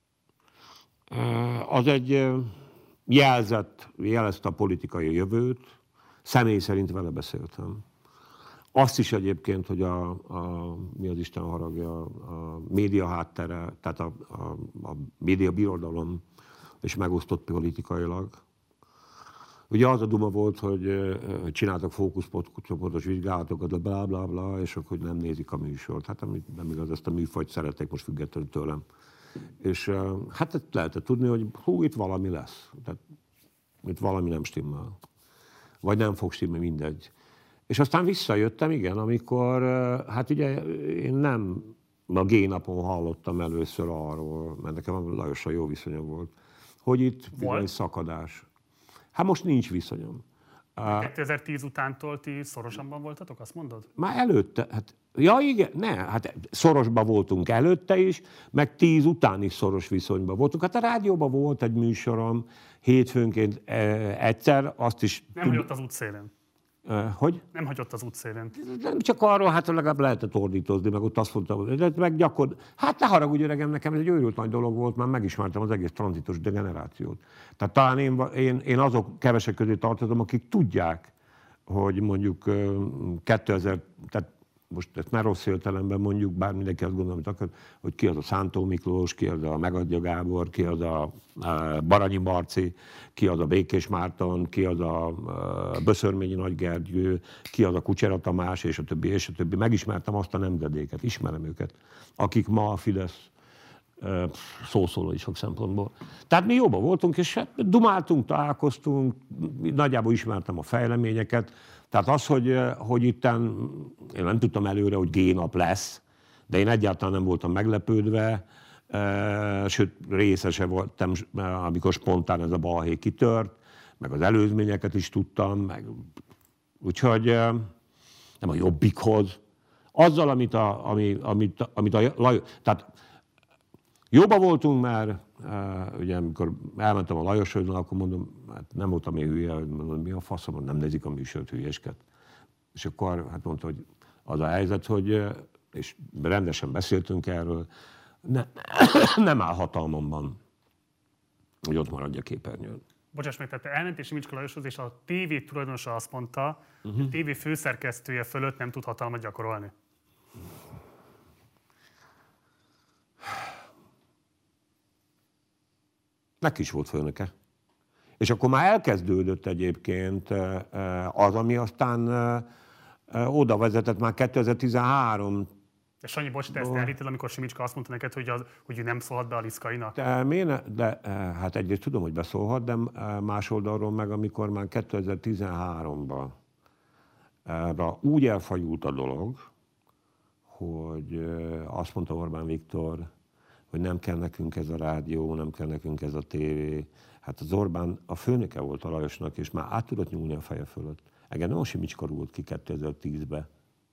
az egy jelzett, jelezte a politikai jövőt, személy szerint vele beszéltem. Azt is egyébként, hogy a, a mi az Isten haragja, a média háttere, tehát a, a, a média birodalom és megosztott politikailag. Ugye az a duma volt, hogy csináltak fókuszcsoportos vizsgálatokat, blá, blá, blá, és akkor nem nézik a műsort. Hát nem igaz, ezt a műfajt szeretek most függetlenül tőlem. És hát lehetett tudni, hogy hú, itt valami lesz. Tehát, itt valami nem stimmel. Vagy nem fog stimmel, mindegy. És aztán visszajöttem, igen, amikor, hát ugye én nem a G-napon hallottam először arról, mert nekem Lajossal jó viszonyom volt, hogy itt egy szakadás. Hát most nincs viszonyom. kétezer-tíz utántól ti szorosabban voltatok, azt mondod? Már előtte, hát, ja igen, ne, hát szorosban voltunk előtte is, meg tíz után is szoros viszonyban voltunk. Hát a rádióban volt egy műsorom, hétfőnként egyszer, azt is... Nem hagyott az útszélén. Hogy? Nem hagyott az útszélén. Nem csak arról, hát legalább lehetett ordítozni, meg ott azt mondtam, hogy meg gyakor... Hát ne haragudj öregem, nekem ez egy őrült nagy dolog volt, mert megismertem az egész tranzitos generációt. Tehát talán én, én, én azok kevesek közé tartozom, akik tudják, hogy mondjuk kétezer, tehát most ezt ne rossz értelemben mondjuk, bár mindenki azt gondolom, hogy akar, hogy ki az a Szántó Miklós, ki az a Megadja Gábor, ki az a Baranyi Marci, ki az a Békés Márton, ki az a Böszörményi Nagygergő, ki az a Kucsera Tamás, és a többi, és a többi. Megismertem azt a nemzedéket, ismerem őket, akik ma a Fidesz szószóló is sok szempontból. Tehát mi jobban voltunk, és hát dumáltunk, találkoztunk, nagyjából ismertem a fejleményeket. Tehát az, hogy, hogy itten, én nem tudtam előre, hogy G-nap lesz, de én egyáltalán nem voltam meglepődve, sőt részese voltam, amikor spontán ez a balhé kitört, meg az előzményeket is tudtam, meg, úgyhogy nem a Jobbikhoz. Azzal, amit a, ami, amit, amit a Lajos, tehát jobban voltunk már, ugye amikor elmentem a Lajoshoz, akkor mondom, hát nem voltam én hülye, hogy mondom, mi a faszom, nem nézik a műsort, hülyesket. És akkor hát mondta, hogy az a helyzet, hogy, és rendesen beszéltünk erről, ne, nem áll hatalmamban, hogy ott maradja képernyőn. Bocsáss meg, tehát elmentél Simicska Lajoshoz, és a tévé tulajdonosa azt mondta, uh-huh. hogy a tévé főszerkesztője fölött nem tud hatalmat gyakorolni. Neki is volt főnöke. És akkor már elkezdődött egyébként az, ami aztán oda vezetett már kétezer-tizenhárom. De Sanyi, bocs, te ezt elhitted, amikor Simicska azt mondta neked, hogy, az, hogy ő nem szólhat be a Liszkainak? De, miért, de hát egyrészt tudom, hogy beszólhat, de más oldalról meg, amikor már kétezer-tizenháromban úgy elfajult a dolog, hogy azt mondta Orbán Viktor, hogy nem kell nekünk ez a rádió, nem kell nekünk ez a tévé. Hát az Orbán a főnöke volt a Lajosnak, és már át tudott nyúlni a feje fölött. Engem nem a Simicska rúgott ki kétezer-tízben.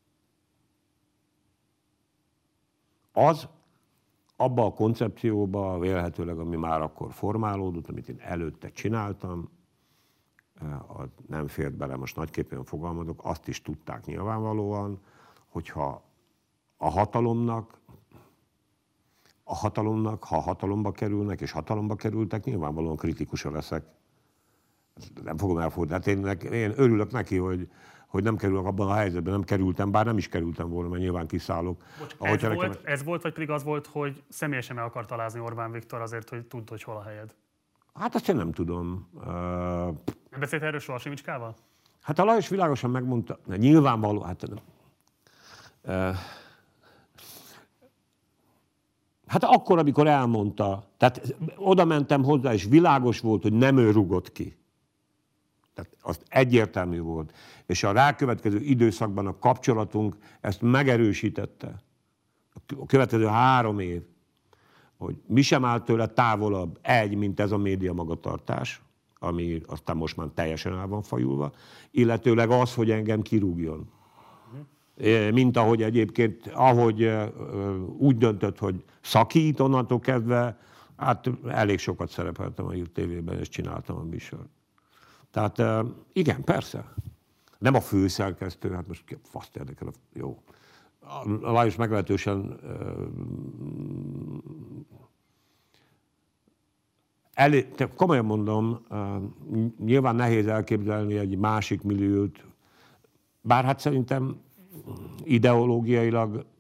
Az abba a koncepcióba, vélhetőleg, ami már akkor formálódott, amit én előtte csináltam, nem fért bele, most nagyképpen fogalmazok, azt is tudták nyilvánvalóan, hogyha a hatalomnak, a hatalomnak, ha hatalomba kerülnek, és hatalomba kerültek, nyilvánvalóan kritikusa leszek. Nem fogom elfordulni. Hát én, én örülök neki, hogy, hogy nem kerülök abban a helyzetben, nem kerültem, bár nem is kerültem volna, mert nyilván kiszállok. Bocs, ez, nekem... volt, ez volt, vagy pedig az volt, hogy személyesen meg akart alázni Orbán Viktor azért, hogy tudd, hogy hol a helyed? Hát azt én nem tudom. Uh... Nem beszélt erről soha Simicskával? Hát a Lajos világosan megmondta, nyilvánvaló, hát nem. Uh... Hát akkor, amikor elmondta, tehát oda mentem hozzá, és világos volt, hogy nem ő rugott ki. Tehát az egyértelmű volt. És a rákövetkező időszakban a kapcsolatunk ezt megerősítette. A következő három év, hogy mi sem áll tőle távolabb egy, mint ez a média magatartás, ami aztán most már teljesen el van fajulva, illetőleg az, hogy engem kirúgjon. Mint ahogy egyébként, ahogy úgy döntött, hogy szakít onnantól kezdve, hát elég sokat szerepeltem a Hír té vében, és csináltam a műsort. Tehát igen, persze. Nem a főszerkesztő, hát most faszt érdekel, jó. A Lajos meglehetősen elé, komolyan mondom, nyilván nehéz elképzelni egy másik milliót, bár hát szerintem ideológiailag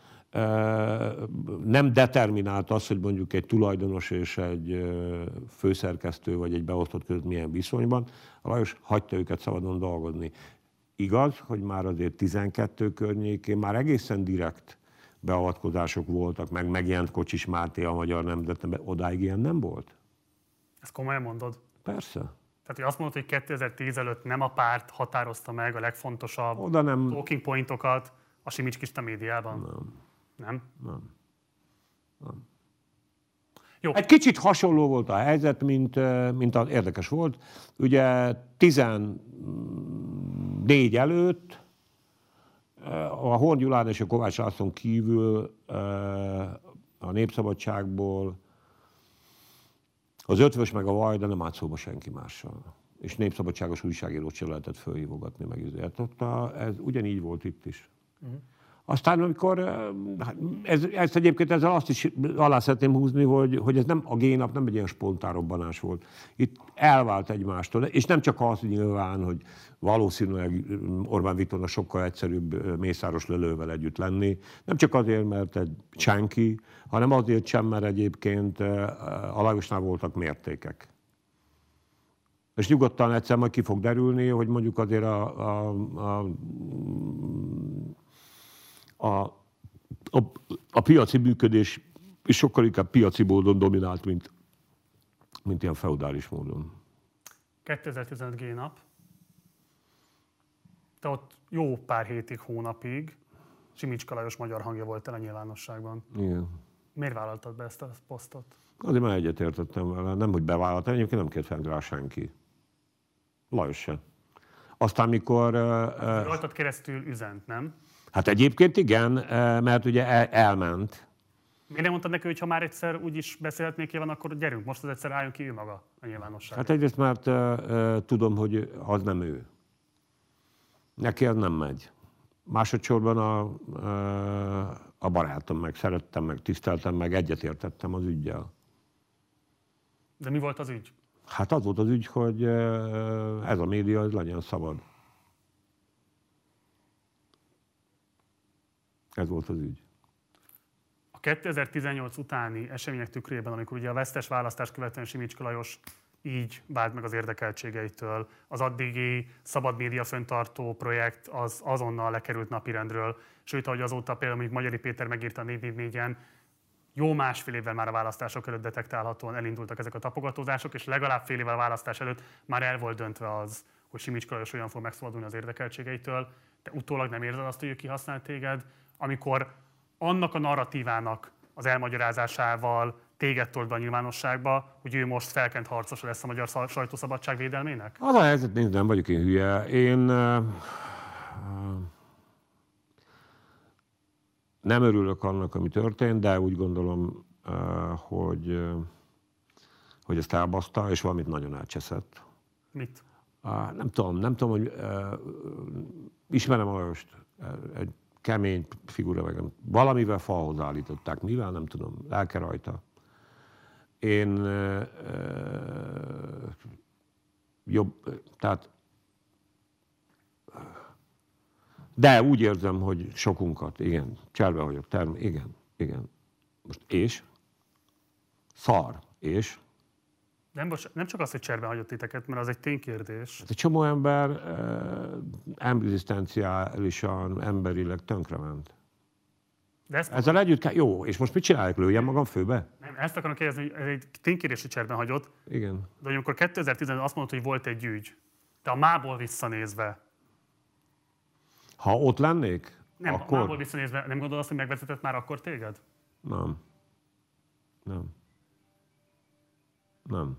nem determinált az, hogy mondjuk egy tulajdonos és egy főszerkesztő vagy egy beosztott között milyen viszonyban. A Lajos hagyta őket szabadon dolgozni. Igaz, hogy már azért tizenkettő környékén már egészen direkt beavatkozások voltak, meg megjelent Kocsis Máté a Magyar Nemzetben, odáig ilyen nem volt? Ezt komolyan mondod? Persze. Tehát, hogy azt mondod, hogy kétezer-tíz előtt nem a párt határozta meg a legfontosabb Oda nem... talking pointokat a Simicskista médiában? Nem. Nem? Nem. Nem. Jó. Egy kicsit hasonló volt a helyzet, mint, mint az érdekes volt. Ugye tizennégy előtt a Horn Gyulán és a Kovács Lászlón kívül a Népszabadságból az Ötvös meg a Vajda nem állt szóba senki mással. És népszabadságos újságírót sem lehetett fölhívogatni meg ezért. Ott a, ez ugyanígy volt itt is. Uh-huh. Aztán amikor, ez, ezt egyébként ezzel azt is alá szeretném húzni, hogy, hogy ez nem, a G-nap nem egy ilyen spontán robbanás volt. Itt elvált egymástól, és nem csak az nyilván, hogy valószínűleg Orbán Viktornak sokkal egyszerűbb Mészáros Lőlővel együtt lenni, nem csak azért, mert egy csenki, hanem azért sem, mert egyébként a Lajosnál voltak mértékek. És nyugodtan egyszer majd ki fog derülni, hogy mondjuk azért a, a, a A, a, a piaci működés is sokkal inkább piaci módon dominált, mint, mint ilyen feudális módon. kétezer-tizenöt G-nap. Te ott jó pár hétig, hónapig Simicska Lajos Magyar Hangja volt el a nyilvánosságban. Igen. Miért vállaltad be ezt a posztot? Azért már egyetértettem vele. Nem, hogy bevállaltam, egyébként nem kért fel rá senki. Lajos se. Aztán mikor... Rajtad keresztül üzent, nem? Hát egyébként igen, mert ugye el, elment. Miért nem mondtad neki, hogy ha már egyszer úgyis beszélhetnék van, akkor gyerünk, most az egyszer álljon ki ő maga a nyilvánosságra? Hát egyrészt mert uh, tudom, hogy az nem ő. Neki az nem megy. Másodszorban a, uh, a barátom meg, szerettem meg, tiszteltem meg, egyetértettem az üggyel. De mi volt az ügy? Hát az volt az ügy, hogy uh, ez a média ez legyen szabad. Ez volt az ügy. A kétezer-tizennyolc utáni események tükrében, amikor ugye a vesztes választás követően Simicska Lajos így vált meg az érdekeltségeitől, az addigi szabad média fenntartó projekt az azonnal lekerült napirendről, sőt, ahogy azóta például mondjuk Magyari Péter megírta a négy négy négyen, jó másfél évvel már a választások előtt detektálhatóan elindultak ezek a tapogatózások, és legalább fél évvel a választás előtt már el volt döntve az, hogy Simicska Lajos olyan fog megszabadulni az érdekeltségeitől. Te utólag nem érzed azt, hogy ő kihasznált téged, amikor annak a narratívának az elmagyarázásával téged tolt be a nyilvánosságba, hogy ő most felkent harcosa lesz a magyar sajtószabadság védelmének? Az a helyzet, nézd, nem vagyok én hülye. Én uh, nem örülök annak, ami történt, de úgy gondolom, uh, hogy, uh, hogy ezt elbaszta, és valamit nagyon elcseszett. Mit? Uh, nem tudom, nem tudom, hogy uh, ismerem a Lajost, uh, egy kemény figura, meg valamivel falhoz állították. Mivel? Nem tudom. Lelke rajta. Én ö, ö, jobb, tehát de úgy érzem, hogy sokunkat, igen, cserbe vagyok, term, igen, igen. Most és? Szar, és? Nem, nem csak az, hogy cserben hagyott titeket, mert az egy ténykérdés. Hát egy csomó ember uh, egzisztenciálisan, emberileg tönkrement. De ezt ezzel együtt kell, jó, és most mit csinálják, lőjem magam főbe? Nem, ezt akarom kérdezni, hogy ez egy ténykérdés, hogy cserben hagyott. Igen. De amikor kétezer-tizenöt azt mondod, hogy volt egy ügy, de a mából visszanézve. Ha ott lennék, nem, akkor... a mából visszanézve, nem gondolod azt, hogy megvezetett már akkor téged? Nem. Nem. Nem.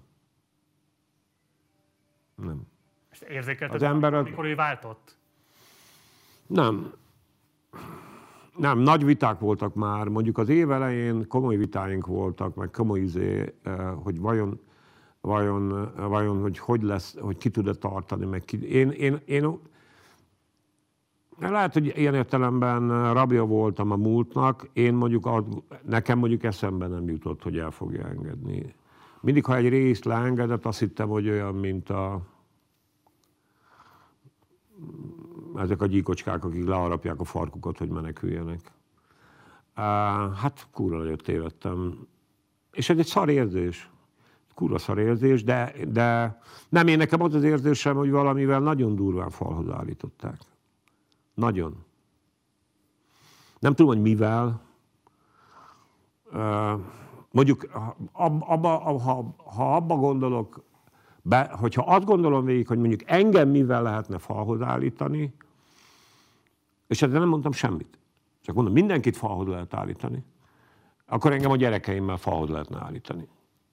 Nem. És érzékelted, az ember az... amikor ő váltott? Nem. Nem, nagy viták voltak már. Mondjuk az év elején komoly vitáink voltak, meg komoly izé, hogy vajon, vajon, vajon hogy, hogy lesz, hogy ki tud-e tartani, meg ki... Én, én, én lehet, hogy ilyen értelemben rabja voltam a múltnak, én mondjuk, az, nekem mondjuk eszembe nem jutott, hogy el fogja engedni. Mindig, ha egy részt leengedett, azt hittem, hogy olyan, mint a... ezek a gyíkocskák, akik leharapják a farkukat, hogy meneküljenek. Uh, hát kurva nagyot tévedtem. És ez egy szar érzés. Kurva szar érzés, de, de nem, én nekem az az érzésem, hogy valamivel nagyon durván falhoz állították. Nagyon. Nem tudom, hogy mivel, Mondjuk, abba, ha, ha abba gondolok, be, hogyha azt gondolom végig, hogy mondjuk engem mivel lehetne falhoz állítani, és ezzel nem mondtam semmit, csak mondom, mindenkit falhoz lehet állítani, akkor engem a gyerekeimmel falhoz lehetne állítani.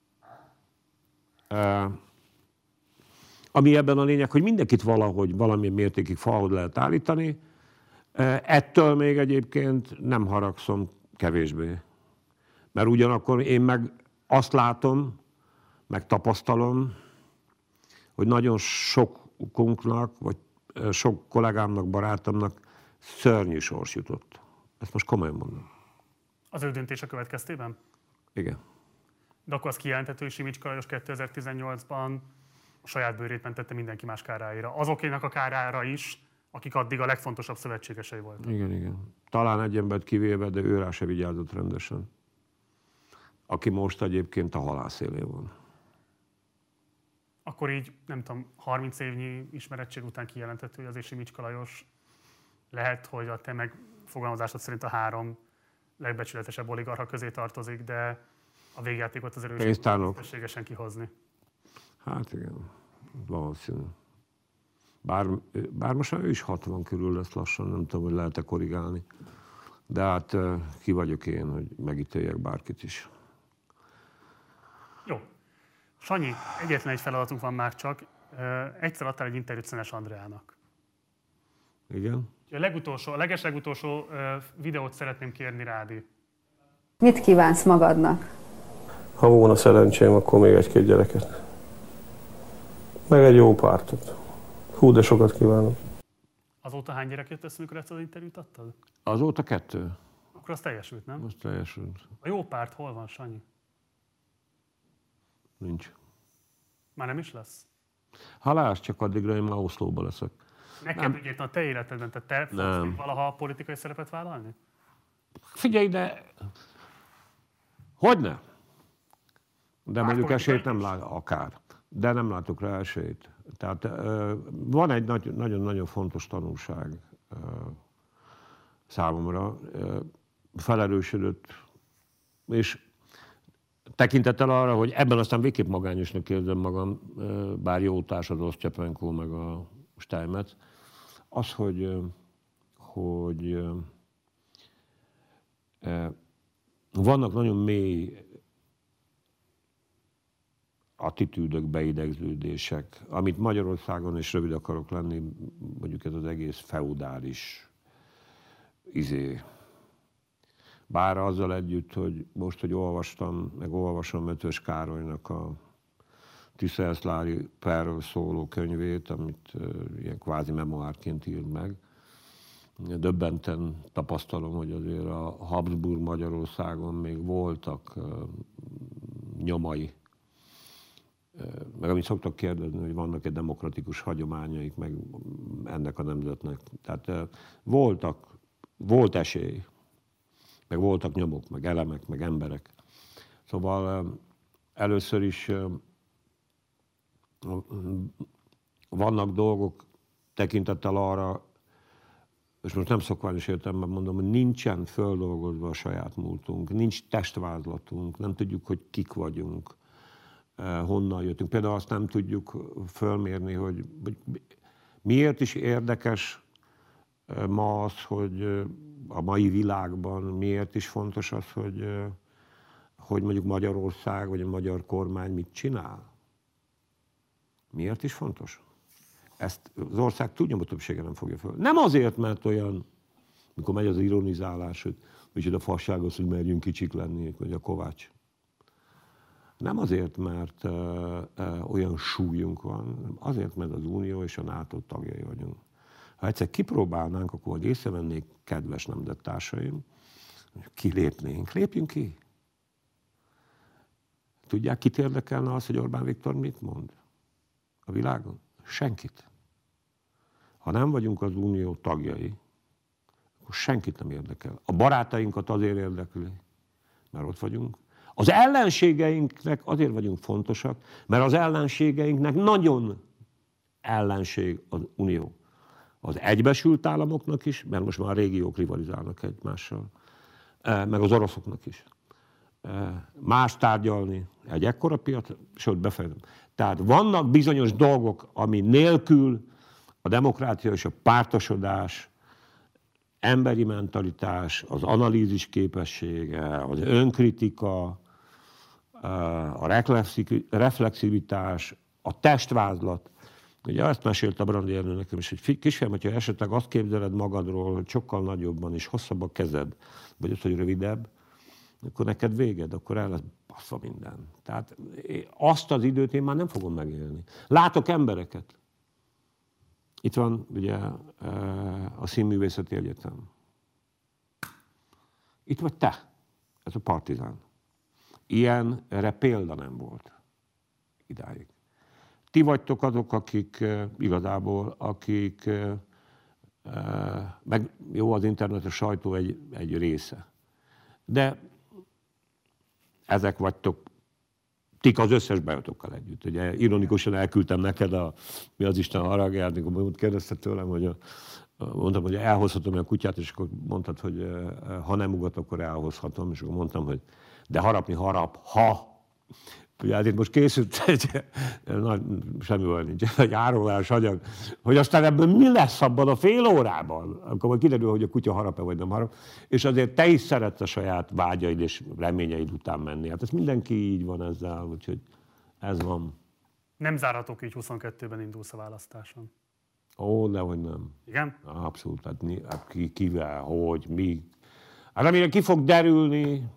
Uh, ami ebben a lényeg, hogy mindenkit valahogy, valamilyen mértékig falhoz lehet állítani, uh, ettől még egyébként nem haragszom kevésbé. Mert ugyanakkor én meg azt látom, meg tapasztalom, hogy nagyon sokunknak, vagy sok kollégámnak, barátomnak szörnyű sors jutott. Ezt most komolyan mondom. Az ő döntése következtében? Igen. De akkor az kijelenthető, hogy Simicska Lajos kétezer-tizennyolcban a saját bőrét mentette mindenki más kárára. Azokénak a kárára is, akik addig a legfontosabb szövetségesei voltak. Igen, igen. Talán egy embert kivéve, de ő rá se vigyázott rendesen. Aki most egyébként a halál szélén van. Akkor így, nem tudom, harminc évnyi ismerettség után kijelenthető, hogy azért Simicska Lajos lehet, hogy a te megfogalmazásod szerint a három legbecsületesebb oligarcha közé tartozik, de a végjátékot azért ő is tisztességesen kihozni. Hát igen, valószínű. Bár, bár most ő is hatvan körül lesz lassan, nem tudom, hogy lehet-e korrigálni. De hát ki vagyok én, hogy megítéljek bárkit is. Jó. Sanyi, egyetlen egy feladatunk van már csak. Egyszer adtál egy interjút Szenes Andreának. Igen? A legutolsó, a legeslegutolsó videót szeretném kérni rád. Mit kívánsz magadnak? Ha volna szerencsém, akkor még egy-két gyereket. Meg egy jó pártot. Hú, de sokat kívánok. Azóta hány gyerek jött össze, amikor ezt az interjút adtad? Azóta kettő. Akkor az teljesült, nem? Most teljesült. A jó párt hol van, Sanyi? Nincs. Már nem is lesz? Ha láss, csak addigra én már Oszlóba leszek. Nekem ügyét a te életedben, te, te fogsz valaha politikai szerepet vállalni? Figyelj, de... Hogyne? De Már mondjuk esélyt nem is? lát, akár. De nem látok rá esélyt. Tehát uh, van egy nagyon-nagyon fontos tanulság uh, számomra. Uh, felerősödött, és tekintettel arra, hogy ebben aztán végképp magányosnak érzem magam, uh, bár jó társ az Osztyepenko meg a Steinmetz, az, hogy, uh, hogy uh, uh, vannak nagyon mély attitűdök, beidegződések, amit Magyarországon, és rövid akarok lenni, mondjuk ez az egész feudális izé. Bár azzal együtt, hogy most, hogy olvastam, meg olvasom Ötvös Károlynak a Tisza-Eszlári perről szóló könyvét, amit uh, ilyen kvázi memoárként írt meg, döbbenten tapasztalom, hogy azért a Habsburg Magyarországon még voltak uh, nyomai. Meg amit szoktak kérdezni, hogy vannak-e demokratikus hagyományaik meg ennek a nemzetnek. Tehát uh, voltak, volt esély, meg voltak nyomok, meg elemek, meg emberek. Szóval uh, először is uh, vannak dolgok tekintettel arra, és most nem szokványos értelemben mondom, hogy nincsen földolgozva a saját múltunk, nincs testvázlatunk, nem tudjuk, hogy kik vagyunk, honnan jöttünk. Például azt nem tudjuk fölmérni, hogy, hogy miért is érdekes ma az, hogy a mai világban miért is fontos az, hogy, hogy mondjuk Magyarország vagy a magyar kormány mit csinál. Miért is fontos? Ezt az ország tudja, hogy többsége nem fogja föl. Nem azért, mert olyan, mikor megy az ironizálás, hogy micsoda fasság az, hogy merjünk kicsik lenni, vagy a Kovács. Nem azért, mert uh, uh, olyan súlyunk van, hanem azért, mert az Unió és a NATO tagjai vagyunk. Ha egyszer kipróbálnánk, akkor hogy észrevennék, kedves nemzettársaim, kilépnénk. Lépjünk ki. Tudják, kit érdekelne az, hogy Orbán Viktor mit mond a világon? Senkit. Ha nem vagyunk az Unió tagjai, akkor senkit nem érdekel. A barátainkat azért érdekli, mert ott vagyunk. Az ellenségeinknek azért vagyunk fontosak, mert az ellenségeinknek nagyon ellenség az Unió. Az Egyesült Államoknak is, mert most már a régiók rivalizálnak egymással, meg az oroszoknak is. más tárgyalni egy ekkora piac, sőt befejezem. Tehát vannak bizonyos dolgok, ami nélkül a demokrácia és a pártosodás, emberi mentalitás, az analízis képessége, az önkritika, a reflexivitás, a testvázlat. Ugye ezt mesélte Brandi Ernő nekem is, hogy kisfiam, hogyha esetleg azt képzeled magadról, hogy sokkal nagyobban és hosszabb a kezed, vagy az, hogy rövidebb, akkor neked véged, akkor el lesz bassza minden. Tehát azt az időt én már nem fogom megélni. Látok embereket. Itt van ugye a Színművészeti Egyetem. Itt vagy te, ez a Partizán. Ilyenre példa nem volt idáig. Ti vagytok azok, akik igazából, akik, meg jó, az internetes sajtó egy, egy része. De ezek vagytok, tik az összes bajotokkal együtt. Ugye ironikusan elküldtem neked a, mi az Isten haragját, amikor kérdezted tőlem, hogy a, mondtam, hogy elhozhatom a kutyát, és akkor mondtad, hogy ha nem ugat, akkor elhozhatom, és akkor mondtam, hogy de harapni harap, ha. Ugye hát itt most készült egy, na, semmi olyan nincs, egy árulás anyag, hogy aztán ebből mi lesz abban a fél órában, akkor majd kiderül, hogy a kutya harap-e vagy nem harap, és azért te is szeretsz a saját vágyaid és reményeid után menni. Hát ez mindenki így van ezzel, úgyhogy ez van. Nem zárhatok így, huszonkettőben indulsz a választáson. Ó, dehogy nem. Igen? Abszolút, hát, hát ki, kivel, hogy, mi. Hát amire ki fog derülni,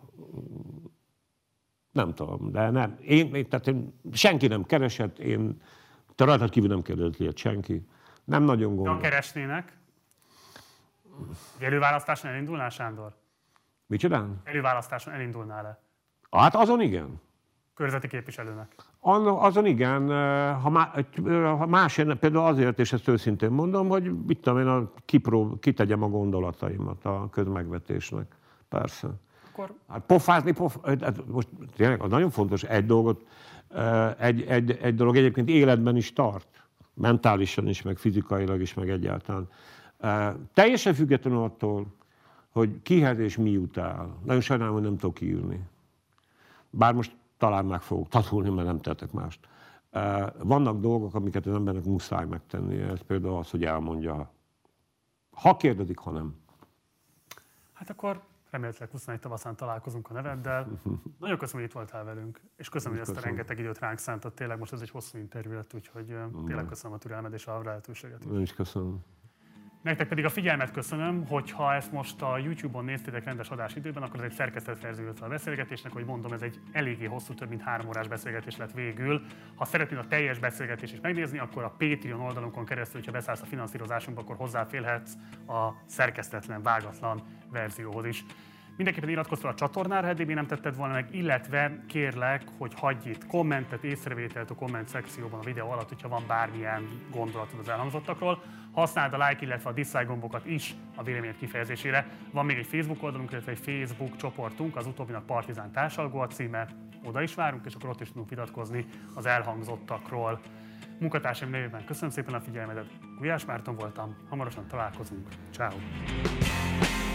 nem tudom, de nem. Én, tehát én, senki nem keresett, én, te rajtad kívül nem kérdezett ilyet senki. Nem nagyon gondolom. Ha keresnének, egy előválasztáson elindulnál, Sándor? Micsodán? Előválasztáson elindulnál-e? Hát azon igen. Körzeti képviselőnek? Azon igen, ha, má, ha más, például azért, és ezt őszintén mondom, hogy mit tudom én, a, kiprób, kitegyem a gondolataimat a közmegvetésnek. Persze. Akkor... Hát pofázni, pof... most tényleg az nagyon fontos, egy dolgot, egy, egy, egy dolog egyébként életben is tart, mentálisan is, meg fizikailag is, meg egyáltalán. Teljesen függetlenül attól, hogy kihez és mi jut el. Nagyon sajnálom, hogy nem tudok írni. Bár most talán meg fogok tanulni, mert nem tettek mást. Vannak dolgok, amiket az embernek muszáj megtenni. Ez például az, hogy elmondja. Ha kérdezik, ha nem. Hát akkor remélhetőleg huszonegy tavaszán találkozunk a neveddel. Nagyon köszönöm, hogy itt voltál velünk, és köszönöm, hogy ezt a rengeteg időt ránk szántad. Tényleg most ez egy hosszú interjú lett, úgyhogy tényleg köszönöm a türelmed és a lehetőséget. Én is köszönöm. Nektek pedig a figyelmet köszönöm, hogyha ezt most a YouTube-on néztétek rendes adásidőben, akkor ez egy szerkesztett verzió a beszélgetésnek, hogy mondom, ez egy eléggé hosszú, több mint három órás beszélgetés lett végül. Ha szeretnéd a teljes beszélgetést is megnézni, akkor a Patreon oldalunkon keresztül, ha beszállsz a finanszírozásunkba, akkor hozzáférhetsz a szerkesztetlen, vágatlan verzióhoz is. Mindenképpen iratkozz fel a csatornára, ha eddig még nem tetted volna meg, illetve kérlek, hogy hagyj itt kommentet, észrevételt a komment szekcióban a videó alatt, hogyha van bármilyen gondolatod az elhangzottakról. Használd a like, illetve a dislike gombokat is a véleményed kifejezésére. Van még egy Facebook oldalunk, illetve egy Facebook csoportunk, az utóbbinak Partizán társalgó a címe. Oda is várunk, és akkor ott is tudunk vitatkozni az elhangzottakról. Munkatársaim nevében köszönöm szépen a figyelmedet. Gulyás Márton voltam, hamarosan találkozunk. Ciao.